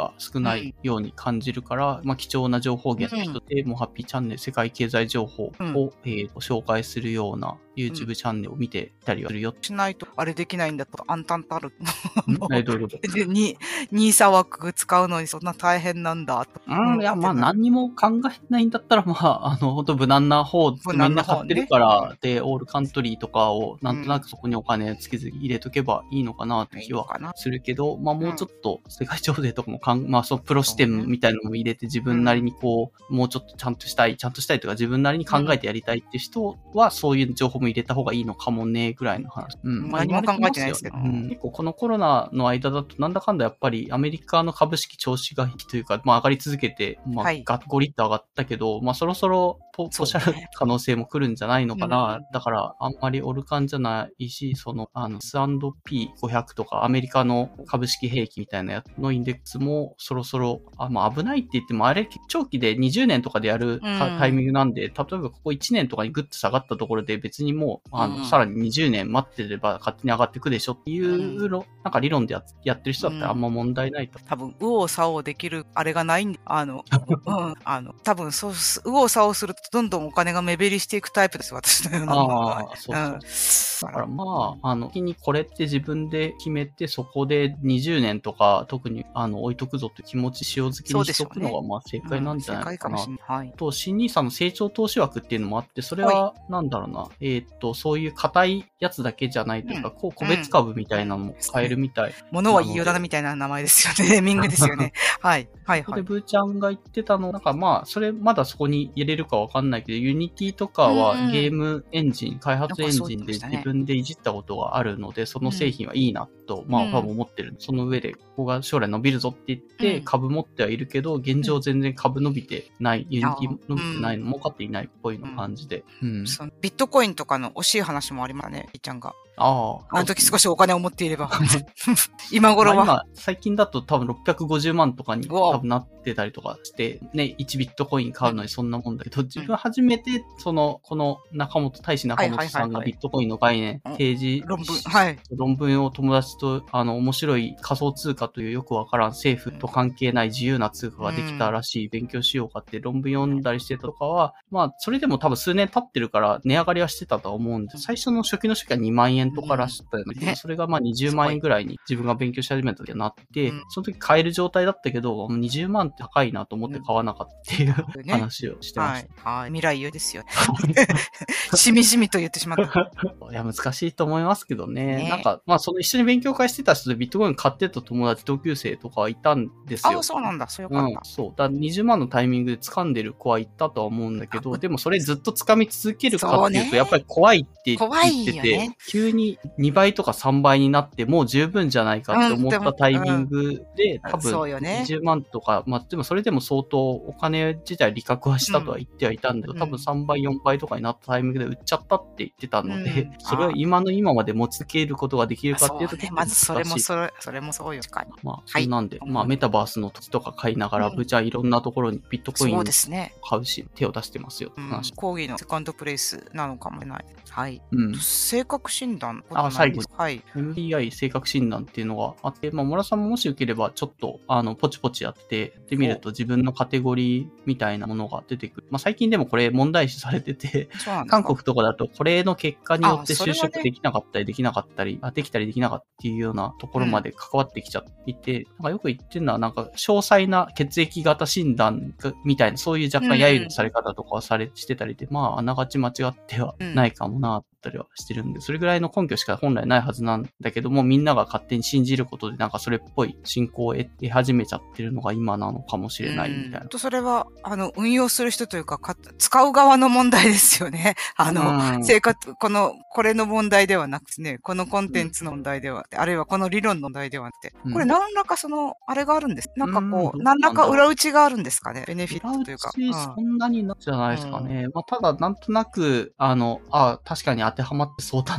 が少ないように感じるから、まあ貴重な情報源として、もうハッピーチャンネル世界経済情報を、紹介するようなYouTube チャンネルを見てたりはするよ。 しないと、あれできないんだと、暗淡たる。 どういうことニーサ枠使うのにそんな大変なんだと。 いや、まあ何にも考えないんだったら、まあ、ほんと無難な方、みんな買ってるから、で、オールカントリーとかを、なんとなくそこにお金つけず入れとけばいいのかなって気はするけど、まあもうちょっと世界情勢とかもまあそのプロ視点みたいなのも入れて自分なりにこう、もうちょっとちゃんとしたいというか自分なりに考えてやりたいっていう人は、そういう情報も入れた方がいいのかもね、ぐらいの話。 何も考えてないですけど。 結構このコロナの間だとなんだかんだやっぱりアメリカの株式調子がいいというか、まあ上がり続けて、まあゴリッと上がったけど、まあそろそろポシャる可能性も来るんじゃないのかな。だからあんまりオルカンじゃないし、S&P500 とかアメリカの株式平均みたいなやつのインデックスもそろそろ、まあ危ないって言ってもあれ長期で20年とかでやるタイミングなんで、例えばここ1年とかにグッと下がったところで別にもう、さらに20年待ってれば勝手に上がっていくでしょっていうの、なんか理論でやってる人だったらあんま問題ないと。 多分、右往左往できるあれがないんで、多分そう、右往左往するとどんどんお金が目減りしていくタイプです、私のような。 そうそう。だからまあ、時にこれって自分で決めて、そこで20年とか特に置いとくぞって気持ち塩漬けにしとくのがまあ正解なんじゃないかな。と、新ニーサの成長投資枠っていうのもあって、それはなんだろうな、そういう硬いやつだけじゃないというか、個別株みたいなのも買えるみたい。 物は言いようだなみたいな名前ですよね。ネーミングですよね。はい。 で、ブーちゃんが言ってたの、なんかまあ、それまだそこに入れるかわかんないけど、ユニティとかはゲームエンジン、開発エンジンで自分でいじったことがあるので、その製品はいいなと、まあ多分思ってる。その上で、ここが将来伸びるぞって言って、株持ってはいるけど、現状全然株伸びてない、ユニティ伸びてないの、儲かっていないっぽいの感じで。 ビットコインとかの惜しい話もありますね、いっちゃんが。 あの時少しお金を持っていれば。今頃は。 今、最近だと多分650万とかに多分なってたりとかして、ね、1ビットコイン買うのにそんなもんだけど、自分初めて、この大志中本さんがビットコインの概念提示、論文を友達と、面白い仮想通貨というよくわからん政府と関係ない自由な通貨ができたらしい、勉強しようかって論文読んだりしてたとかは、まあ、それでも多分数年経ってるから値上がりはしてたとは思うんで、最初の初期は2万円とからしったよね。それがまあ20万円ぐらいに自分が勉強し始めた時はなって、その時買える状態だったけど、20万って高いなと思って買わなかったっていう話をしてました。 はい。未来言うですよね。しみじみと言ってしまった。 いや、難しいと思いますけどね。なんか、まあ、一緒に勉強会してた人でビットコイン買ってた友達、同級生とかいたんですよ。 そうなんだ。そうよかった。 そう。だ20万のタイミングで掴んでる子はいたとは思うんだけど、でもそれずっと掴み続けるかっていうと、やっぱり怖いって言ってて、急に2倍とか3倍になってもう十分じゃないかって思ったタイミングで、多分20万とか、まあでもそれでも相当お金自体利確はしたとは言ってはいたんだけど、多分3倍4倍とかになったタイミングで売っちゃったって言ってたので、それを今まで持ち続けることができるかっていうと、 まずそれもそうよ。 まあ、なんで、まあメタバースの土地とか買いながら、じゃあいろんなところにビットコインを買うし、手を出してますよって話。 講義のセカンドプレイスなのかもしれない。はい。性格診断。 最後に。はい。MBI 性格診断っていうのがあって、まあ、村さんももしよければ、ちょっと、ポチポチやってみると、自分のカテゴリーみたいなものが出てくる。まあ、最近でもこれ問題視されてて、韓国とかだと、これの結果によって就職できなかったり、できなかったり、できたりできなかったっていうようなところまで関わってきちゃっていて、なんかよく言ってるのは、なんか、詳細な血液型診断みたいな、そういう若干揶揄のされ方とかはしてたりで、まあ、あながち間違ってはないかもな、ったりはしてるんで、それぐらいの根拠しか本来ないはずなんだけども、みんなが勝手に信じることでなんかそれっぽい信仰を得始めちゃってるのが今なのかもしれないみたいな。 それは、運用する人というか、使う側の問題ですよね。これの問題ではなくてね、このコンテンツの問題では、あるいはこの理論の問題ではなくて、これ何らかあれがあるんです。なんかこう、何らか裏打ちがあるんですかね。ベネフィットというか。 そんなになんじゃないですかね。まあ、ただ、なんとなく、確かに当てはまってそうだなって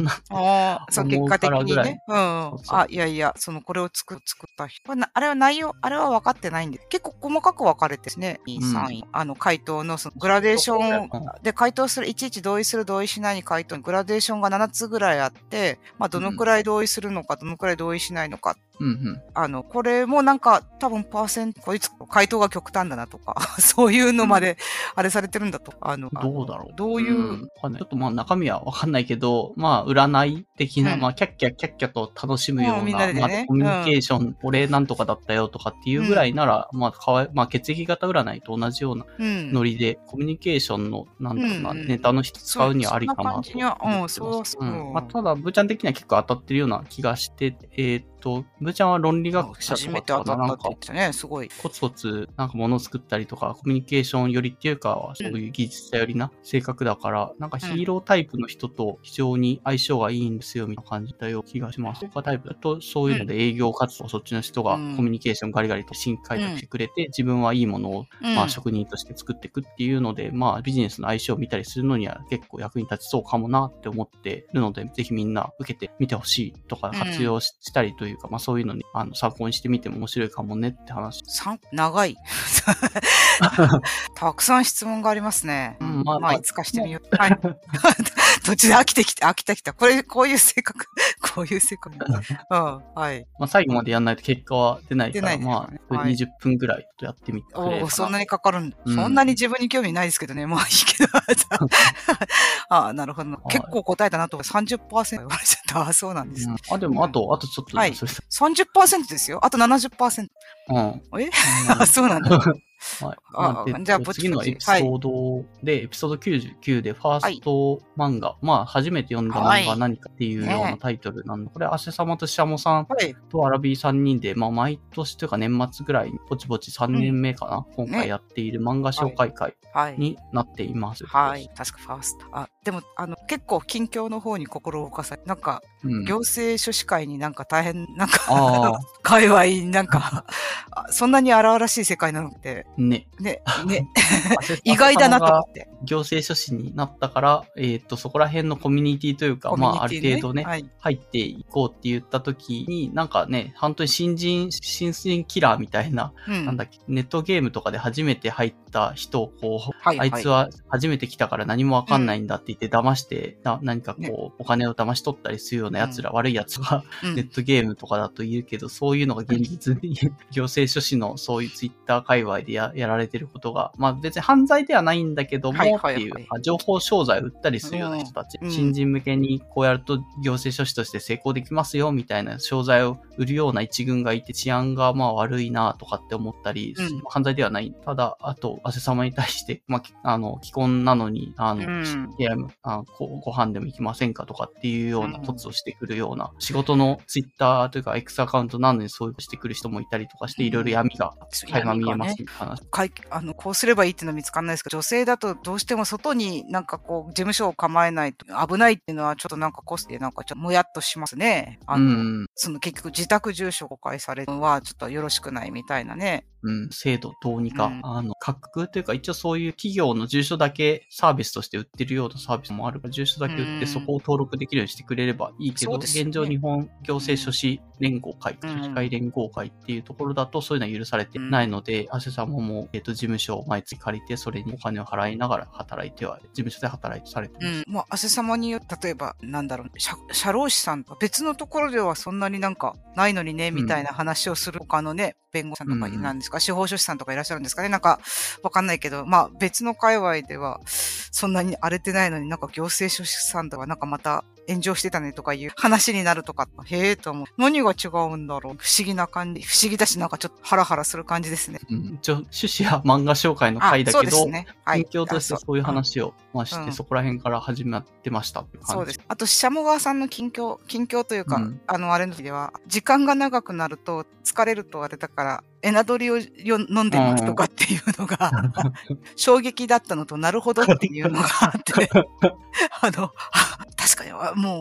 そう、結果的にね。いやいや、これを作った人。あれは内容、あれは分かってないんで、結構細かく分かれてですね、2、3位。回答のグラデーションで回答する、いちいち同意する、同意しないに回答にグラデーションが7つぐらいあって、どのくらい同意するのか、どのくらい同意しないのか。これもなんか多分こいつ回答が極端だなとか、そういうのまであれされてるんだと。 どうだろう。 どういう、 ちょっと中身はわかんないけど、占い的な、キャッキャと楽しむような、コミュニケーション、俺なんとかだったよとかっていうぐらいなら、血液型占いと同じようなノリで、コミュニケーションの、ネタの一つ使うにはありかなと。ただ、ブーちゃん的には結構当たってるような気がして、ブーちゃんは論理学者とか初めて当たったって言ってたね、すごい。 コツコツ物を作ったりとか、コミュニケーション寄りっていうか、そういう技術者寄りな性格だから、ヒーロータイプの人と非常に相性がいいんですよ、みたいな感じだよ気がします。他タイプだと、そういうので営業活動、そっちの人がコミュニケーションガリガリと新開拓してくれて、自分はいいものを、職人として作っていくっていうので、ビジネスの相性を見たりするのには結構役に立ちそうかもなって思ってるので、ぜひみんな受けてみてほしいとか活用したりというか、そういうのに参考にしてみても面白いかもねって話。 長い。たくさん質問がありますね。いつかしてみよう。はい。途中で飽きてきた。こういう性格。はい。 最後までやんないと結果は出ないから、20分ぐらいやってみてくれれば。 そんなにかかるそんなに自分に興味ないですけどね。いいけど。なるほど。結構答えたなと 30% 言われちゃった。そうなんですね。 でも、あとちょっと。 はい。30% ですよ。あと 70%。そうなんだ。 じゃあ、次のエピソードで、エピソード99でファースト漫画、初めて読んだ漫画は何かっていうようなタイトルなんで、これ、アセ様とシシャモさんとアラビー3人で、毎年というか年末ぐらいに、ぼちぼち3年目かな、今回やっている漫画紹介会になっています。 はい。確かファースト。でも、結構近況の方に心を動かされ、行政書士会に大変、界隈そんなに荒々しい世界なのって、ね。意外だなと思って。 行政書士になったから、そこら辺のコミュニティというか、ある程度ね、入っていこうって言った時に、本当に新人キラーみたいな、ネットゲームとかで初めて入った人をあいつは初めて来たから何もわかんないんだって言って騙して、何かお金を騙し取ったりするような奴ら、悪い奴が、ネットゲームとかだと言うけど、そういうのが現実に、行政書士のそういうツイッター界隈でやられてることが、別に犯罪ではないんだけども、っていう、情報商材を売ったりするような人たち、新人向けにこうやると行政書士として成功できますよ、みたいな商材を売るような一軍がいて、治安が悪いなとかって思ったり、犯罪ではない。ただ、あと、アセ様に対して、既婚なのに、ご飯でも行きませんかとかっていうような凸をしてくるような、仕事のツイッターというか X アカウントなのにそういうしてくる人もいたりとかして、いろいろ闇が垣間見えますみたいな話。 こうすればいいっていうのは見つかんないですけど、女性だとどうしても外に事務所を構えないと危ないっていうのはちょっとコストでちょっともやっとしますね。結局自宅住所公開されるのはちょっとよろしくないみたいなね。 制度どうにか、価格というか一応そういう企業の住所だけサービスとして売ってるようなサービスもあるから、住所だけ売ってそこを登録できるようにしてくれればいいけど、現状日本行政書士連合会、書士会連合会っていうところだとそういうのは許されてないので、アセ様も事務所を毎月借りて、それにお金を払いながら働いては、事務所で働いてされてます。 アセ様によって、例えば、社労士さんとか別のところではそんなにないのにね、みたいな話をする他のね、弁護士さんとかなんですか、司法書士さんとかいらっしゃるんですかね、わかんないけど、別の界隈では、そんなに荒れてないのに行政書士さんとかまた炎上してたねとかいう話になるとか、へえと思う。何が違うんだろう。不思議な感じ。不思議だしちょっとハラハラする感じですね。 趣旨は漫画紹介の回だけど、近況としてそういう話をして、そこら辺から始まってましたって感じ。 そうです。あと、シャモ川さんの近況というか、あれの時では、時間が長くなると疲れるとあれだから、エナドリを飲んでますとかっていうのが、衝撃だったのと、なるほどっていうのがあって、確かに、もう私も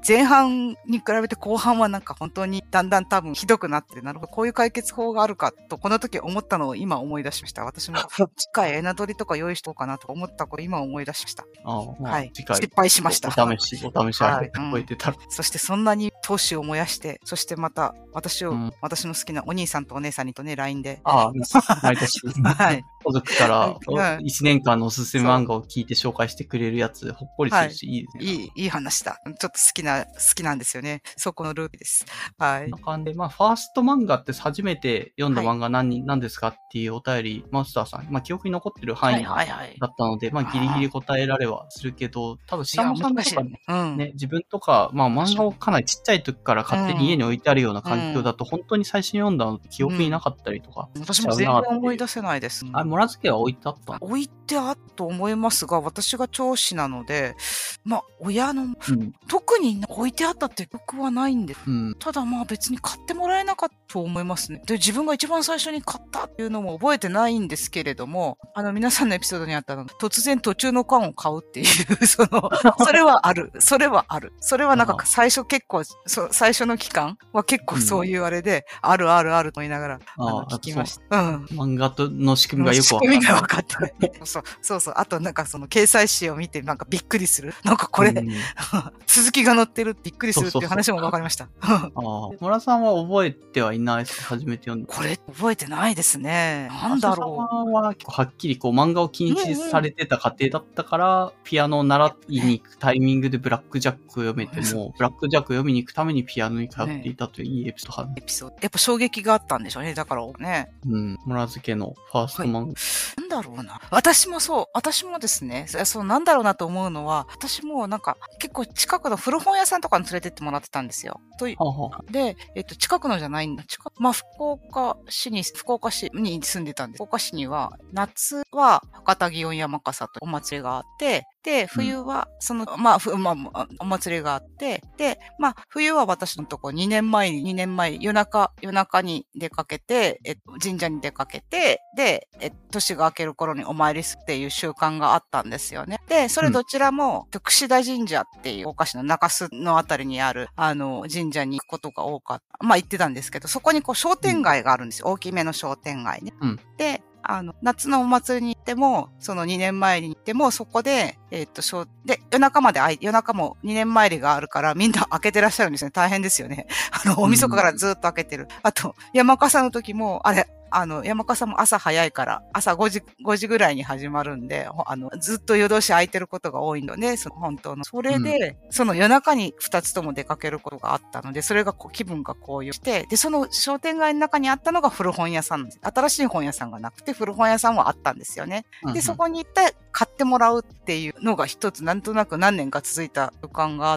前半に比べて後半はなんか本当にだんだん多分ひどくなって、なるほど、こういう解決法があるかと、この時思ったのを今思い出しました。私も次回エナドリとか用意しとこうかなと思ったこと今思い出しました。はい。 次回。 失敗しました。 お試しあれ、超えてたら。 そしてそんなに闘志を燃やして、そしてまた私の好きなお兄さんとお姉さんにとね、LINE で。 毎年。はい。家族から1年間のおすすめ漫画を聞いて紹介してくれるやつ、ほっこりするし、いいですね。 いい話だ。ちょっと好きなんですよね。そこのルールです。はい。 な感じで、ファースト漫画って初めて読んだ漫画何ですかっていうお便り、マスターさん、記憶に残ってる範囲だったので、ギリギリ答えられはするけど、多分、下野さんとかね、自分とか、漫画をかなりちっちゃい時から勝手に家に置いてあるような環境だと、本当に最初に読んだの記憶になかったりとか。 私も全然思い出せないです。 モラズ家は置いてあった置いてあったと思いますが、私が長子なので、親の、特に置いてあったって記憶はないんです。ただ別に買ってもらえなかったと思いますね。で、自分が一番最初に買ったっていうのも覚えてないんですけれども、皆さんのエピソードにあったの、突然途中の缶を買うっていう、それはある。それはある。それはなんか最初結構、最初の期間は結構そういうあれで、あると言いながら、聞きました。 漫画の仕組みがよくわかんない。 仕組みが分かってない。そう。あとなんか掲載誌を見てなんかびっくりする。なんかこれ、続きが載ってるびっくりするっていう話も分かりました。 村さんは覚えてはいないですか？初めて読んで。 これ覚えてないですね。なんだろう。 さんは結構はっきり漫画を禁止されてた家庭だったから、ピアノを習いに行くタイミングでブラックジャックを読めても、ブラックジャックを読みに行くためにピアノに通っていたといういいエピソード。 やっぱ衝撃があったんでしょうね。だからね。 村漬けのファースト漫画。 なんだろうな。私もですね、なんだろうなと思うのは、私もなんか結構近くの古本屋さんとかに連れてってもらってたんですよ。で、近くのじゃないんだ。福岡市に住んでたんです。福岡市には、夏は博多祇園山笠とお祭りがあって、で、冬は、お祭りがあって、で、冬は私のとこ2年前、夜中に出かけて、神社に出かけて、で、年が明ける頃にお参りするっていう習慣があったんですよね。で、それどちらも、櫛田神社っていう、福岡市の中洲のあたりにある、神社に行くことが多かった。行ってたんですけど、そこに商店街があるんですよ。大きめの商店街ね。で、夏のお祭りに行っても、その2年前に行っても、そこで、夜中も2年参りがあるから、みんな開けてらっしゃるんですね。大変ですよね。お晦日からずっと開けてる。あと、山笠の時も、山笠も朝早いから、朝5時ぐらいに始まるんで、ずっと夜通し空いてることが多いので、本当の。それで、その夜中に2つとも出かけることがあったので、それが気分が高揚して、で、その商店街の中にあったのが古本屋さんなんです。新しい本屋さんがなくて、古本屋さんはあったんですよね。で、そこに行って買ってもらうっていうのが一つ、なんとなく何年か続いた予感があって、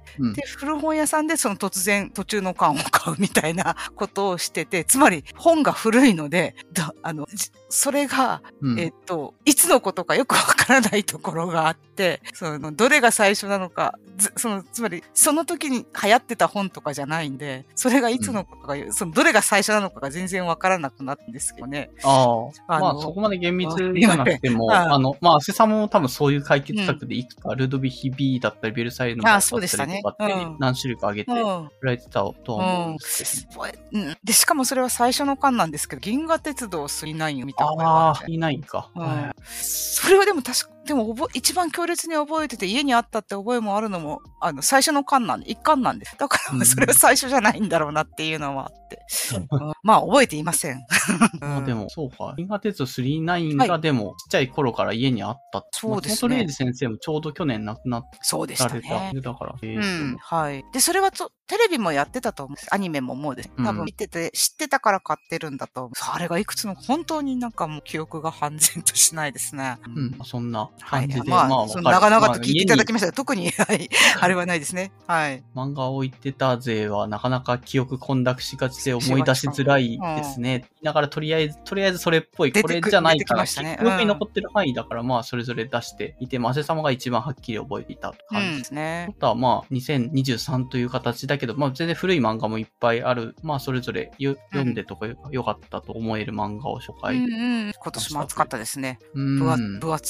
で、古本屋さんで突然途中の缶を買うみたいなことをしてて、つまり本が古いので、それが、いつのことかよくわからないところがあって、どれが最初なのか、つまり、その時に流行ってた本とかじゃないんで、それがいつのことか、どれが最初なのかが全然わからなくなったんですけどね。 そこまで厳密じゃなくても、アセさんも多分そういう解決策でいくつか、ルドビヒビーだったり、ベルサイユのだったりとかって何種類か挙げて売られてたと思うんですけど。 で、しかもそれは最初の巻なんですけど、銀河鉄道999を見た覚えがあって。999か。 それはでも一番強烈に覚えてて家にあったって覚えもあるのも、最初の巻なんで、一巻なんです。だからそれは最初じゃないんだろうなっていうのはあって。覚えていません。 でも、そうか。銀河鉄道999がでも、ちっちゃい頃から家にあった。 そうですね。 松本零士先生もちょうど去年亡くなって。 そうでしたね。 だから。 はい。で、それはテレビもやってたと思うんです。アニメももうです。多分見てて、知ってたから買ってるんだと思う。あれがいくつの、本当になんかもう記憶が半然としないですね。 そんな感じで。 長々と聞いていただきましたが、特に、あれはないですね。はい。 漫画を置いてた勢はなかなか記憶混濁しがちで思い出しづらいですね。だからとりあえずそれっぽい、これじゃないから、記憶に残ってる範囲だから、それぞれ出していて、マセ様が一番はっきり覚えていた感じですね。あとは2023という形だけど、全然古い漫画もいっぱいある。それぞれ読んでとか良かったと思える漫画を紹介。 今年も暑かったですね。分厚かったね。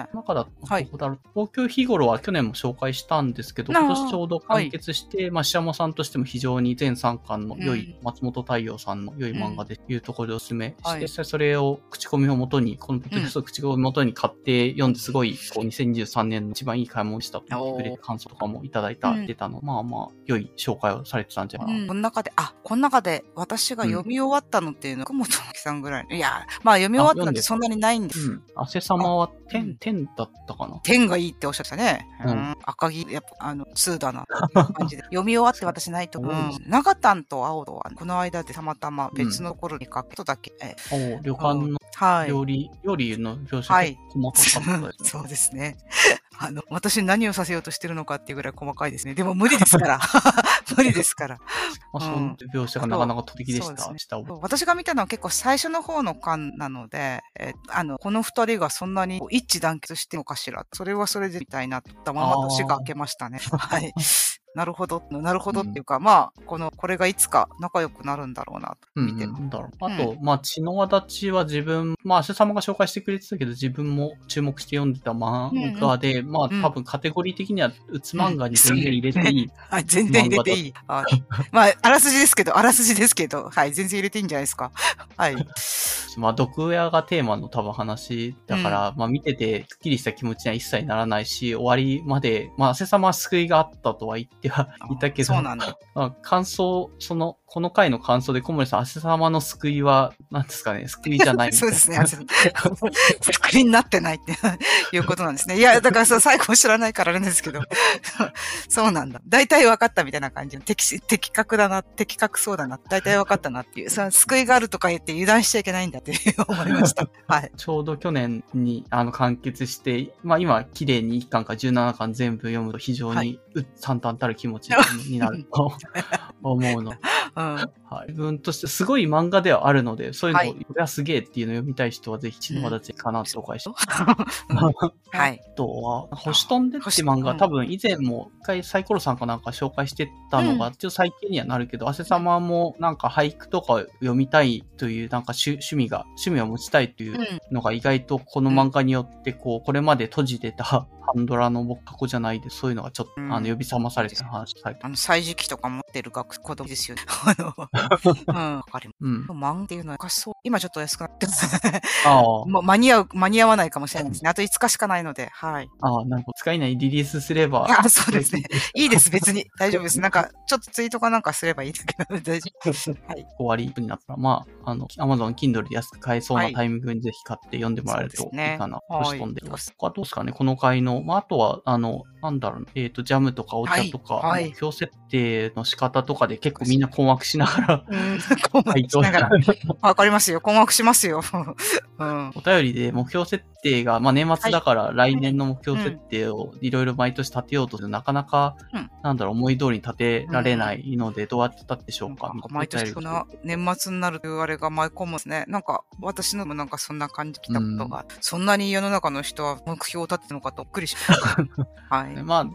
ね。 中だと、東京日頃は去年も紹介したんですけど、今年ちょうど完結して、石山さんとしても非常に全3巻の良い、松本太陽さんの良い漫画でいうところでお勧めして、それを口コミをもとに、このポッドキャストを口コミをもとに買って読んで、すごい、2023年の一番いい買い物したと言ってくれる感想とかもいただいた、出たの、良い紹介をされてたんじゃないかな。 この中で私が読み終わったのっていうのは、福本さんぐらい。いや、読み終わったのってそんなにないんです。 汗様は10だったかな。 10がいいっておっしゃったね。赤木、やっぱ、2だな、っていう感じで。読み終わって私ないと思う。長谷と青とは、この間でたまたま別のところに書くことだけ。 旅館の料理の描写結構細かかったですね。 そうですね。私何をさせようとしてるのかっていうぐらい細かいですね。でも無理ですから。無理ですから。 その描写がなかなか取り切でした。 私が見たのは結構最初の方の巻なので、この二人がそんなに一致団結してるのかしら。それはそれでみたいなとったまま年が明けましたね。はい。なるほどっていうか、これがいつか仲良くなるんだろうなと見てる。 あと、血の輪立ちは自分、足様が紹介してくれてたけど、自分も注目して読んでた漫画で、多分カテゴリー的には、うつ漫画に全然入れていい。 はい、全然入れていい。あらすじですけど、はい、全然入れていいんじゃないですか。はい。 毒親がテーマの多分話だから、見てて、すっきりした気持ちには一切ならないし、終わりまで、汗様は救いがあったとは言ってはいたけど、 そうなんだ。 感想、この回の感想で小森さん、汗様の救いは、なんですかね、救いじゃないみたいな。 そうですね。救いになってないっていうことなんですね。いや、だから最後知らないからあれですけど、そうなんだ。大体分かったみたいな感じの、的確そうだな。大体分かったなっていう。救いがあるとか言って油断しちゃいけないんだって思いました。はい。 ちょうど去年に完結して、今、綺麗に1巻か17巻全部読むと非常に惨憺たる気持ちになると思うの。自分としてすごい漫画ではあるので、そういうのを、これはすげえっていうのを読みたい人はぜひ血の輪立ちかなとお返し。 はい。 あとは、星飛んでって漫画、多分以前も一回サイコロさんかなんか紹介してたのが、一応最近にはなるけど、汗様もなんか俳句とかを読みたいという、なんか趣味を持ちたいというのが意外とこの漫画によって、これまで閉じてたハンドラの過去じゃないで、そういうのがちょっと、呼び覚まされてる話されて。 歳時記とか持ってる子供ですよね。わかります。漫画っていうのはそう。今ちょっと安くなって間に合わないかもしれないですね。あと5日しかないので、はい。 なるほど。使いないリリースすれば。 そうですね。いいです、別に。大丈夫です。なんか、ちょっとツイートかなんかすればいいだけど、大丈夫。はい。 終わりになったら、Amazon Kindle で安く買えそうなタイミングにぜひ買って読んでもらえるといいかな。星飛んでます。他どうですかね、この回の、あとは、なんだろう、ジャムとかお茶とか、目標設定の仕方とかで結構みんな困惑しながら、 困惑しながら。わかりますよ。困惑しますよ。 お便りで目標設定が、年末だから来年の目標設定をいろいろ毎年立てようとすると、なかなか、思い通りに立てられないので、どうやって立ってでしょうか。 毎年年末になるというあれが舞い込むんですね。なんか、私のもなんかそんな感じきたことが、そんなに世の中の人は目標を立ててるのかとびっくりしました。はい。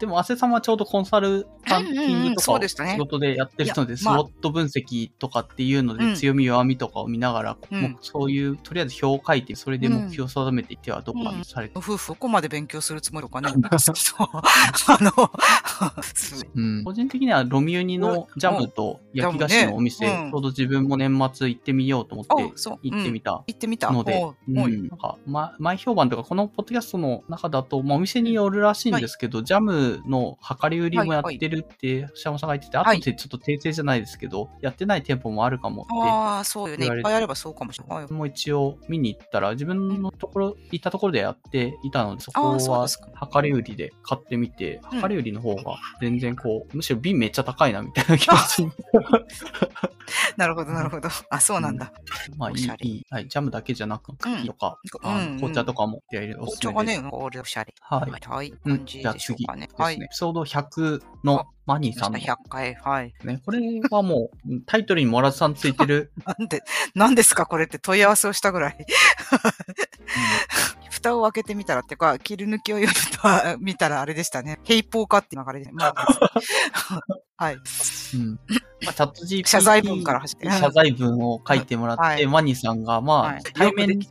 でも、汗様はちょうどコンサルタンティングとかを仕事でやってる人で、スウォット分析とかっていうので、強み弱みとかを見ながら、そういう、とりあえず表を書いて、それで目標を定めていってはどうかされて。 夫婦、どこまで勉強するつもりとかね。 個人的にはロミユニのジャムと焼き菓子のお店、ちょうど自分も年末行ってみようと思って行ってみたので、なんか前評判とかこのポッドキャストの中だと、お店によるらしいんですけど、ジャムの量り売りもやってるって橋山さんが言ってて、あとでちょっと訂正じゃないですけど、やってない店舗もあるかもって言われて。 そうよね。いっぱいあればそうかもしれない。 もう一応見に行ったら、自分の行ったところでやっていたので、そこは量り売りで買ってみて、量り売りの方が全然むしろ瓶めっちゃ高いなみたいな気持ちに。 なるほど、なるほど。そうなんだ。 いい。はい。ジャムだけじゃなく、クッキーとか、紅茶とかもやれるおすすめです。 紅茶がね、おしゃれ。 はい。 はい。 じゃあ次ですね。エピソード100のマニーさんの。 100回、はい。 ね、これはもう、タイトルにモラズさんついてる。 なんですかこれって問い合わせをしたぐらい。蓋を開けてみたらっていうか、切り抜きを読むと見たらあれでしたね。ヘイポーカっていう流れで。はい。 チャット GPT 謝罪文から始めて。 謝罪文を書いてもらって、マニーさんが、対面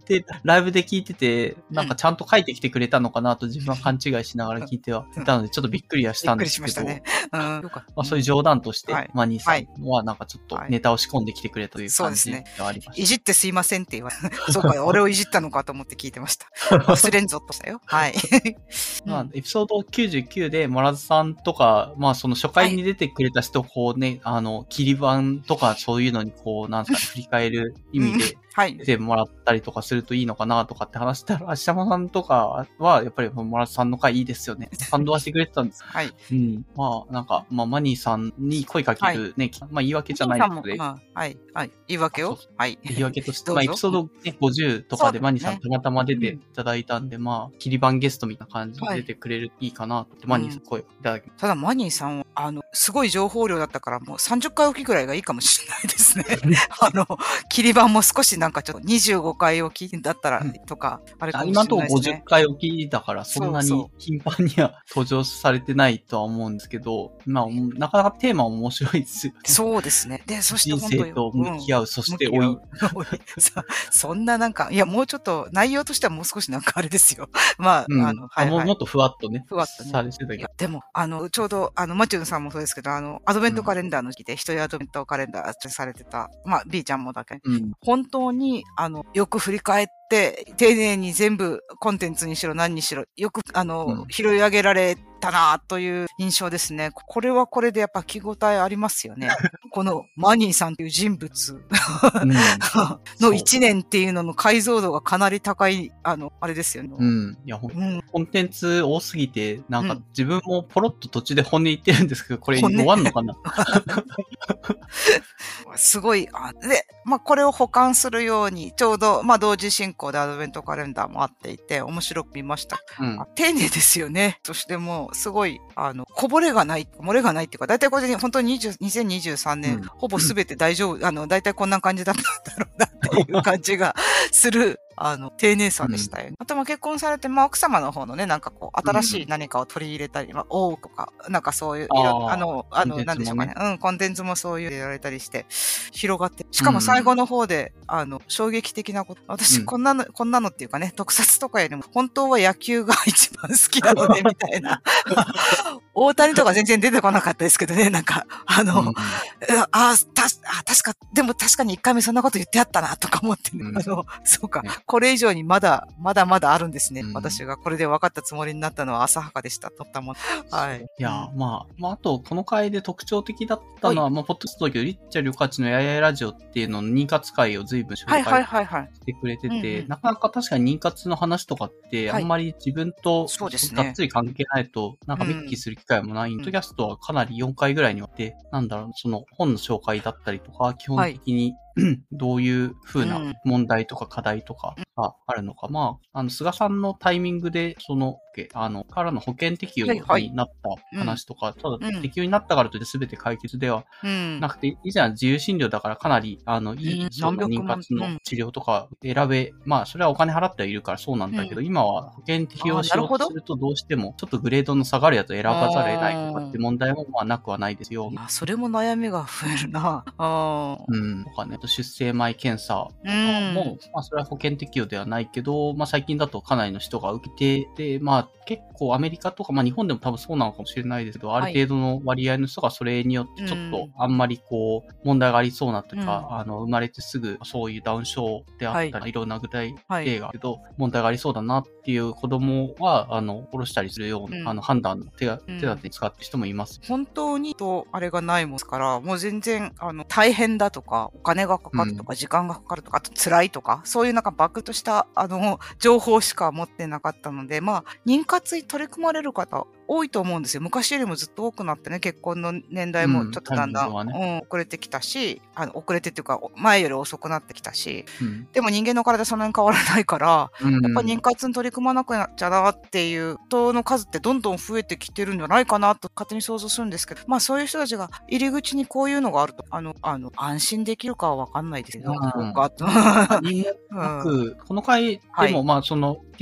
で、ライブで聞いてて、なんかちゃんと書いてきてくれたのかなと自分は勘違いしながら聞いてはいたので、ちょっとびっくりはしたんですけど。びっくりしましたね。まあそういう冗談として、マニーさんはなんかちょっとネタを仕込んできてくれたという感じではありました。 いじってすいませんって言われて、そうか、俺をいじったのかと思って聞いてました。忘れんぞとしたよ。はい。 まあ、エピソード99で、モラズさんとか、まあ、その初回に出てくれた人、こうね、切り板とかそういうのに、こう、なんすか、振り返る意味で、出てもらったりとかするといいのかなとかって話したら、芦山さんとかは、やっぱりモラズさんの回いいですよね。感動はしてくれてたんです。 はい。 うん。まあ、なんか、まあ、マニーさんに声かけるね、まあ、言い訳じゃないので。 はい。はい。言い訳をはい。 言い訳として、まあ、エピソード、ね、50とかでマニーさんたまたま出ていただいたんで、まあ、切り板ゲストみたいな感じで出てくれるといいかなって、マニーさん声をいただきます。 ただ、マニーさんは、すごい情報量だったから、もう30回おきぐらいがいいかもしれないですね。切り板も少しなんかちょっと25回おきだったらとか、あれかもしれないですね。 今のとこ50回おきだから、そんなに頻繁には登場されてないとは思うんですけど、まあ、なかなかテーマ面白いですよね。 そうですね。で、そして人生と向き合う、そして老い。 そんななんか、いや、もうちょっと、内容としてはもう少しなんかあれですよ。まあ、もっとふわっとね。 ふわっとね。 されてたけど。 でも、ちょうど、マチュンさんもそうですけど、アドベントカレンダーの時で、一人アドベントカレンダーされてた、まあ、B ちゃんもだけ。本当に、よく振り返って、丁寧に全部コンテンツにしろ何にしろ、よく、拾い上げられたなという印象ですね。これはこれでやっぱ聞き応えありますよね。このマニーさんという人物の1年っていうのの解像度がかなり高い、あれですよね。 いや、コンテンツ多すぎて、なんか自分もポロッと途中で本音言ってるんですけど、これ終わんのかなすごい、で、まあ、これを保管するように、ちょうど、まあ、同時進行でアドベントカレンダーもあっていて、面白く見ました。丁寧ですよね。そしてもう、すごい、こぼれがないっていうか、だいたいこれで本当に2023年、ほぼすべて大丈夫、だいたいこんな感じだったんだろうなっていう感じがする。丁寧さでしたよね。あと、ま、結婚されて、まあ、奥様の方のね、なんかこう、新しい何かを取り入れたり、まあ、とか、なんかそういう、なんでしょうかね。コンテンツもそういうやられたりして、広がって。しかも最後の方で、衝撃的なこと。私、こんなのっていうかね、特撮とかよりも、本当は野球が一番好きなので、みたいな。大谷とか全然出てこなかったですけどね、なんか、確かに1回目そんなこと言ってあったな、とか思ってね。そうか。これ以上にまだあるんですね。私がこれで分かったつもりになったのは浅はかでした。とったもん。はい。 いや、まあ、あと、この回で特徴的だったのは、まあ、ポッドキャストだけど、リッチャー・リョカチのややラジオっていうのの妊活会を随分紹介してくれてて、なかなか確かに妊活の話とかって、あんまり自分とがっつり関係ないと、なんか見聞きする機会もない。ポッドキャストはかなり4回ぐらいにわって、なんだろう、その本の紹介だったりとか、基本的に、どういう風な問題とか課題とかがあるのか。まあ、菅さんのタイミングで、からの保険適用になった話とか、ただ適用になったからといって全て解決ではなくて、以前は自由診療だからかなり、いい、妊活の治療とか選べ、まあ、それはお金払ってはいるからそうなんだけど、今は保険適用しようとするとどうしても、ちょっとグレードの下がるやつを選ばざるを得ないとかって問題もまあなくはないですよ。 それも悩みが増えるな。 とかね、出生前検査も、まあそれは保険適用ではないけど、まあ最近だとかなりの人が受けて、で、まあ結構アメリカとか、まあ日本でも多分そうなのかもしれないですけど、ある程度の割合の人がそれによってちょっとあんまりこう、問題がありそうなというか、生まれてすぐそういうダウン症であったり、いろんな具体例があるけど、問題がありそうだなっていう子供は、殺したりするような、判断の手立てに使ってる人もいます。 本当にあれがないもんですから、もう全然、大変だとか、お金がかかるとか、時間がかかるとか、あと辛いとか、そういうなんかバックとした、情報しか持ってなかったので、まあ、妊活に取り組まれる方、多いと思うんですよ。昔よりもずっと多くなってね、結婚の年代もちょっとだんだん、遅れてきたし、遅れてっていうか、前より遅くなってきたし、でも人間の体そんなに変わらないから、やっぱ妊活に取り組まなくなっちゃなっていう人の数ってどんどん増えてきてるんじゃないかなと勝手に想像するんですけど、まあそういう人たちが入り口にこういうのがあると、安心できるかはわかんないですけど、 この回でも、まあ、リッチャー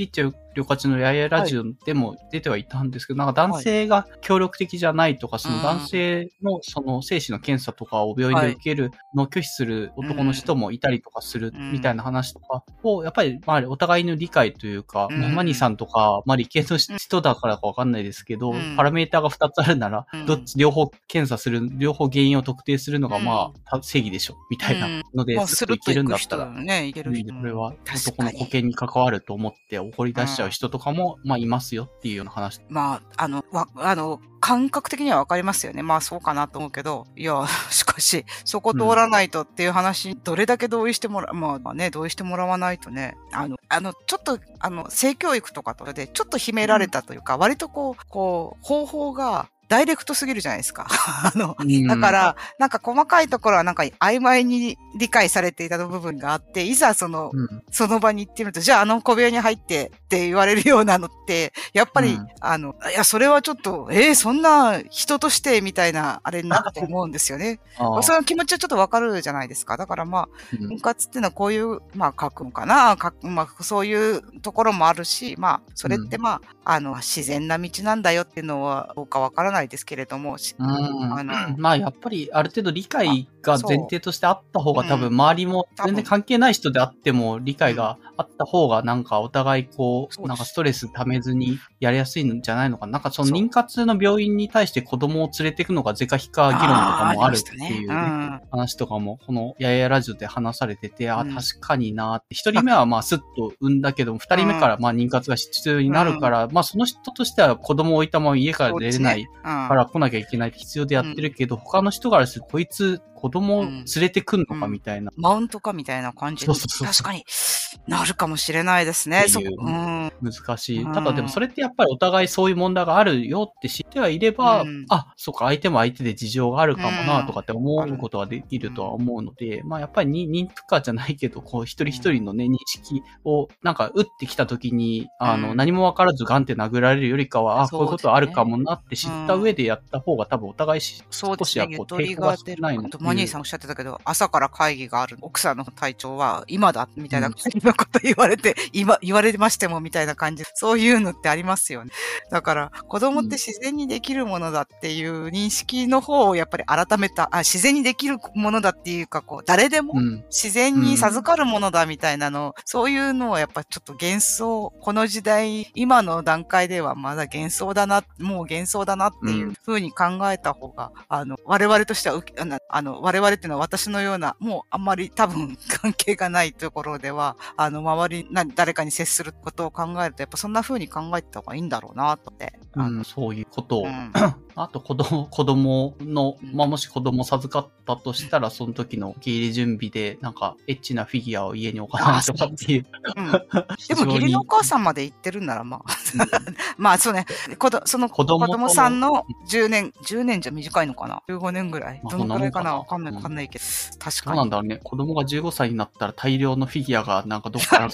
りょかちのややラジオでも出てはいたんですけど、なんか男性が協力的じゃないとか、その男性のその精子の検査とかを病院で受けるのを拒否する男の人もいたりとかするみたいな話とかを、やっぱりまあお互いの理解というか、マニさんとか、まあ理系の人だからかわかんないですけど、パラメーターが2つあるなら、どっち両方検査する、両方原因を特定するのがまあ正義でしょ、みたいなので、すっといけるんだったら、これは男の保険に関わると思って怒り出しちゃう人とかも、まあいますよっていうような話。 まあ、感覚的にはわかりますよね。まあそうかなと思うけど、いや、しかし、そこ通らないとっていう話、どれだけ同意してもらう、まあね、同意してもらわないとね、ちょっと、性教育とかとかで、ちょっと秘められたというか、割とこう、方法が、ダイレクトすぎるじゃないですか。だから、なんか細かいところはなんか曖昧に理解されていた部分があって、いざその場に行ってみると、じゃあ小部屋に入ってって言われるようなのって、やっぱり、いや、それはちょっと、そんな人としてみたいな、あれになると思うんですよね。その気持ちはちょっとわかるじゃないですか。だからまあ、婚活っていうのはこういう、まあ書くのかな、まあそういうところもあるし、まあ、それってまあ、自然な道なんだよっていうのはどうかわからないですけれども、 まあやっぱりある程度理解が前提としてあった方が多分周りも全然関係ない人であっても理解があった方がなんかお互いこうなんかストレス溜めずにやりやすいんじゃないのかな。なんかその妊活の病院に対して子供を連れていくのが是か非か議論とかもあるっていうね、話とかもこのややラジオで話されてて、確かになーって。一人目はまあスッと産んだけども、二人目からまあ妊活が必要になるから、まあその人としては子供を置いたまま家から出れないから来なきゃいけないって必要でやってるけど、他の人からするとこいつ子供を連れてくんのかみたいな。 マウントかみたいな感じで。確かになるかもしれないですね。 難しい。ただでもそれってやっぱりお互いそういう問題があるよって知ってはいれば、そうか、相手も相手で事情があるかもなとかって思うことはできるとは思うので、まあやっぱり妊婦かじゃないけど、こう一人一人のね、認識をなんか打ってきた時に、何もわからずガンって殴られるよりかは、こういうことあるかもなって知った上でやった方が多分お互い少しはこう抵抗が少ないので。 マニーさんおっしゃってたけど、朝から会議がある。奥さんの体調は今だみたいな感じのこと言われて、言われましてもみたいな感じ。そういうのってありますよね。だから子供って自然にできるものだっていう認識の方をやっぱり改めた、自然にできるものだっていうか、こう誰でも自然に授かるものだみたいなの、そういうのをやっぱちょっと幻想、この時代、今の段階ではまだ幻想だな、もう幻想だなっていう風に考えた方が、我々としては我々っていうのは私のような、もうあんまり多分関係がないところでは、周り誰かに接することを考えると、やっぱそんな風に考えた方がいいんだろうな、と思って。 そういうことを。あと子供の、まあ、もし子供授かったとしたら、その時の受け入れ準備で、なんか、エッチなフィギュアを家に置かないとかっていう。 でも、義理のお母さんまで行ってるんなら、まあ。まあ、そうね。その子供さんの10年じゃ短いのかな ?15 年ぐらい。どのくらいかなわかんないけど。確かに。 そうなんだろうね。子供が15歳になったら大量のフィギュアがなんかどっから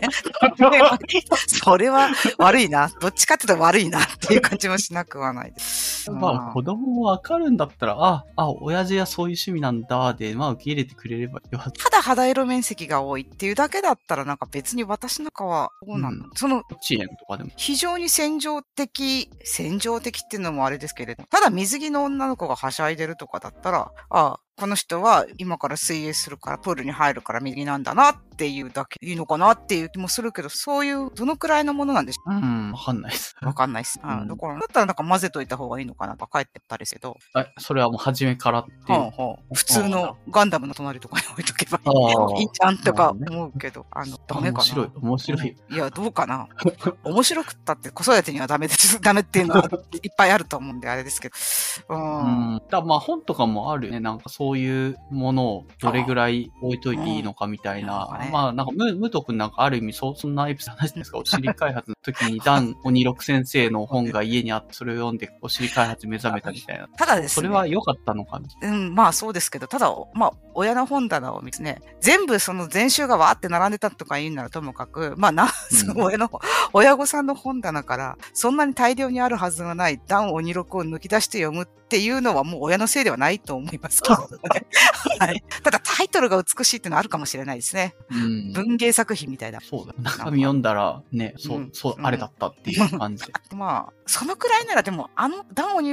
それは悪いな。どっちかって言うと悪いなっていう感じもしなくはないです。 まあ、子供もわかるんだったら、親父はそういう趣味なんだ、で、まあ、受け入れてくれればよかった。 ただ肌色面積が多いっていうだけだったら、なんか別に私なんかは、どうなの、その、 遅延とかでも。 非常に戦場的っていうのもあれですけれど、ただ水着の女の子がはしゃいでるとかだったら、この人は今から水泳するからプールに入るから水着なんだなっていうだけいいのかなっていう気もするけど、そういうどのくらいのものなんでしょう。 わかんないです。 わかんないです。だからだったらなんか混ぜといた方がいいのかなとか帰ってったりすけど。 それはもう初めからっていう。 普通のガンダムの隣とかに置いとけばいいじゃんとか思うけど、ダメかな。 面白い。 いや、どうかな。面白くったって子育てにはダメっていうのはいっぱいあると思うんであれですけど。 まあ本とかもあるよね。なんかそういうものをどれぐらい置いといていいのかみたいな。まあなんかムト君なんかある意味そんなエピソードないですか。お尻開発の時にダン・オニロク先生の本が家にあってそれを読んでお尻開発目覚めたみたいな。 ただですね。 それは良かったのかな。 まあそうですけど、ただ、まあ親の本棚を見てね、全部その全集がわーって並んでたとか言うならともかく、まあその親御さんの本棚からそんなに大量にあるはずがないダン・オニロクを抜き出して読むっていうのはもう親のせいではないと思いますけど。 はい。ただタイトルが美しいっていうのはあるかもしれないですね。文芸作品みたいな。 そうだ。中身読んだらね、あれだったっていう感じで。 まあ、そのくらいならでも、ダンオ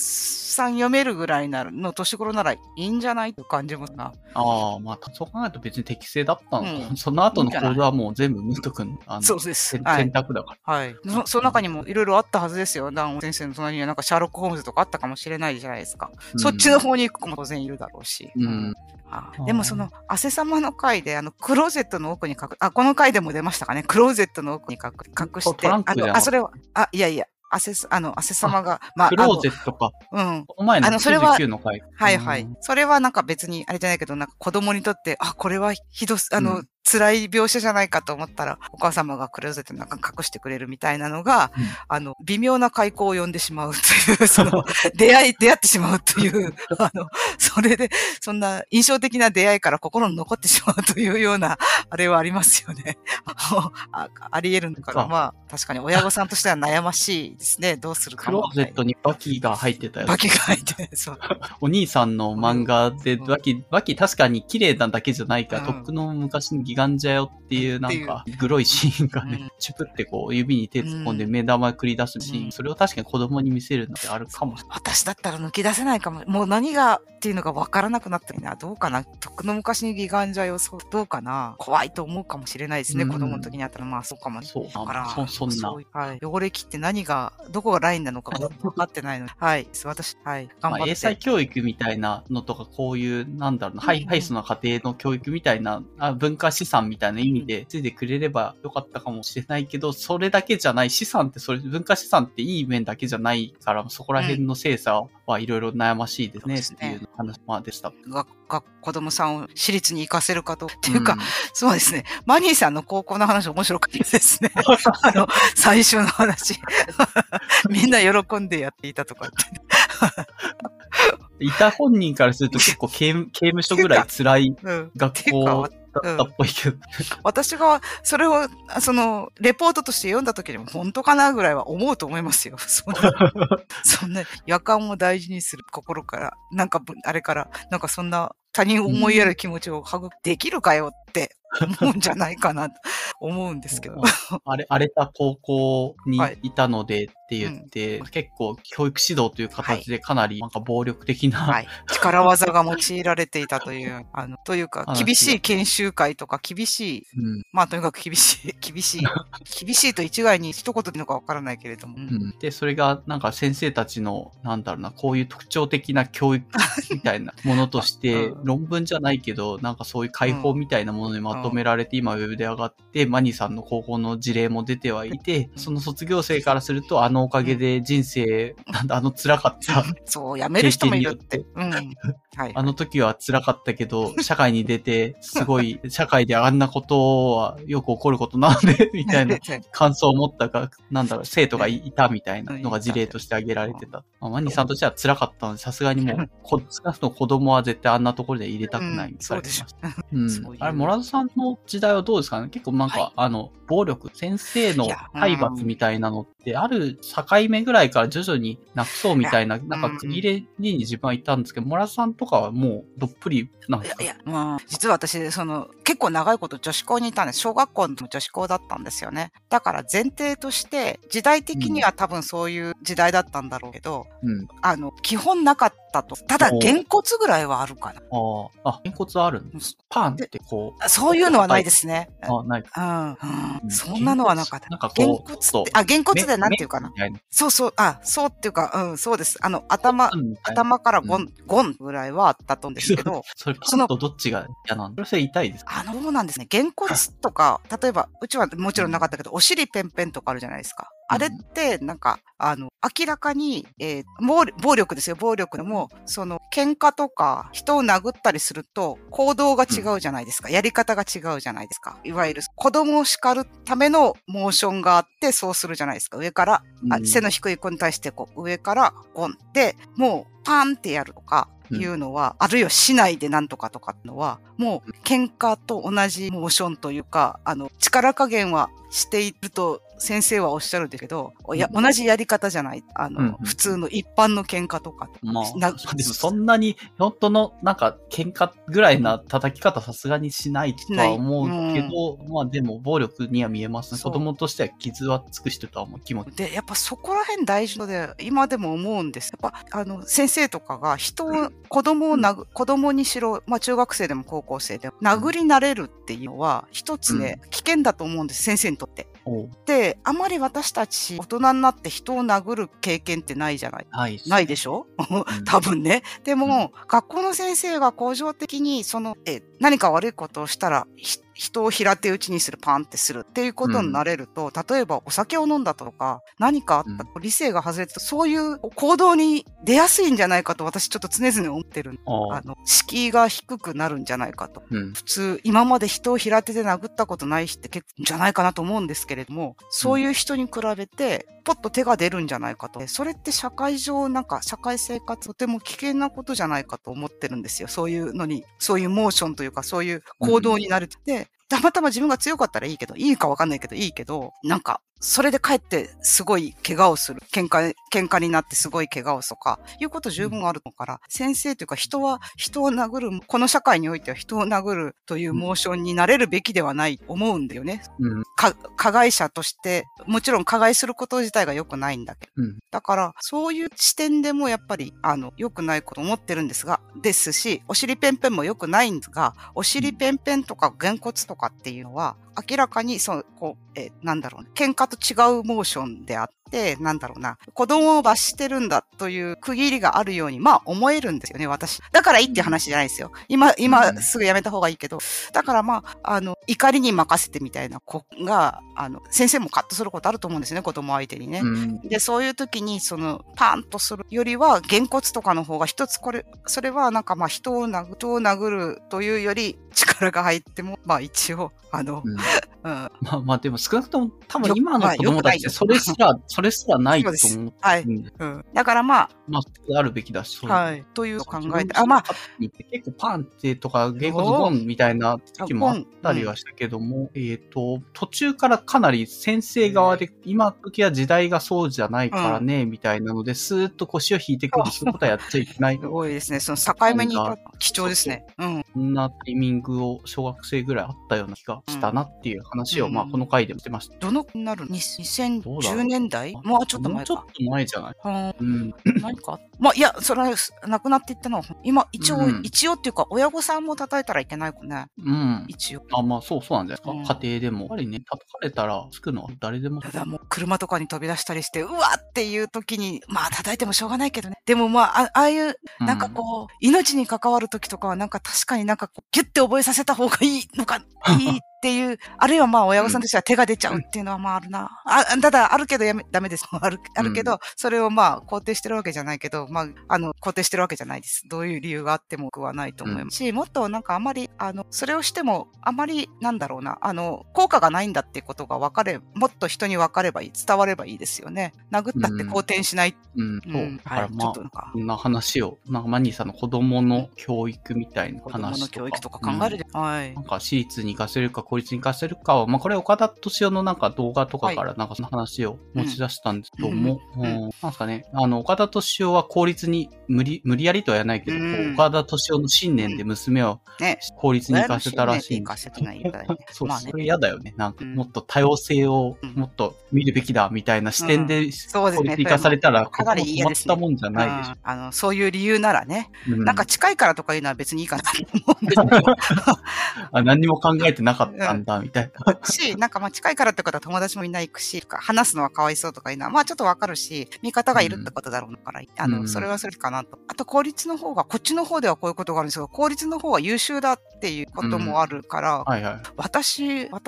263読めるぐらいの年頃ならいいんじゃないという感じもな。 まあ、そう考えると別に適正だったのか。その後のコードはもう全部ムート君、 そうです。 選択だから。 はい。その中にもいろいろあったはずですよ。ダン先生の隣にはなんかシャーロック・ホームズとかあったかもしれないじゃないですか。そっちの方に行く子も当然いるだろうし。でもその、汗様の回で、クローゼットの奥にこの回でも出ましたかね。クローゼットの奥に隠して、それは、いやいや、汗様が、 クローゼットか。この前の99の回。 はいはい。それはなんか別に、あれじゃないけど、なんか子供にとって、これは辛い描写じゃないかと思ったら、お母様がクローゼットの中に隠してくれるみたいなのが、微妙な開口を呼んでしまうという、その、出会ってしまうという、それで、そんな印象的な出会いから心に残ってしまうというような、あれはありますよね。あり得るのかな。まあ、確かに親御さんとしては悩ましいですね。どうするか。 クローゼットにバキが入ってたよ。 バキが入ってそう。 お兄さんの漫画で、バキ確かに綺麗なだけじゃないから、とっくの昔にギガンジャよっていうなんか、グロいシーンがね、チュプってこう指に手突っ込んで目玉繰り出すシーン、それを確かに子供に見せるのってあるかもしれない。 私だったら抜き出せないかも。もう何がっていうのが分からなくなったりな。どうかな。とっくの昔にギガンジャよ、どうかな。怖いと思うかもしれないですね。子供の時にあったら、まあそうかもしれない。だから、 そんな。 はい。汚れ切ってどこがラインなのか分かってないので。はい。私、はい。頑張って。 英才教育みたいなのとか、こういう、なんだろうな、ハイスの家庭の教育みたいな、文化資産みたいな意味でついてくれればよかったかもしれないけど、それだけじゃない、資産って文化資産っていい面だけじゃないから、そこら辺の精査はいろいろ悩ましいですね、っていう話でした。 子供さんを私立に行かせるかと。っていうか、そうですね。マニーさんの高校の話面白かったですね。最初の話。みんな喜んでやっていたとかって。 いた本人からすると結構刑務所ぐらい辛い学校だったっぽいけど。 私がそれを、レポートとして読んだ時にも本当かなぐらいは思うと思いますよ。そんな夜間を大事にする心から、なんかそんな他人を思いやる気持ちをできるかよって思うんじゃないかなと思うんですけど。 荒れた高校にいたのでって言って、結構教育指導という形でかなりなんか暴力的な、 力技が用いられていたという、というか、厳しい研修会とか厳しい、まあとにかく厳しいと一概に一言でいいのかわからないけれども。 で、それがなんか先生たちの、なんだろうな、こういう特徴的な教育みたいなものとして、論文じゃないけど、なんかそういう解放みたいなものにまとめられて、今ウェブで上がって、マニさんの高校の事例も出てはいて、その卒業生からすると、おかげで人生、辛かった。 そう、辞める人もいるって。 あの時は辛かったけど、社会に出て、すごい、社会であんなことはよく起こることなんで、みたいな感想を持ったか、生徒がいたみたいなのが事例として挙げられてた。マニさんとしては辛かったので、さすがにもう、少なくとも子供は絶対あんなところで入れたくないみたいな。そうでしょ。あれ、モラドさんの時代はどうですかね？結構なんか、暴力、先生の体罰みたいなのって、ある境目ぐらいから徐々になくそうみたいな、なんか区切れに自分はいたんですけど、モラドさんとかはもうどっぷりなんですか？ 実は私、結構長いこと女子校にいたんです。小学校の女子校だったんですよね。だから前提として、時代的には多分そういう時代だったんだろうけど、基本なかったと。ただ、げんこつぐらいはあるかな。 げんこつあるんです。パーンってこう。 そういうのはないですね。 ない。 そんなのはなかった。 なんかげんこつって、げんこつでなんていうかな。そうっていうか、そうです。頭からゴンぐらいはあったと思うんですけど。 それ、パンとどっちが嫌なんだ？それ痛いです。 そうなんですね。げんこつとか、例えば、うちはもちろんなかったけど、お尻ペンペンとかあるじゃないですか。あれって、なんか、明らかに、暴力ですよ、暴力でも、喧嘩とか、人を殴ったりすると、行動が違うじゃないですか。やり方が違うじゃないですか。いわゆる、子供を叱るためのモーションがあって、そうするじゃないですか。上から、背の低い子に対して、上からゴンで、もう、パンってやるとか、いうのは、あるいは市内でなんとかとかってのは、もう喧嘩と同じモーションというか、力加減はしていると先生はおっしゃるんだけど、同じやり方じゃない。普通の一般の喧嘩とか。 まあ、でもそんなに、本当の、なんか、喧嘩ぐらいな叩き方さすがにしないとは思うけど、まあでも、暴力には見えますね。子供としては傷は尽くしてるとは思う気持ち。 で、やっぱそこら辺大事で、今でも思うんです。やっぱ、先生とかが子供にしろ、まあ中学生でも高校生でも、殴り慣れるっていうのは、一つね、危険だと思うんです、先生にとって。で、あまり私たち大人になって人を殴る経験ってないじゃない。ないでしょ多分ね。でも、学校の先生が恒常的に、何か悪いことをしたら、人を平手打ちにする、パンってするっていうことになれると、例えばお酒を飲んだとか、何かあったと、理性が外れて、そういう行動に出やすいんじゃないかと私ちょっと常々思ってる。敷居が低くなるんじゃないかと。普通、今まで人を平手で殴ったことない人って結構じゃないかなと思うんですけれども、そういう人に比べて、ポッと手が出るんじゃないかと。それって社会上、社会生活とても危険なことじゃないかと思ってるんですよ。そういうのに、そういうモーションというか、そういう行動になるって。たまたま自分が強かったらいいけど、いいかわかんないけどいいけど、それで帰ってすごい怪我をする。喧嘩になってすごい怪我をするとか、いうこと十分あるのから、先生というか人は人を殴る、この社会においては人を殴るというモーションになれるべきではないと思うんだよね。加害者として、もちろん加害すること自体が良くないんだけど。だから、そういう視点でもやっぱり、良くないこと思ってるんですし、お尻ペンペンも良くないんですが、お尻ペンペンとかげんこつとかっていうのは、明らかに、喧嘩と違うモーションであって、子供を罰してるんだという区切りがあるように、まあ思えるんですよね、私。だからいいっていう話じゃないですよ。今すぐやめた方がいいけど。だからまあ、怒りに任せてみたいな子が、先生もカッとすることあると思うんですよね、子供相手にね。で、そういう時に、パンとするよりは、げんこつとかの方が一つそれは人を殴るというより力が入っても、まあ一応、 まあでも少なくとも多分今の子供たちってそれすらないと思う。 はい。だからまあ、 あるべきだし。 はい。という考えて、 結構パンってとか、げんこつボンみたいな時もあったりはしたけども、途中からかなり先生側で、今時は時代がそうじゃないからね、みたいなので、スーッと腰を引いてくる、そういうことはやっちゃいけない。 すごいですね。その境目に貴重ですね。 そんなタイミングを小学生ぐらいあったような気がしたなっていう話を、まあこの回でもしてました。 どのなる ?2010 年代もうちょっと前か。 もうちょっと前じゃない？ 何かまあ、いや、それは、亡くなっていったのは、今、一応っていうか、親御さんも叩いたらいけない子ね。一応。 まあ、そうなんじゃないですか。家庭でも。やっぱりね、叩かれたら、つくのは誰でも。 ただもう、車とかに飛び出したりして、うわっていう時に、まあ、叩いてもしょうがないけどね。でもまあ、ああいう、命に関わる時とかは、確かにギュッて覚えさせた方がいいのか、いいっていう、あるいはまあ、親御さんとしては手が出ちゃうっていうのはまああるな。ただ、あるけどダメです。あるけど、それをまあ、肯定してるわけじゃないけど、まあ、肯定してるわけじゃないです。どういう理由があっても僕はないと思いますし、もっとあまり、それをしても、あまり、効果がないんだっていうことがもっと人に分かればいい、伝わればいいですよね。殴ったって好転しない。 だからまあ、こんな話を、マニーさんの子供の教育みたいな話とか。子供の教育とか考えるで。はい。 私立に行かせるか、公立に行かせるかは、まあこれ岡田敏夫の動画とかからその話を持ち出したんですけども、なんですかね、岡田敏夫は公立に無理やりとは言わないけど、岡田敏夫の信念で娘を公立に行かせたらしいんです。そう、それ嫌だよね。もっと多様性をもっと見るべきだみたいな視点で公立に行かされたら、ここも止まったもんじゃないでしょ。 そういう理由ならね、近いからとかいうのは別にいいかなと思うんですけど。 何にも考えてなかったんだ、みたいな。 近いからってことは友達もいないし、話すのはかわいそうとかいうのは、まあちょっとわかるし、味方がいるってことだろうから、それはそれかなと。あと公立の方が、こっちの方ではこういうことがあるんですけど、公立の方は優秀だっていうこともあるから、私は、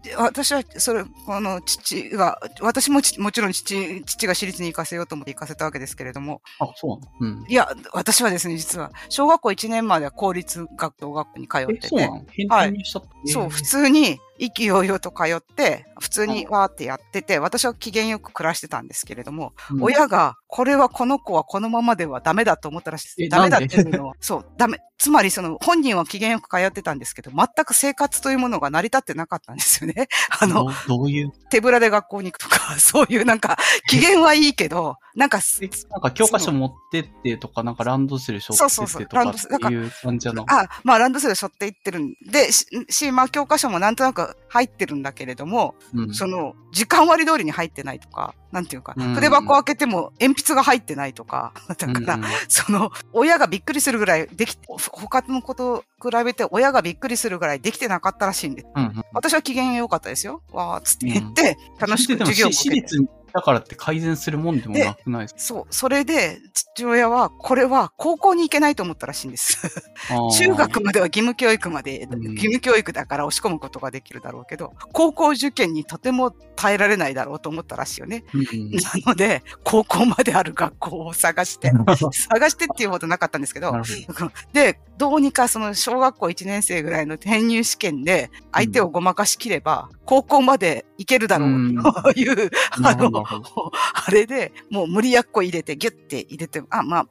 私ももちろん父が私立に行かせようと思って行かせたわけですけれども。 そうなの？ いや、私はですね、実は、小学校1年までは公立学校に通ってて。 そうなの？返済にしちゃった。 そう、普通に、 意気揚々と通って、普通にわーってやってて、私は機嫌よく暮らしてたんですけれども、親が、この子はこのままではダメだと思ったらしいです。ダメだっていうのは、そう、ダメ。つまり本人は機嫌よく通ってたんですけど、全く生活というものが成り立ってなかったんですよね。 どういう手ぶらで学校に行くとか、そういう機嫌はいいけど、 教科書持ってってとか、ランドセル背負ってってとかっていう感じなの。 ランドセル背負っていってるんで、教科書もなんとなく入ってるんだけれども、時間割通りに入ってないとか、なんていうか、筆箱開けても鉛筆が入ってないとか、だから、親がびっくりするぐらい他のこと比べて親がびっくりするぐらいできてなかったらしいんです。私は機嫌良かったですよ。わーっつって言って、楽しく授業を受けて。 だからって改善するもんでもなくないですか？ そう。それで、父親は、これは高校に行けないと思ったらしいんです。中学までは義務教育だから押し込むことができるだろうけど、高校受験にとても耐えられないだろうと思ったらしいよね。なので、高校まである学校を探してっていうほどなかったんですけど、で、どうにか小学校1年生ぐらいの転入試験で相手をごまかしきれば、高校まで行けるだろうという、あれで、もう無理やっこ入れて、ギュッて入れて、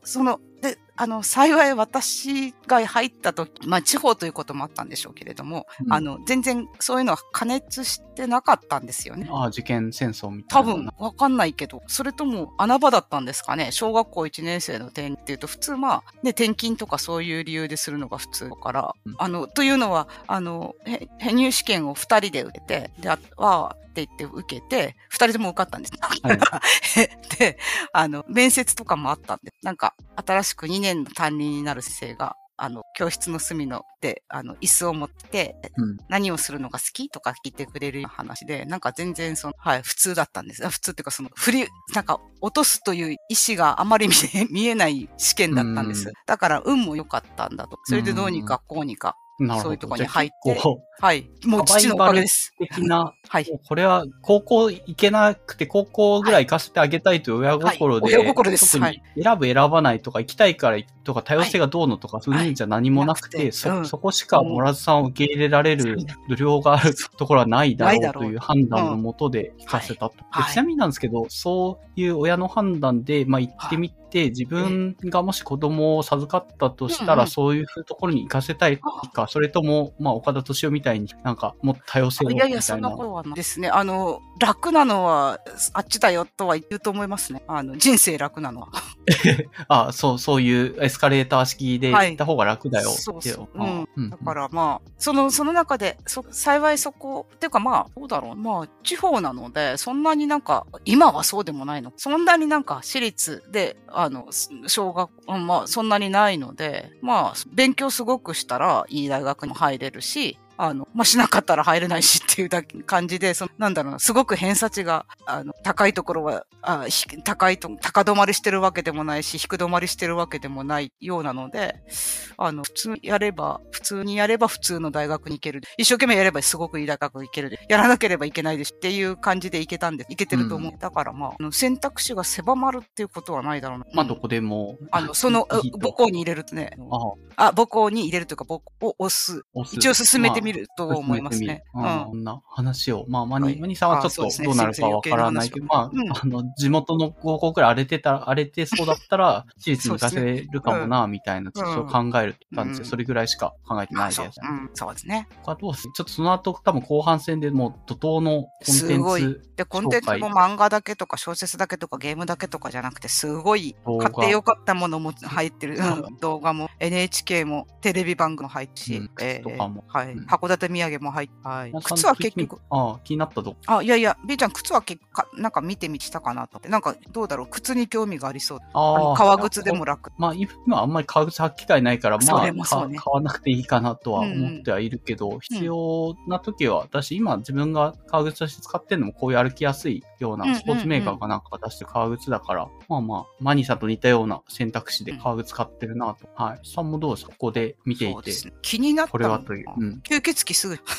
幸い私が入った時、地方ということもあったんでしょうけれども、全然そういうのは加熱してなかったんですよね。 受験戦争みたいな。 多分、わかんないけど、それとも穴場だったんですかね。小学校1年生の転っていうと、普通転勤とかそういう理由でするのが普通だから、というのは、編入試験を2人で受けて、で、って言って受けて、2人とも受かったんです。で、面接とかもあったんで、新しく2年の担任になる先生が、教室の隅ので、椅子を持って、何をするのが好きとか聞いてくれる話で、全然普通だったんです。普通っていうか落とすという意思があまり見えない試験だったんです。だから運も良かったんだと。それでどうにかこうにか、そういうところに入って、もう父のおかげです。 これは高校行けなくて高校ぐらい行かせてあげたいという親心で、 親心です。 特に選ぶ選ばないとか行きたいからとか多様性がどうのとかそういうんじゃ何もなくて、そこしかモラズさんを受け入れられる度量があるところはないだろうという判断のもとで行かせたと。ちなみになんですけど、そういう親の判断で、行ってみて、自分がもし子供を授かったとしたら、そういうところに行かせたいか、それとも、岡田敏夫みたいにもっと多様性をみたいな。 いや、そんなことはないですね。楽なのはあっちだよとは言うと思いますね。人生楽なのは。そういうエスカレーター式で行った方が楽だよ。 そう。だからその中で、幸いそこ、っていうかどうだろう。地方なので、そんなに今はそうでもないの。そんなに私立で、小学、そんなにないので、勉強すごくしたらいい大学にも入れるし、しなかったら入れないしっていう感じで、すごく偏差値が、高いところは、高止まりしてるわけでもないし、低止まりしてるわけでもないようなので、普通にやれば普通の大学に行ける。一生懸命やればすごくいい大学に行ける。やらなければいけないですっていう感じで行けたんです。行けてると思う。だから選択肢が狭まるっていうことはないだろうな。 どこでも。 母校に入れるとね。母校に入れるというか、母校を押す。一応進めてみると思いますね。 こんな話を。マニさんはちょっとどうなるかわからないけど、地元の高校くらい荒れてそうだったら、私立に行かせるかもな、みたいな、ちょっと考えるって言ったんですよ。それぐらいしか考えてないです。 そうですね。 どうする？ちょっとその後、多分後半戦でもう怒涛のコンテンツ。すごい。 で、コンテンツも漫画だけとか小説だけとかゲームだけとかじゃなくて、すごい買ってよかったものも入ってる。動画も NHK もテレビ番組も入ってし、 とかも。 函館土産も入って、靴は結局。 気になったぞ。 いや、B ちゃん、靴は見てみしたかなと。どうだろう、靴に興味がありそう。革靴でも楽。 今あんまり革靴履く機会ないから、買わなくていいかなとは思ってはいるけど、必要な時は、私今自分が革靴として使ってるのもこういう歩きやすいようなスポーツメーカーかなんかが出してる革靴だから、マニサと似たような選択肢で革靴買ってるなと。さんもどうですか？ここで見ていて。 気になったこれはという。 吸血鬼すぐ。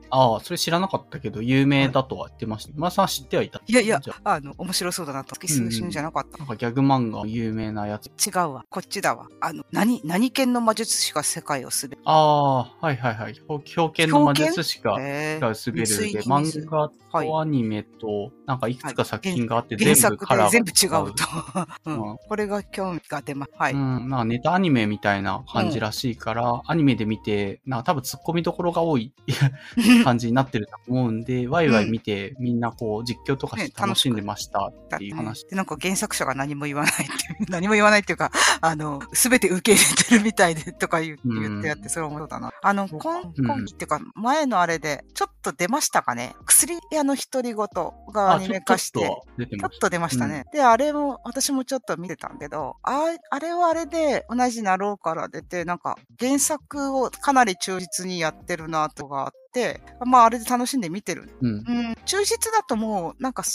ああ、それ知らなかったけど、有名だとは言ってました。まあさん知ってはいた。 いやいや、面白そうだなと。月数旬じゃなかった。 なんかギャグ漫画有名なやつ。 違うわ。こっちだわ。何剣の魔術師が世界を滑る。 ああ、はいはいはい。狂犬の魔術師が滑るで、漫画とアニメと、なんかいくつか作品があって、 全部カラーが全部違うと。これが興味が出ます。はい。 なんかネタアニメみたいな感じらしいから、アニメで見て、なんか多分突っ込みどころが多い感じになってると思うんで、ワイワイ見て、みんなこう実況とかして楽しんでましたっていう話。 で、なんか原作者が何も言わないっていう、何も言わないっていうか、すべて受け入れてるみたいでとか言ってやって、それは思うだな。今期っていうか、前のあれで、ちょっと出ましたかね。薬屋の独り言がアニメ化して、ちょっと出ましたね。で、あれも、私もちょっと見てたんけど、あれはあれで同じなろうから出て、なんか原作をかなり忠実にやってるなとかあって、まああれで楽しんで見てる。忠実だともう、なんか、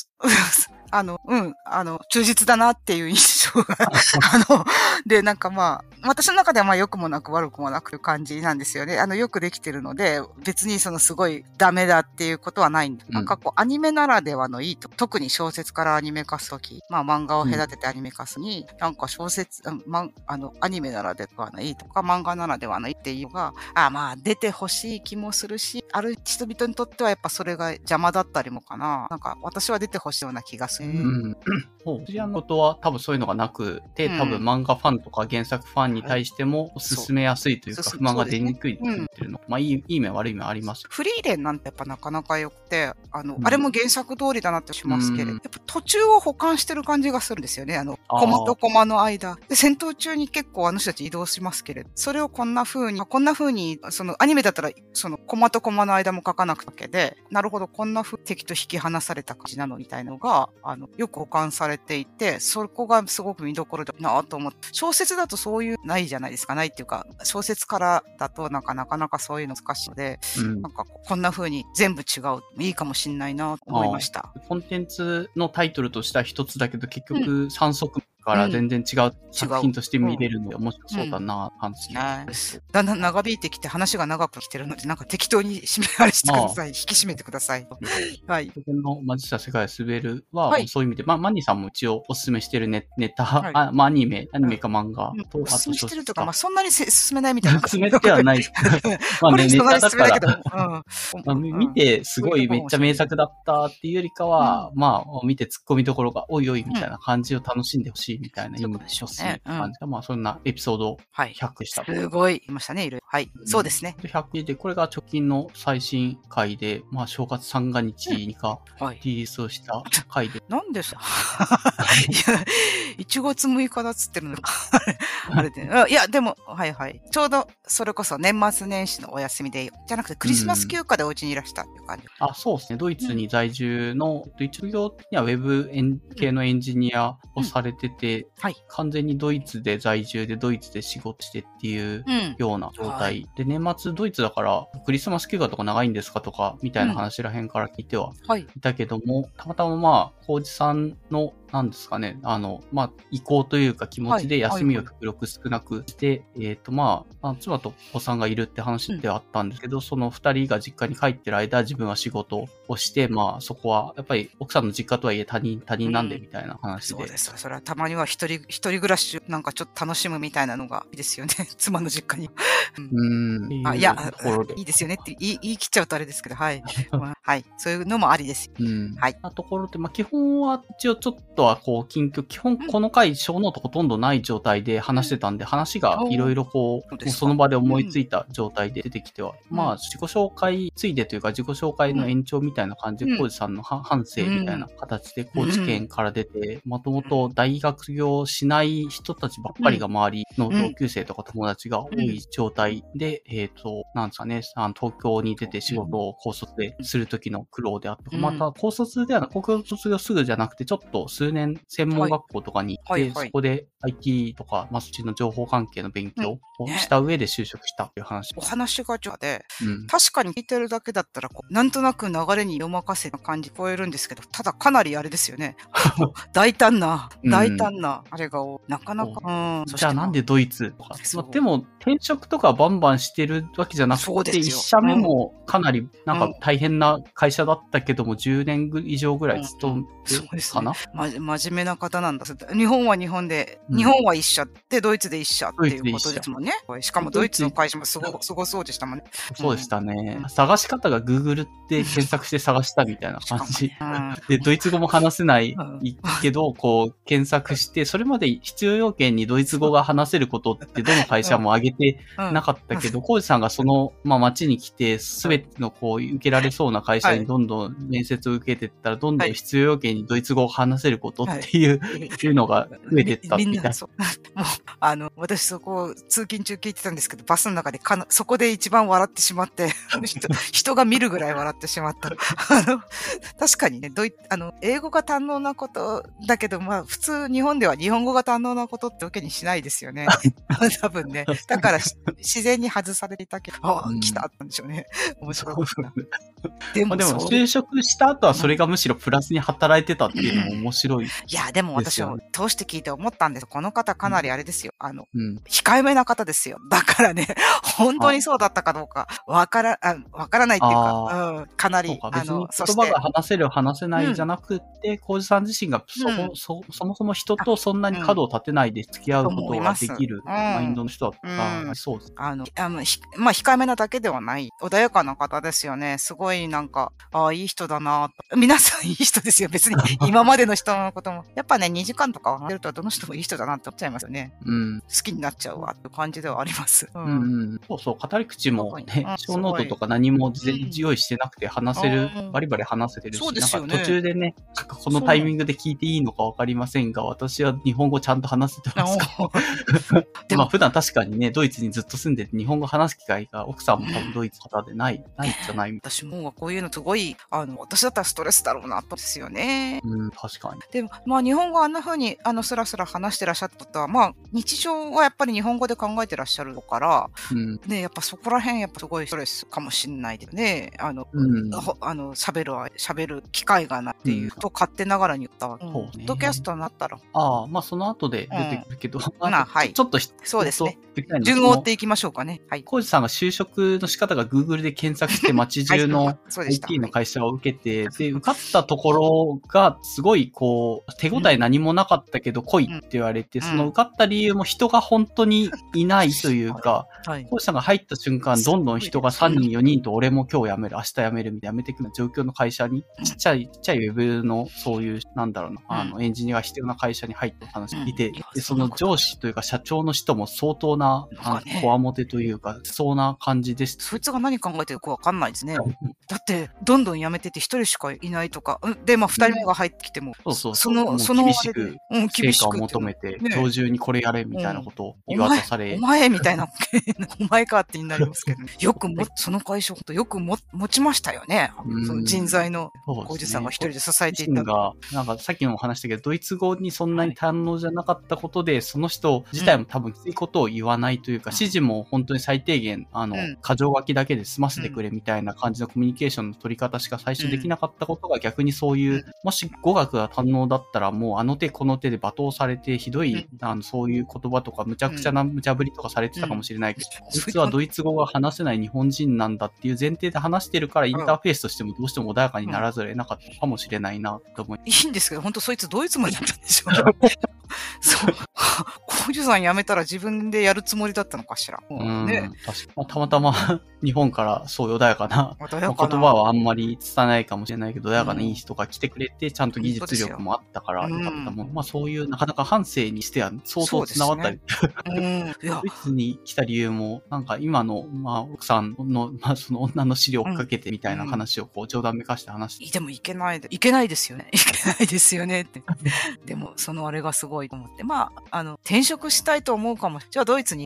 忠実だなっていう印象が、で、なんかまあ、私の中ではまあ良くもなく悪くもなくいう感じなんですよね。よくできてるので、別にすごいダメだっていうことはないんだ。なんかこう、アニメならではのいいと。特に小説からアニメ化すとき、まあ漫画を隔ててアニメ化すに、なんか小説、アニメならではのいいとか、漫画ならではのいいっていうのが、まあ出てほしい気もするし、ある人々にとってはやっぱそれが邪魔だったりもかな。なんか私は出てほしいような気がする。 こちらのことは多分そういうのがなくて、多分漫画ファンとか原作ファンに対しても進めやすいというか、不満が出にくいって言ってるの。まあいい面悪い面あります。 フリーレンなんてやっぱなかなか良くて、あれも原作通りだなってしますけれど、やっぱ途中を補完してる感じがするんですよね。コマとコマの間。で、戦闘中に結構あの人たち移動しますけれど、それをこんな風に、アニメだったら、コマとコマの間も書かなくてで、なるほど、こんな風敵と引き離された感じなのみたいなのが、よく保管されていて、そこがすごく見どころだなと思って、小説だとそういうないじゃないですか。ないっていうか、小説からだとなかなかそういうの難しいので、なんかこんな風に全部違う、いいかもしんないなと思いました。 コンテンツのタイトルとしては一つだけど、結局3足から全然違う作品として見れるので面白そうだな、感じです。 だんだん長引いてきて話が長く来てるので、なんか適当に引き締めてください。はい。 僕の魔術師世界滑るは、そういう意味で、まあ、マニさんも一応おすすめしてるネタ、まあ、アニメか漫画と、 おすすめしてるとか、まあ、そんなに進めないみたいな。 進めてはない。まあね、ネタだから、見てすごいめっちゃ名作だったっていうよりかは、まあ、見て突っ込みどころが、おいおいみたいな感じを楽しんでほしいみたいな意味でしょうね。まあ、そんなエピソード100したと。 すごい、いましたね、いろいろ。はい。そうですね。 100で、これが直近の最新回で、まあ、正月三が日にか、リリースをした回で。 なんでさ、いや、1月6日だっつってるのか。あれで。いや、でも、はいはい。ちょうど、それこそ年末年始のお休みで、じゃなくてクリスマス休暇でお家にいらしたっていう感じ。 そうですね。ドイツに在住の、一応にはウェブ系のエンジニアをされてて、完全にドイツで在住でドイツで仕事してっていうような状態。で、年末ドイツだからクリスマス休暇とか長いんですかとか、みたいな話らへんから聞いてはいたけども、たまたままあ、コウジさんのなんですかね、まあ、意向というか気持ちで休みを極力少なくして、まあ、妻とお子さんがいるって話ではあったんですけど、その二人が実家に帰ってる間、自分は仕事をして、まあ、そこは、やっぱり奥さんの実家とはいえ他人なんでみたいな話で。 そうです。それはたまには一人暮らしなんかちょっと楽しむみたいなのがいいですよね。妻の実家に。いや、いいですよねって言い切っちゃうとあれですけど、はい。はい。そういうのもありです。はい。 ところで、まあ、基本は一応ちょっとはこう、基本この回、小ノートほとんどない状態で話してたんで、話がいろいろこう、その場で思いついた状態で出てきては、まあ、自己紹介ついでというか、自己紹介の延長みたいな感じで、コウジさんの半生みたいな形で、高知県から出て、もともと大学卒業しない人たちばっかりが周りの同級生とか友達が多い状態で、なんですかね、東京に出て仕事を高卒でする時の苦労であった。また、高卒卒業すぐじゃなくて、ちょっと数数年専門学校とかに行って、 はいはいはい、 そこで IT とか、そっちの情報関係の勉強をした上で就職したっていう話。 お話が上手で、確かに聞いてるだけだったらなんとなく流れにお任せな感じ聞こえるんですけど、ただかなりあれですよね。大胆な、あれがなかなか。 じゃあなんでドイツとか。でも転職とかバンバンしてるわけじゃなくて、1社目もかなりなんか大変な会社だったけども、10年以上ぐらい勤めてかな、 真面目な方なんだ。日本は日本で、日本は1社で、ドイツで1社っていうことですもんね。しかもドイツの会社もすごそうでしたもんね。 そうでしたね。探し方が Google って検索して探したみたいな感じ。で、ドイツ語も話せないけど、こう検索して、それまで必要要件にドイツ語が話せることってどの会社も挙げてなかったけど、コウジさんがその、街に来て、すべての受けられそうな会社にどんどん面接を受けていったら、どんどん必要要件にドイツ語を話せることっていうのが増えていったみたいな。 もう、私そこ通勤中聞いてたんですけど、バスの中でそこで一番笑ってしまって、人が見るぐらい笑ってしまった。確かにね、英語が堪能なことだけど、普通日本では日本語が堪能なことってわけにしないですよね。多分ね。だから自然に外されていたけど、来たったんでしょうね。面白かった。 でも就職した後はそれがむしろプラスに働いてたっていうのも面白い。 いや、でも私は通して聞いて思ったんです。この方かなりあれですよ。控えめな方ですよ。だからね、本当にそうだったかどうかわからないっていうか、かなり、 言葉が話せる話せないじゃなくて、コウジさん自身がそもそも人とそんなに角を立てないで付き合うことができるマインドの人だったら、そうです。 控えめなだけではない、穏やかな方ですよね。すごいなんか、いい人だなと。皆さんいい人ですよ。別に今までの人のことも。やっぱね、2時間とか話せるとどの人もいい人だなって思っちゃいますよね。好きになっちゃうわっていう感じではあります。 そうそう、語り口もね、小ノートとか何も用意してなくて話せる、バリバリ話せてるし、なんか途中でね、このタイミングで聞いていいのかわかりませんが、私は日本語ちゃんと話せてますか普段確かにね、ドイツにずっと住んでて日本語話す機会が奥さんも多分ドイツ方でないじゃない。 私もこういうのすごい、私だったらストレスだろうなとですよね。 確かに。 でも、日本語あんな風に、スラスラ話してらっしゃったとは、日常はやっぱり日本語で考えてらっしゃるから、ね、やっぱそこら辺やっぱすごいストレスかもしれないですね。喋る機会がないっていうと勝手ながらに言ったわけ。ポッドキャストになったら。 その後で出てくるけど、ちょっとそうですね。順を追っていきましょうかね。はい。 コウジさんが就職の仕方が Google で検索して街中の IT の会社を受けて、で、受かったところがすごい手応え何もなかったけど来いって言われて、その受かった理由も人が本当にいないというか、コウジさんが入った瞬間、どんどん人が3人4人と俺も今日辞める、明日辞めるみたいな辞めていくような状況の会社に、ちっちゃいウェブのそういう、エンジニアが必要な会社に入った話聞いて、で、その上司というか社長の人も相当な、こわもてというか、そうな感じでした。 そいつが何考えてるかわかんないですね。だって、どんどん辞めてて一人しかいないとか、で、二人目が入ってきても、 厳しく、成果を求めて、今日中にこれやれみたいなことを言わ渡され。 お前みたいな、お前かってになりますけど、その会社よく持ちましたよね。その人材のコウジさんが一人で支えていた。 なんかさっきも話したけど、ドイツ語にそんなに堪能じゃなかったことで、その人自体も多分きついことを言わないというか、指示も本当に最低限、箇条書きだけで済ませてくれみたいな感じのコミュニケーションの取り方しか最初できなかったことが逆にそういう、もし語学が堪能だったらもうあの手この手で罵倒されてひどい、そういう言葉とか無茶苦茶な無茶ぶりとかされてたかもしれないけど、実はドイツ語が話せない日本人なんだっていう前提で話してるからインターフェースとしてもどうしても穏やかにならざるを得なかったかもしれないなと思います。 いいんですけど、本当そいつドイツまでだったんでしょう。そう。コウジさん辞めたら自分でやるつもりだったのかしら。 ね、確かに。たまたま日本からそう穏やかな言葉はあんまり伝えないかもしれないけど、穏やかないい人が来てくれて、ちゃんと技術力もあったからよかったもん。そういうなかなか反省にしては相当繋がったり。ドイツに来た理由も、なんか今の、奥さんの、その女の資料を追っかけてみたいな話を冗談めかして話して。 でもいけないですよね。いけないですよねって。でも、そのあれがすごいと思って。転職したいと思うかも。じゃあドイツに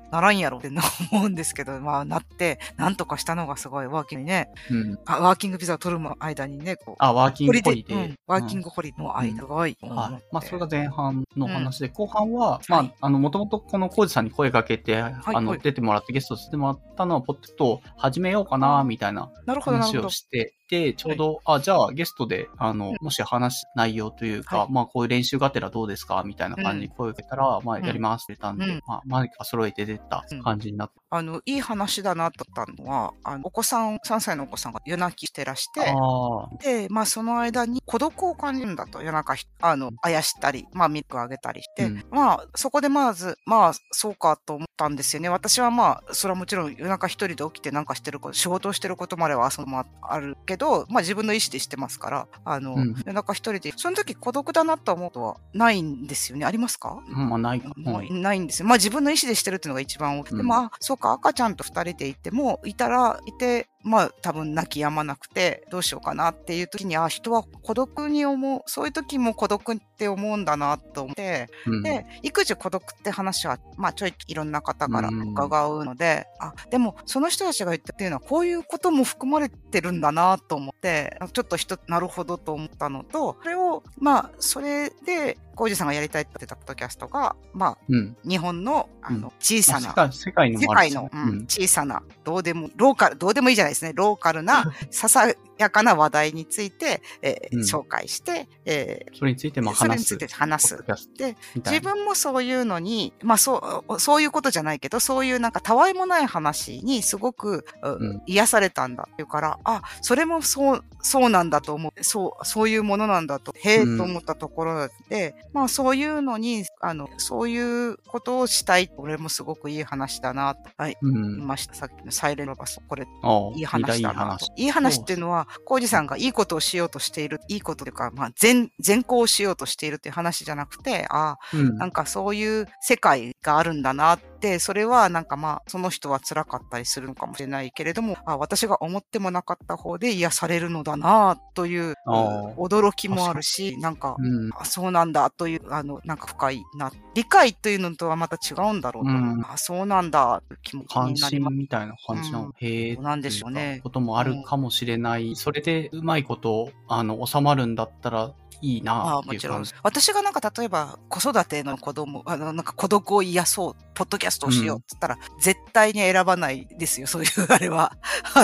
ならんやろって思うんですけど、まあなって、なんとかしたのがすごいワーキングにね、ワーキングビザを取る間にね、 ワーキングホリデー。 ワーキングホリデーの間が多い。 はい。まあ、それが前半の話で、後半は、まあ、もともとこのコウジさんに声かけて、出てもらってゲストしてもらったのは、ポッドキャストを始めようかな、みたいな話をして、で、ちょうど、じゃあゲストで、もし話す内容というか、まあ、こういう練習がてらどうですかみたいな感じに声をかけたら、まあ、やりますって言ったんで、まあ、何か揃えて出た感じになって。 いい話だなと思ったのは、お子さん、3歳のお子さんが夜泣きしてらして、で、まあ、その間に孤独を感じるんだと、夜中、あやしたり、まあ、ミルクあげたりして、まあ、そこでまず、まあ、そうかと思ったんですよね。私はまあ、それはもちろん夜中一人で起きてなんかしてること、仕事をしてることまではあるけど、まあ、自分の意思でしてますから、夜中一人で、その時孤独だなと思うことはないんですよね。ありますか？ まあ、ないか。 ないんですよ。まあ、自分の意思でしてるっていうのが一番多くて、まあ、そうか、赤ちゃんと二人でいても、いて、まあ多分泣き止まなくてどうしようかなっていう時に、人は孤独に思う、そういう時も孤独って思うんだなと思って、で、育児孤独って話は、まあちょいいろんな方から伺うので、でもその人たちが言ったっていうのはこういうことも含まれてるんだなと思って、ちょっとなるほどと思ったのと、それを、まあそれで、コウジさんがやりたいって言ってたポッドキャストが、まあ、日本の、小さな、 世界の小さな、どうでもいいじゃないですね。ローカルな、ささやかな話題について、紹介して、 それについて話す。 で、自分もそういうのに、まあそういうことじゃないけど、そういうなんかたわいもない話にすごく、癒されたんだっていうから、それもそうなんだと思う。そういうものなんだと、へえと思ったところで、まあそういうのに、そういうことをしたい。俺もすごくいい話だなと。はい。言いました。さっきのサイレントバス。これ、いい話だなと。いい話っていうのは、コウジさんがいいことをしようとしている。いいことというか、まあ善行をしようとしているっていう話じゃなくて、なんかそういう世界があるんだなって、それはなんかまあ、その人は辛かったりするのかもしれないけれども、私が思ってもなかった方で癒されるのだなという驚きもあるし、なんか、そうなんだという、なんか深いな。理解というのとはまた違うんだろうと。そうなんだという気持ちになります。 関心みたいな感じなの。へえ。 なんでしょうね。 こともあるかもしれない。それでうまいこと、収まるんだったら、いいなっていう感じ。 もちろん。私がなんか例えば子育ての子供、なんか孤独を癒そう、ポッドキャストをしようって言ったら、絶対に選ばないですよ、そういうあれは。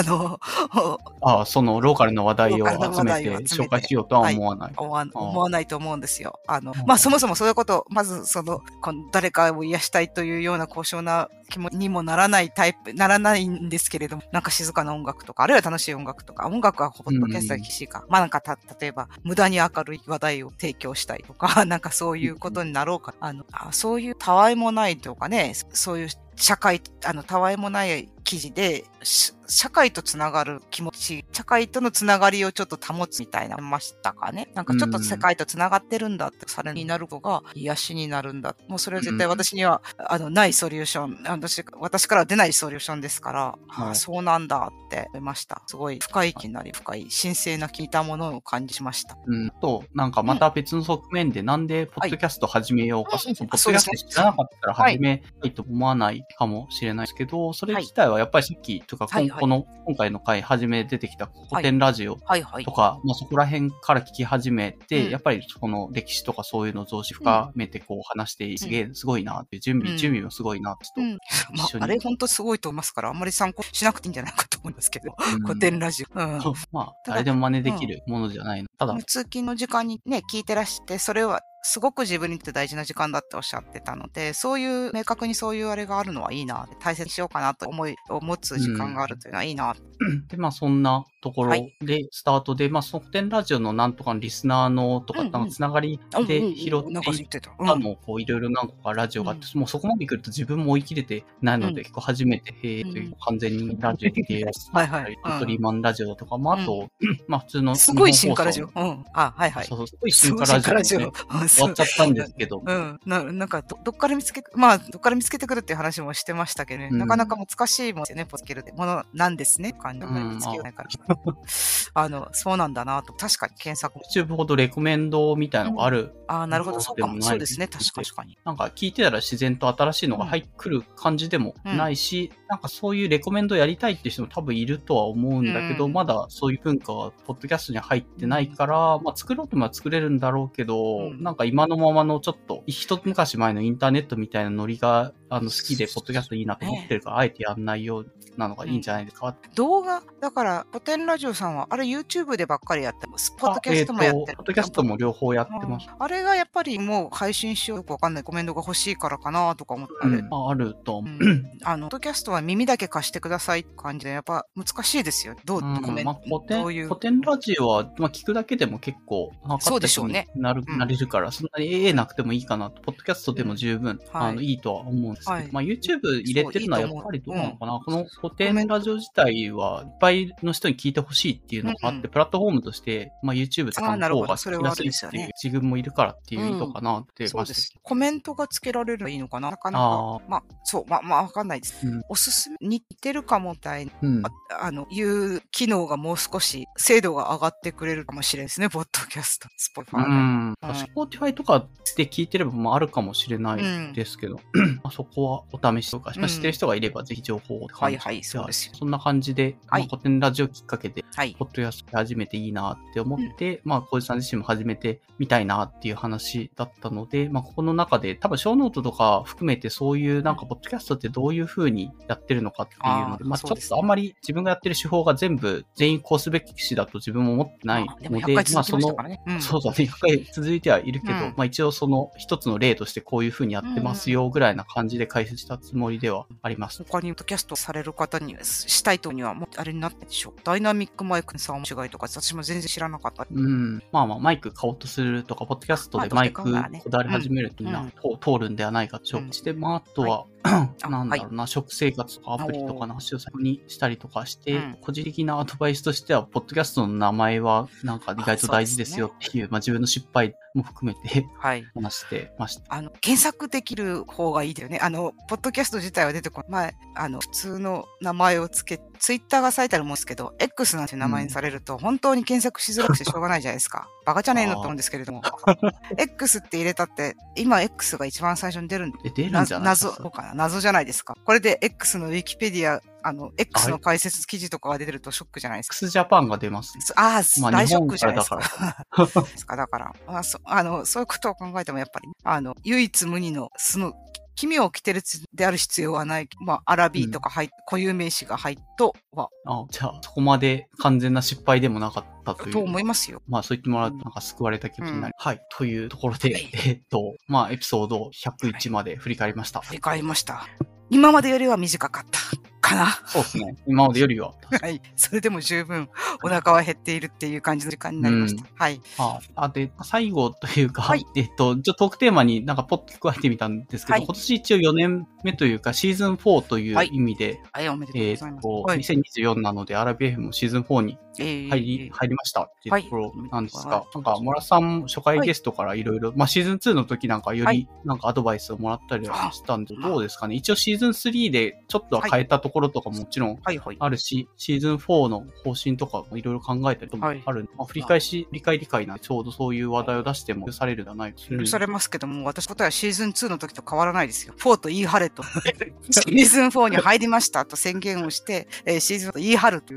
そのローカルの話題を集めて紹介しようとは思わない。 思わないと思うんですよ。まあそもそもそういうこと、まず誰かを癒したいというような高尚な気持ちにもならないんですけれども、なんか静かな音楽とか、あるいは楽しい音楽とか、音楽はポッドキャストが厳しいか。まあなんか例えば、無駄に明るい話題を提供したいとか、なんかそういうことになろうか。そういうたわいもないとかね、そういう社会、たわいもない記事で、社会とつながる気持ち、社会とのつながりをちょっと保つみたいなましたかね。なんかちょっと世界とつながってるんだって、それになる子が癒しになるんだ。もうそれは絶対私には、ないソリューション。私からは出ないソリューションですから、そうなんだって思いました。すごい深い気になり、深い神聖な聞いたものを感じました。 なんかまた別の側面で、なんでポッドキャスト始めようか、そもそもポッドキャスト知らなかったら始めないと思わないかもしれないですけど、それ自体はやっぱりさっきとか、今回の回初め出てきた古典ラジオとか、まあそこら辺から聞き始めて、やっぱりその歴史とかそういうのを増資深めてこう話して、すごいなって、準備もすごいなって、 あれ本当すごいと思いますから、あんまり参考しなくていいんじゃないかと思いますけど、古典ラジオ。 まあ、誰でも真似できるものじゃないの。ただ、 通勤の時間にね、聞いてらして、それは、すごく自分にとって大事な時間だっておっしゃってたので、明確にそういうあれがあるのはいいな、大切にしようかなと思いを持つ時間があるというのはいいな。 で、まあそんなところで、スタートで、まあ古典ラジオのなんとかのリスナーのとか、つながりで拾っていったのを、いろいろ何個かラジオがあって、もうそこまで来ると自分も追い切れてないので、結構初めて、という完全にラジオでやったり、トリーマンラジオとかも、あと、まあ普通の。 すごい進化ラジオ。 あ、はいはい。 そうそう、すごい進化ラジオもね、終わっちゃったんですけど。 なんかどっから見つけてくるっていう話もしてましたけどね。なかなか難しいもんですよね、ポッドキャストってものなんですね。見つけないから。そうなんだなと。確かに検索。 YouTube ほどレコメンドみたいなのがある。 なるほど、そうかも。そうですね、確かに。 なんか聞いてたら自然と新しいのが入ってくる感じでもないし、なんかそういうレコメンドやりたいっていう人も多分いるとは思うんだけど、まだそういう文化はポッドキャストに入ってないから、まあ作ろうとも作れるんだろうけど、なんか今のままのちょっと一昔前のインターネットみたいなノリが好きでポッドキャストいいなと思ってるから、あえてやんないようなのがいいんじゃないですか。 動画だから古典ラジオさんはあれ YouTube でばっかりやってます。ポッドキャストもやってる。 ポッドキャストも両方やってます。 あれがやっぱりもう配信しようかわかんないコメントが欲しいからかなとか思って。 あると思う。 ポッドキャストは耳だけ貸してくださいって感じでやっぱ難しいですよ。どうコメント。 古典ラジオは聞くだけでも結構そうでしょうね。 なれるから、そんなになくてもいいかなと。ポッドキャストでも十分いいとは思うんですけど、まあ YouTube 入れてるのはやっぱりどうなのかな。この古典ラジオ自体はいっぱいの人に聞いてほしいっていうのがあって、プラットフォームとしてまあ YouTube とかの方が聞きやすいっていう自分もいるからっていう意図かなってそうです。コメントがつけられるのいいのかな。なかなかわかんないです。おすすめ似てるかもみたいないう機能がもう少し精度が上がってくれるかもしれないですね。ポッドキャスト、 Spotify とかで聞いてればあるかもしれないですけど、そこはお試しとか、知ってる人がいればぜひ情報をはいはい、そうですよ。 そんな感じで、古典ラジオきっかけで、ポッドキャスト始めていいなって思って、まあ、小路さん自身も始めてみたいなっていう話だったので、まあ、ここの中で多分小ノートとか含めてそういうなんかポッドキャストってどういう風にやってるのかっていうので、まあ、ちょっとあんまり自分がやってる手法が全員こうすべきだと自分も思ってないので、まあ、そうだね、100回続いてはいるけど、まあ、一応その一つの例としてこういう風にやってますよぐらいな感じで解説したつもりではあります。 他にポッドキャストされる方にしたいとにはもうあれになったでしょう。ダイナミックマイクの差の違いとか私も全然知らなかった。 まあマイク買おうとするとか、ポッドキャストでマイクこだわり始めるというのは通るんではないかとして、まああとは、なんだろうな、食生活とかアプリとかの話を先にしたりとかして、個人的なアドバイスとしては、ポッドキャストの名前はなんか意外と大事ですよっていう、まあ自分の失敗も含めて話してました。 検索できる方がいいだよね。ポッドキャスト自体は出てこない。普通の名前をつけ、ツイッターが最たるもんですけど、X なんて名前にされると、本当に検索しづらくてしょうがないじゃないですか。バカじゃねえのと思うんですけれども。X って入れたって、今 X が一番最初に出るんじゃないですか。謎じゃないですか。これで X のウィキペディア、X の解説記事とかが出てるとショックじゃないですか。 X ジャパンが出ます、ね。 大ショックじゃないですか。だから、そういうことを考えてもやっぱり、唯一無二の、奇妙奇天烈である必要はない。まあ、アラビーとか固有名詞が入っとは。 じゃあ、そこまで完全な失敗でもなかったという。 と思いますよ。 まあ、そう言ってもらうとなんか救われた気持ちになる。はい。というところで、まあ、エピソード101まで振り返りました。 振り返りました。今までよりは短かった。かな。 そうですね。今までよりは。 はい。それでも十分お腹は減っているっていう感じの時間になりました。はい。 で、最後というか、ちょっとトークテーマになんかポッと加えてみたんですけど、今年一応4年目というかシーズン4という意味で、 おめでとうございます。 2024なので、アラビ FM もシーズン4に入りましたっていうところなんですが、なんか、モラさん初回ゲストからいろいろ、まあシーズン2の時なんかよりなんかアドバイスをもらったりはしたんで、どうですかね。一応シーズン3でちょっとは変えたところとかもちろんあるし、シーズン4の方針とかもいろいろ考えたりとかもある。まあ、振り返り会なんで、ちょうどそういう話題を出しても許されるじゃないですか。 許されますけども、私の答えはシーズン2の時と変わらないですよ。4と言い張れと。シーズン4に入りましたと宣言をして、シーズンと言い張るという、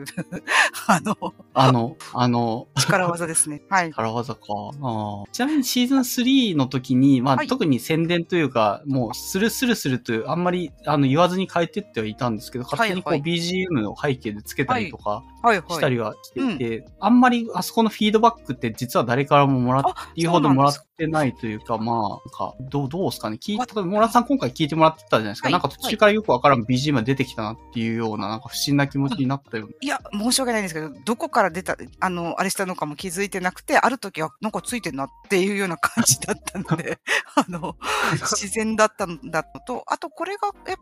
力技ですね。はい。 力技か。ちなみにシーズン3の時に、まあ、特に宣伝というか、もうスルという、あんまり言わずに変えてってはいたんですけど、勝手にこう BGM の背景でつけたりとかしたりはしていて、あんまりあそこのフィードバックって実は誰からも言うほどもらってないというか、まあ、どうですかね。例えば、モラさん今回聞いてもらってたじゃないですか。なんか途中からよくわからん BGM が出てきたなっていうような、なんか不審な気持ちになったような。 いや、申し訳ないんですけど、どこから出た、あれしたのかも気づいてなくて、ある時はなんかついてんなっていうような感じだったので、自然だったんだと、あとこれがやっぱ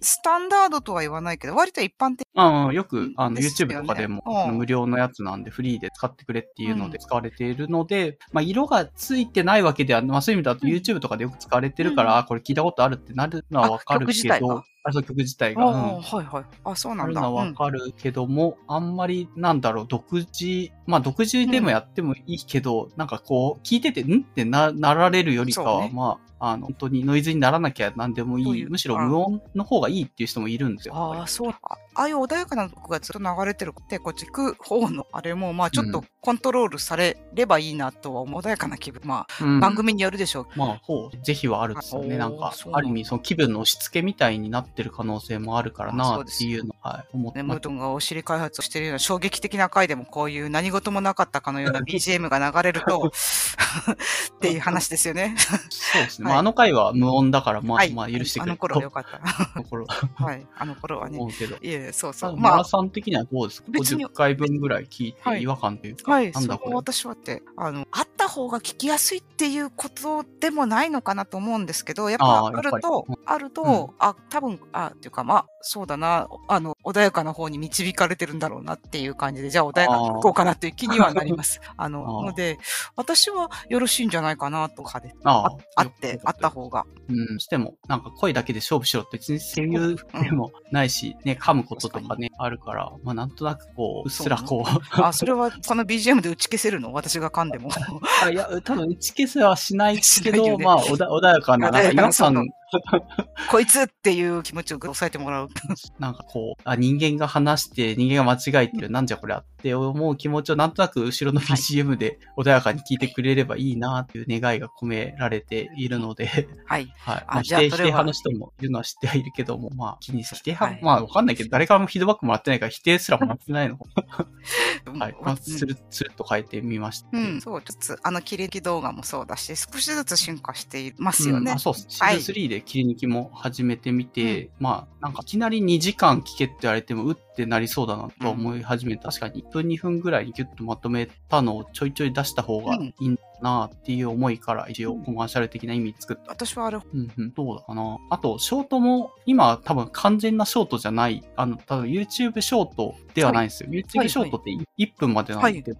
スタンダードとは言わないけど、割と一般的。 よく、YouTube とかでも、無料のやつなんで、フリーで使ってくれっていうので使われているので、色がついてないわけでは、そういう意味だと YouTube とかでよく使われてるから、これ聞いたことあるってなるのはわかるけど、曲自体が。 はいはい。そうなんだ。 あるのはわかるけども、あんまり、独自でもやってもいいけど、なんかこう、聞いてて、ってなられるよりかは、本当にノイズにならなきゃ何でもいい。むしろ無音の方がいいっていう人もいるんですよ。 そう。ああいう穏やかな曲がずっと流れてるって、こっち聞く方のあれも、ちょっとコントロールされればいいなとは思う。穏やかな気分。番組によるでしょう。 ぜひはあるんですよね。なんか、ある意味、その気分の押し付けみたいになってる可能性もあるからなっていうのは思ってムートンがお尻開発をしているような衝撃的な回でもこういう何事もなかったかのような BGM が流れると、っていう話ですよね。 そうですね。あの回は無音だから、許してくれる。 あの頃はよかった。 はい。 あの頃はね。 思うけど。 そう。 マラさん的にはどうですか ?50 回分ぐらい聞いて違和感というか。 なんだこれ。私はって、あった方が聞きやすいっていうことでもないのかなと思うんですけど、やっぱあると、多分、っていうか、そうだな、穏やかな方に導かれてるんだろうなっていう感じで、じゃあ穏やかに行こうかなという気にはなります。ので、私はよろしいんじゃないかなとかで、あった方が。 しても、なんか声だけで勝負しろって別に声優でもないし、ね、噛むこととかね、あるから、なんとなくうっすらそれはこの BGM で打ち消せるの？私が噛んでも。 いや、多分打ち消せはしないけど、穏やかな、なんか違和感、 こいつっていう気持ちを抑えてもらう。 なんか人間が話して人間が間違えてる、なんじゃこりゃって思う気持ちをなんとなく後ろの BGM で穏やかに聞いてくれればいいなっていう願いが込められているので、 はい。 否定派の人もいるのは知ってはいるけども、気に否定派、わかんないけど、誰からもフィードバックもらってないから否定すらもらってないの。はい。つるっと変えてみました。 そう、ちょっと切り抜き動画もそうだし、少しずつ進化していますよね。 そうです。シーズン3で切り抜きも始めてみて、なんかいきなり2時間聞けって言われても、ってなりそうだなと思い始めた。確かに1分2分ぐらいにギュッとまとめたのをちょいちょい出した方がいいんだなっていう思いから一応コマーシャル的な意味作った。 私はあれ。 どうだかな。あと、ショートも今多分完全なショートじゃない。多分 YouTube ショートではないんですよ。YouTube ショートって1分までなんですけど、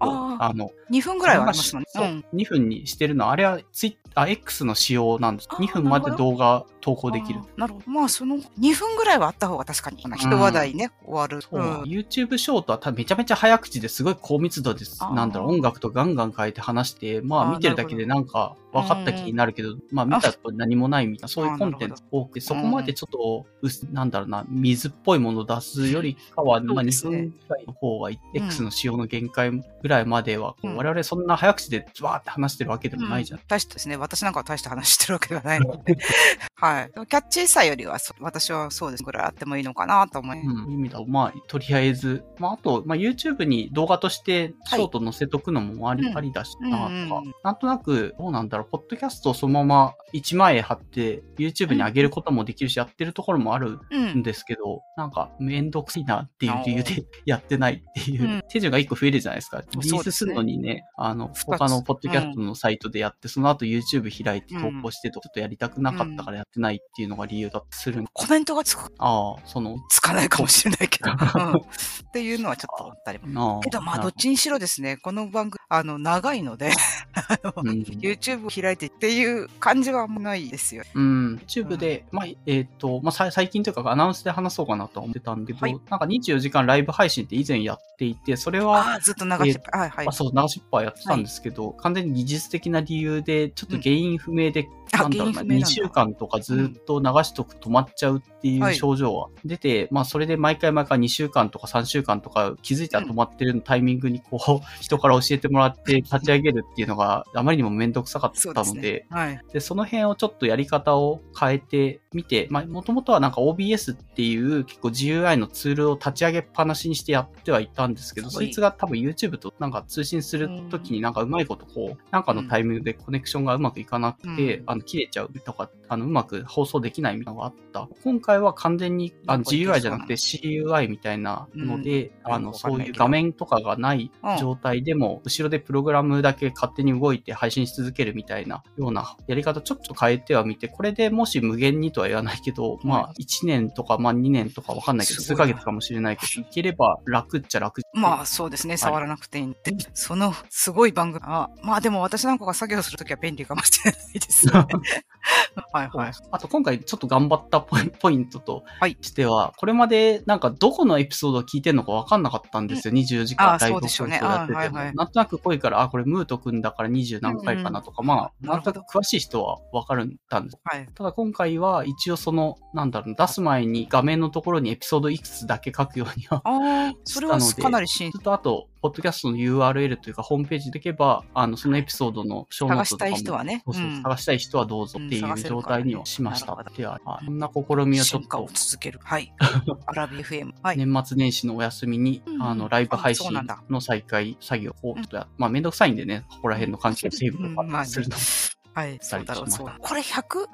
2分ぐらいはありますもんね。 2分にしてるのは、あれはX の仕様なんです。2分まで動画投稿できる。 なるほど。その2分ぐらいはあった方が確かに、一話題ね、終わる。 YouTube ショートは多分めちゃめちゃ早口ですごい高密度です。音楽とガンガン変えて話して、見てるだけでなんか分かった気になるけど、見たと何もないみたいな、そういうコンテンツ多くて、そこまでちょっと、水っぽいものを出すよりかは、2分くらいの方が、X の仕様の限界ぐらいまでは、我々そんな早口でわーって話してるわけでもないじゃん。 大してですね、私なんかは大して話してるわけではないので。はい。キャッチーさよりは、私はそうですぐらいあってもいいのかなと思います。 意味だ。とりあえず、あと、YouTube に動画としてショート載せとくのもありだしな、とか。なんとなく、どうなんだろう、ポッドキャストをそのまま1万円貼って YouTube に上げることもできるし、やってるところもあるんですけど、なんかめんどくさいなっていう理由でやってないっていう、手順が1個増えるじゃないですか。リリースするのにね、他のポッドキャストのサイトでやって、その後 YouTube 開いて投稿してと、ちょっとやりたくなかったからやってないっていうのが理由だとする。 コメントがつく。つかないかもしれないけど。っていうのはちょっとあったりも。けどどっちにしろですね、この番組、長いので、YouTube を開いてっていう感じはあんまないですよ。 YouTube で、最近というかアナウンスで話そうかなと思ってたんだけど、なんか24時間ライブ配信って以前やっていて、それは、 ずっと流しっぱ、 そう、流しっぱやってたんですけど、完全に技術的な理由で、ちょっと原因不明で、2週間とかずっと流しとくと止まっちゃうっていう症状は出て、それで毎回2週間とか3週間とか気づいたら止まってるタイミングに人から教えてもらって立ち上げるっていうのがあまりにもめんどくさかったので、その辺をちょっとやり方を変えてみて、もともとはなんか OBS っていう結構 GUI のツールを立ち上げっぱなしにしてやってはいたんですけど、そいつが多分 YouTube となんか通信するときになんかうまいことなんかのタイミングでコネクションがうまくいかなくて、切れちゃうとか、うまく放送できないみたいなのがあった。今回は完全にGUI じゃなくて CUI みたいなので、そういう画面とかがない状態でも、後ろでプログラムだけ勝手に動いて配信し続けるみたいなたいなようなやり方ちょっと変えてはみて、これでもし無限にとは言わないけど、まあ1年とかまあ2年とかわかんないけど、数ヶ月かもしれないけど、いければ楽っちゃ楽。 まあそうですね、触らなくていいんで。そのすごい番組。まあでも私なんかが作業するときは便利かもしれないですね。はいはい。 あと今回ちょっと頑張ったポイントとしては、これまでなんかどこのエピソードを聞いてるのか分かんなかったんですよ。24時間ライブ放送やってても。なんとなく濃いから、これムート君だから20何回かなとか、まあ、なんとなく詳しい人は分かるんです。ただ今回は一応その、出す前に画面のところにエピソードいくつだけ書くようにはそれはかなりちょっとあと、ポッドキャストの URL というかホームページでいけば、そのエピソードのショーノートとかも。 探したい人はね。 探したい人はどうぞっていう状態にはしました。では、こんな試みをちょっと。 進化を続ける。はい。アラビ FM。 年末年始のお休みに、ライブ配信の再開作業を、まあ、めんどくさいんでね、ここら辺の環境セーブとかするの。 はい、そうだろう、そうだ。これ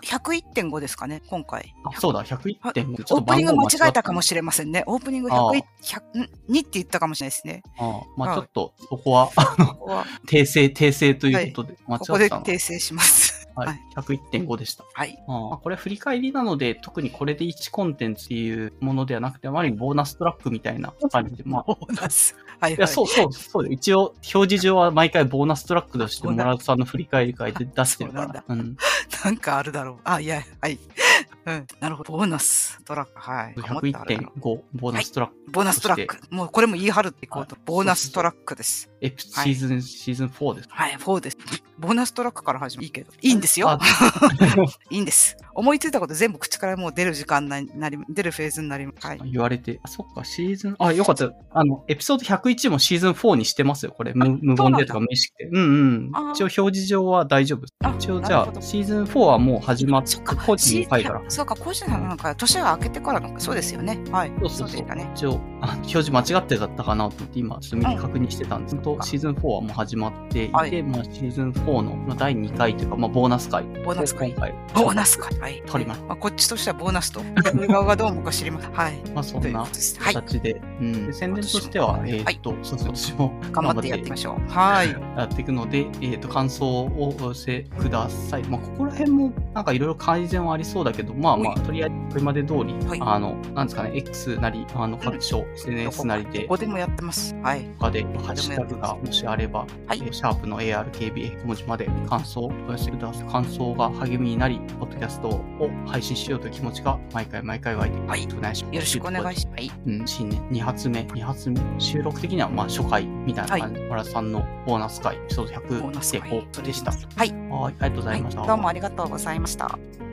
101.5ですかね、今回。 そうだ、101.5。 オープニング間違えたかもしれませんね。オープニング102って言ったかもしれないですね。 まあちょっと、そこは、訂正ということで、間違った。 ここで訂正します。 はい。101.5 でした。 はい。 これ振り返りなので、特にこれで1コンテンツっていうものではなくて、あまりボーナストラックみたいな感じで、まあ。 ボーナス。はい。 いや、そう。一応、表示上は毎回ボーナストラックとして、モラルさんの振り返り会で出してるから。 なんかあるだろう。いや、はい。なるほど。ボーナストラック。はい。 101.5 ボーナストラック。 ボーナストラック。もうこれも言い張るっていこうと。ボーナストラックです。 シーズン4です。 はい、4です。ボーナストラックから始まる。いいけど。いいんですよ。いいんです。思いついたこと全部口からもう出る時間になり、出るフェーズになります。はい。 言われて。そっか、シーズン、よかった。エピソード101もシーズン4にしてますよ、これ。無言でとか無意識で。一応表示上は大丈夫です。一応じゃあ、シーズン4はもう始まって、個人の回から。 そうか、個人の回、年が明けてからのか、そうですよね。はい。 そうでしたね。一応、表示間違ってだったかなと思って今、ちょっと確認してたんですけど、シーズン4はもう始まっていて、まあシーズン4の第2回というか、まあボーナス回。 ボーナス回。 ボーナス回。はい。取ります。 まあこっちとしてはボーナスと、逆側がどうもか知りません。はい。 まあそんな形で。宣伝としては、そうですね、私も頑張ってやってみましょう。はい。 やっていくので、感想をお寄せください。まあここら辺もなんかいろいろ改善はありそうだけど、まあとりあえずこれまで通り、なんですかね、X なり、各所、SNS なりで、 ここでもやってます。はい。 他で、ハッシュタグがもしあれば、シャープの ARKBA 文字まで感想をお寄せください。感想が励みになり、ポッドキャストを配信しようという気持ちが毎回湧いて、お願いします。 よろしくお願いします。 新年2発目、収録的にはまあ初回みたいな感じ。村田さんのボーナス回、エピソード100.5でした。 はい。 ありがとうございました。 どうもありがとうございました。